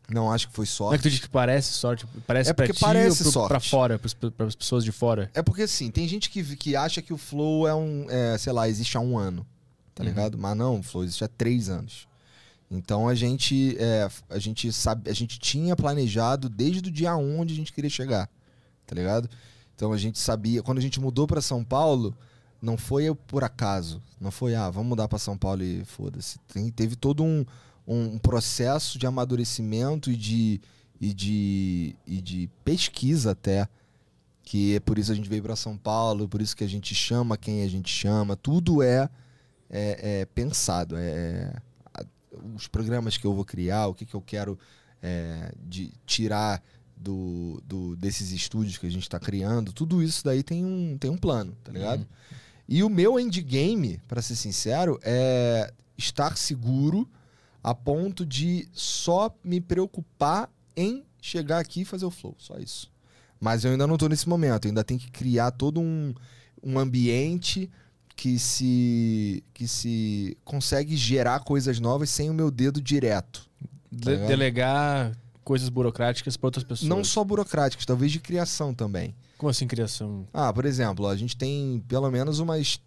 S3: Não acho que foi
S1: Não é
S3: sorte.
S1: que tu diz que parece sorte, parece
S3: É
S1: pra
S3: porque
S1: ti
S3: parece
S1: ou pro,
S3: sorte.
S1: pra fora, para as pessoas de fora?
S3: É porque assim, tem gente que, que acha que o Flow é um, é, sei lá, existe há um ano, tá
S1: Uhum.
S3: ligado? Mas não, o Flow existe há três anos. Então a gente, é, a gente sabe, a gente tinha planejado desde o dia um onde a gente queria chegar, tá ligado? Então a gente sabia, quando a gente mudou pra São Paulo, não foi por acaso, não foi, ah, vamos mudar pra São Paulo e foda-se. Tem- Teve todo um, um processo de amadurecimento e de, e de, e de pesquisa até, que é por isso a gente veio pra São Paulo, por isso que a gente chama quem a gente chama, tudo é, é, é pensado, é, a- os programas que eu vou criar, o que, que eu quero é, de tirar do, do- desses estúdios que a gente tá criando, tudo isso daí tem um, tem um plano, tá ligado? E o meu endgame, pra ser sincero, é estar seguro a ponto de só me preocupar em chegar aqui e fazer o flow, só isso. Mas eu ainda não tô nesse momento, eu ainda tenho que criar todo um, um ambiente que se, que se consegue gerar coisas novas sem o meu dedo direto.
S1: De-
S3: ligado?
S1: delegar coisas burocráticas pra outras pessoas.
S3: Não só burocráticas, talvez de criação também.
S1: Como assim, criação?
S3: Ah, por exemplo, a gente tem pelo menos umas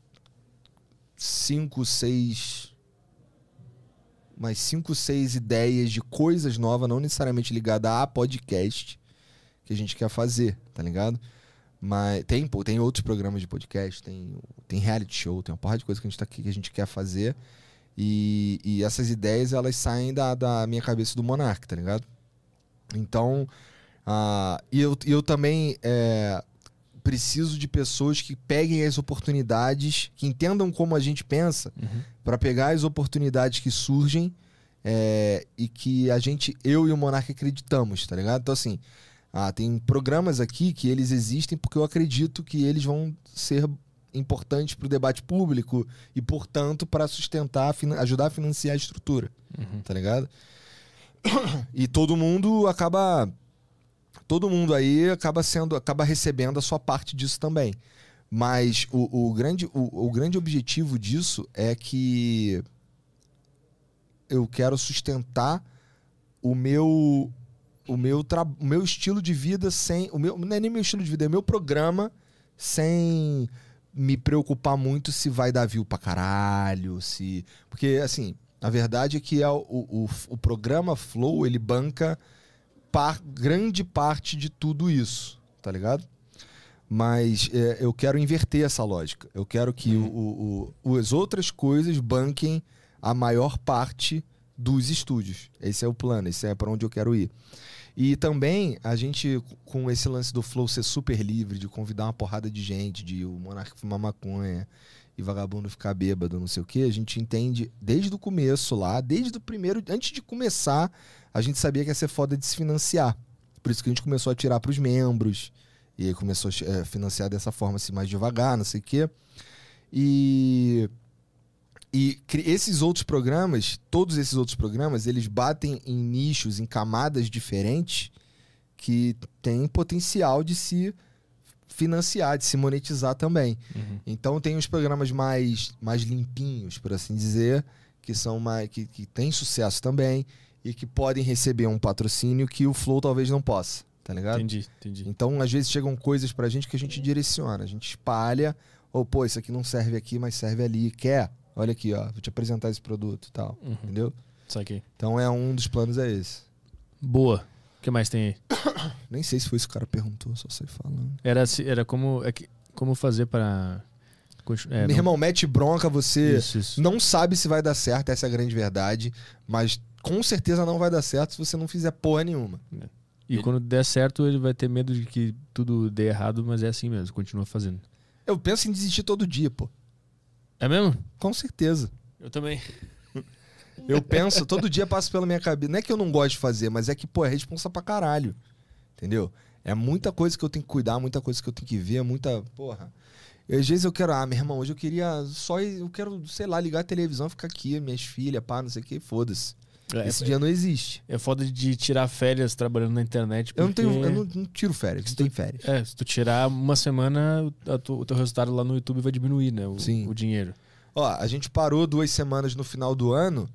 S3: cinco, seis. Umas cinco, seis ideias de coisas novas, não necessariamente ligadas a podcast, que a gente quer fazer, tá ligado? Mas tem, pô, tem outros programas de podcast, tem, tem reality show, tem uma porrada de coisa que a gente, tá, que a gente quer fazer. E, e essas ideias, elas saem da, da minha cabeça do Monark, tá ligado? Então, ah, e eu, e eu também é, preciso de pessoas que peguem as oportunidades, que entendam como a gente pensa,
S1: Uhum.
S3: pra pegar as oportunidades que surgem é, e que a gente, eu e o Monark acreditamos, tá ligado? Então, assim, ah, tem programas aqui que eles existem porque eu acredito que eles vão ser importantes pro debate público e, portanto, para sustentar, finan- ajudar a financiar a estrutura,
S1: Uhum.
S3: tá ligado? E todo mundo acaba todo mundo aí acaba sendo acaba recebendo a sua parte disso também. Mas o, o grande o, o grande objetivo disso é que eu quero sustentar o meu o meu tra... o meu estilo de vida sem o meu não é nem meu estilo de vida, é meu programa sem me preocupar muito se vai dar view pra caralho, se porque assim, a verdade é que é o, o, o programa Flow, ele banca par, grande parte de tudo isso, tá ligado? Mas é, eu quero inverter essa lógica. Eu quero que
S1: Uhum.
S3: o, o, o, as outras coisas banquem a maior parte dos estúdios. Esse é o plano, esse é para onde eu quero ir. E também, a gente, com esse lance do Flow ser super livre, de convidar uma porrada de gente, de o Monark fumar maconha e vagabundo ficar bêbado, não sei o que, a gente entende desde o começo lá, desde o primeiro, antes de começar, a gente sabia que ia ser foda de se financiar. Por isso que a gente começou a tirar pros membros, e aí começou a é, financiar dessa forma, assim, mais devagar, não sei o quê. E... E cri- esses outros programas, todos esses outros programas, eles batem em nichos, em camadas diferentes que têm potencial de se financiar, de se monetizar também.
S1: Uhum.
S3: Então tem os programas mais, mais limpinhos, por assim dizer, que são mais que, que têm sucesso também e que podem receber um patrocínio que o Flow talvez não possa, tá ligado?
S1: Entendi, entendi.
S3: Então, às vezes chegam coisas pra gente que a gente direciona, a gente espalha, ou pô, isso aqui não serve aqui, mas serve ali, quer? Olha aqui, ó, vou te apresentar esse produto e tal,
S1: Uhum.
S3: entendeu?
S1: Saquei.
S3: Então é um dos planos é esse.
S1: Boa. O que mais tem aí?
S3: Nem sei se foi isso que o cara perguntou, só sei falando.
S1: Era, se- era como, é que- como fazer pra... continu- é,
S3: Meu
S1: não-
S3: irmão, mete bronca, você
S1: Isso, isso.
S3: não sabe se vai dar certo, essa é a grande verdade, mas com certeza não vai dar certo se você não fizer porra nenhuma.
S1: E quando der certo, ele vai ter medo de que tudo dê errado, mas é assim mesmo, continua fazendo.
S3: Eu penso em desistir todo dia, pô.
S1: É mesmo?
S3: Com certeza.
S1: Eu também.
S3: Eu penso, todo dia passa pela minha cabeça. Não é que eu não gosto de fazer, mas é que, pô, é responsa pra caralho. Entendeu? É muita coisa que eu tenho que cuidar, muita coisa que eu tenho que ver, muita. Porra. E às vezes eu quero, ah, meu irmão, hoje eu queria só. ir- Eu quero, sei lá, ligar a televisão, ficar aqui, minhas filhas, pá, não sei o que, foda-se.
S1: É,
S3: Esse
S1: é,
S3: dia não existe.
S1: é foda de tirar férias trabalhando na internet.
S3: Eu não tenho.
S1: porque-
S3: Eu não, não tiro férias, não tem férias.
S1: É, se tu tirar uma semana, a tu- o teu resultado lá no YouTube vai diminuir, né? O,
S3: Sim.
S1: o dinheiro.
S3: Ó, a gente parou duas semanas no final do ano,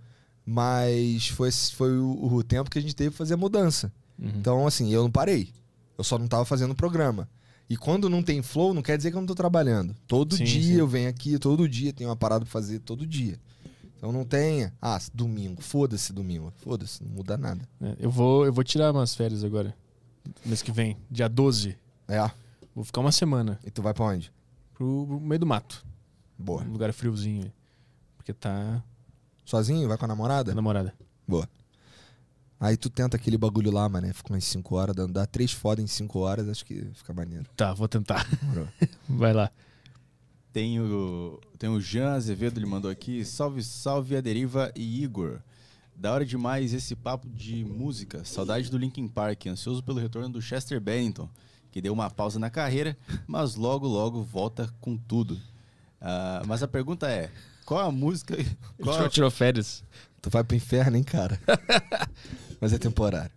S3: Mas foi, foi o, o tempo que a gente teve pra fazer a mudança.
S1: Uhum.
S3: Então, assim, eu não parei. Eu só não tava fazendo o programa. E quando não tem flow, não quer dizer que eu não tô trabalhando. Todo
S1: Sim,
S3: dia
S1: sim.
S3: eu venho aqui, todo dia tem uma parada pra fazer, todo dia. Então não tem... Ah, domingo. Foda-se domingo. Foda-se, não muda nada.
S1: É, eu, vou, eu vou tirar umas férias agora. Mês que vem, dia doze.
S3: É.
S1: Vou ficar uma semana
S3: E tu vai pra onde?
S1: pro, pro meio do mato.
S3: Boa.
S1: Um lugar friozinho. Porque tá
S3: Sozinho? Vai com a namorada?
S1: a namorada.
S3: Boa. Aí tu tenta aquele bagulho lá, mano. Fica umas cinco horas, dando, dá três foda em cinco horas, acho que fica maneiro.
S1: Tá, vou tentar.
S3: Demorou.
S1: Vai lá.
S2: Tem o, tem o Jean Azevedo, ele mandou aqui. Salve, salve a Deriva e Igor. Da hora demais esse papo de música. Saudade do Linkin Park. Ansioso pelo retorno do Chester Bennington, que deu uma pausa na carreira, mas logo, logo volta com tudo. Uh, mas a pergunta é, qual a música... Qual
S1: Ele
S2: a...
S1: tirou férias.
S3: Tu vai pro inferno, hein, cara? Mas é temporário.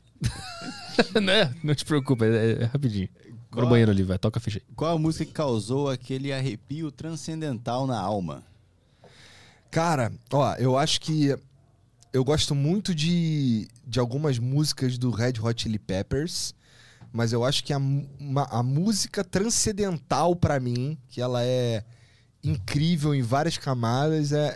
S1: Né? Não te preocupa, é, é rapidinho. Vou no
S2: Qual-
S1: banheiro ali, vai. Toca, fechei.
S2: Qual a música que causou aquele arrepio transcendental na alma?
S3: Cara, ó, eu acho que eu gosto muito de, de algumas músicas do Red Hot Chili Peppers, mas eu acho que a, mu- uma- a música transcendental pra mim, que ela é incrível em várias camadas, é,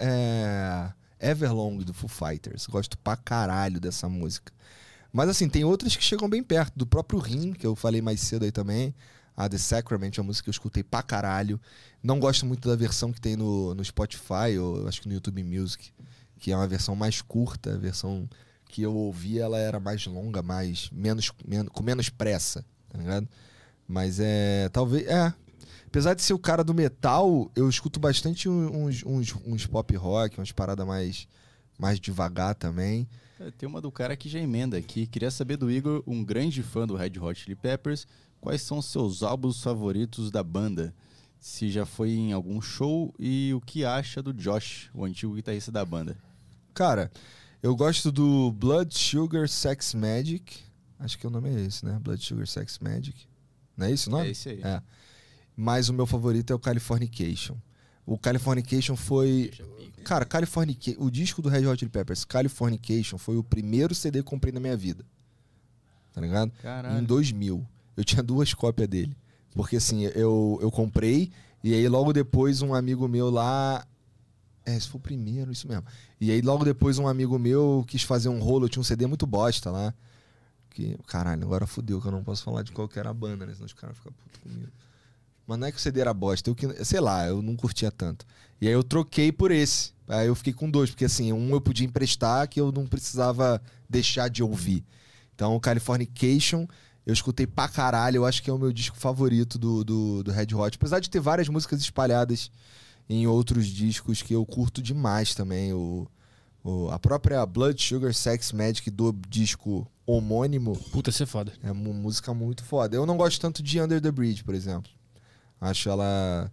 S3: é Everlong do Foo Fighters. Gosto pra caralho dessa música. Mas assim, tem outras que chegam bem perto, do próprio Rim, que eu falei mais cedo aí também. A The Sacrament é uma música que eu escutei pra caralho. Não gosto muito da versão que tem no, no Spotify, ou acho que no YouTube Music, que é uma versão mais curta, a versão que eu ouvi, ela era mais longa, mais, menos, menos, com menos pressa, tá ligado? Mas é, talvez, é. Apesar de ser o cara do metal, eu escuto bastante uns, uns, uns pop rock, umas paradas mais, mais devagar também.
S2: É, Tem uma do cara que já emenda aqui. Queria saber do Igor, um grande fã do Red Hot Chili Peppers, quais são os seus álbuns favoritos da banda? Se já foi em algum show e o que acha do Josh, o antigo guitarrista da banda?
S3: Cara, eu gosto do Blood Sugar Sex Magic. Acho que o nome é esse, né? Blood Sugar Sex Magic. Não é esse o nome?
S2: É esse aí.
S3: É. Mas o meu favorito é o Californication. O Californication foi... Cara, Californication... O disco do Red Hot Chili Peppers, Californication, foi o primeiro C D que eu comprei na minha vida. Tá ligado?
S2: Caralho.
S3: Em dois mil. Eu tinha duas cópias dele. Porque assim, eu, eu comprei e aí logo depois um amigo meu lá... É, esse foi o primeiro, isso mesmo. E aí logo depois um amigo meu quis fazer um rolo, eu tinha um C D muito bosta lá. Que, caralho, agora fudeu que eu não posso falar de qual que era a banda, né? Senão os caras ficam putos comigo. Mas não é que o C D era bosta, eu que, sei lá, eu não curtia tanto. E aí eu troquei por esse. Aí eu fiquei com dois, porque assim, um eu podia emprestar que eu não precisava deixar de ouvir. Então o Californication eu escutei pra caralho, eu acho que é o meu disco favorito do, do, do Red Hot. Apesar de ter várias músicas espalhadas em outros discos que eu curto demais também. O, o, a própria Blood Sugar Sex Magic do disco homônimo
S1: Puta, isso é foda.
S3: é uma música muito foda. Eu não gosto tanto de Under the Bridge, por exemplo. Acho ela...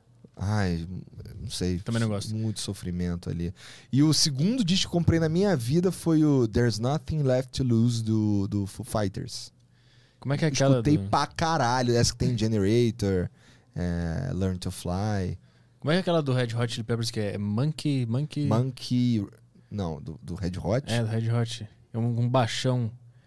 S3: Ai, não sei.
S1: Também não gosto.
S3: Muito sofrimento ali. E o segundo disco que eu comprei na minha vida foi o There's Nothing Left to Lose do, do Foo Fighters.
S1: Como é que é aquela
S3: Escutei
S1: do...
S3: pra caralho. Essa que tem Generator, é, Learn to Fly,
S1: Como é que é aquela do Red Hot Chili Peppers que é Monkey... Monkey...
S3: Monkey... Não, do, do Red Hot.
S1: É, do Red Hot. É um, um baixão.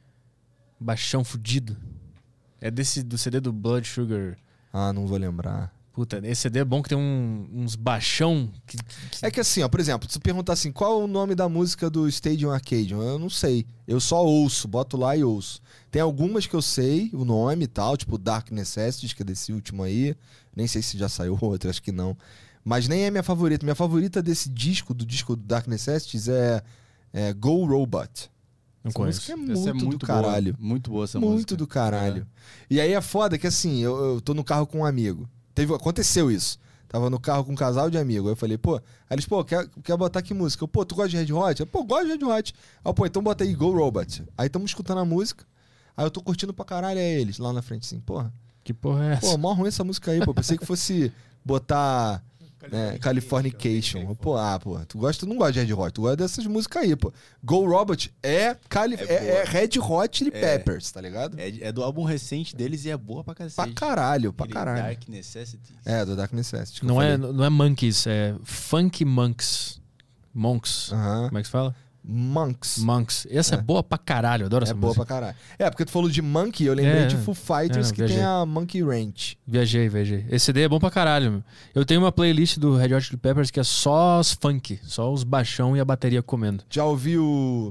S1: Baixão fudido. É desse do C D do Blood Sugar.
S3: Ah, não vou lembrar.
S1: Puta, esse C D é bom que tem um- uns baixão. Que, que-
S3: É que assim, ó, por exemplo, se tu perguntar assim, qual é o nome da música do Stadium Arcadium? Eu não sei. Eu só ouço, boto lá e ouço. Tem algumas que eu sei o nome e tal, tipo Dark Necessities, que é desse último aí. Nem sei se já saiu outra, acho que não. Mas nem é minha favorita. Minha favorita desse disco, do disco do Dark Necessities, é, é Go Robot.
S1: Não
S3: Essa
S1: conheço.
S3: música é
S2: Essa
S3: muito,
S2: é muito
S3: do
S2: boa,
S3: caralho.
S2: muito boa essa
S3: Muito
S2: música.
S3: do caralho. E aí é foda que assim, eu, eu tô no carro com um amigo. Teve, aconteceu isso. Tava no carro com um casal de amigos. Aí eu falei, pô, aí eles, pô, quer, quer botar que música? Eu, pô, tu gosta de Red Hot? Eu, pô, gosto de Red Hot. Aí eu, pô, então bota aí Go Robot. Aí estamos escutando a música. Aí eu tô curtindo pra caralho, é eles lá na frente assim, porra.
S1: Que porra é essa?
S3: Pô, mó ruim essa música aí, pô. Pensei que fosse botar é, Californication. Eu, Pô, ah, pô, tu gosta, tu não gosta de Red Hot, tu gosta dessas músicas aí, pô. Go Robot é, Cali
S2: É
S3: é, é
S2: boa.
S3: Red Hot Chili
S2: É.
S3: Peppers, tá ligado?
S2: É, é do álbum recente deles e é boa pra cacete.
S3: Pra caralho, pra
S2: Aquele
S3: caralho.
S2: Dark Necessities.
S3: É, do Dark Necessities. que eu
S1: Não é,
S3: falei.
S1: não é Monkeys, é Funky Monks. Monks.
S3: Aham.
S1: Como é que se fala?
S3: Monks.
S1: Monks. Essa é, é boa pra caralho, eu adoro
S3: é
S1: essa
S3: música. É boa pra caralho. É, porque tu falou de Monkey, eu lembrei
S1: é,
S3: de Foo Fighters,
S1: é,
S3: que tem a Monkey Ranch.
S1: Viajei, viajei. Esse C D é bom pra caralho, meu. Eu tenho uma playlist do Red Hot Chili Peppers que é só os funk, só os baixão e a bateria comendo.
S3: Já ouviu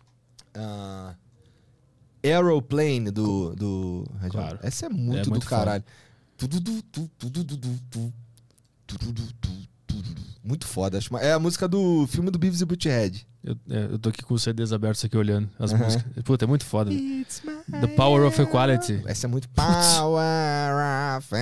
S3: uh, Aeroplane do, do Red Hot?
S1: Claro.
S3: Essa é muito,
S1: é
S3: do
S1: muito
S3: caralho. Tudo, tudo, tudo, tudo, tudo, tudo, tudo. Muito foda. Acho uma... É a música do filme do Beavis e Butthead.
S1: Eu, é, eu tô aqui com os C Ds abertos aqui olhando as
S3: uh-huh.
S1: músicas. Puta, é muito foda. The Power of Equality.
S3: Essa é muito Power of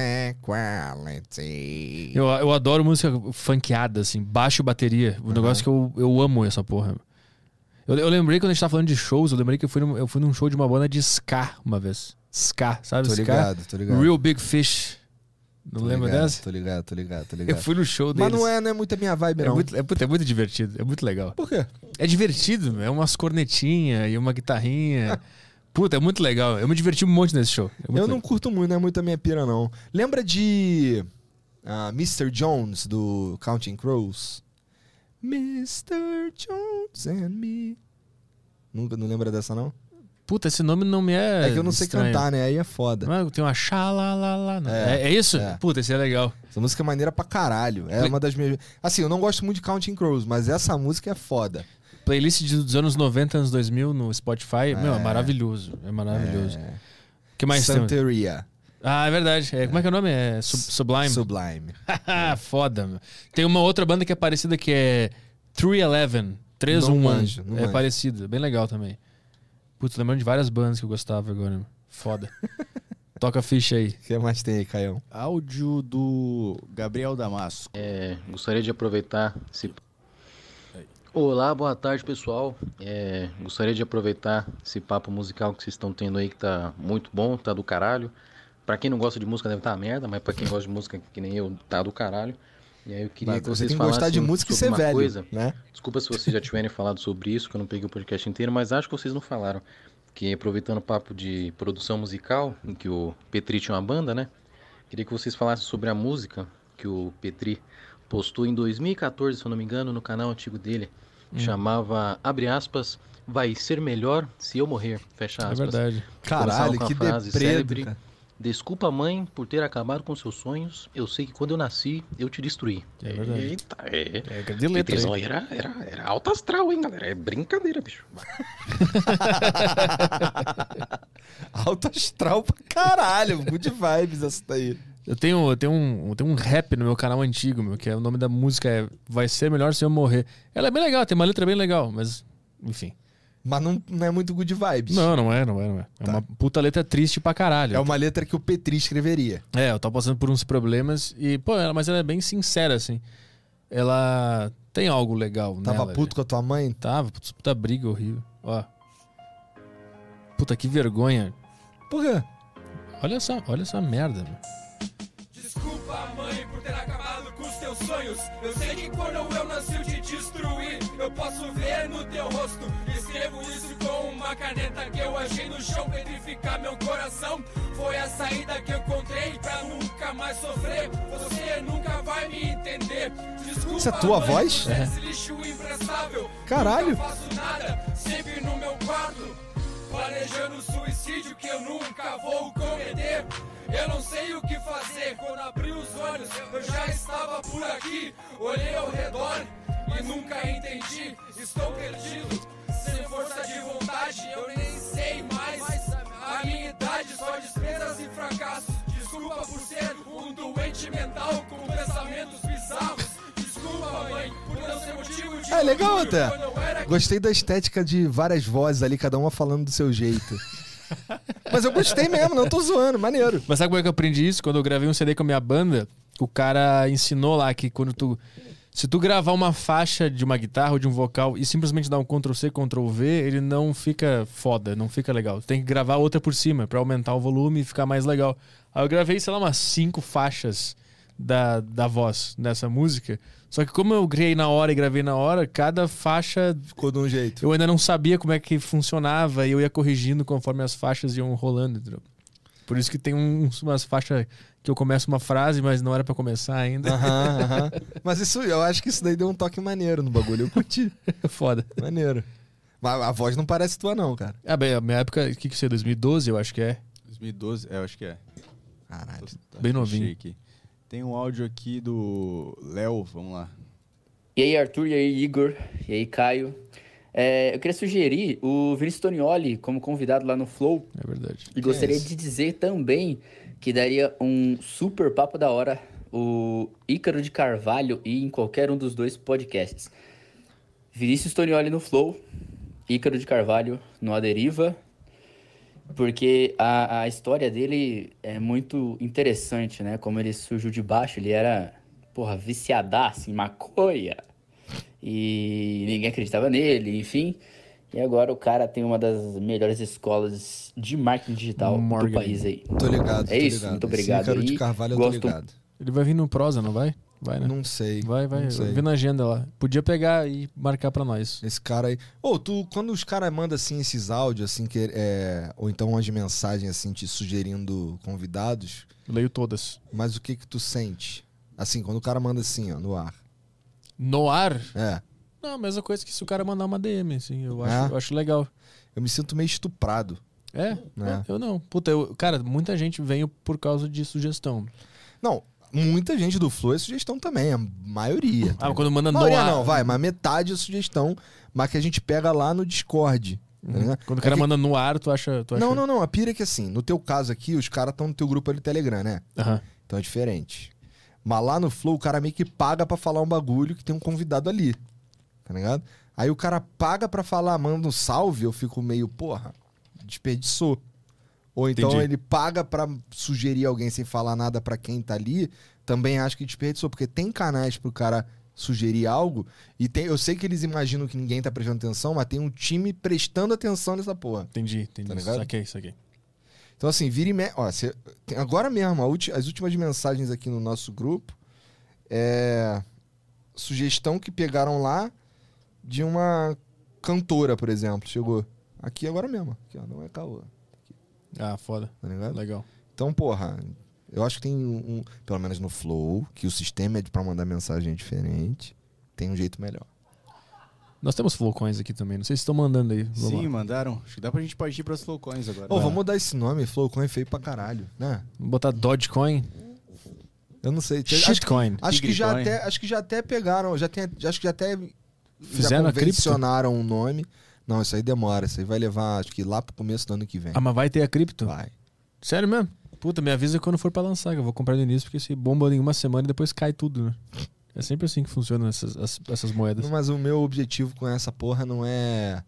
S3: Equality.
S1: Eu, eu adoro música funkeada, assim, baixo e bateria. O uh-huh. negócio que eu, eu amo essa porra. Eu, eu lembrei quando a gente tava falando de shows, eu lembrei que eu fui, num, eu fui num show de uma banda de ska uma vez. Ska, sabe?
S3: Tô
S1: ska?
S3: ligado, tô ligado.
S1: Real Big Fish. Não
S3: tô
S1: lembra
S3: ligado,
S1: dessa?
S3: Tô ligado, tô ligado, tô ligado.
S1: Eu fui no show deles.
S3: Mas não é, não é muito a minha vibe, não.
S1: É muito, é, é muito divertido, é muito legal.
S3: Por quê?
S1: É divertido, é umas cornetinhas e uma guitarrinha. Puta, é muito legal. Eu me diverti um monte nesse show. É
S3: eu não
S1: legal.
S3: curto muito, não é muito a minha pira, não. Lembra de uh, mister Jones, do Counting Crows? mister Jones and me. Nunca, não lembra dessa, não?
S1: Puta, esse nome não me é.
S3: É que eu não sei
S1: estranho.
S3: cantar, né? Aí é foda.
S1: Não é, tem uma xalalala. É, é, é isso?
S3: É.
S1: Puta, esse é legal.
S3: Essa música é maneira pra caralho. É
S1: Play...
S3: uma das minhas. Assim, eu não gosto muito de Counting Crows, mas essa música é foda.
S1: Playlist dos anos noventa, anos dois mil no Spotify. É. Meu, é maravilhoso. É maravilhoso. O
S3: é...
S1: que mais
S3: Santeria.
S1: tem? Ah, é verdade. É, como é que é o nome? É Sub Sublime?
S3: Sublime.
S1: Foda, meu. Tem uma outra banda que é parecida que é três eleven. três um um.
S3: Manjo, não
S1: é
S3: manjo.
S1: parecida. Bem legal também. Putz, lembrando de várias bandas que eu gostava agora. Meu. Foda. Toca a ficha aí.
S3: O que mais tem aí, Caião?
S2: Áudio do Gabriel Damasco.
S9: É, gostaria de aproveitar esse... Olá, boa tarde, pessoal. É, gostaria de aproveitar esse papo musical que vocês estão tendo aí, que tá muito bom, tá do caralho. Pra quem não gosta de música deve estar tá merda, mas pra quem gosta de música que nem eu, tá do caralho. E aí eu queria
S3: Mas
S9: que
S3: você
S9: vocês
S3: tem que gostar de música e ser
S9: uma
S3: velho,
S9: coisa.
S3: né?
S9: Desculpa se vocês já tiverem falado sobre isso, que eu não peguei o podcast inteiro, mas acho que vocês não falaram. Que aproveitando o papo de produção musical, em que o Petri tinha uma banda, né? Queria que vocês falassem sobre a música que o Petri postou em dois mil e quatorze, se eu não me engano, no canal antigo dele. Hum. Chamava, abre aspas, Vai Ser Melhor Se Eu Morrer, fecha aspas.
S1: É verdade.
S3: Caralho, que depredo, cara.
S9: Desculpa, mãe, por ter acabado com seus sonhos. Eu sei que quando eu nasci, eu te destruí.
S1: É verdade.
S9: Eita, é.
S1: É grande letra.
S9: Era, era, era alto astral, hein, galera? É brincadeira, bicho.
S3: Alto astral pra caralho. Good vibes essa daí.
S1: Eu tenho, eu, tenho um, eu tenho um rap no meu canal antigo, meu, que é, o nome da música é Vai Ser Melhor Se Eu Morrer. Ela é bem legal, tem uma letra bem legal, mas enfim.
S3: Mas não, não é muito good vibes.
S1: Não, não é, não é, não é. É
S3: tá.
S1: uma puta letra triste pra caralho.
S3: É uma letra que o Petri escreveria.
S1: É, eu tô passando por uns problemas e, pô, ela, mas ela é bem sincera, assim. Ela tem algo legal, né?
S3: Tava puto com a tua mãe?
S1: Tava, putz, puta briga horrível. Ó. Puta, que vergonha.
S3: Por quê?
S1: Olha essa, olha essa merda, meu.
S10: Desculpa, mãe, por ter acabado com os teus sonhos. Eu sei que quando eu nasci eu te destruí. Eu posso ver no teu rosto. Escrevo isso com uma caneta que eu achei no chão, petrificar meu coração. Foi a saída que eu encontrei pra nunca mais sofrer. Você nunca vai me entender. Desculpa,
S3: isso é tua
S10: mãe,
S3: voz?
S10: É. Esse lixo imprestável.
S3: Caralho.
S10: Nunca faço nada, sempre no meu quarto, planejando suicídio que eu nunca vou cometer. Eu não sei o que fazer. Quando abri os olhos, eu já estava por aqui. Olhei ao redor e nunca entendi. Estou perdido, sem força de vontade. Eu nem sei mais a minha idade, só despesas e fracassos. Desculpa por ser um doente mental com pensamentos bizarros. Desculpa, mãe, por não ser motivo de...
S3: É legal até. Gostei da estética de várias vozes ali, cada uma falando do seu jeito. Mas eu gostei mesmo, não tô zoando, maneiro.
S1: Mas sabe como é que eu aprendi isso? Quando eu gravei um C D com a minha banda, o cara ensinou lá que quando tu... Se tu gravar uma faixa de uma guitarra ou de um vocal e simplesmente dar um control C, control V, ele não fica foda, não fica legal. Tu tem que gravar outra por cima pra aumentar o volume e ficar mais legal. Aí eu gravei, sei lá, umas cinco faixas da, da voz nessa música. Só que como eu criei na hora e gravei na hora, cada faixa...
S3: Ficou de um jeito.
S1: Eu ainda não sabia como é que funcionava e eu ia corrigindo conforme as faixas iam rolando, entendeu? Por isso que tem uns, umas faixas que eu começo uma frase, mas não era pra começar ainda.
S3: Aham, aham. Mas isso, eu acho que isso daí deu um toque maneiro no bagulho. Eu curti.
S1: Foda.
S3: Maneiro. Mas a voz não parece tua, não, cara.
S1: Ah, bem, a minha época, o que que isso é? dois mil e doze, eu acho que é.
S2: dois mil e doze, é, eu acho que é.
S3: Caralho.
S2: Tá,
S1: Bem novinho.
S2: Aqui. Tem um áudio aqui do Léo, vamos lá.
S11: E aí, Arthur, e aí, Igor, e aí, Caio. É, eu queria sugerir o Vinícius Tonioli como convidado lá no Flow.
S1: É verdade.
S11: E gostaria de dizer também que daria um super papo da hora o Ícaro de Carvalho e em qualquer um dos dois podcasts. Vinícius Tonioli no Flow, Ícaro de Carvalho no A Deriva, porque a, a história dele é muito interessante, né? Como ele surgiu de baixo, ele era, porra, viciadaço em maconha e ninguém acreditava nele, enfim. E agora o cara tem uma das melhores escolas de marketing digital
S1: Marketing.
S11: do país aí.
S3: Tô ligado,
S11: É
S3: tô
S11: isso,
S3: ligado.
S11: muito
S3: Esse
S11: obrigado
S3: Ícaro de
S11: aí.
S3: Carvalho, eu
S11: Gosto-
S3: tô ligado.
S1: Ele vai vir no Prosa, não vai? Vai, né?
S3: Não sei.
S1: Vai, vai.
S3: Não sei.
S1: Eu vi na agenda lá. Podia pegar e marcar pra nós.
S3: Esse cara aí. Ô, tu, quando os caras mandam assim esses áudios, assim, que é, ou então umas mensagens assim, te sugerindo convidados,
S1: Eu leio todas.
S3: mas o que que tu sente? Assim, quando o cara manda assim, ó, no ar.
S1: No ar?
S3: É.
S1: Não, a mesma coisa que se o cara mandar uma D M, assim. Eu acho,
S3: É?
S1: eu acho legal.
S3: Eu me sinto meio estuprado.
S1: É?
S3: É.
S1: Eu não. Puta, eu, cara, muita gente veio por causa de sugestão.
S3: Não, muita gente do Flow é sugestão também, a maioria.
S1: Ah, quando manda no
S3: maioria
S1: ar.
S3: não, vai, mas metade é sugestão, mas que a gente pega lá no Discord. tá ligado?
S1: Quando o
S3: É
S1: cara
S3: que-
S1: manda no ar, tu acha. Tu acha...
S3: Não, não, não. A pira é que assim, no teu caso aqui, os caras estão no teu grupo ali do Telegram, né?
S1: Aham.
S3: Então é diferente. Mas lá no Flow, o cara meio que paga pra falar um bagulho que tem um convidado ali. Tá ligado? Aí o cara paga pra falar, manda um salve, eu fico meio, porra, desperdiçou. Ou então
S1: Entendi.
S3: ele paga pra sugerir alguém sem falar nada pra quem tá ali, também acho que desperdiçou, porque tem canais pro cara sugerir algo, e tem, eu sei que eles imaginam que ninguém tá prestando atenção, mas tem um time prestando atenção nessa porra.
S1: Entendi, entendi.
S3: Tá ligado?
S1: Saquei, saquei.
S3: Então, assim, vira e me... Ó, cê... tem- agora mesmo, a ulti- as últimas mensagens aqui no nosso grupo é sugestão que pegaram lá de uma cantora, por exemplo. Chegou aqui agora mesmo. Aqui, ó, não é caô.
S1: Ah, foda.
S3: Tá ligado?
S1: Legal.
S3: Então, porra, eu acho que tem um, um- pelo menos no Flow, que o sistema é de- pra mandar mensagem diferente, tem um jeito melhor.
S1: Nós temos flowcoins aqui também. Não sei se estão mandando aí. Vamos
S2: Sim,
S1: lá.
S2: mandaram. Acho que dá pra gente partir pras flowcoins agora.
S3: Ô, vamos mudar esse nome, Flowcoin é feio pra caralho, né?
S1: Vamos botar Dogecoin.
S3: Eu não sei. Acho que,
S1: Shitcoin.
S3: acho que já
S2: Tigrecoin.
S3: até, acho que já até pegaram, já tem, acho que já até
S1: Fizeram
S3: já
S1: a cripto?
S3: convencionaram o nome. Não, isso aí demora, isso aí vai levar, acho que lá pro começo do ano que vem.
S1: Ah, mas vai ter a cripto?
S3: Vai.
S1: Sério mesmo? Puta, me avisa quando for pra lançar, que eu vou comprar no início, porque se bomba em uma semana e depois cai tudo, né? É sempre assim que funcionam essas, as- essas moedas.
S3: Mas o meu objetivo com essa porra não é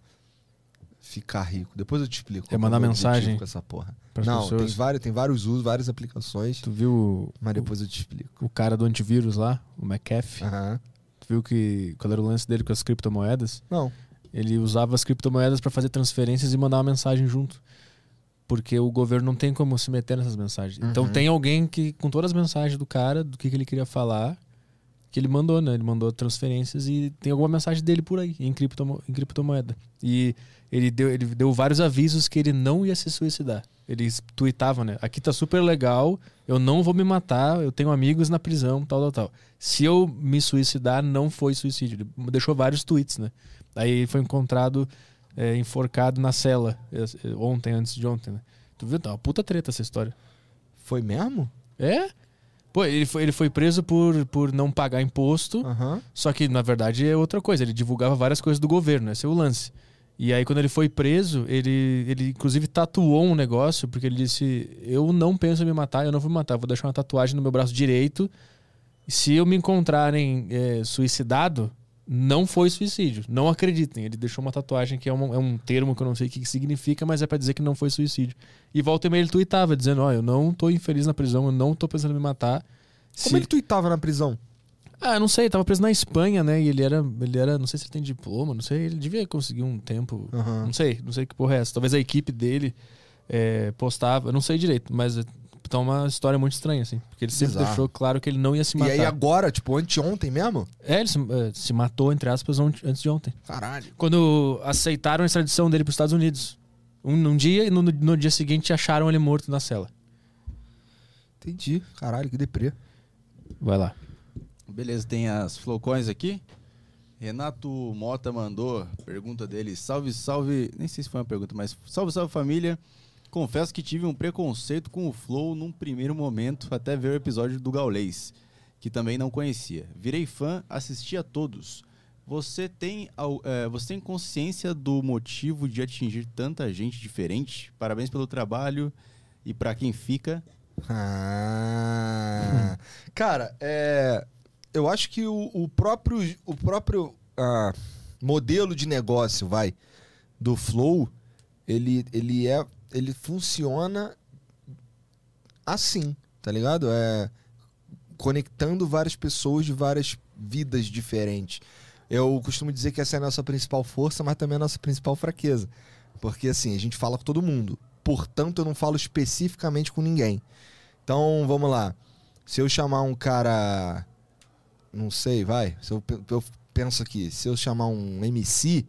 S3: ficar rico. Depois eu te explico.
S1: É
S3: qual
S1: mandar
S3: o meu
S1: mensagem
S3: objetivo com essa porra.
S1: pras
S3: Não,
S1: pessoas.
S3: tem vários, tem vários usos, várias aplicações,
S1: Tu viu
S3: mas depois eu te explico.
S1: o cara do antivírus lá, o McAfee?
S3: Aham.
S1: Tu viu que qual era o lance dele com as criptomoedas?
S3: Não.
S1: Ele usava as criptomoedas pra fazer transferências e mandar uma mensagem junto. Porque o governo não tem como se meter nessas mensagens. Então
S3: Uhum.
S1: tem alguém que, com todas as mensagens do cara, do que, que ele queria falar, que ele mandou, né? Ele mandou transferências e tem alguma mensagem dele por aí, em, criptomo em criptomoeda. E ele deu, ele deu vários avisos que ele não ia se suicidar. Ele tweetava, né? Aqui tá super legal, eu não vou me matar, eu tenho amigos na prisão, tal, tal, tal. Se eu me suicidar, não foi suicídio. Ele deixou vários tweets, né? Aí ele foi encontrado é, enforcado na cela é, ontem, antes de ontem, né? Tu viu? Tá uma puta treta essa história.
S3: Foi mesmo?
S1: É? Pô, ele foi, ele foi preso por, por não pagar imposto,
S3: Aham.
S1: só que na verdade é outra coisa. Ele divulgava várias coisas do governo, esse é o lance. E aí quando ele foi preso, ele, ele inclusive tatuou um negócio, porque ele disse: eu não penso em me matar, eu não vou me matar, vou deixar uma tatuagem no meu braço direito. E se eu me encontrarem é, suicidado, não foi suicídio. Não acreditem. Ele deixou uma tatuagem que é um, é um termo que eu não sei o que que significa, mas é pra dizer que não foi suicídio. E volta e meia ele tuitava, dizendo: ó, eu não tô infeliz na prisão, eu não tô pensando em me matar.
S3: Como
S1: Se-
S3: ele tuitava na prisão?
S1: Ah, não sei, tava preso na Espanha, né? E ele era, ele era, não sei se ele tem diploma, não sei, ele devia conseguir um tempo.
S3: Aham.
S1: Não sei, não sei que porra é essa. Talvez a equipe dele é, postava, eu não sei direito, mas é, tá uma história muito estranha, assim. Porque ele sempre
S3: Bizarro.
S1: deixou claro que ele não ia se
S3: E
S1: matar.
S3: aí agora, tipo, anteontem mesmo?
S1: É, ele se, é, se matou, entre aspas, ont- antes de ontem.
S3: Caralho.
S1: Quando aceitaram a extradição dele pros Estados Unidos. Um, num dia e no, no dia seguinte acharam ele morto na cela.
S3: Entendi. Caralho, que deprê.
S1: Vai lá.
S2: Beleza, tem as flowcoins aqui. Renato Mota mandou pergunta dele. Salve, salve. Nem sei se foi uma pergunta, mas salve, salve família. Confesso que tive um preconceito com o Flow num primeiro momento, até ver o episódio do Gaulês, que também não conhecia. Virei fã, assisti a todos. Você tem, é, você tem consciência do motivo de atingir tanta gente diferente? Parabéns pelo trabalho e pra quem fica.
S3: Ah, cara, é, eu acho que o, o próprio, o próprio ah, modelo de negócio, vai, do Flow, ele, ele, é, ele funciona assim, tá ligado? É, conectando várias pessoas de várias vidas diferentes. Eu costumo dizer que essa é a nossa principal força, mas também a nossa principal fraqueza. Porque, assim, a gente fala com todo mundo. Portanto, eu não falo especificamente com ninguém. Então, vamos lá. Se eu chamar um cara... Não sei, vai. Se eu, eu penso aqui. Se eu chamar um M C,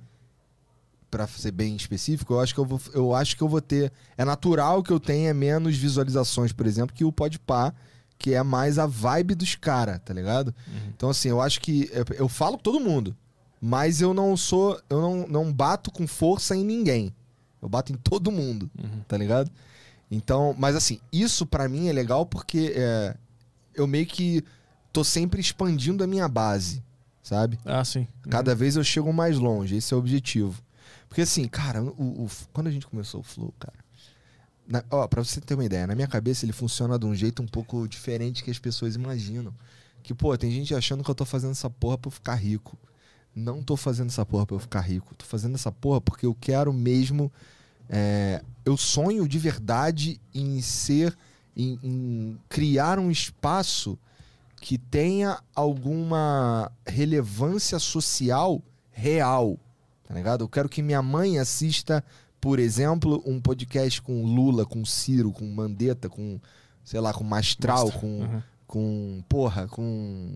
S3: pra ser bem específico, eu acho que eu vou, eu acho que eu vou ter... É natural que eu tenha menos visualizações, por exemplo, que o Podpah, que é mais a vibe dos caras, tá ligado? Uhum. Então, assim, eu acho que... Eu, eu falo com todo mundo, mas eu não sou... Eu não, não bato com força em ninguém. Eu bato em todo mundo, uhum. tá ligado? Então, mas assim, isso pra mim é legal porque é, eu meio que tô sempre expandindo a minha base, sabe?
S1: Ah, sim.
S3: Cada
S1: uhum.
S3: vez eu chego mais longe, esse é o objetivo. Porque assim, cara, o, o, quando a gente começou o Flow, cara... Na, ó, pra você ter uma ideia, na minha cabeça ele funciona de um jeito um pouco diferente que as pessoas imaginam. Que, pô, tem gente achando que eu tô fazendo essa porra pra eu ficar rico. Não tô fazendo essa porra pra eu ficar rico. Tô fazendo essa porra porque eu quero mesmo... É, eu sonho de verdade em ser... Em, em criar um espaço que tenha alguma relevância social real, tá ligado? Eu quero que minha mãe assista... Por exemplo, um podcast com Lula, com Ciro, com Mandetta, com, sei lá, com Mastral, Mastral. com, uhum. com, porra, com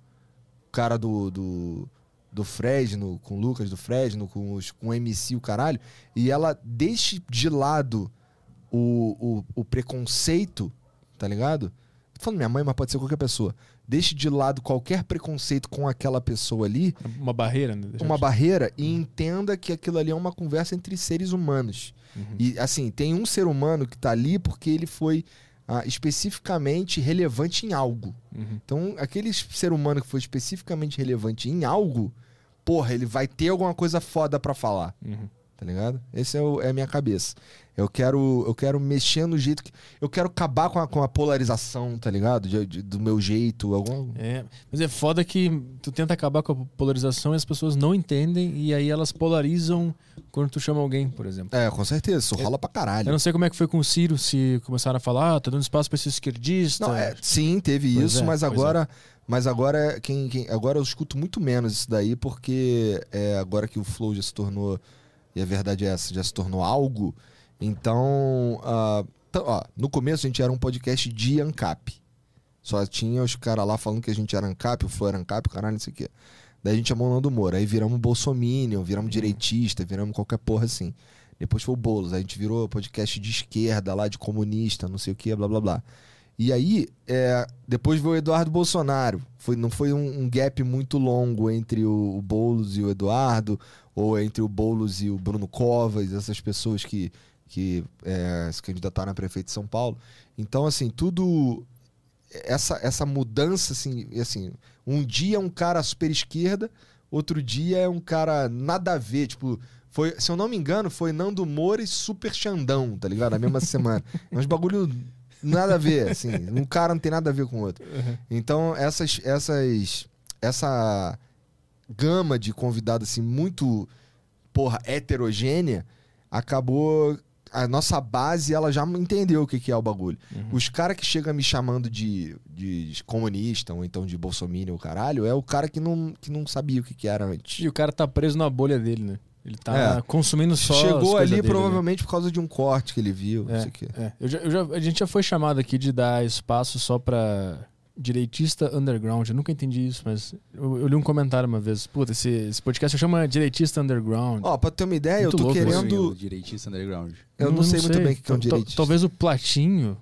S3: o cara do, do, do Fresno, com o Lucas do Fresno, com, os, com o M C, o caralho, e ela deixe de lado o, o, o preconceito, tá ligado? Tô falando minha mãe, mas pode ser qualquer pessoa. Deixe de lado qualquer preconceito com aquela pessoa ali.
S1: Uma barreira, né?
S3: Uma barreira e entenda que aquilo ali é uma conversa entre seres humanos. Uhum. E, assim, tem um ser humano que tá ali porque ele foi ah, especificamente relevante em algo. Uhum. Então, aquele ser humano que foi especificamente relevante em algo, porra, ele vai ter alguma coisa foda pra falar. Uhum. Tá ligado? Esse é, o, é a minha cabeça. Eu quero, eu quero mexer no jeito que... Eu quero acabar com a, com a polarização, tá ligado? De, de, do meu jeito. Algum...
S1: É, mas é foda que tu tenta acabar com a polarização e as pessoas não entendem e aí elas polarizam quando tu chama alguém, por exemplo.
S3: É, com certeza. Isso rola pra caralho.
S1: Eu não sei como é que foi com o Ciro, se começaram a falar, ah, tá dando espaço pra esse esquerdista.
S3: Não, é, sim, teve
S1: pois
S3: isso,
S1: é,
S3: mas agora... É. Mas agora, quem, quem, agora eu escuto muito menos isso daí, porque é, agora que o Flow já se tornou... E a verdade é essa, já se tornou algo. Então, uh, t- ó, no começo a gente era um podcast de ANCAP. Só tinha os caras lá falando que a gente era ANCAP, o Flow era ANCAP, caralho, não sei o quê. Daí a gente chamou o Nando Moura. Aí viramos bolsominion, viramos direitista, viramos qualquer porra assim. Depois foi o Boulos. Aí a gente virou podcast de esquerda lá, de comunista, não sei o quê, blá blá blá. E aí, é, depois veio o Eduardo Bolsonaro. Foi, não foi um, um gap muito longo entre o, o Boulos e o Eduardo, ou entre o Boulos e o Bruno Covas, essas pessoas que, que é, se candidataram a prefeito de São Paulo. Então, assim, tudo... Essa, essa mudança, assim, assim, um dia é um cara super esquerda, outro dia é um cara nada a ver, tipo... Foi, se eu não me engano, foi Nando Moura e Super Xandão, tá ligado? Na mesma semana. É uns bagulho... Nada a ver, assim. Um cara não tem nada a ver com o outro. Uhum. Então, essas, essas, essa gama de convidados, assim, muito, porra, heterogênea, acabou... A nossa base, ela já entendeu o que, que é o bagulho. Uhum. Os caras que chegam me chamando de, de comunista, ou então de bolsominion, o caralho, é o cara que não, que não sabia o que, que era antes.
S1: E o cara tá preso na bolha dele, né? Ele tá é. consumindo só
S3: Chegou ali
S1: dele,
S3: provavelmente
S1: né?
S3: por causa de um corte que ele viu.
S1: É,
S3: não sei o quê.
S1: É. Eu já, eu já, a gente já foi chamado aqui de dar espaço só pra direitista underground. Eu nunca entendi isso, mas eu, eu li um comentário uma vez. Puta, esse, esse podcast chama direitista underground.
S3: Ó, oh, pra ter uma ideia, muito eu tô querendo...
S2: Direitista underground.
S3: Eu não, não sei, sei muito bem o que é um direitista.
S1: Talvez o Platinho...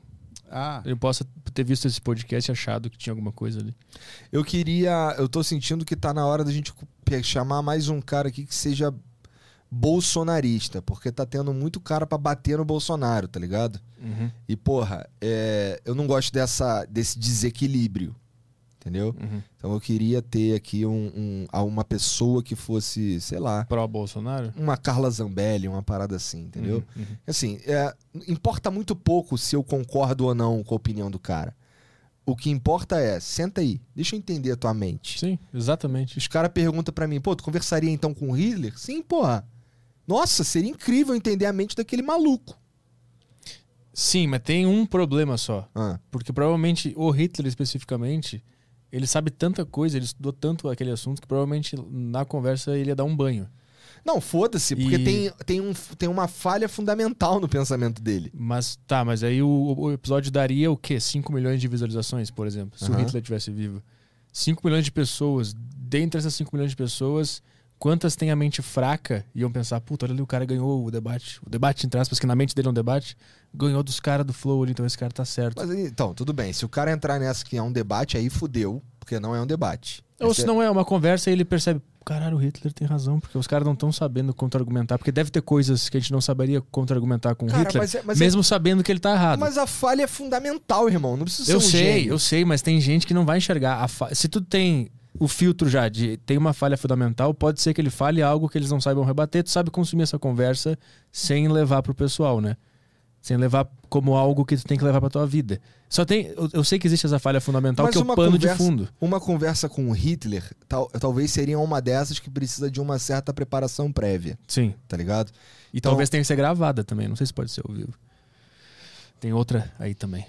S3: Ah.
S1: Eu possa ter visto esse podcast e achado que tinha alguma coisa ali.
S3: Eu queria... Eu tô sentindo que tá na hora da gente chamar mais um cara aqui que seja bolsonarista, porque tá tendo muito cara pra bater no Bolsonaro, tá ligado?
S1: Uhum.
S3: E, porra, é, eu não gosto dessa, desse desequilíbrio, entendeu?
S1: Uhum.
S3: Então eu queria ter aqui um, um, uma pessoa que fosse, sei lá...
S1: Pró-Bolsonaro?
S3: Uma Carla Zambelli, uma parada assim, entendeu?
S1: Uhum, uhum.
S3: Assim, é, importa muito pouco se eu concordo ou não com a opinião do cara. O que importa é, senta aí, deixa eu entender a tua mente.
S1: Sim, exatamente.
S3: Os caras perguntam pra mim, pô, tu conversaria então com o Hitler? Sim, porra. Nossa, seria incrível entender a mente daquele maluco.
S1: Sim, mas tem um problema só.
S3: Ah.
S1: Porque provavelmente o Hitler especificamente, ele sabe tanta coisa, ele estudou tanto aquele assunto que provavelmente na conversa ele ia dar um banho.
S3: Não, foda-se, porque
S1: E-
S3: tem, tem, um, tem uma falha fundamental no pensamento dele.
S1: Mas tá, mas aí o, o episódio daria o quê? cinco milhões de visualizações, por exemplo, se o
S3: Aham.
S1: Hitler tivesse vivo. cinco milhões de pessoas, dentre essas cinco milhões de pessoas, quantas têm a mente fraca e iam pensar, puta, olha ali, o cara ganhou o debate. O debate, entre aspas, que na mente dele é um debate, ganhou dos caras do Flow ali, então esse cara tá certo.
S3: Mas aí, então, tudo bem. Se o cara entrar nessa que é um debate, aí fudeu, porque não é um debate.
S1: Ou
S3: Esse
S1: se não é uma conversa e ele percebe, caralho, o Hitler tem razão, porque os caras não estão sabendo contra-argumentar, porque deve ter coisas que a gente não saberia contra-argumentar com o
S3: Cara,
S1: Hitler,
S3: mas é- mas
S1: mesmo
S3: é-
S1: sabendo que ele tá errado.
S3: Mas a falha é fundamental, irmão. Não precisa ser
S1: Eu
S3: um
S1: sei,
S3: gênio.
S1: eu sei, mas tem gente que não vai enxergar. A fa... Se tu tem o filtro já de tem uma falha fundamental, pode ser que ele fale algo que eles não saibam rebater, tu sabe consumir essa conversa sem levar pro pessoal, né? Sem levar como algo que tu tem que levar pra tua vida. Só tem, eu, eu sei que existe essa falha fundamental,
S3: Mas
S1: que é o
S3: uma
S1: pano
S3: conversa-
S1: de fundo.
S3: Uma conversa com o Hitler tal, talvez seria uma dessas que precisa de uma certa preparação prévia.
S1: Sim.
S3: Tá ligado?
S1: E
S3: Então-
S1: talvez tenha que ser gravada também, não sei se pode ser ao vivo. Tem outra aí também.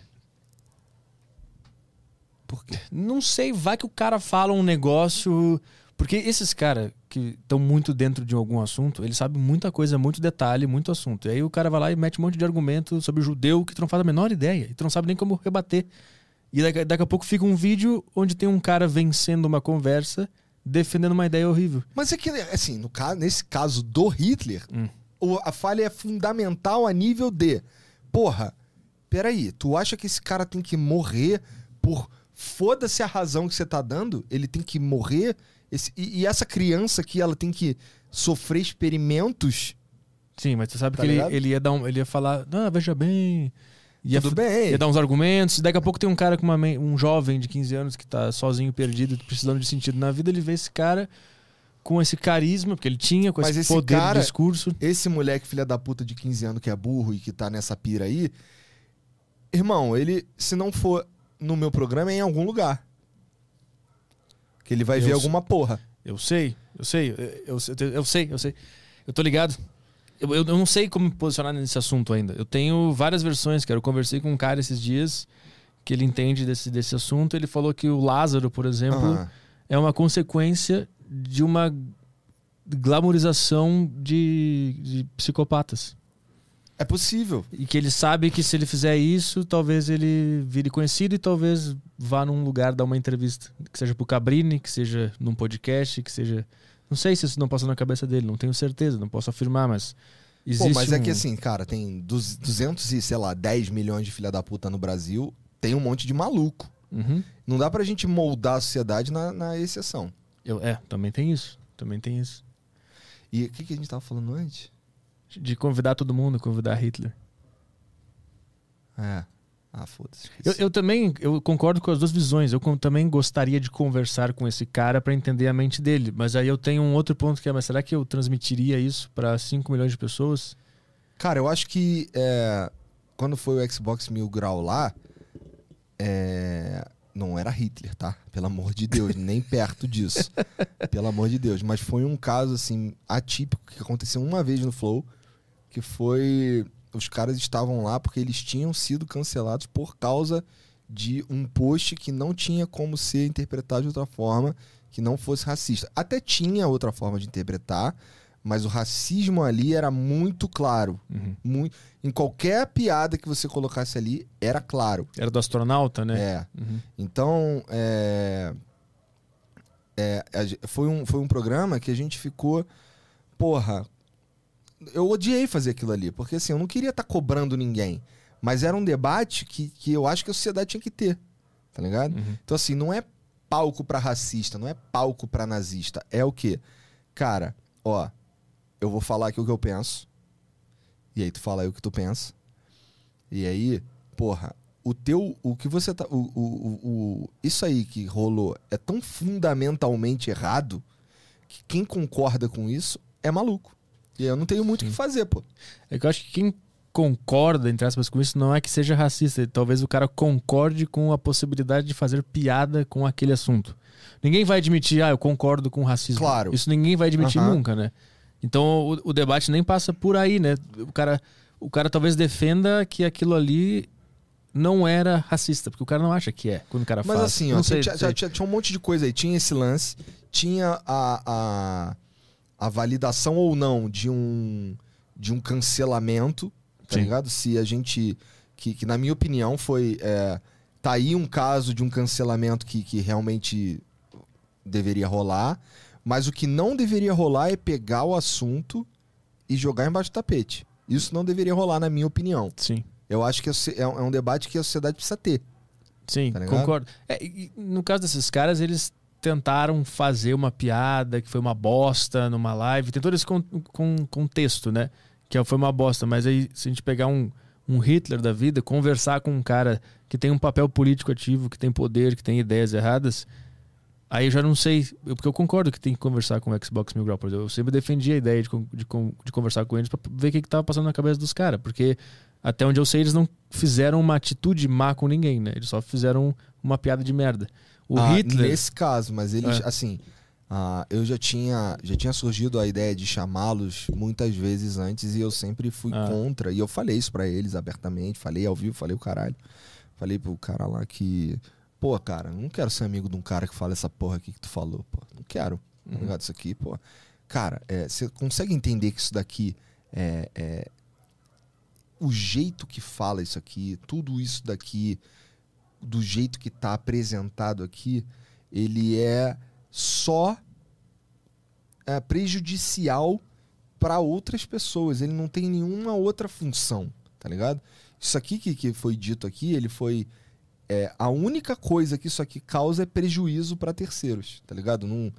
S3: Por quê?
S1: Não sei, vai que o cara fala um negócio... Porque esses caras que estão muito dentro de algum assunto, eles sabem muita coisa, muito detalhe, muito assunto. E aí o cara vai lá e mete um monte de argumento sobre o judeu que tu não faz a menor ideia. E tu não sabe nem como rebater. E daqui, daqui a pouco fica um vídeo onde tem um cara vencendo uma conversa, defendendo uma ideia horrível.
S3: Mas é que, assim, no caso, nesse caso do Hitler,
S1: Hum.
S3: o- a falha é fundamental a nível de... Porra, peraí, tu acha que esse cara tem que morrer por... Foda-se a razão que você tá dando, ele tem que morrer... Esse- e, e essa criança aqui, ela tem que sofrer experimentos...
S1: Sim, mas tu sabe
S3: Tá
S1: que ele,
S3: ligado?
S1: ele ia dar um, ele ia falar, ah, veja bem... Ia,
S3: Tudo
S1: f-
S3: bem.
S1: ia dar uns argumentos, e daqui a pouco tem um cara com uma, men- um jovem de quinze anos que tá sozinho, perdido, precisando de sentido na vida, ele vê esse cara com esse carisma, porque ele tinha, com
S3: Mas
S1: esse
S3: esse
S1: poder
S3: cara-
S1: de discurso.
S3: Esse moleque filha da puta de quinze anos que é burro e que tá nessa pira aí... Irmão, ele, se não for no meu programa, é em algum lugar. Que ele vai
S1: Eu
S3: ver
S1: s-
S3: alguma porra.
S1: Eu sei, eu sei, eu, eu, eu, eu sei, eu sei. Eu tô ligado. Eu, eu, eu não sei como me posicionar nesse assunto ainda. Eu tenho várias versões, cara. Eu conversei com um cara esses dias que ele entende desse, desse assunto. Ele falou que o Lázaro, por exemplo,
S3: Aham.
S1: é uma consequência de uma glamorização de, de psicopatas.
S3: É possível.
S1: E que ele sabe que se ele fizer isso, talvez ele vire conhecido e talvez vá num lugar dar uma entrevista. Que seja pro Cabrini, que seja num podcast, que seja... Não sei se isso não passou na cabeça dele, não tenho certeza, não posso afirmar, mas... Existe
S3: Pô, mas é
S1: um-
S3: que assim, cara, tem duz- duzentos e, sei lá, dez milhões de filha da puta no Brasil, tem um monte de maluco.
S1: Uhum.
S3: Não dá pra gente moldar a sociedade na, na exceção.
S1: Eu, é, também tem isso. Também tem isso.
S3: E o que, que a gente tava falando antes?
S1: De convidar todo mundo, convidar Hitler.
S3: É. Ah, foda-se.
S1: Eu, eu também eu concordo com as duas visões. Eu com- também gostaria de conversar com esse cara pra entender a mente dele. Mas aí eu tenho um outro ponto que é, mas será que eu transmitiria isso pra cinco milhões de pessoas?
S3: Cara, eu acho que é, quando foi o Xbox Mil Grau lá, é, não era Hitler, tá? Pelo amor de Deus, nem perto disso. Pelo amor de Deus. Mas foi um caso, assim, atípico que aconteceu uma vez no Flow, que foi... Os caras estavam lá porque eles tinham sido cancelados por causa de um post que não tinha como ser interpretado de outra forma, que não fosse racista. Até tinha outra forma de interpretar, mas o racismo ali era muito claro.
S1: Uhum.
S3: Muito, em qualquer piada que você colocasse ali, era claro.
S1: Era do astronauta, né?
S3: É.
S1: Uhum.
S3: Então, é, é, a ge- foi, um, foi um programa que a gente ficou... Porra, eu odiei fazer aquilo ali, porque assim, eu não queria estar cobrando ninguém. Mas era um debate que, que eu acho que a sociedade tinha que ter, tá ligado?
S1: Uhum.
S3: Então, assim, não é palco pra racista, não é palco pra nazista. É o quê? Cara, ó, eu vou falar aqui o que eu penso. E aí tu fala aí o que tu pensa. E aí, porra, o teu, o que você tá, o, o, o, o, isso aí que rolou é tão fundamentalmente errado que quem concorda com isso é maluco. E eu não tenho muito o que fazer, pô.
S1: É que eu acho que quem concorda, entre aspas, com isso, não é que seja racista. Talvez o cara concorde com a possibilidade de fazer piada com aquele assunto. Ninguém vai admitir, ah, eu concordo com o racismo.
S3: Claro.
S1: Isso ninguém vai admitir
S3: Uhum.
S1: nunca, né? Então o, o debate nem passa por aí, né? O cara, o cara talvez defenda que aquilo ali não era racista, porque o cara não acha que é, quando o cara
S3: Mas
S1: fala.
S3: assim, ó,
S1: Não
S3: tinha,
S1: sei,
S3: tinha-
S1: sei.
S3: tinha- tinha um monte de coisa aí. Tinha esse lance, tinha a, a, a validação ou não de um, de um cancelamento, tá
S1: Sim.
S3: ligado? Se a gente, que, que na minha opinião foi, é, tá aí um caso de um cancelamento que, que realmente deveria rolar, mas o que não deveria rolar é pegar o assunto e jogar embaixo do tapete. Isso não deveria rolar, na minha opinião.
S1: Sim.
S3: Eu acho que é é um é um debate que a sociedade precisa ter.
S1: Sim,
S3: Tá ligado?
S1: concordo. É, e no caso desses caras, eles tentaram fazer uma piada que foi uma bosta numa live. Tem todo esse con con contexto, né? Que foi uma bosta. Mas aí, se a gente pegar um, um Hitler da vida, conversar com um cara que tem um papel político ativo, que tem poder, que tem ideias erradas, aí eu já não sei. eu- Porque eu concordo que tem que conversar com o Xbox Mil Grau. Por exemplo. Eu sempre defendi a ideia de, con- de, con- de conversar com eles pra ver o que, que tava passando na cabeça dos caras. Porque até onde eu sei, eles não fizeram uma atitude má com ninguém, né? Eles só fizeram uma piada de merda. O
S3: Ah,
S1: Hitler...
S3: Nesse caso, mas eles,
S1: É.
S3: assim, ah, eu já tinha, já tinha surgido a ideia de chamá-los muitas vezes antes e eu sempre fui
S1: Ah.
S3: contra. E eu falei isso pra eles abertamente, falei ao vivo, falei o caralho. Falei pro cara lá que, pô, cara, não quero ser amigo de um cara que fala essa porra aqui que tu falou, pô. Não quero, tá
S1: Uhum.
S3: ligado? Isso aqui, pô. Cara, é, você consegue entender que isso daqui é, é o jeito que fala isso aqui, tudo isso daqui, do jeito que tá apresentado aqui, ele é só é, prejudicial para outras pessoas. Ele não tem nenhuma outra função, tá ligado? Isso aqui que, que foi dito aqui, ele foi... É, a única coisa que isso aqui causa é prejuízo para terceiros, tá ligado? Não...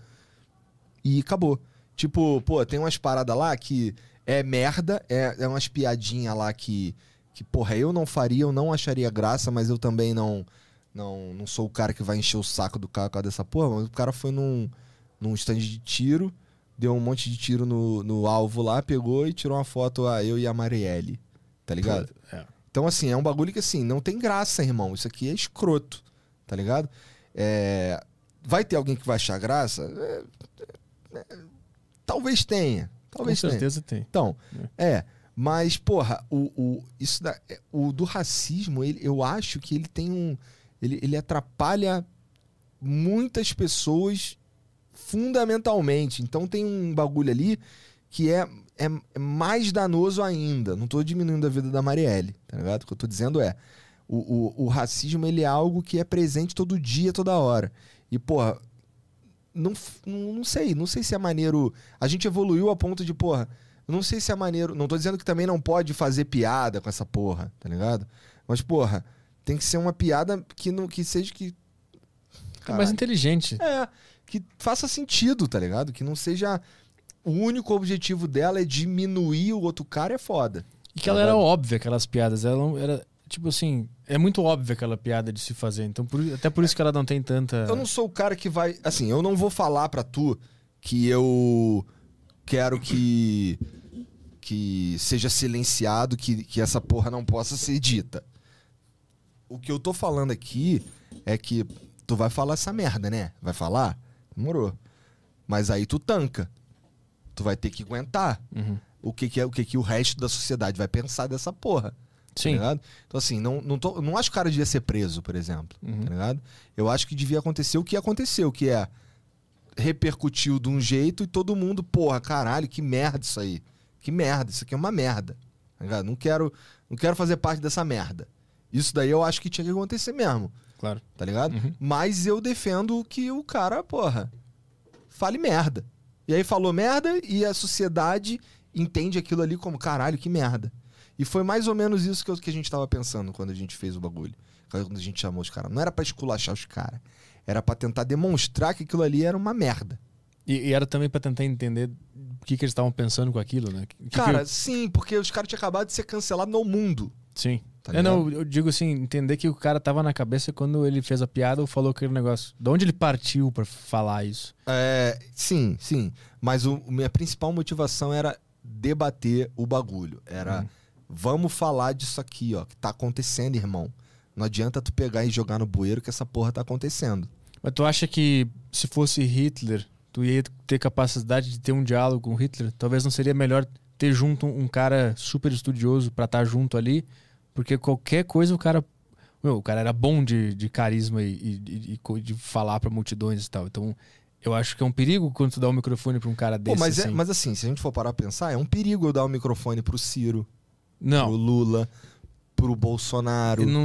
S3: E acabou. Tipo, pô, tem umas paradas lá que é merda, é, é umas piadinhas lá que, que, porra, eu não faria, eu não acharia graça, mas eu também não, não, não sou o cara que vai encher o saco do cara por causa dessa porra, mas o cara foi num, num stand de tiro, deu um monte de tiro no, no alvo lá, pegou e tirou uma foto, ah, eu e a Marielle, tá ligado?
S1: É.
S3: Então, assim, é um bagulho que, assim, não tem graça, irmão. Isso aqui é escroto, tá ligado? É... Vai ter alguém que vai achar graça? É... É... Talvez tenha. Talvez
S1: Com certeza
S3: tenha.
S1: tem.
S3: Então, é. Mas, porra, o, o, isso da, o do racismo, ele, eu acho que ele tem um... Ele, ele atrapalha muitas pessoas fundamentalmente. Então, tem um bagulho ali que é... É, é mais danoso ainda. Não tô diminuindo a vida da Marielle, tá ligado? O que eu tô dizendo é, o, o, o racismo, ele é algo que é presente todo dia, toda hora. E, porra, não, não, não sei, não sei se é maneiro... A gente evoluiu a ponto de, porra, não sei se é maneiro... Não tô dizendo que também não pode fazer piada com essa porra, tá ligado? Mas, porra, tem que ser uma piada que, não, que seja que...
S1: É mais inteligente.
S3: É, que faça sentido, tá ligado? Que não seja... O único objetivo dela é diminuir o outro cara, é foda.
S1: E que ela era óbvia, aquelas piadas. Ela não- era, tipo assim, é muito óbvia aquela piada de se fazer. Então, por- até por isso que ela não tem tanta...
S3: Eu não sou o cara que vai... Assim, eu não vou falar pra tu que eu quero que que seja silenciado, que, que essa porra não possa ser dita. O que eu tô falando aqui é que tu vai falar essa merda, né? Vai falar? Demorou. Mas aí tu tanca. Tu vai ter que aguentar.
S1: Uhum.
S3: O que, que é o que, que o resto da sociedade vai pensar dessa porra.
S1: Sim.
S3: Tá ligado? Então, assim, não, não, tô, não acho que o cara devia ser preso, por exemplo.
S1: Uhum.
S3: Tá ligado? Eu acho que devia acontecer o que aconteceu, que é repercutiu de um jeito e todo mundo, porra, caralho, que merda isso aí. Que merda, isso aqui é uma merda. Tá ligado? Não quero, não quero fazer parte dessa merda. Isso daí eu acho que tinha que acontecer mesmo.
S1: Claro.
S3: Tá ligado?
S1: Uhum.
S3: Mas eu defendo que o cara, porra, fale merda. E aí falou merda e a sociedade entende aquilo ali como, caralho, que merda. E foi mais ou menos isso que, eu, que a gente tava pensando quando a gente fez o bagulho. Quando a gente chamou os caras. Não era pra esculachar os caras. Era pra tentar demonstrar que aquilo ali era uma merda.
S1: E, e era também pra tentar entender o que, que eles estavam pensando com aquilo, né? Que,
S3: cara,
S1: que eu...
S3: sim, porque os caras tinham acabado de ser cancelados no mundo.
S1: Sim.
S3: Tá
S1: é, não, eu digo assim, entender que o cara tava na cabeça quando ele fez a piada ou falou aquele negócio. De onde ele partiu pra falar isso?
S3: É, sim, sim. Mas a minha principal motivação era debater o bagulho. Era, hum. vamos falar disso aqui, ó, que tá acontecendo, irmão. Não adianta tu pegar e jogar no bueiro que essa porra tá acontecendo.
S1: Mas tu acha que se fosse Hitler, tu ia ter capacidade de ter um diálogo com Hitler? Talvez não seria melhor ter junto um cara super estudioso pra estar junto ali? Porque qualquer coisa o cara... Meu, o cara era bom de, de carisma e, e, e de falar pra multidões e tal. Então, eu acho que é um perigo quando tu dá o microfone pra um cara desse.
S3: Pô, mas,
S1: assim.
S3: É, mas assim, se a gente for parar pra pensar, é um perigo eu dar o microfone pro Ciro,
S1: não.
S3: pro Lula, pro Bolsonaro.
S1: Não,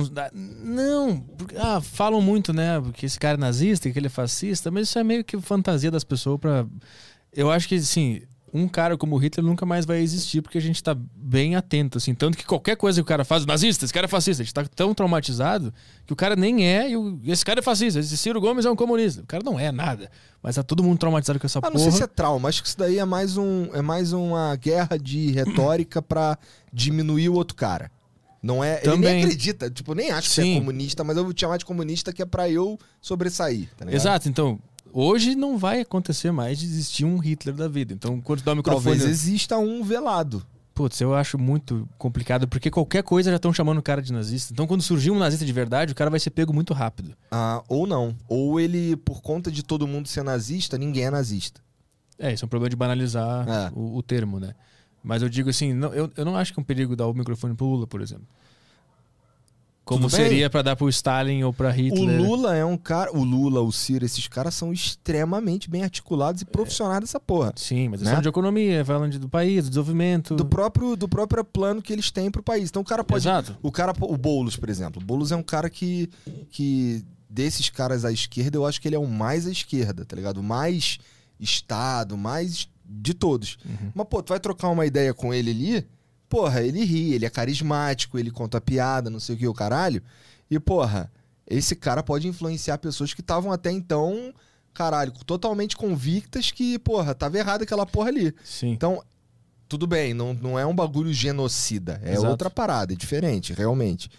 S1: não porque, ah, falam muito, né? Porque esse cara é nazista, que ele é fascista, mas isso é meio que fantasia das pessoas pra... Eu acho que, assim... Um cara como o Hitler nunca mais vai existir porque a gente tá bem atento, assim. Tanto que qualquer coisa que o cara faz, nazista, esse cara é fascista, a gente tá tão traumatizado que o cara nem é, e o, esse cara é fascista, esse Ciro Gomes é um comunista. O cara não é nada, mas tá todo mundo traumatizado com essa
S3: ah,
S1: porra.
S3: Não sei se é trauma, acho que isso daí é mais, um, é mais uma guerra de retórica pra diminuir o outro cara. Não é, ele nem acredita, tipo, nem acho
S1: Sim.
S3: que é comunista, mas eu vou te chamar de comunista que é pra eu sobressair, tá ligado?
S1: Exato, então... Hoje não vai acontecer mais de existir um Hitler da vida. Então, quando dá o microfone...
S3: Talvez exista um velado.
S1: Putz, eu acho muito complicado, porque qualquer coisa já estão chamando o cara de nazista. Então, quando surgir um nazista de verdade, o cara vai ser pego muito rápido.
S3: Ah, ou não. Ou ele, por conta de todo mundo ser nazista, ninguém é nazista.
S1: É, isso é um problema de banalizar
S3: é.
S1: o, o termo, né? Mas eu digo assim, não, eu, eu não acho que é um perigo dar o microfone pro Lula, por exemplo. Como seria pra dar pro Stalin ou pra Hitler.
S3: O Lula é um cara... O Lula, o Ciro, esses caras são extremamente bem articulados e profissionais dessa porra.
S1: Sim, mas eles
S3: né?
S1: falam de economia, falam de, do país, do desenvolvimento.
S3: Do próprio, do próprio plano que eles têm pro país. Então o cara pode...
S1: Exato.
S3: O cara... O Boulos, por exemplo. O Boulos é um cara que... que desses caras à esquerda, eu acho que ele é o mais à esquerda, tá ligado? O mais Estado, mais de todos.
S1: Uhum.
S3: Mas, pô, tu vai trocar uma ideia com ele ali... Porra, ele ri, ele é carismático, ele conta piada, não sei o que, o caralho. E, porra, esse cara pode influenciar pessoas que estavam até então, caralho, totalmente convictas que, porra, tava errado aquela porra ali.
S1: Sim.
S3: Então, tudo bem, não, não é um bagulho genocida. É
S1: Exato.
S3: outra parada, é diferente, realmente.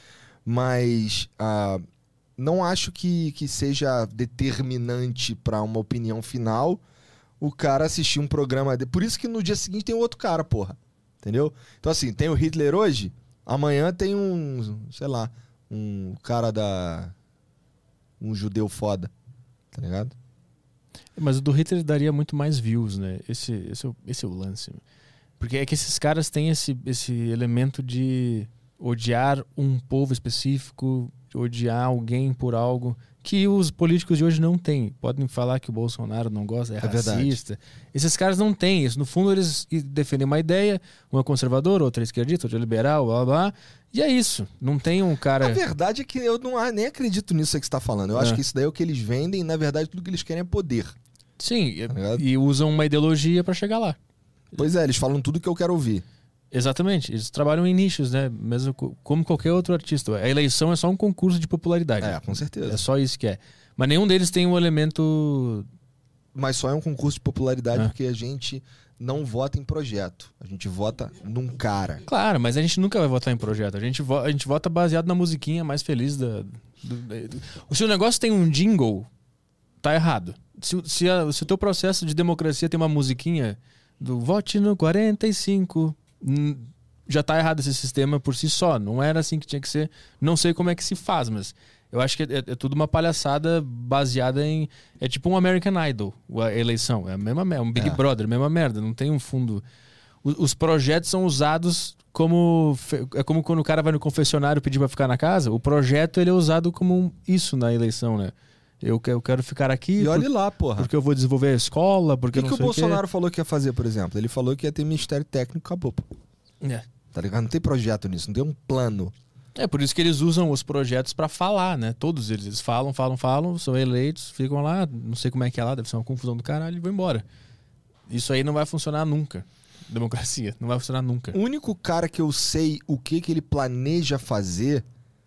S3: Mas ah, não acho que, que seja determinante pra uma opinião final o cara assistir um programa... De... Por isso que no dia seguinte tem outro cara, porra. Entendeu? Então, assim, tem o Hitler hoje, amanhã tem um, sei lá, um cara da... um judeu foda, tá ligado?
S1: Mas o do Hitler daria muito mais views, né? Esse, esse, é, o, esse é o lance. Porque é que esses caras têm esse, esse elemento de odiar um povo específico, de odiar alguém por algo que os políticos de hoje não têm. Podem falar que o Bolsonaro não gosta, é,
S3: É
S1: racista.
S3: verdade.
S1: Esses caras não têm isso. No fundo, eles defendem uma ideia, uma conservadora, outra esquerdista, outra liberal, blá, blá, blá. E é isso. Não tem um cara...
S3: A verdade é que eu não, nem acredito nisso aí que você tá falando. Eu
S1: É.
S3: acho que isso daí é o que eles vendem e, na verdade, tudo que eles querem é poder.
S1: Sim,
S3: Tá
S1: e, e usam uma ideologia pra chegar lá.
S3: Pois é, eles falam tudo que eu quero ouvir.
S1: Exatamente. Eles trabalham em nichos, né? Mesmo co- como qualquer outro artista. A eleição é só um concurso de popularidade.
S3: É, com certeza.
S1: É só isso que é. Mas nenhum deles tem um elemento...
S3: Mas só é um concurso de popularidade
S1: É.
S3: porque a gente não vota em projeto. A gente vota num cara.
S1: Claro, mas a gente nunca vai votar em projeto. A gente, vo- a gente vota baseado na musiquinha mais feliz da... Do, do... Se o negócio tem um jingle, tá errado. Se, o- se, a- se o teu processo de democracia tem uma musiquinha do vote no quarenta e cinco... hum, já tá errado esse sistema por si só. Não era assim que tinha que ser. Não sei como é que se faz, mas eu acho que é, é tudo uma palhaçada baseada em... É tipo um American Idol, a eleição. É a mesma merda. Um Big
S3: É.
S1: Brother, a mesma merda. Não tem um fundo... O- Os projetos são usados como... fe- É como quando o cara vai no confessionário pedir pra ficar na casa. O projeto ele é usado como um- isso na eleição, né? Eu, que- eu quero ficar aqui...
S3: E
S1: por-
S3: olhe lá, porra.
S1: Porque eu vou desenvolver a escola, porque
S3: O que,
S1: não
S3: que o
S1: sei
S3: Bolsonaro falou que ia fazer, por exemplo? Ele falou que ia ter ministério técnico, acabou. Pô.
S1: É.
S3: Tá ligado? Não tem projeto nisso, não tem um plano.
S1: É por isso que eles usam os projetos pra falar, né? Todos eles. Eles falam, falam, falam, são eleitos, ficam lá, não sei como é que é lá, deve ser uma confusão do caralho e vão embora. Isso aí não vai funcionar nunca. democracia. Não vai funcionar nunca.
S3: O único cara que eu sei o que, que ele planeja fazer,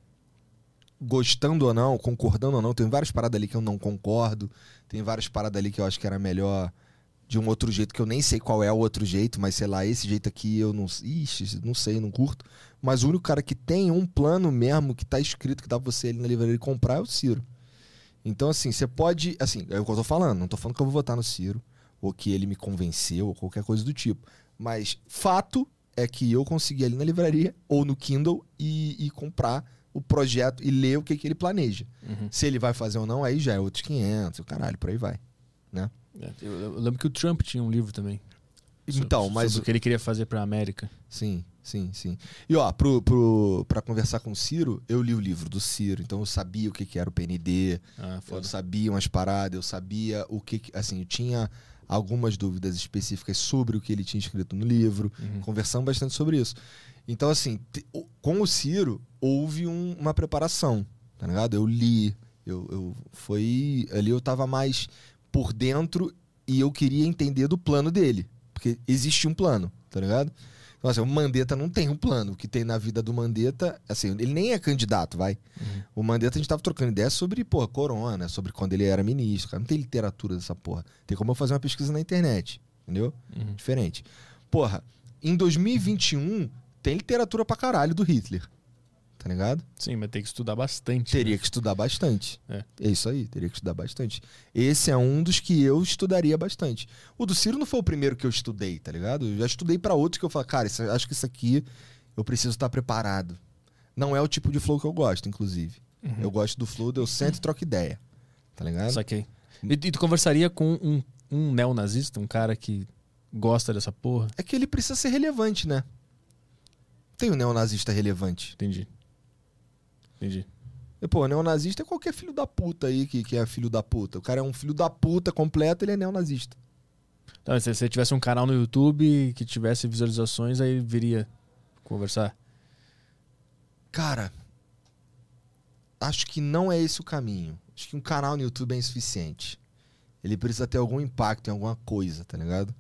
S3: gostando ou não, concordando ou não, tem várias paradas ali que eu não concordo, tem várias paradas ali que eu acho que era melhor de um outro jeito, que eu nem sei qual é o outro jeito, mas sei lá, esse jeito aqui eu não... Ixi, não sei, não curto. Mas o único cara que tem um plano mesmo, que tá escrito, que dá pra você ali na livraria comprar, é o Ciro. Então, assim, você pode... Assim, é o que eu tô falando, não tô falando que eu vou votar no Ciro, ou que ele me convenceu, ou qualquer coisa do tipo. Mas fato é que eu consegui ali na livraria, ou no Kindle, e, e comprar o projeto e ler o que, que ele planeja.
S1: Uhum.
S3: Se ele vai fazer ou não, aí já é outros quinhentos, o caralho, por aí vai, né?
S1: É, eu, eu lembro que o Trump tinha um livro também.
S3: Então,
S1: sobre,
S3: mas...
S1: sobre o que ele queria fazer pra América.
S3: Sim, sim, sim. E ó, pro, pro, pra conversar com o Ciro, eu li o livro do Ciro, então eu sabia o que, que era o P N D,
S1: Ah,
S3: eu
S1: foda.
S3: sabia umas paradas, eu sabia o que, que... Assim, eu tinha algumas dúvidas específicas sobre o que ele tinha escrito no livro,
S1: Uhum.
S3: conversamos bastante sobre isso. Então, assim, te- o- com o Ciro, houve um- uma preparação, tá ligado? Eu li, eu, eu foi ali eu tava mais por dentro e eu queria entender do plano dele, porque existe um plano, tá ligado? Então, assim, o Mandetta não tem um plano. O que tem na vida do Mandetta, assim, ele nem é candidato, vai.
S1: Uhum.
S3: O Mandetta, a gente tava trocando ideia sobre, porra, corona, sobre quando ele era ministro, cara. Não tem literatura dessa porra. Tem como eu fazer uma pesquisa na internet, entendeu?
S1: Uhum.
S3: Diferente. Porra, em dois mil e vinte e um, tem literatura pra caralho do Hitler, tá ligado?
S1: Sim, mas tem que estudar bastante.
S3: Teria
S1: né?
S3: que estudar bastante.
S1: É.
S3: É isso aí, teria que estudar bastante. Esse é um dos que eu estudaria bastante. O do Ciro não foi o primeiro que eu estudei, tá ligado? Eu já estudei pra outros que eu falo, cara, isso- acho que isso aqui eu preciso estar preparado. Não é o tipo de flow que eu gosto, inclusive.
S1: Uhum.
S3: Eu gosto do flow, eu sento e troco ideia, tá ligado?
S1: Saquei. E, e tu conversaria com um, um neonazista, um cara que gosta dessa porra?
S3: É que ele precisa ser relevante, né? Tem um neonazista relevante.
S1: Entendi. Entendi.
S3: E, pô, neonazista é qualquer filho da puta aí que, que é filho da puta. O cara é um filho da puta completo, ele é neonazista.
S1: Então, se você tivesse um canal no YouTube que tivesse visualizações, aí viria conversar.
S3: Cara, acho que não é esse o caminho. Acho que um canal no YouTube é insuficiente. Ele precisa ter algum impacto em alguma coisa, tá ligado?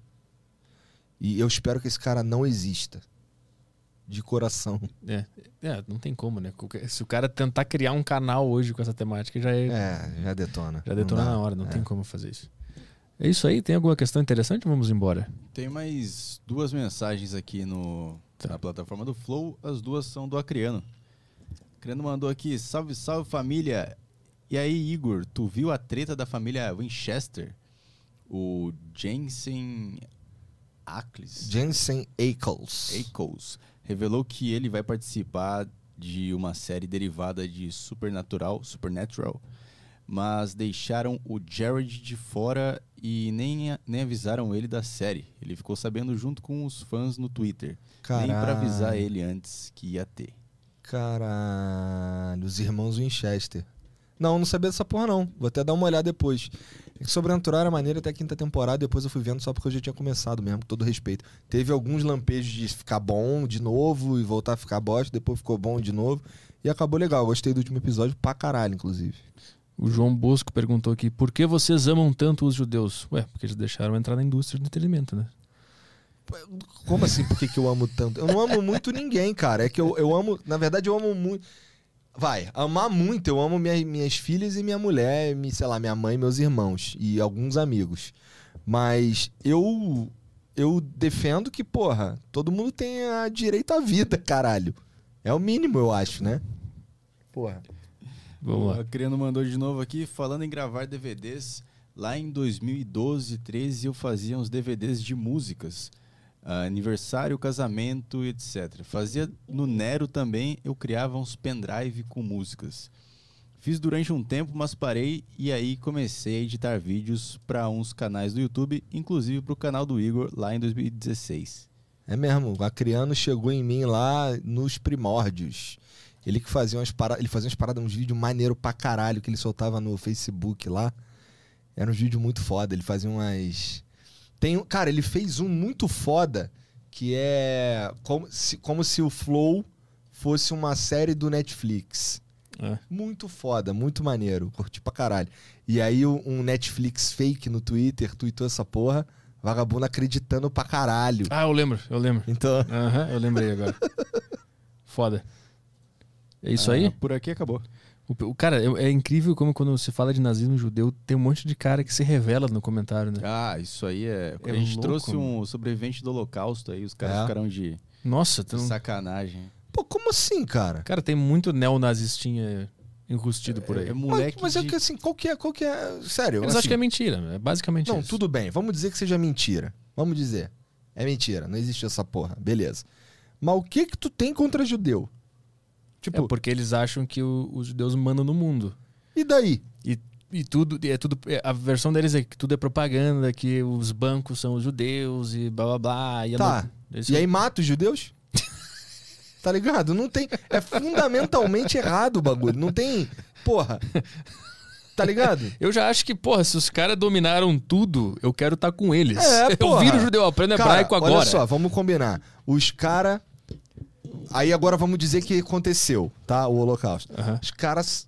S3: E eu espero que esse cara não exista. De coração.
S1: É, é, não tem como, né? Qualquer- Se o cara tentar criar um canal hoje com essa temática, já é.
S3: É, já detona.
S1: Já detona
S3: Não dá.
S1: na hora, não
S3: É.
S1: tem como fazer isso. É isso aí, tem alguma questão interessante? Vamos embora.
S2: Tem mais duas mensagens aqui no, na plataforma do Flow. As duas são do Acriano. O Acriano mandou aqui: salve, salve família. E aí, Igor, tu viu a treta da família Winchester? O Jensen Ackles.
S3: Jensen Ackles.
S2: Ackles revelou que ele vai participar de uma série derivada de Supernatural, Supernatural, mas deixaram o Jared de fora e nem, nem avisaram ele da série. Ele ficou sabendo junto com os fãs no Twitter. Nem pra
S3: Caralho.
S2: avisar ele antes que ia ter.
S3: Caralho, os irmãos Winchester. Não, não sabia dessa porra não. Vou até dar uma olhada depois. É que Sobrenatural era maneiro até a quinta temporada, depois eu fui vendo só porque eu já tinha começado mesmo, com todo respeito. Teve alguns lampejos de ficar bom de novo e voltar a ficar bosta, depois ficou bom de novo. E acabou legal, gostei do último episódio pra caralho, inclusive.
S1: O João Bosco perguntou aqui: por que vocês amam tanto os judeus? Ué, porque eles deixaram entrar na indústria do entretenimento, né?
S3: Como assim, por que, que eu amo tanto? Eu não amo muito ninguém, cara. É que eu, eu amo, na verdade eu amo muito. Vai, amar muito, eu amo minha, minhas filhas e minha mulher, mi- sei lá, minha mãe e meus irmãos e alguns amigos. Mas eu eu defendo que, porra, todo mundo tem a direito à vida, caralho. É o mínimo, eu acho, né? Porra.
S1: Vamos lá.
S2: O Acriano mandou de novo aqui, falando em gravar D V Ds. Lá em dois mil e doze, treze, eu fazia uns D V Ds de músicas. ah, aniversário, casamento, etcétera. Fazia no Nero também, eu criava uns pendrive com músicas. Fiz durante um tempo, mas parei e aí comecei a editar vídeos para uns canais do YouTube, inclusive para o canal do Igor, lá em dois mil e dezesseis.
S3: É mesmo, o Acriano chegou em mim lá nos primórdios. Ele que fazia umas paradas, ele fazia umas paradas, uns vídeos maneiro pra caralho que ele soltava no Facebook lá. Eram uns vídeos muito foda, ele fazia umas... Tem, um- cara, ele fez um muito foda, que é como se, como se o Flow fosse uma série do Netflix.
S1: É.
S3: Muito foda, muito maneiro, curti pra caralho. E aí o- um Netflix fake no Twitter tweetou essa porra, Vagabundo acreditando pra caralho.
S1: Ah, eu lembro, eu lembro.
S3: Então...
S1: Aham, eu lembrei agora. Foda. É isso
S2: Ah,
S1: aí?
S2: Por aqui acabou.
S1: O, o cara, é, é incrível como quando se fala de nazismo judeu, tem um monte de cara que se revela no comentário, né?
S2: Ah, isso aí é...
S1: É
S2: a gente
S1: louco,
S2: trouxe
S1: mano.
S2: um sobrevivente do Holocausto aí, os caras
S3: É.
S2: ficaram de
S1: Nossa, tem um...
S2: sacanagem.
S3: Pô, como assim, cara?
S1: Cara, tem muito neonazistinha enrustido por aí.
S2: É moleque
S3: Mas, mas é
S2: de-
S3: que assim, qual que é... Qual que é... Sério,
S1: Eles
S3: assim,
S1: acham que é mentira, é basicamente
S3: Não,
S1: isso.
S3: tudo bem. Vamos dizer que seja mentira. Vamos dizer. É mentira. Não existe essa porra. Beleza. Mas o que que tu tem contra judeu? Tipo,
S1: É porque eles acham que o- os judeus mandam no mundo.
S3: e daí?
S1: E, e tudo, e é tudo. é- A versão deles é que tudo é propaganda, que os bancos são os judeus e blá blá blá. E, é
S3: Tá.
S1: no- eles
S3: E aí
S1: são-
S3: mata os judeus? Tá ligado? Não tem... É fundamentalmente errado o bagulho. Não tem... Porra. Tá ligado?
S1: Eu já acho que, porra, se os caras dominaram tudo, eu quero estar com eles.
S3: É,
S1: eu
S3: porra.
S1: viro judeu, aprendo
S3: Cara,
S1: hebraico agora.
S3: olha só, vamos combinar. Os caras... Aí agora vamos dizer que aconteceu, tá? O Holocausto.
S1: Aham.
S3: Os caras...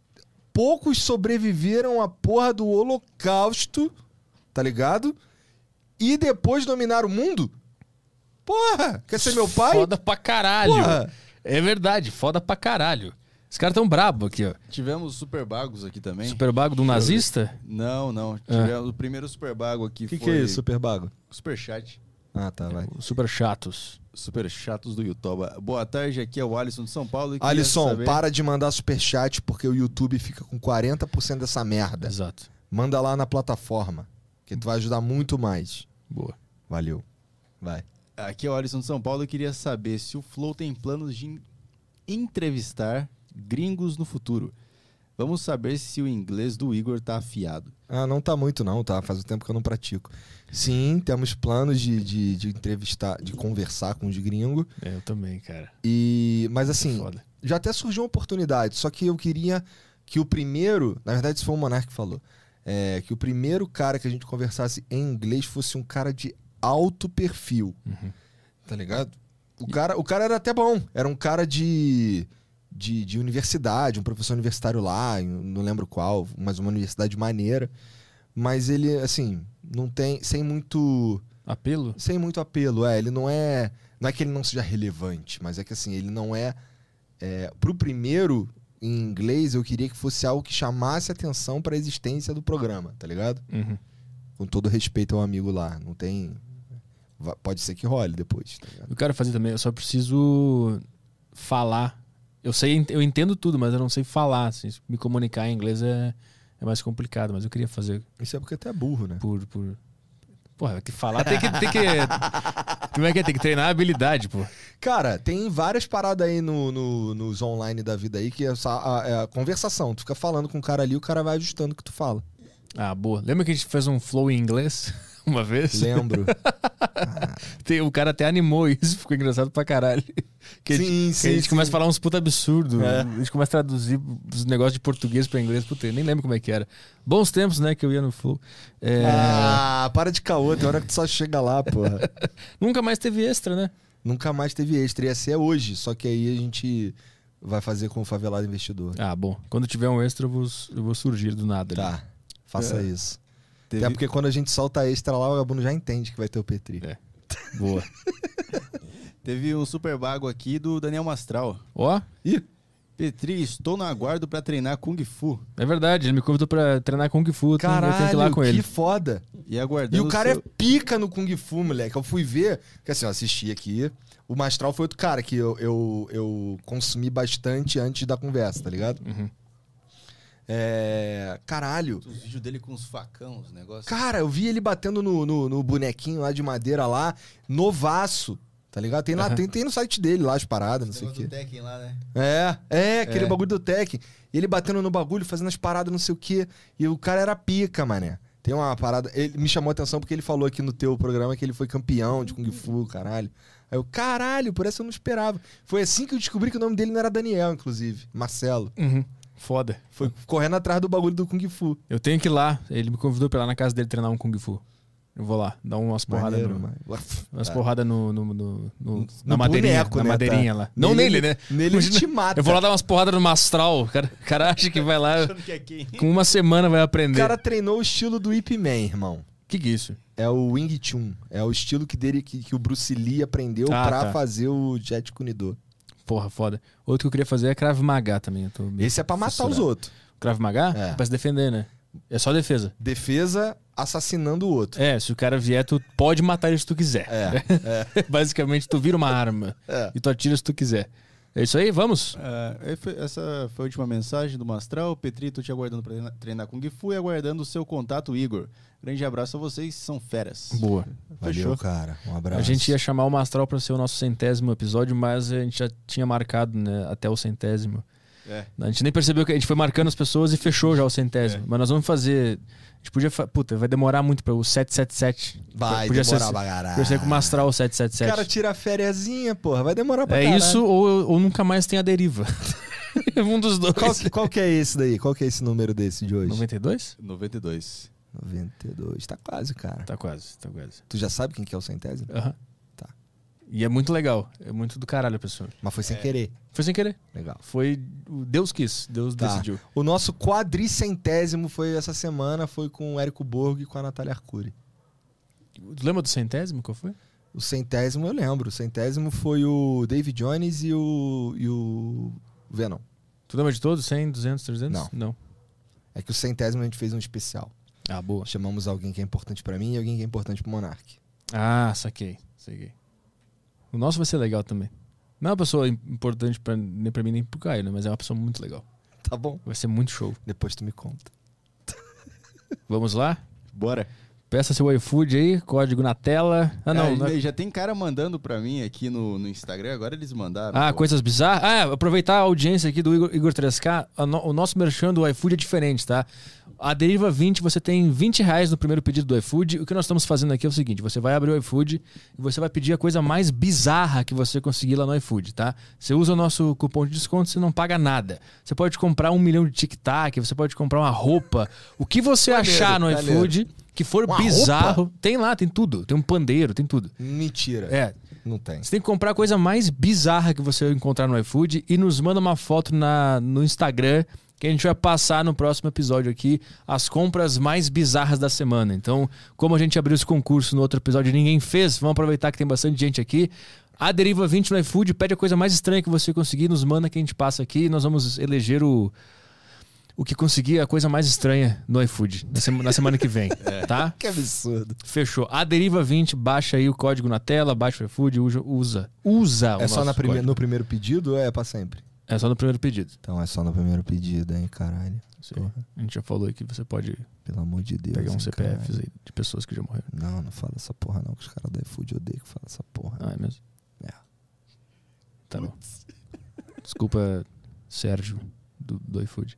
S3: Poucos sobreviveram à porra do Holocausto, tá ligado? E depois dominaram o mundo? Porra! Quer ser meu pai?
S1: Foda pra caralho.
S3: Porra!
S1: É verdade, foda pra caralho. Os caras tão brabo aqui, ó.
S2: Tivemos super bagos aqui também.
S1: Super bago do nazista?
S2: Não, não. Tivemos o primeiro super bago aqui.
S3: O que,
S2: foi
S3: que é isso, super bago?
S2: Super chat.
S3: Ah, tá, vai.
S1: Super chatos.
S2: Super chatos do YouTube. Boa tarde, aqui é o Alisson de São Paulo. e queria
S3: Alisson,
S2: saber-
S3: para de mandar superchat porque o YouTube fica com quarenta por cento dessa merda.
S1: Exato.
S3: Manda lá na plataforma, que tu vai ajudar muito mais.
S1: Boa.
S3: Valeu. Vai.
S2: Aqui é o Alisson de São Paulo. Eu queria saber se o Flow tem planos de en- entrevistar gringos no futuro. Vamos saber se o inglês do Igor tá afiado.
S3: Ah, não tá muito não, tá? Faz um tempo que eu não pratico. Sim, temos planos de, de, de entrevistar, de conversar com os gringos.
S1: É, eu também, cara.
S3: E, mas assim,
S1: Foda.
S3: já até surgiu uma oportunidade, só que eu queria que o primeiro, na verdade isso foi o Monark que falou, é, que o primeiro cara que a gente conversasse em inglês fosse um cara de alto perfil,
S1: Uhum.
S3: tá ligado? O cara, o cara era até bom, era um cara de, de, de universidade, um professor universitário lá, eu não lembro qual, mas uma universidade maneira, mas ele, assim, não tem, sem muito...
S1: Apelo?
S3: Sem muito apelo, é. Ele não é... Não é que ele não seja relevante, mas é que assim, ele não é... é pro primeiro, em inglês, eu queria que fosse algo que chamasse atenção pra existência do programa, tá ligado?
S1: Uhum.
S3: Com todo respeito ao amigo lá. Não tem... va- Pode ser que role depois, tá ligado?
S1: Eu quero fazer também, eu só preciso falar. Eu sei, eu entendo tudo, mas eu não sei falar. Assim, me comunicar em inglês é, é mais complicado, mas eu queria fazer
S3: Isso é porque tu é burro, né?
S1: por... por... Porra, que falar tem que, tem que... Como é que é? Tem que treinar a habilidade, pô.
S3: Cara, tem várias paradas aí no, no- nos online da vida aí que é, só a, é a conversação. Tu fica falando com o cara ali, o cara vai ajustando o que tu fala.
S1: Ah, boa. Lembra que a gente fez um flow em inglês uma vez?
S3: Lembro.
S1: Tem, o cara até animou isso, ficou engraçado pra caralho. Que a gente,
S3: Sim,
S1: que
S3: sim,
S1: a gente
S3: sim.
S1: começa a falar uns puta absurdo.
S3: É.
S1: A gente começa a traduzir os negócios de português pra inglês. Puta, eu nem lembro como é que era. Bons tempos, né, que eu ia no flow. É,
S3: Ah, para de caô, tem hora que tu só chega lá, porra.
S1: Nunca mais teve extra, né?
S3: Nunca mais teve extra. Ia ser hoje, só que aí a gente vai fazer com o Favelado Investidor.
S1: Ah, bom. Quando tiver um extra, eu vou, eu vou surgir do nada. ali.
S3: Tá, faça
S2: É.
S3: isso.
S2: Teve-
S3: Até porque quando a gente solta extra lá, o Gabuno já entende que vai ter o Petri.
S1: É. Boa.
S2: Teve um super bago aqui do Daniel Mastral.
S1: Ó,
S3: Ih,
S2: Petri, estou no aguardo pra treinar Kung Fu.
S1: é verdade. Ele me convidou pra treinar Kung Fu. eu tenho- eu tenho que ir lá
S3: caralho,
S1: com
S3: que
S1: ele.
S3: foda.
S2: E aguardando
S3: E o cara
S2: seu-
S3: é pica no Kung Fu, moleque. Eu fui ver, que assim, eu assisti aqui. O Mastral foi outro cara que eu, eu, eu consumi bastante antes da conversa, tá ligado?
S1: Uhum.
S3: É... Caralho.
S2: os vídeos dele com os facão, os negócios.
S3: Cara, eu vi ele batendo no, no, no bonequinho lá de madeira lá, novaço, tá ligado? Tem lá,
S1: Aham.
S3: tem, tem no site dele lá as paradas, não
S2: Esse
S3: sei o
S2: negócio
S3: quê.
S2: do Tekken lá, né?
S3: É, é, aquele
S2: É.
S3: bagulho do Tekken. E ele batendo no bagulho, fazendo as paradas, não sei o quê. E o cara era pica, mané. Tem uma parada... Ele me chamou a atenção porque ele falou aqui no teu programa que ele foi campeão de Kung Fu, caralho. Aí eu, caralho, por essa eu não esperava. Foi assim que eu descobri que o nome dele não era Daniel, inclusive. Marcelo.
S1: Uhum. Foda.
S3: Foi correndo atrás do bagulho do Kung Fu.
S1: Eu tenho que ir lá. Ele me convidou pra ir lá na casa dele treinar um Kung Fu. Eu vou lá, dar umas porradas
S3: Maneiro,
S1: no,
S3: mano.
S1: umas
S3: Tá.
S1: porradas no, no, no- no-
S3: No
S1: na madeirinha,
S3: boneco,
S1: na
S3: né,
S1: madeirinha
S3: tá?
S1: lá. Não nele, né?
S3: Nele ele
S1: Imagina-
S3: te mata.
S1: Eu vou lá dar umas porradas no Mastral. O cara, o cara acha que vai lá,
S2: Achando que é quem?
S1: com uma semana vai
S3: O
S1: aprender.
S3: cara treinou o estilo do Ip Man, irmão.
S1: que que é isso?
S3: É o Wing Chun. É o estilo que, dele, que, que o Bruce Lee aprendeu
S1: Ah,
S3: pra
S1: tá.
S3: fazer o Jet Kune-Do.
S1: Porra, foda. Outro que eu queria fazer é Krav Maga também. Eu tô meio
S3: Esse é pra matar
S1: fissurado.
S3: os outros.
S1: Krav Maga?
S3: É.
S1: É pra se defender, né? É só defesa.
S3: Defesa assassinando o outro.
S1: É, se o cara vier, tu pode matar ele se tu quiser.
S3: É,
S1: Basicamente, tu vira uma arma
S3: É.
S1: e tu atira se tu quiser. É isso aí, vamos?
S2: É, essa foi a última mensagem do Mastral. Petri, tô te aguardando pra treinar- treinar Kung Fu e aguardando o seu contato, Igor. Grande abraço a vocês, são feras.
S1: Boa.
S3: Valeu,
S2: Fechou.
S3: cara. Um abraço.
S1: A gente ia chamar o Mastral pra ser o nosso centésimo episódio, mas a gente já tinha marcado, né, até o centésimo.
S2: É.
S1: A gente nem percebeu que a gente foi marcando as pessoas e fechou já o centésimo.
S2: É.
S1: Mas nós vamos fazer... A gente podia... Fa... Puta, vai demorar muito pra o setecentos e setenta e sete.
S3: Vai
S1: podia
S3: demorar
S1: ser,
S3: pra caralho.
S1: Podia ser com o Mastral setecentos e setenta e
S3: O
S1: sete.
S3: cara tira a fériazinha, porra. Vai demorar pra
S1: É
S3: caralho.
S1: isso ou, ou nunca mais tem a deriva. Um dos dois.
S3: Qual, que- qual que é esse daí? Qual que é esse número desse de hoje?
S1: noventa e dois?
S2: noventa e dois.
S3: noventa e dois. Tá quase, cara.
S1: Tá quase, tá quase.
S3: Tu já sabe quem que é o centésimo?
S1: Aham.
S3: Tá.
S1: E é muito legal. É muito do caralho, pessoal.
S3: Mas foi sem querer.
S1: Foi sem querer.
S3: Legal.
S1: Foi... o Deus quis. Deus
S3: Tá.
S1: decidiu.
S3: O nosso quadricentésimo foi essa semana, foi com o Érico Borgo e com a Natália Arcuri.
S1: Tu lembra do centésimo? Qual foi?
S3: O centésimo eu lembro. O centésimo foi o David Jones e o, e o Venom.
S1: Tu lembra de todos? cem, duzentos, trezentos?
S3: Não.
S1: Não.
S3: É que o centésimo a gente fez um especial.
S1: Ah, boa.
S3: Chamamos alguém que é importante pra mim e alguém que é importante pro Monark.
S1: Ah, saquei. Saquei. O nosso vai ser legal também. Não é uma pessoa importante pra, nem pra mim nem pro Caio, né? Mas é uma pessoa muito legal.
S3: Tá bom?
S1: Vai ser muito show.
S3: Depois tu me conta.
S1: Vamos lá?
S2: Bora.
S1: Peça seu iFood aí, código na tela. Ah, não.
S2: Ah,
S1: não é-
S2: Já tem cara mandando pra mim aqui no, no Instagram, agora eles mandaram.
S1: Ah,
S2: pô.
S1: coisas bizarras. Ah, aproveitar a audiência aqui do Igor, Igor três K. a no- o nosso merchan do iFood é diferente, tá? A Deriva vinte, você tem vinte reais no primeiro pedido do iFood. O que nós estamos fazendo aqui é o seguinte: você vai abrir o iFood e você vai pedir a coisa mais bizarra que você conseguir lá no iFood, tá? Você usa o nosso cupom de desconto, você não paga nada. Você pode comprar um milhão de tic-tac, você pode comprar uma roupa. O que você
S3: Maneiro,
S1: achar no
S3: maneiro.
S1: iFood que for
S3: Uma
S1: bizarro, tem lá, tem tudo. Tem um pandeiro, tem tudo.
S3: Mentira.
S1: É.
S3: Não tem.
S1: Você tem que comprar a coisa mais bizarra que você encontrar no iFood e nos manda uma foto na, no Instagram que a gente vai passar no próximo episódio aqui as compras mais bizarras da semana. Então, como a gente abriu esse concurso no outro episódio e ninguém fez, vamos aproveitar que tem bastante gente aqui. A Deriva vinte no iFood, pede a coisa mais estranha que você conseguir, nos manda que a gente passa aqui e nós vamos eleger o, o que conseguir a coisa mais estranha no iFood na semana, na semana que vem, tá?
S3: Que absurdo.
S1: Fechou. A Deriva vinte, baixa aí o código na tela, baixa o iFood, usa. Usa, usa o
S3: É só
S1: nosso
S3: na prime-
S1: código.
S3: no primeiro pedido ou é pra sempre?
S1: É só no primeiro pedido.
S3: Então é só no primeiro pedido, hein, caralho.
S1: Isso aí. A gente já falou aí que você pode
S3: Pelo amor de Deus.
S1: pegar
S3: hein,
S1: uns C P Fs
S3: caralho.
S1: aí de pessoas que já morreram.
S3: Não, não fala essa porra não, que os caras do iFood odeiam que fala essa porra.
S1: Ah, é mesmo?
S3: É.
S1: Tá bom. Desculpa, Sérgio, do, do iFood.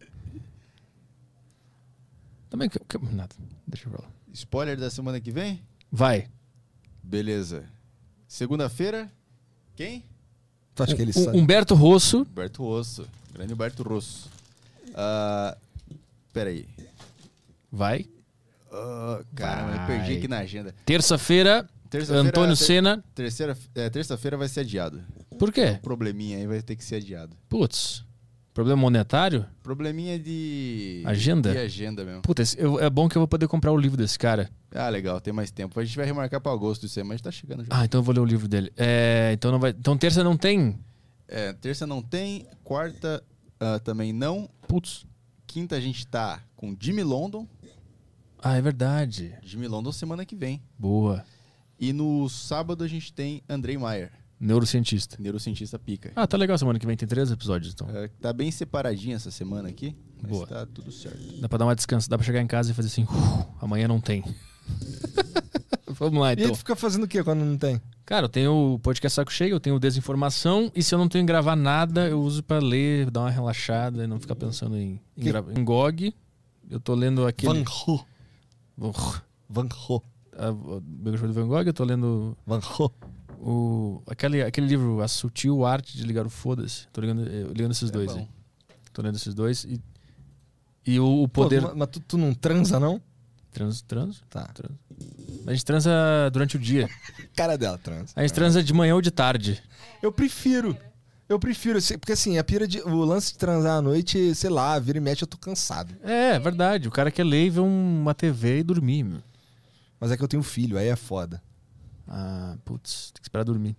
S1: Também que, que- nada, deixa eu falar.
S2: Spoiler da semana que vem?
S1: Vai.
S2: Beleza. Segunda-feira, quem?
S3: Tu acha que ele
S1: Um-
S3: sabe?
S1: Humberto Rosso.
S2: Humberto Rosso. Grande Humberto Rosso. Ah, peraí.
S1: Vai.
S2: Ah, caramba, eu
S1: Vai.
S2: perdi aqui na agenda.
S1: Terça-feira,
S2: Terça-feira-
S1: Antônio
S2: ter-
S1: Senna.
S2: Terceira, é, terça-feira vai ser adiado.
S1: Por quê?
S2: Probleminha aí vai ter que ser adiado.
S1: Putz. Problema monetário?
S2: Probleminha de...
S1: Agenda?
S2: De agenda mesmo.
S1: Puta, esse- eu- é bom que eu vou poder comprar o livro desse cara.
S2: Ah, legal, tem mais tempo. A gente vai remarcar pra agosto isso aí, mas tá chegando já.
S1: Ah, então eu vou ler o livro dele. É, então não vai. Então terça não tem?
S2: É, terça não tem, quarta ah, também não.
S1: Putz.
S2: Quinta a gente tá com Jimmy London.
S1: Ah, é verdade.
S2: Jimmy London semana que vem.
S1: Boa.
S2: E no sábado a gente tem Andrei Maier,
S1: Neurocientista.
S2: neurocientista pica.
S1: Ah, tá legal. Semana que vem tem três episódios, então.
S2: É, tá bem separadinha essa semana aqui, mas
S1: Boa.
S2: tá tudo certo.
S1: Dá pra dar uma descanso. Dá pra chegar em casa e fazer assim. "Uf, amanhã não tem." Vamos lá,
S3: E
S1: então.
S3: ele fica fazendo o quê quando não tem?
S1: Cara, eu tenho o podcast Saco Cheio, eu tenho Desinformação. E se eu não tenho que gravar nada, eu uso pra ler, dar uma relaxada e não ficar pensando em, em,
S3: Que-
S1: gra... em G O G. Eu tô lendo aquele.
S3: Van Gogh.
S1: Ugh.
S3: Van Gogh.
S1: A- o Biografia do Van Gogh, eu tô lendo
S3: Van Gogh.
S1: o, aquele, aquele livro, A Sutil Arte de Ligar o Foda-se. Tô lendo, eu- lendo esses
S2: É
S1: dois
S2: bom.
S1: aí. Tô lendo esses dois. E, e o, o
S3: Pô,
S1: poder.
S3: mas mas tu, tu não transa, não?
S1: Trans, trans,
S3: Tá.
S1: trans. A gente transa durante o dia.
S3: Cara dela transa.
S1: A gente transa de manhã ou de tarde.
S3: Eu prefiro. Eu prefiro, se- porque assim, a pira de. O lance de transar à noite, sei lá, vira e mexe, eu tô cansado.
S1: É, é verdade. O cara quer ler e ver um- uma T V e dormir. Meu.
S3: Mas é que eu tenho filho, aí é foda.
S1: Ah, putz, tem que esperar dormir.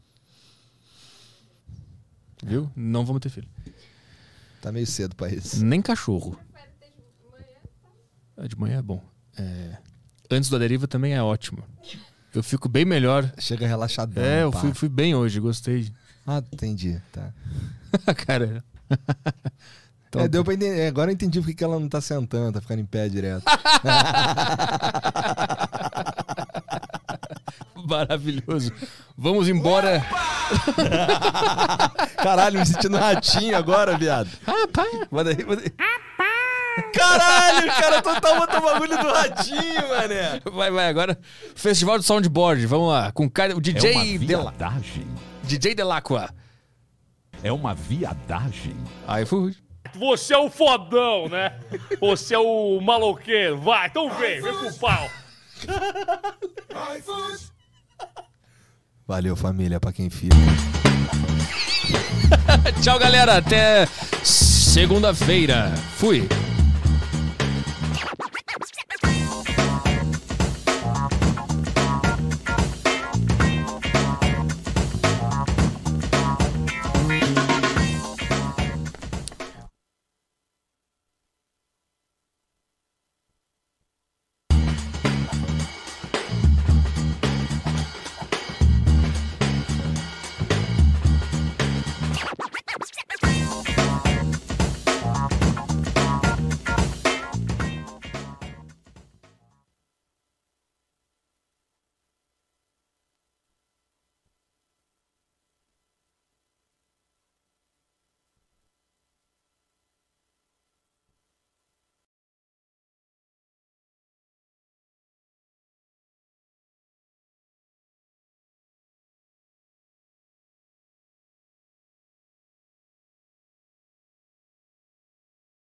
S1: Viu? Não vamos ter filho.
S3: Tá meio cedo pra isso.
S1: Nem cachorro. De manhã é bom. É... Antes do Aderiva também é ótimo. Eu fico bem melhor.
S3: Chega relaxadão.
S1: É, eu
S3: pá.
S1: fui, fui bem hoje, gostei.
S3: Ah, entendi, tá.
S1: Cara. Então,
S3: é, deu pra entender. Agora eu entendi porque que ela não tá sentando, tá ficando em pé direto.
S1: Maravilhoso. Vamos embora.
S3: Caralho, me sentindo ratinho agora, viado.
S1: Rapaz.
S3: Manda aí, manda aí. Caralho, o cara total botou o bagulho do ratinho, mané.
S1: Vai, vai, agora. Festival de Soundboard, vamos lá. Com o D J
S12: É uma
S1: Dela...
S12: viadagem.
S1: D J Delacqua.
S12: É uma viadagem.
S1: Aí fui.
S13: Você é o fodão, né? Você é o maloqueiro. Vai, então vem, vem com o pau.
S3: Valeu, família, pra quem fica.
S1: Tchau, galera. Até segunda-feira. Fui.